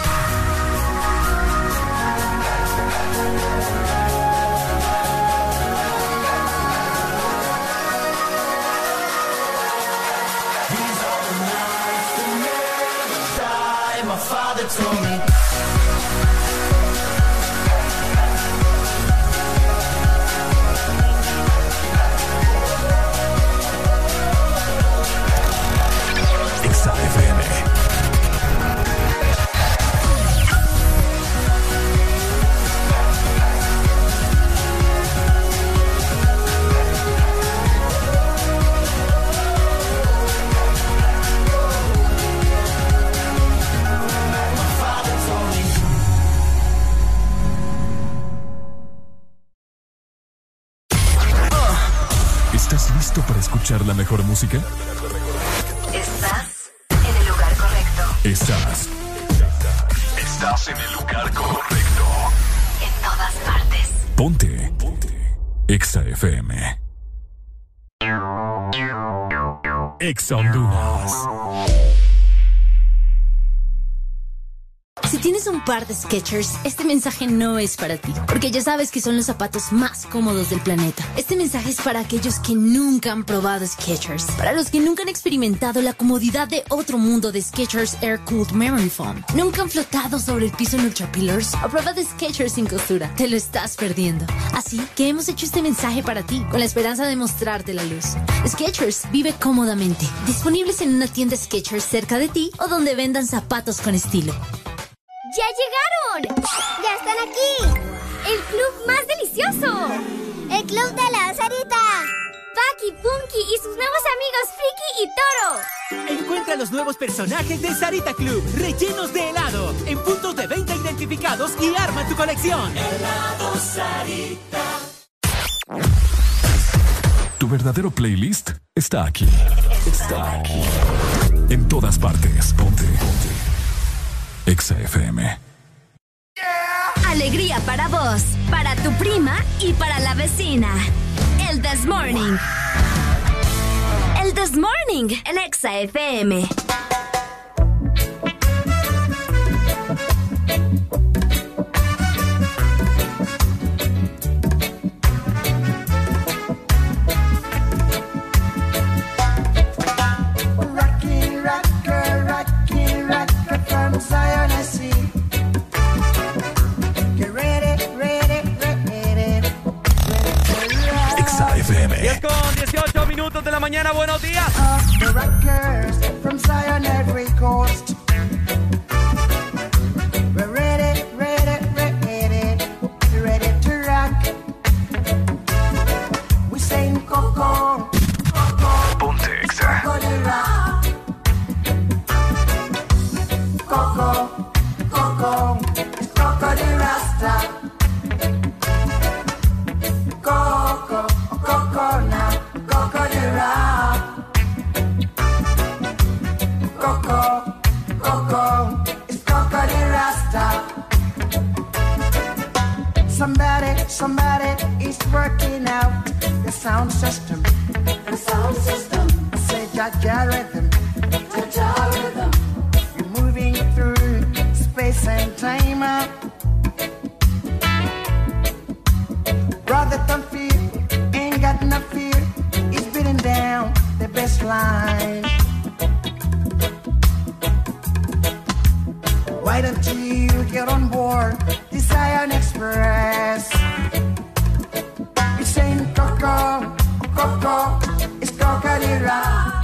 These are the nights that never die. My father told me. ¿Estás listo para escuchar la mejor música? Estás en el lugar correcto. Estás. Estás en el lugar correcto. En todas partes. Ponte. Ponte. Exa F M. Exa Honduras. Si tienes un par de Skechers, este mensaje no es para ti, porque ya sabes que son los zapatos más cómodos del planeta. Este mensaje es para aquellos que nunca han probado Skechers, para los que nunca han experimentado la comodidad de otro mundo de Skechers Air Cooled Memory Foam, nunca han flotado sobre el piso en Ultra Pillars o probado Skechers sin costura. Te lo estás perdiendo. Así que hemos hecho este mensaje para ti, con la esperanza de mostrarte la luz. Skechers vive cómodamente, disponibles en una tienda Skechers cerca de ti o donde vendan zapatos con estilo. ¡Ya llegaron! ¡Ya están aquí! ¡El club más delicioso! ¡El club de la Sarita! Paki, Punky y sus nuevos amigos Friki y Toro. Encuentra los nuevos personajes de Sarita Club, rellenos de helado, en puntos de venta identificados y arma tu colección. Helado Sarita. Tu verdadero playlist está aquí. Está aquí. En todas partes. Ponte. Ponte. Exa F M. Alegría para vos, para tu prima y para la vecina. El This Morning. El This Morning en Exa F M. Rocky, rocker, rocky, rocker from Zion I see. Get ready, ready, ready, ready. Exa F M. diez con dieciocho minutos de la mañana, buenos días. Uh, the rockers from Zion every coast. We're ready, ready, ready, ready to rock. We sing Coco, Coco. Ponte Exa. Coco de rock. Coco, Coco, it's Coco de Rasta. Coco, Coco now, Coco de rock. Coco, Coco, it's Coco de Rasta. Somebody, somebody is working out the sound system. The sound system. I say Jaja rhythm. Jaja rhythm. You're moving through space and time. Brother, don't fear, ain't got no fear. He's beating down the best line. Why don't you get on board the Zion Express? You're saying Coco, Coco, it's Coco de rock.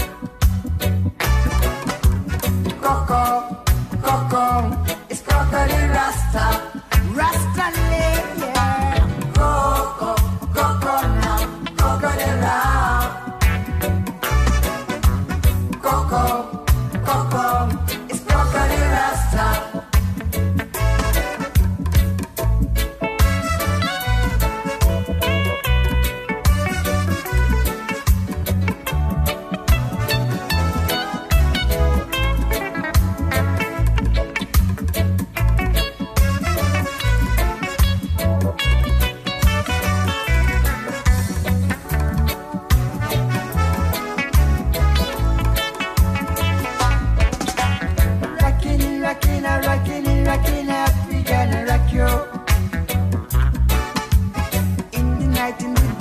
Coco, Coco, it's Coco de Rasta. Rasta, yeah.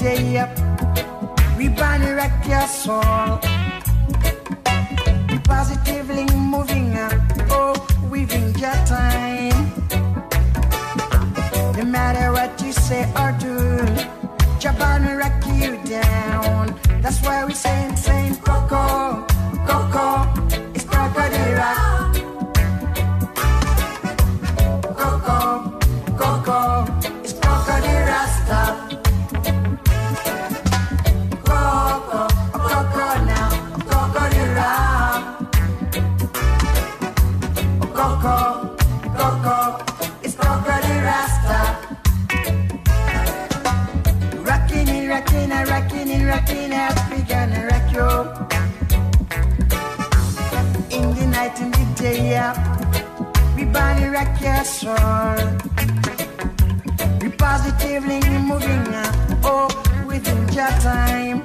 day up. We burn wreck your soul. Be positively moving up. Oh, weaving your time. No matter what you say or do, Japan will rock you down. That's why we say, saying Coco, Coco, it's crocodile rock. Coco, Coco, it's crocodile rasta. Coco, Coco now, crocodile rock. Coco, Coco, it's crocodile rasta. Rockin' it, rockin' it, rockin' it, rockin' it, we gonna rock you. In the night, in the day, yeah, we body rock your soul. We positively moving up, oh, within your time.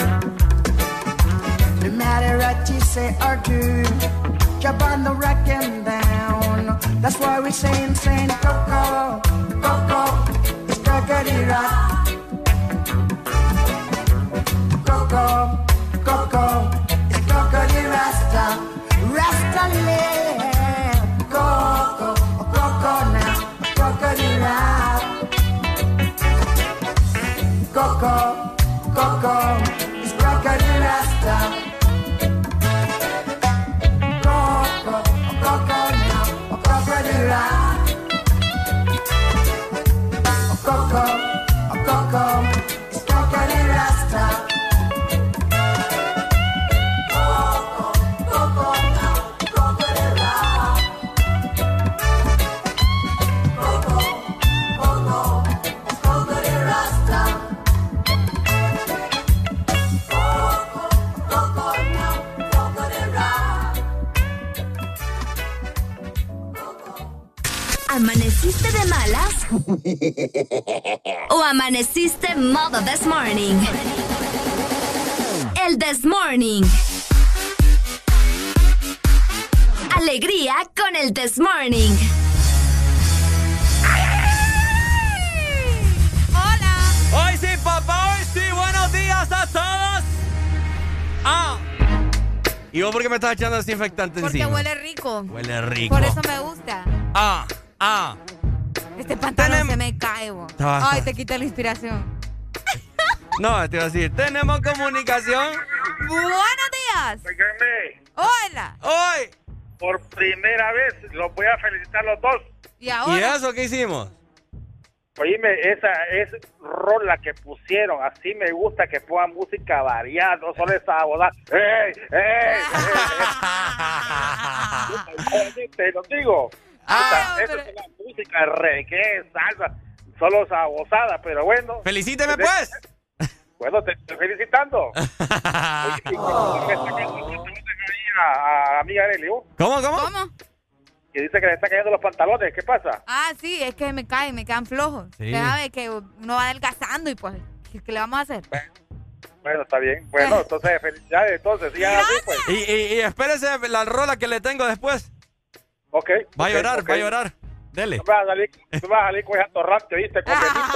No matter what you say or do, you're bound to rock them down. That's why we're saying, saying, Coco, Coco, it's crocodile rock. Coco, Coco, it's crocodile rasta. Rasta land. Coco, Coco now, crocodile rock. Coco, Coco, it's crocodile rasta. Coco, Coco now, crocodile rock. Coco, Coco, it's crocodile rasta. Coco, Coco now, crocodile rock. Coco, Coco, it's crocodile rasta. Coco, Coco now, crocodile rock. ¿Amaneciste de malas? ¿O amaneciste modo This Morning? El This Morning. Alegría con el This Morning. ¡Hola! Hoy sí, papá, hoy sí. Buenos días a todos. Ah. ¿Y vos por qué me estás echando desinfectante Porque encima? huele rico. Huele rico. Por eso me gusta. Ah, ah. Este pantalón Tenem- se me cae, vos. Está- Ay, te quita la inspiración. No, te iba a decir, tenemos comunicación. Buenos días. Óigame, Hola. Hoy. por primera vez los voy a felicitar los dos. ¿Y ¿Y ahora? eso qué hicimos? Oíme, esa es rola que pusieron. Así me gusta que pongan música variada, no solo esa boda. ¡Ey, ey, ey! Te lo digo. Ah, esa, esa pero- es la música, reggae, salsa, solo sabosada, pero bueno. ¡Felicíteme, Te- pues! Bueno, te estoy felicitando. Oye, ¿y cómo me está cayendo los pantalones ahí a, a la amiga Arely? ¿Oh? ¿Cómo, cómo? ¿Cómo? Que dice que le está cayendo los pantalones. ¿Qué pasa? Ah, sí, es que me caen, me quedan flojos. Sí. Usted sabe que uno va adelgazando y pues, ¿qué, qué le vamos a hacer? Bueno, está bien. Bueno, entonces, felicidades. Entonces, sigan así, pues. Y, y, y espérese la rola que le tengo después. Ok. Va a ok, llorar, ok. va a llorar. Dele. Tú vas a salir, tú vas a salir con ese atorrante, ¿viste? Con Benito.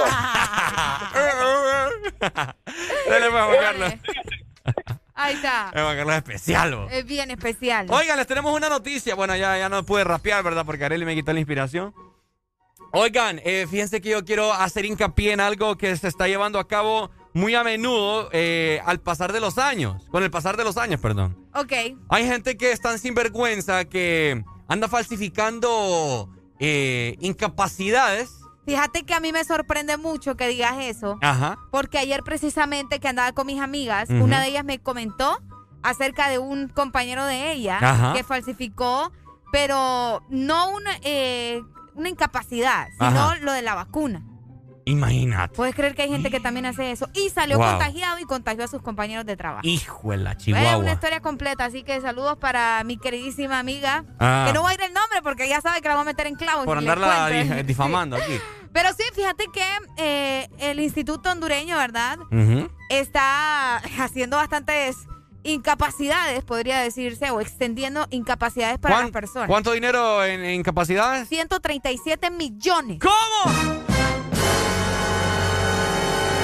Dele, pues, Juan Carlos. Ahí está. Es Juan Carlos especial, vos. Es bien especial. Oigan, les tenemos una noticia. Bueno, ya, ya no pude rapear, ¿verdad? Porque Arely me quitó la inspiración. Oigan, eh, fíjense que yo quiero hacer hincapié en algo que se está llevando a cabo muy a menudo eh, al pasar de los años. Con el pasar de los años, perdón. Ok. Hay gente que es tan sinvergüenza que anda falsificando eh, incapacidades. Fíjate que a mí me sorprende mucho que digas eso. Ajá. Porque ayer precisamente que andaba con mis amigas, Ujú. una de ellas me comentó acerca de un compañero de ella Ajá. que falsificó, pero no una, eh, una incapacidad, sino Ajá. lo de la vacuna. Imagínate. ¿Puedes creer que hay gente que también hace eso? Y salió Wow. contagiado y contagió a sus compañeros de trabajo. Hijo de la Es Chihuahua. una historia completa, así que saludos para mi queridísima amiga, Ah. que no voy a ir el nombre porque ya sabe que la voy a meter en clavos. Por si le andarla cuento. di- difamando aquí. Pero sí, fíjate que eh, el Instituto Hondureño, ¿verdad? Ujú. Está haciendo bastantes incapacidades, podría decirse, o extendiendo incapacidades para ¿Cuán- las personas. ¿Cuánto dinero en, en incapacidades? ciento treinta y siete millones. ¿Cómo?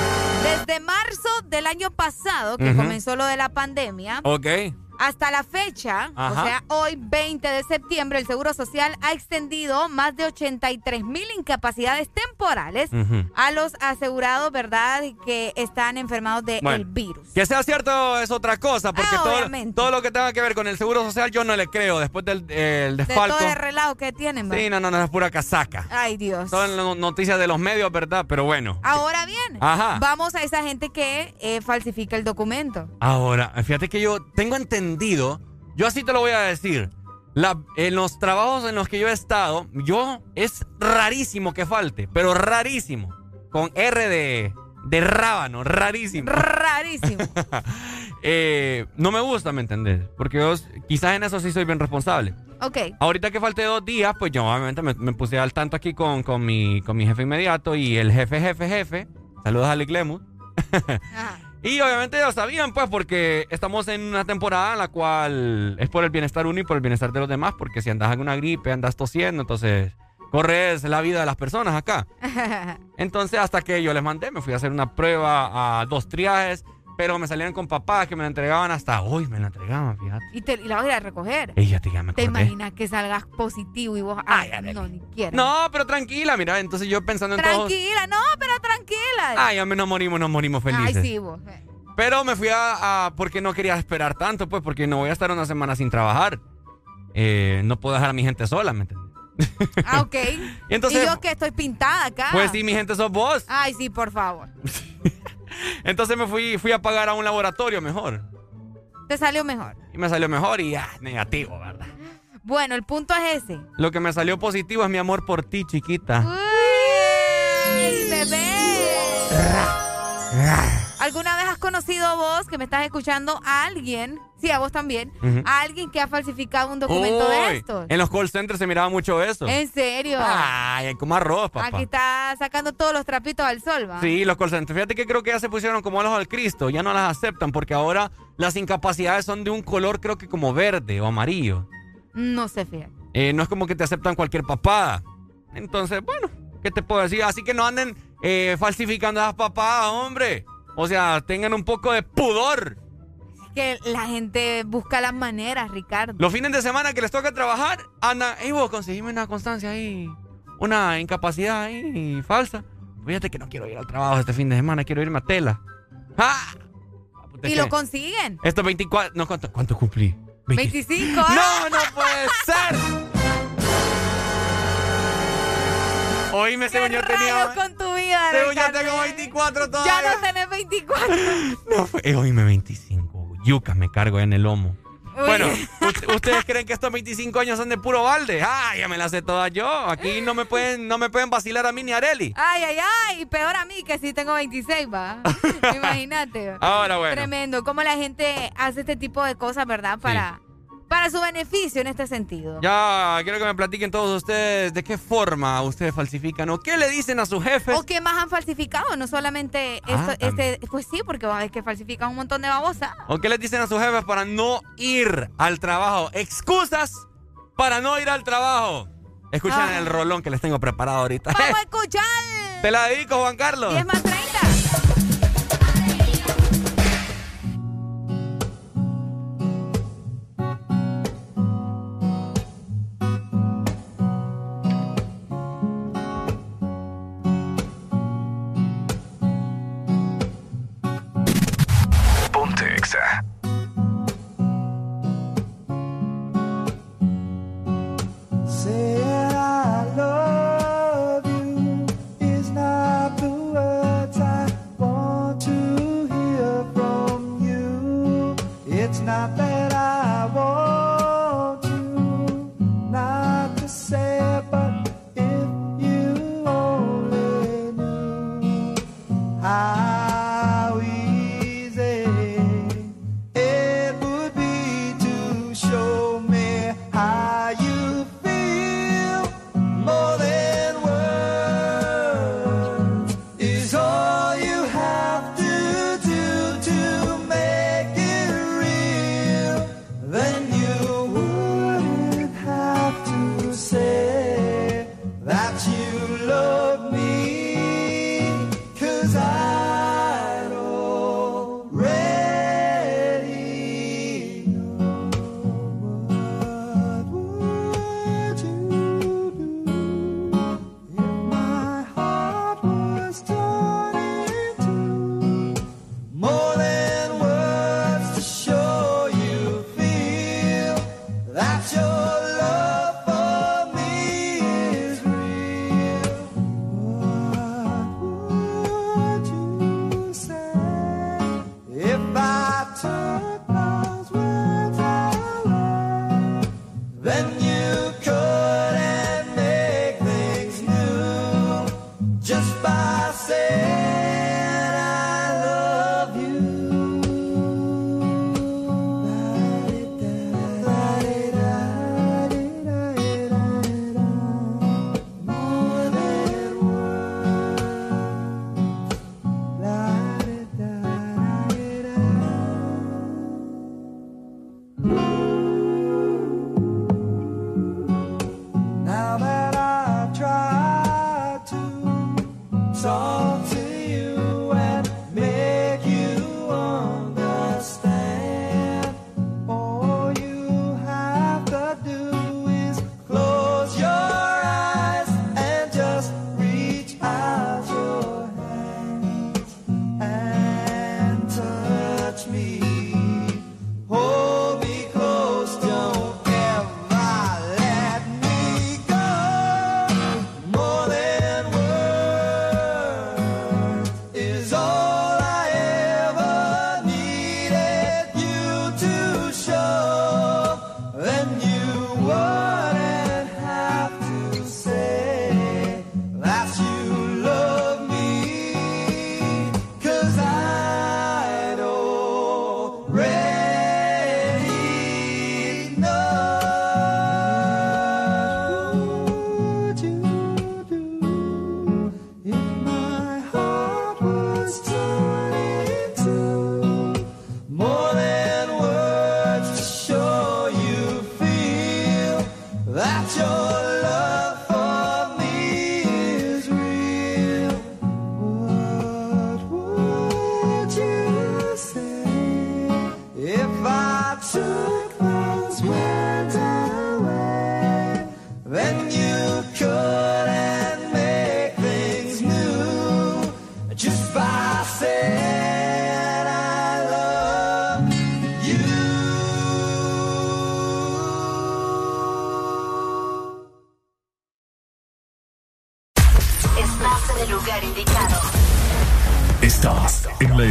Desde marzo del año pasado, que Ujú. comenzó lo de la pandemia, Ok. hasta la fecha, Ajá. o sea, hoy veinte de septiembre, el Seguro Social ha extendido más de ochenta y tres mil incapacidades temporales Ujú. a los asegurados, ¿verdad?, que están enfermados del Bueno, virus. Que sea cierto es otra cosa, porque Ah, todo, obviamente. todo lo que tenga que ver con el Seguro Social yo no le creo. Después del el De desfalco. todo el relajo que tienen, ¿verdad? Sí, no, no, no, es pura casaca. Ay, Dios. Son las noticias de los medios, ¿verdad? Pero bueno. Ahora bien, Ajá. vamos a esa gente que eh, falsifica el documento. Ahora, fíjate que yo tengo entendido, yo así te lo voy a decir, la, en los trabajos en los que yo he estado, yo es rarísimo que falte, pero rarísimo, con R de, de rábano, rarísimo. Rarísimo. eh, no me gusta, ¿me entendés? Porque yo quizás en eso sí soy bien responsable. Ok. Ahorita que falté dos días, pues yo obviamente me, me puse al tanto aquí con, con, mi, con mi jefe inmediato y el jefe, jefe, jefe. Saludos a Alec Lemus. Y obviamente ya sabían, pues, porque estamos en una temporada en la cual es por el bienestar uno y por el bienestar de los demás, porque si andas en una gripe, andas tosiendo, entonces corres la vida de las personas acá. Entonces, hasta que yo les mandé, me fui a hacer una prueba a dos triajes, pero me salieron con papás que me la entregaban hasta hoy, me la entregaban, fíjate. Y, te, y la vas a ir a recoger. Ella te ya me ¿Te acordé. imaginas que salgas positivo y vos... Ay, no, ni quiero. No, pero tranquila, mira, entonces yo pensando en todo. Tranquila, no, pero tranquila. Ay, a mí nos morimos, nos morimos felices. Ay, sí, vos. Pero me fui a, a... porque no quería esperar tanto, pues, porque no voy a estar una semana sin trabajar. Eh, no puedo dejar a mi gente sola, ¿me entiendes? Ah, ok. Y entonces- Y yo que estoy pintada acá. Pues sí, mi gente sos vos. Ay, sí, por favor. Entonces me fui, fui a pagar a un laboratorio mejor. Te salió mejor. Y me salió mejor y ya, negativo, ¿verdad? Bueno, el punto es ese. Lo que me salió positivo es mi amor por ti, chiquita. ¡Uy, bebé! ¿Alguna vez has conocido vos, que me estás escuchando, a alguien, sí, a vos también, Ujú. a alguien que ha falsificado un documento de Uy, estos? en los call centers se miraba mucho eso. ¿En serio? Ay, como arroz, papá. Aquí está sacando todos los trapitos al sol, ¿va? Sí, los call centers. Fíjate que creo que ya se pusieron como a los al Cristo. Ya no las aceptan porque ahora las incapacidades son de un color creo que como verde o amarillo. No sé, fíjate. Eh, no es como que te aceptan cualquier papada. Entonces, bueno, ¿qué te puedo decir? Así que no anden eh, falsificando esas papadas, hombre. O sea, tengan un poco de pudor. Que la gente busca las maneras, Ricardo. Los fines de semana que les toca trabajar, andan, hey vos, conseguime una constancia ahí, una incapacidad ahí falsa. Fíjate que no quiero ir al trabajo este fin de semana, quiero irme a tela. ¡Ah! Y lo consiguen. Estos veinticuatro, no, ¿cuánto, cuánto cumplí? veinticinco. ¡No, no puede ser! Oíme, según yo tenía... Rayos con tu vida, Según yo Ricardo. tengo veinticuatro todavía. Ya no tenés veinticuatro. No, fue, eh, oíme, veinticinco. Yuca me cargo en el lomo. Uy. Bueno, u- ¿ustedes creen que estos veinticinco años son de puro balde? Ah, ya me las sé todas yo. Aquí no me pueden, no me pueden vacilar a mí ni a Areli. Ay, ay, ay. Peor a mí, que sí tengo veintiséis, va. Imagínate. Ahora, bueno. Tremendo. Cómo la gente hace este tipo de cosas, ¿verdad? Para, para su beneficio en este sentido. Ya, quiero que me platiquen todos ustedes de qué forma ustedes falsifican o qué le dicen a sus jefes. O qué más han falsificado, no solamente Ah, esto, este, pues sí, porque va a ver que falsifican un montón de babosa. ¿O qué les dicen a sus jefes para no ir al trabajo? Excusas para no ir al trabajo. Escuchen Ah. el rolón que les tengo preparado ahorita. Vamos a escuchar. Te la dedico, Juan Carlos. diez más treinta. Ponte Exa. Saying I love you is not the word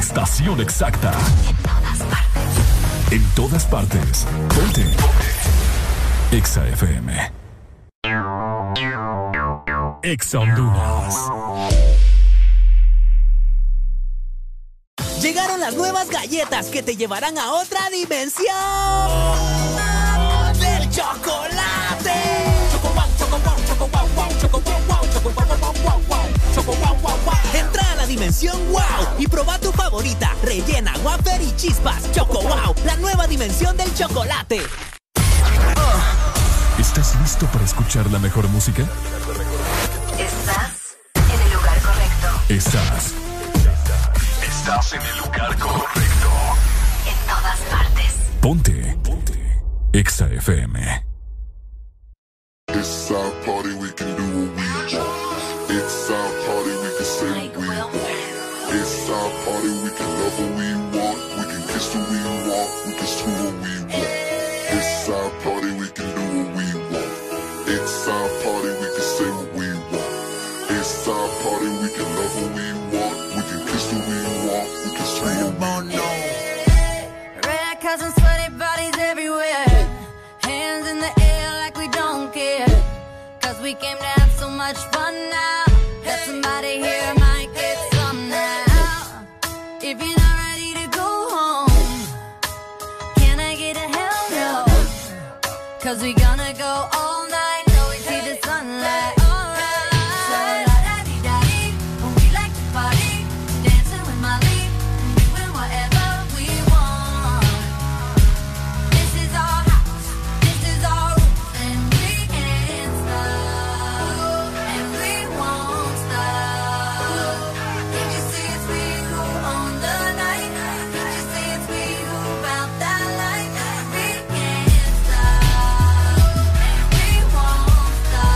estación exacta. En todas partes. En todas partes. Ponte. Exa F M. Exa Honduras. Llegaron las nuevas galletas que te llevarán a otra dimensión del chocolate. Entra a la dimensión wow y proba tu favorita, rellena, wafer y chispas. Choco Wow, la nueva dimensión del chocolate. ¿Estás listo para escuchar la mejor música? Estás en el lugar correcto. Estás. Estás en el lugar correcto. En todas partes. Ponte. Ponte. Exa F M. It's our party, we can do what we want. It's our party, we can say what we want. It's our party, we can love what we want. We can kiss who we want. We can screw what we want. It's our party, we can do what we want. It's our party, we can say what we want. It's our party, we can love what we want. We can kiss who we want. We can screw what we want. Red cups and sweaty bodies everywhere. Hands in the air like we don't care. Cause we came to have so much fun now. That somebody here might get some now. If you're not ready to go home, can I get a hell no? Cause we gonna go all night till we see the sunlight. Alright. So la-da-dee-da-dee, we like to party. Dancing with Molly, doing whatever we want. This is our house, this is our rules, and we can't stop, and we won't stop. Can't you see it's we who own the night? Can't you see it's we who found that light? We can't stop, and we won't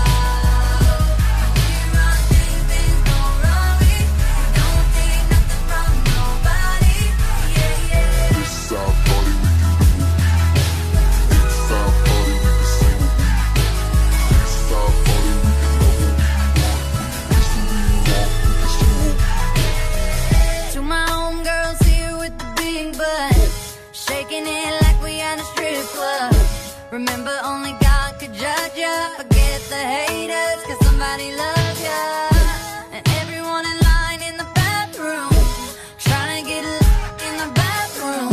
stop. We run things, things don't run we. Don't take nothing from nobody. Yeah, yeah. It's our party, we can do what we want. It's our party, we can say what we want. It's our party, we can love what we want. We can kiss who we want. We can screw what we want. To my homegirls here with the big butt, shaking it like we at a strip club. Remember, only God could judge ya. Forget the haters, cause somebody loves ya. And everyone in line in the bathroom, trying to get a look in the bathroom.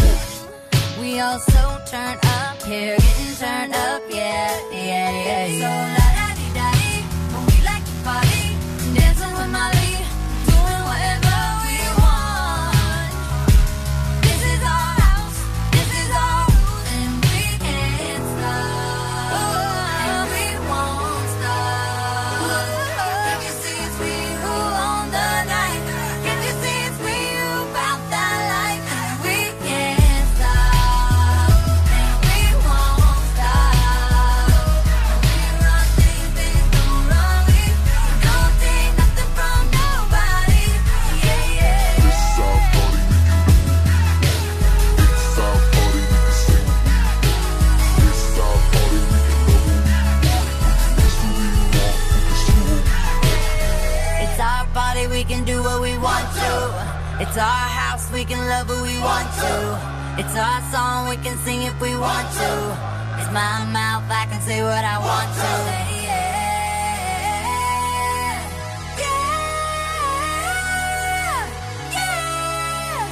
We all so turned up here, getting turned up, yeah, yeah, yeah, yeah. So la-da-dee-da-dee, we like to party, dancing with Molly, doing whatever we want. This is our house, this is our rules, and we can't stop, and we won't stop. Can't you see it's we who own the night? Can't you see it's we who found that light? We can't stop, and we won't stop. We run things, things don't run we. Don't take nothing from nobody. Yeah, yeah. It's our party, we can do what we want. It's our party, we can say what we want. It's our party, we can love what we want. We can kiss who we want. We can screw what we want. It's our party, we can do what we want to. It's our house, we can love who we want to. It's our song, we can sing if we want to. It's my mouth, I can say what I want to. Yeah, yeah, yeah,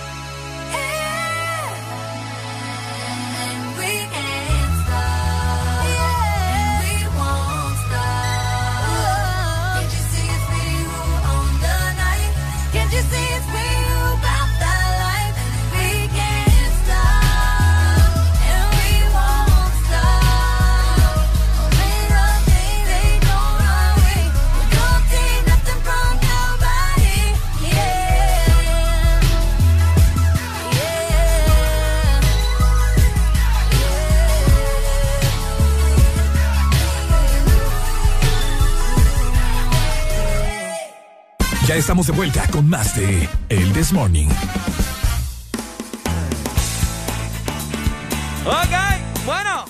yeah. And we can't stop, and we won't stop. Can't you see it's we who own the night? Can't you see it's we who found that light? We can't stop, and we won't stop. We run things, they don't run we. We don't take nothing from nobody. Yeah, yeah. Ya estamos de vuelta con más de El This Morning. Ok, bueno.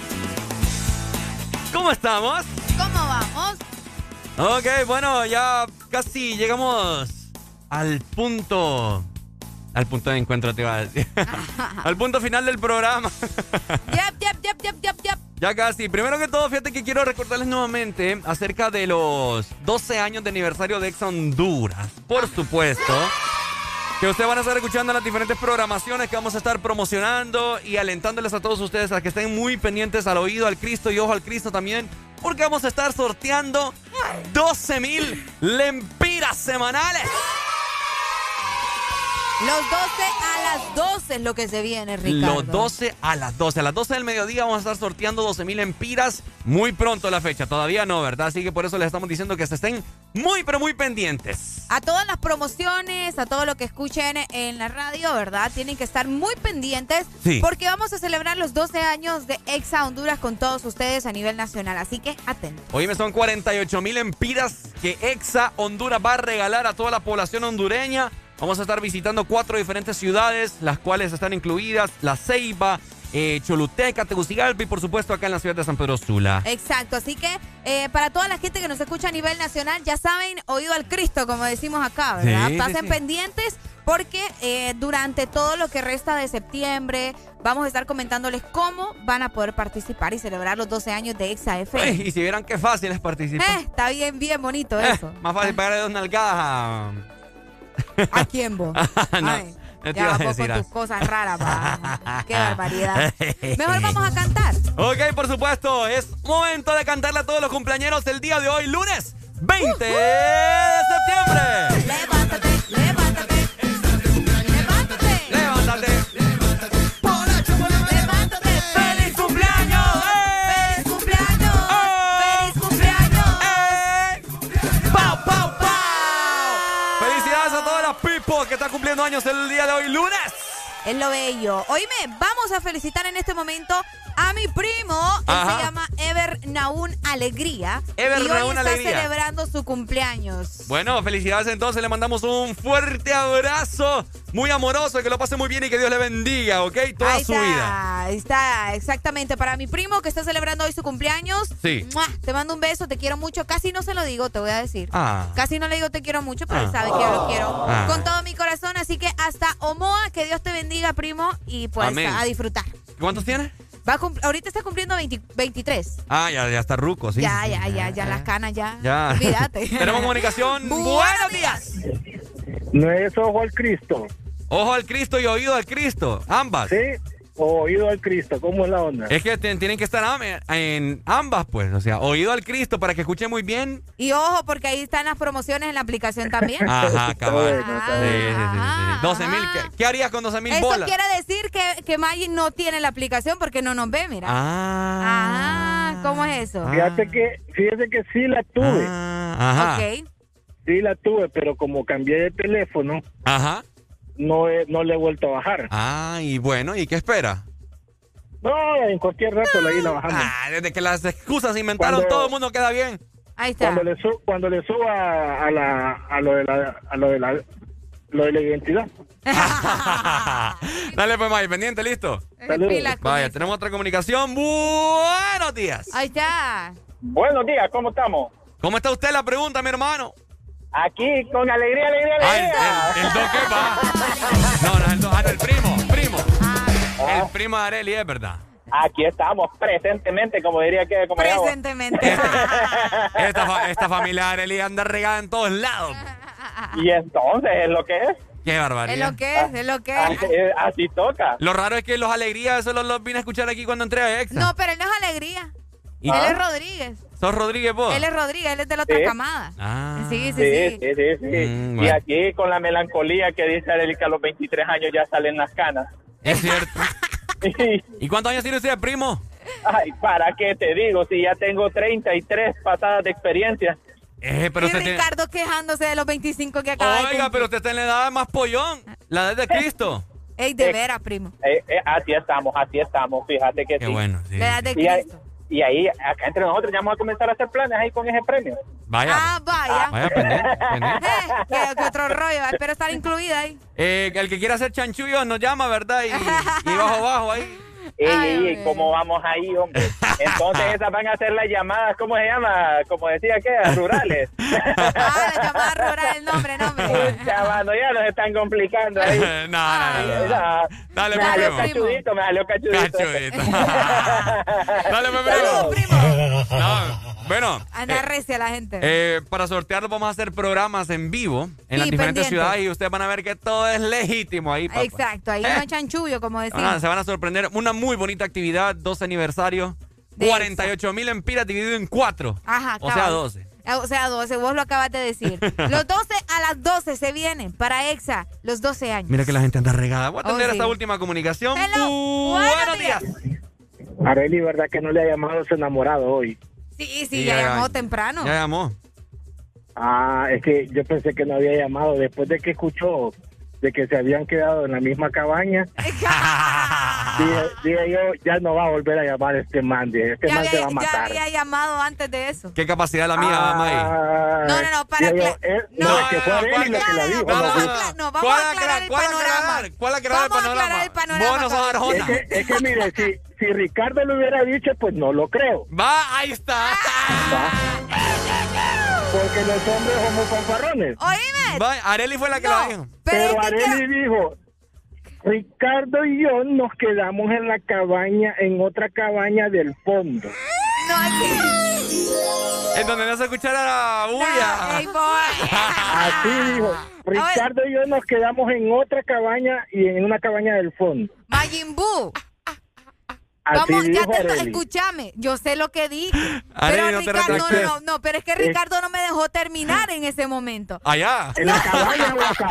¿Cómo estamos? ¿Cómo vamos? Ok, bueno, ya casi llegamos al punto Al punto de encuentro te iba a decir. Al punto final del programa. Yep, yep, yep, yep, yep, yep. Ya casi. Primero que todo, fíjate que quiero recordarles nuevamente acerca de los doce años de aniversario de Exa Honduras. Por supuesto, que ustedes van a estar escuchando las diferentes programaciones que vamos a estar promocionando y alentándoles a todos ustedes a que estén muy pendientes al oído al Cristo y ojo al Cristo también, porque vamos a estar sorteando doce mil lempiras semanales. Los doce a las doce es lo que se viene, Ricardo. Los doce a las doce. A las doce del mediodía vamos a estar sorteando doce mil empiras. Muy pronto la fecha. Todavía no, ¿verdad? Así que por eso les estamos diciendo que se estén muy, pero muy pendientes. A todas las promociones, a todo lo que escuchen en la radio, ¿verdad? Tienen que estar muy pendientes. Sí. Porque vamos a celebrar los doce años de Exa Honduras con todos ustedes a nivel nacional. Así que atentos. Hoy me son cuarenta y ocho mil empiras que Exa Honduras va a regalar a toda la población hondureña. Vamos a estar visitando cuatro diferentes ciudades, las cuales están incluidas La Ceiba, eh, Choluteca, Tegucigalpa y por supuesto acá en la ciudad de San Pedro Sula. Exacto, así que eh, para toda la gente que nos escucha a nivel nacional, ya saben, oído al Cristo, como decimos acá, ¿verdad? Sí, Pasen sí, sí. pendientes porque eh, durante todo lo que resta de septiembre vamos a estar comentándoles cómo van a poder participar y celebrar los doce años de Exa F M. Ey, y si vieran qué fácil es participar. Eh, está bien, bien bonito Eh, eso. más fácil pegarle dos nalgadas a... ¿A quién vos? no, Ay, no te ya iba a vos decir con ah. tus cosas raras, va. Qué barbaridad. Mejor vamos a cantar. Ok, por supuesto, es momento de cantarle a todos los cumpleañeros el día de hoy, lunes veinte de septiembre. Levántate, levántate. Levántate. Levántate. Levántate. ¡Feliz cumpleaños! ¡Feliz cumpleaños! ¡Feliz cumpleaños! ¡Pau, pau, pau! Felicidades a todas las people que están cumpliendo años el día de hoy, lunes. Es lo bello. Oíme, vamos a felicitar en este momento a mi primo. Él Ajá. se llama Ever Naún Alegría. Ever y hoy Naún está Alegría. celebrando su cumpleaños. Bueno, felicidades entonces, le mandamos un fuerte abrazo, muy amoroso, que lo pase muy bien y que Dios le bendiga, ¿ok? Toda Ahí su está, vida. ahí está, exactamente. Para mi primo que está celebrando hoy su cumpleaños. Sí. ¡Mua! Te mando un beso, te quiero mucho. Casi no se lo digo, te voy a decir. Ah. Casi no le digo te quiero mucho, pero Ah. él sabe que yo lo quiero Ah. con todo mi corazón. Así que hasta Omoa, que Dios te bendiga, primo. Y pues Amén. a disfrutar. ¿Cuántos tienes? Va a cumpl- ahorita está cumpliendo veinte, veintitrés. Ah, ya, ya está ruco, sí. ya, sí, ya, sí. ya, ya, las canas ya. Ya. Olvídate. Tenemos comunicación. Buenos Buenos días. No es ojo al Cristo. Ojo al Cristo y oído al Cristo. Ambas. Sí, o oído al Cristo. ¿Cómo es la onda? Es que te- tienen que estar am- en ambas, pues. O sea, oído al Cristo para que escuche muy bien. Y ojo, porque ahí están las promociones en la aplicación también. Ajá, cabal. Bueno, Sí, sí, sí, sí, sí. doce mil. ¿qué, qué harías con doce mil Eso bolas? quiere decir que, que Maggie no tiene la aplicación porque no nos ve, mira. Ah. Ah, ¿cómo es eso? Fíjate que, fíjate que sí la tuve. Ah, ajá. Ok. Sí la tuve, pero como cambié de teléfono, Ajá. no, he- no le he vuelto a bajar. Ah, y bueno, ¿y qué espera? No, en cualquier rato la la bajando. Ah, desde que las excusas se inventaron, Cuando- todo el mundo queda bien. Ahí está. Cuando le, su- cuando le suba a, la, a lo de la, a lo de la, lo de la identidad. Dale, pues, May, pendiente, listo. Saludos. Pilas con Vaya, eso. tenemos otra comunicación. Buenos días. Ahí está. Buenos días, ¿cómo estamos? ¿Cómo está usted? La pregunta, mi hermano. Aquí con alegría, alegría, Ay, alegría. el, el do qué va. No, no, el do, ah, no, el primo, primo. Ah. El primo de Arely, es verdad. Aquí estamos presentemente, como diría que como llamo. Presentemente. Esta, fa- esta familia de Arely anda regada en todos lados. Y entonces es lo que es. Qué Es barbaridad. lo que es, es lo que Así, es. eh, así toca. Lo raro es que los alegrías, eso los, los vine a escuchar aquí cuando entré a Exa. No, pero él no es Alegría. ¿Y Él qué? es Rodríguez. ¿Sos Rodríguez vos? Él es Rodríguez, él es de la otra Sí. camada. Ah. Sí, sí, Sí, sí. sí, sí, sí. Mm, Y bueno. aquí con la melancolía que dice Arely que a los veintitrés años ya salen las canas. Es cierto. ¿Y cuántos años tiene usted, primo? Ay, ¿para qué te digo? Si ya tengo treinta y tres pasadas de experiencia. Eh, pero y usted tiene... Ricardo quejándose de los veinticinco que acaba de Oiga, cumplir. pero usted está en la edad más pollón. La edad de Cristo. Ey, de veras, primo. Eh, eh, así estamos, así estamos, fíjate que Qué sí. bueno, sí. La edad de Y ahí, Cristo. y ahí, acá entre nosotros ya vamos a comenzar a hacer planes ahí con ese premio. Vaya. Ah, vaya. Vaya, pendiente, pendiente. Eh, qué, qué otro rollo. Espero estar incluida ahí. Eh, el que quiera hacer chanchullo nos llama, ¿verdad? Y, y bajo bajo ahí. Ey, Ay, ey, ey, hombre. ¿cómo vamos ahí, hombre? Entonces esas van a ser las llamadas, ¿cómo se llama? Como decía que rurales. Ah, la llamada rural, el nombre, nombre. Pucha, mano, ya nos están complicando ahí. no, no, no, no. No, Dale, me pues, salió primo. cachudito, me salió cachudito. Cachudito. Dale, pues, Saludos, primo. primo. No, bueno. Anda eh, recia la gente. eh, para sortearlo vamos a hacer programas en vivo en las Sí, diferentes pendientes. ciudades y ustedes van a ver que todo es legítimo ahí, papá. Exacto, ahí Eh. no chanchullo, como Se van, a, decimos. se van a sorprender. Una muy bonita actividad, doce aniversario. De cuarenta y ocho mil empiras dividido en cuatro. Ajá, O sea, cabal. doce. O sea, doce, vos lo acabas de decir. Los doce a las doce se vienen para Exa, los doce años. Mira que la gente anda regada. Voy a atender Oh, sí. esta última comunicación. Hello. Uh, Buenos buenos días. Arely, ¿verdad que no le ha llamado a su enamorado hoy? Sí, sí, Sí, ya, ya, llamó ya. temprano. Ya llamó. Ah, es que yo pensé que no había llamado después de que escuchó de que se habían quedado en la misma cabaña. dije, dije yo, ya no va a volver a llamar este man, dije, este Ya man se había, va a ya matar. había llamado antes de eso. ¿Qué capacidad la mía, Ah, May? No, no, no, para dije yo, aclarar. eh, No, no, es que fue no, Arely lo que la dijo. no, no vamos fui- a aclarar, no, vamos ¿Cuál a aclarar el ¿Cuál panorama. aclarar? ¿Cuál aclarar el Vamos a panorama? aclarar el panorama. Vos no sos cabal. arjona. Es que, es que mire, si, si Ricardo lo hubiera dicho, pues no lo creo. Va, ahí está. Porque los hombres somos fanfarrones. Oíme. Va, Arely fue la que No, la dijo. pero, Pero es que Arely dijo, Ricardo y yo nos quedamos en la cabaña, en otra cabaña del fondo. No, es En donde no se escuchara la que... bulla. Ey, boy. Así dijo, Ricardo y yo nos quedamos en otra cabaña y en una cabaña del fondo. Majin Buu. Así Vamos, ya dijo te Arely. escúchame, yo sé lo que dije. Arely, Pero no te Ricardo, no, retractes. no, no, pero es que Ricardo no me dejó terminar en ese momento. Allá. En la cabaña o acá.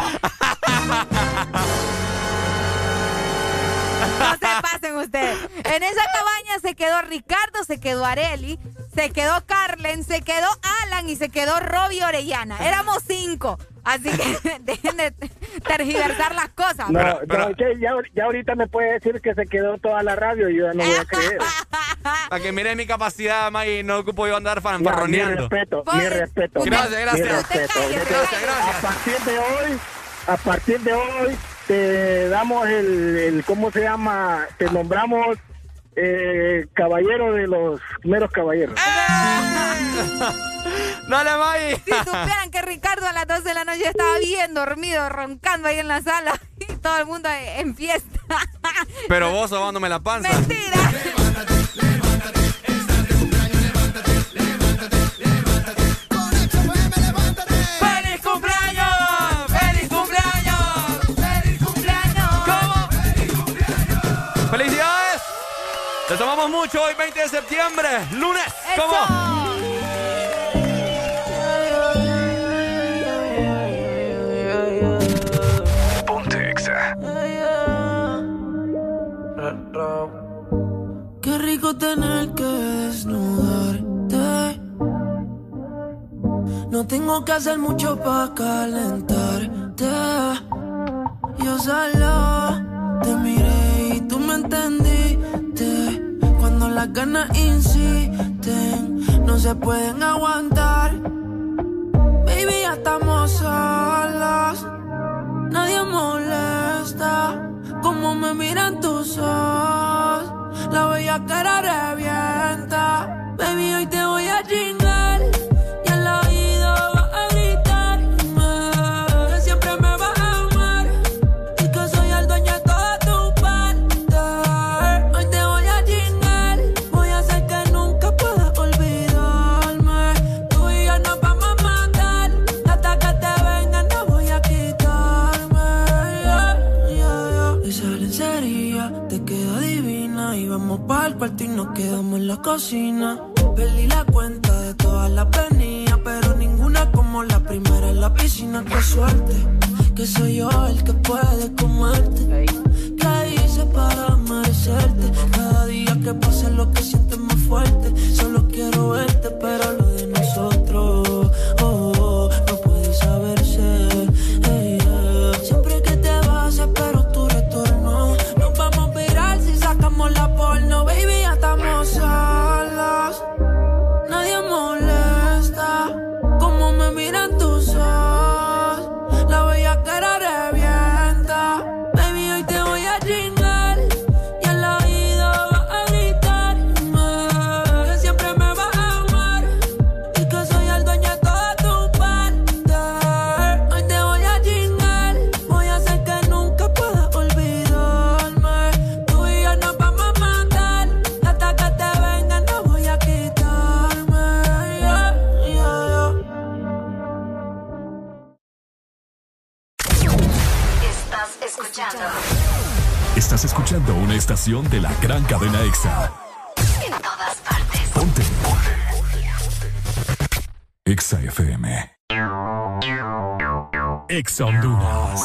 No se pasen ustedes. En esa cabaña se quedó Ricardo, se quedó Arely, se quedó Carlen, se quedó Alan y se quedó Robbie Orellana. Éramos cinco. Así que dejen de tergiversar las cosas. No, Pero- pero- no, que ya, ya ahorita me puede decir que se quedó toda la radio y yo ya no voy a creer. Para que mire mi capacidad, May, no ocupo yo andar No, mi fanfarroneando. respeto, Vos- mi respeto. Gracias, mi gracias. respeto. Usted cállese, Gracias, gracias. A partir de hoy, a partir de hoy, te damos el, el ¿cómo se llama? Te nombramos eh, caballero de los meros caballeros. Dale, May. Si supieran que Ricardo a las doce de la noche estaba bien dormido, roncando ahí en la sala y todo el mundo en fiesta. Pero vos sobándome la panza. Mentira. ¡Feliz cumpleaños! ¡Feliz cumpleaños! ¡Feliz cumpleaños! ¿Cómo? ¡Felicidades! Te tomamos mucho hoy, veinte de septiembre, lunes. ¿Cómo? Ponte Exa. Qué rico tener que desnudarte. No tengo que hacer mucho para calentarte. Yo solo te miré y tú me entendiste. Cuando las ganas insisten, no se pueden aguantar. Baby, ya estamos solos. Nadie molesta como me miran tus ojos. La bella cara revienta. Baby, hoy te voy a chingar y al oído vas a gritarme que siempre me vas a amar y que soy el dueño de toda tu parte. Hoy te voy a chingar, voy a hacer que nunca puedas olvidarme. Tú y yo nos vamos a matar hasta que te vengan, no voy a quitarme. Yeah, yeah, yeah. Esa lencería te queda divina y vamos pa'l cuarto y nos quedamos en la cocina. Perdí la cuenta de todas las venidas, pero ninguna como la primera en la piscina. Qué suerte, que soy yo el que puede comerte. ¿Qué hice para merecerte? Cada día que pasa lo que sientes más fuerte. Solo quiero verte, pero lo de nosotros, oh, oh, no puede saberse. Hey, yeah. Siempre que te vas espero tu retorno. Nos vamos a virar si sacamos la porno. Baby, ya estamos solos. Nadie molesta como me miran tus ojos. La bella cara revienta. Baby, hoy te voy a chingar y al oído Estás escuchando una estación de la gran cadena EXA. En todas partes. Ponte. EXA F M. EXA Honduras.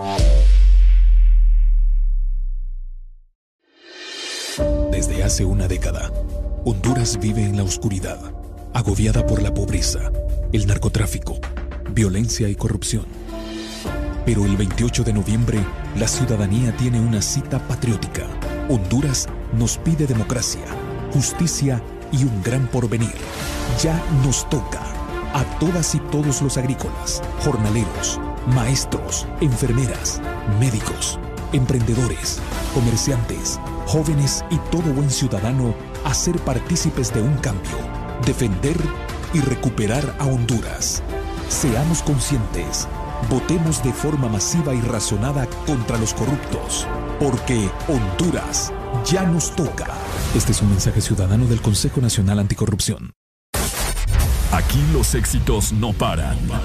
Desde hace una década, Honduras vive en la oscuridad, agobiada por la pobreza, el narcotráfico, violencia y corrupción. Pero el veintiocho de noviembre, la ciudadanía tiene una cita patriótica. Honduras nos pide democracia, justicia y un gran porvenir. Ya nos toca. A todas y todos los agrícolas, jornaleros, maestros, enfermeras, médicos, emprendedores, comerciantes, jóvenes y todo buen ciudadano a ser partícipes de un cambio, defender y recuperar a Honduras. Seamos conscientes, votemos de forma masiva y razonada contra los corruptos, porque Honduras ya nos toca. Este es un mensaje ciudadano del Consejo Nacional Anticorrupción. Aquí los éxitos no paran. En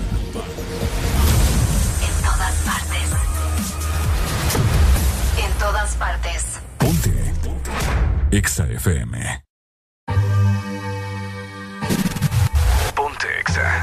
todas partes. En todas partes. Ponte. EXA F M. Ponte EXA.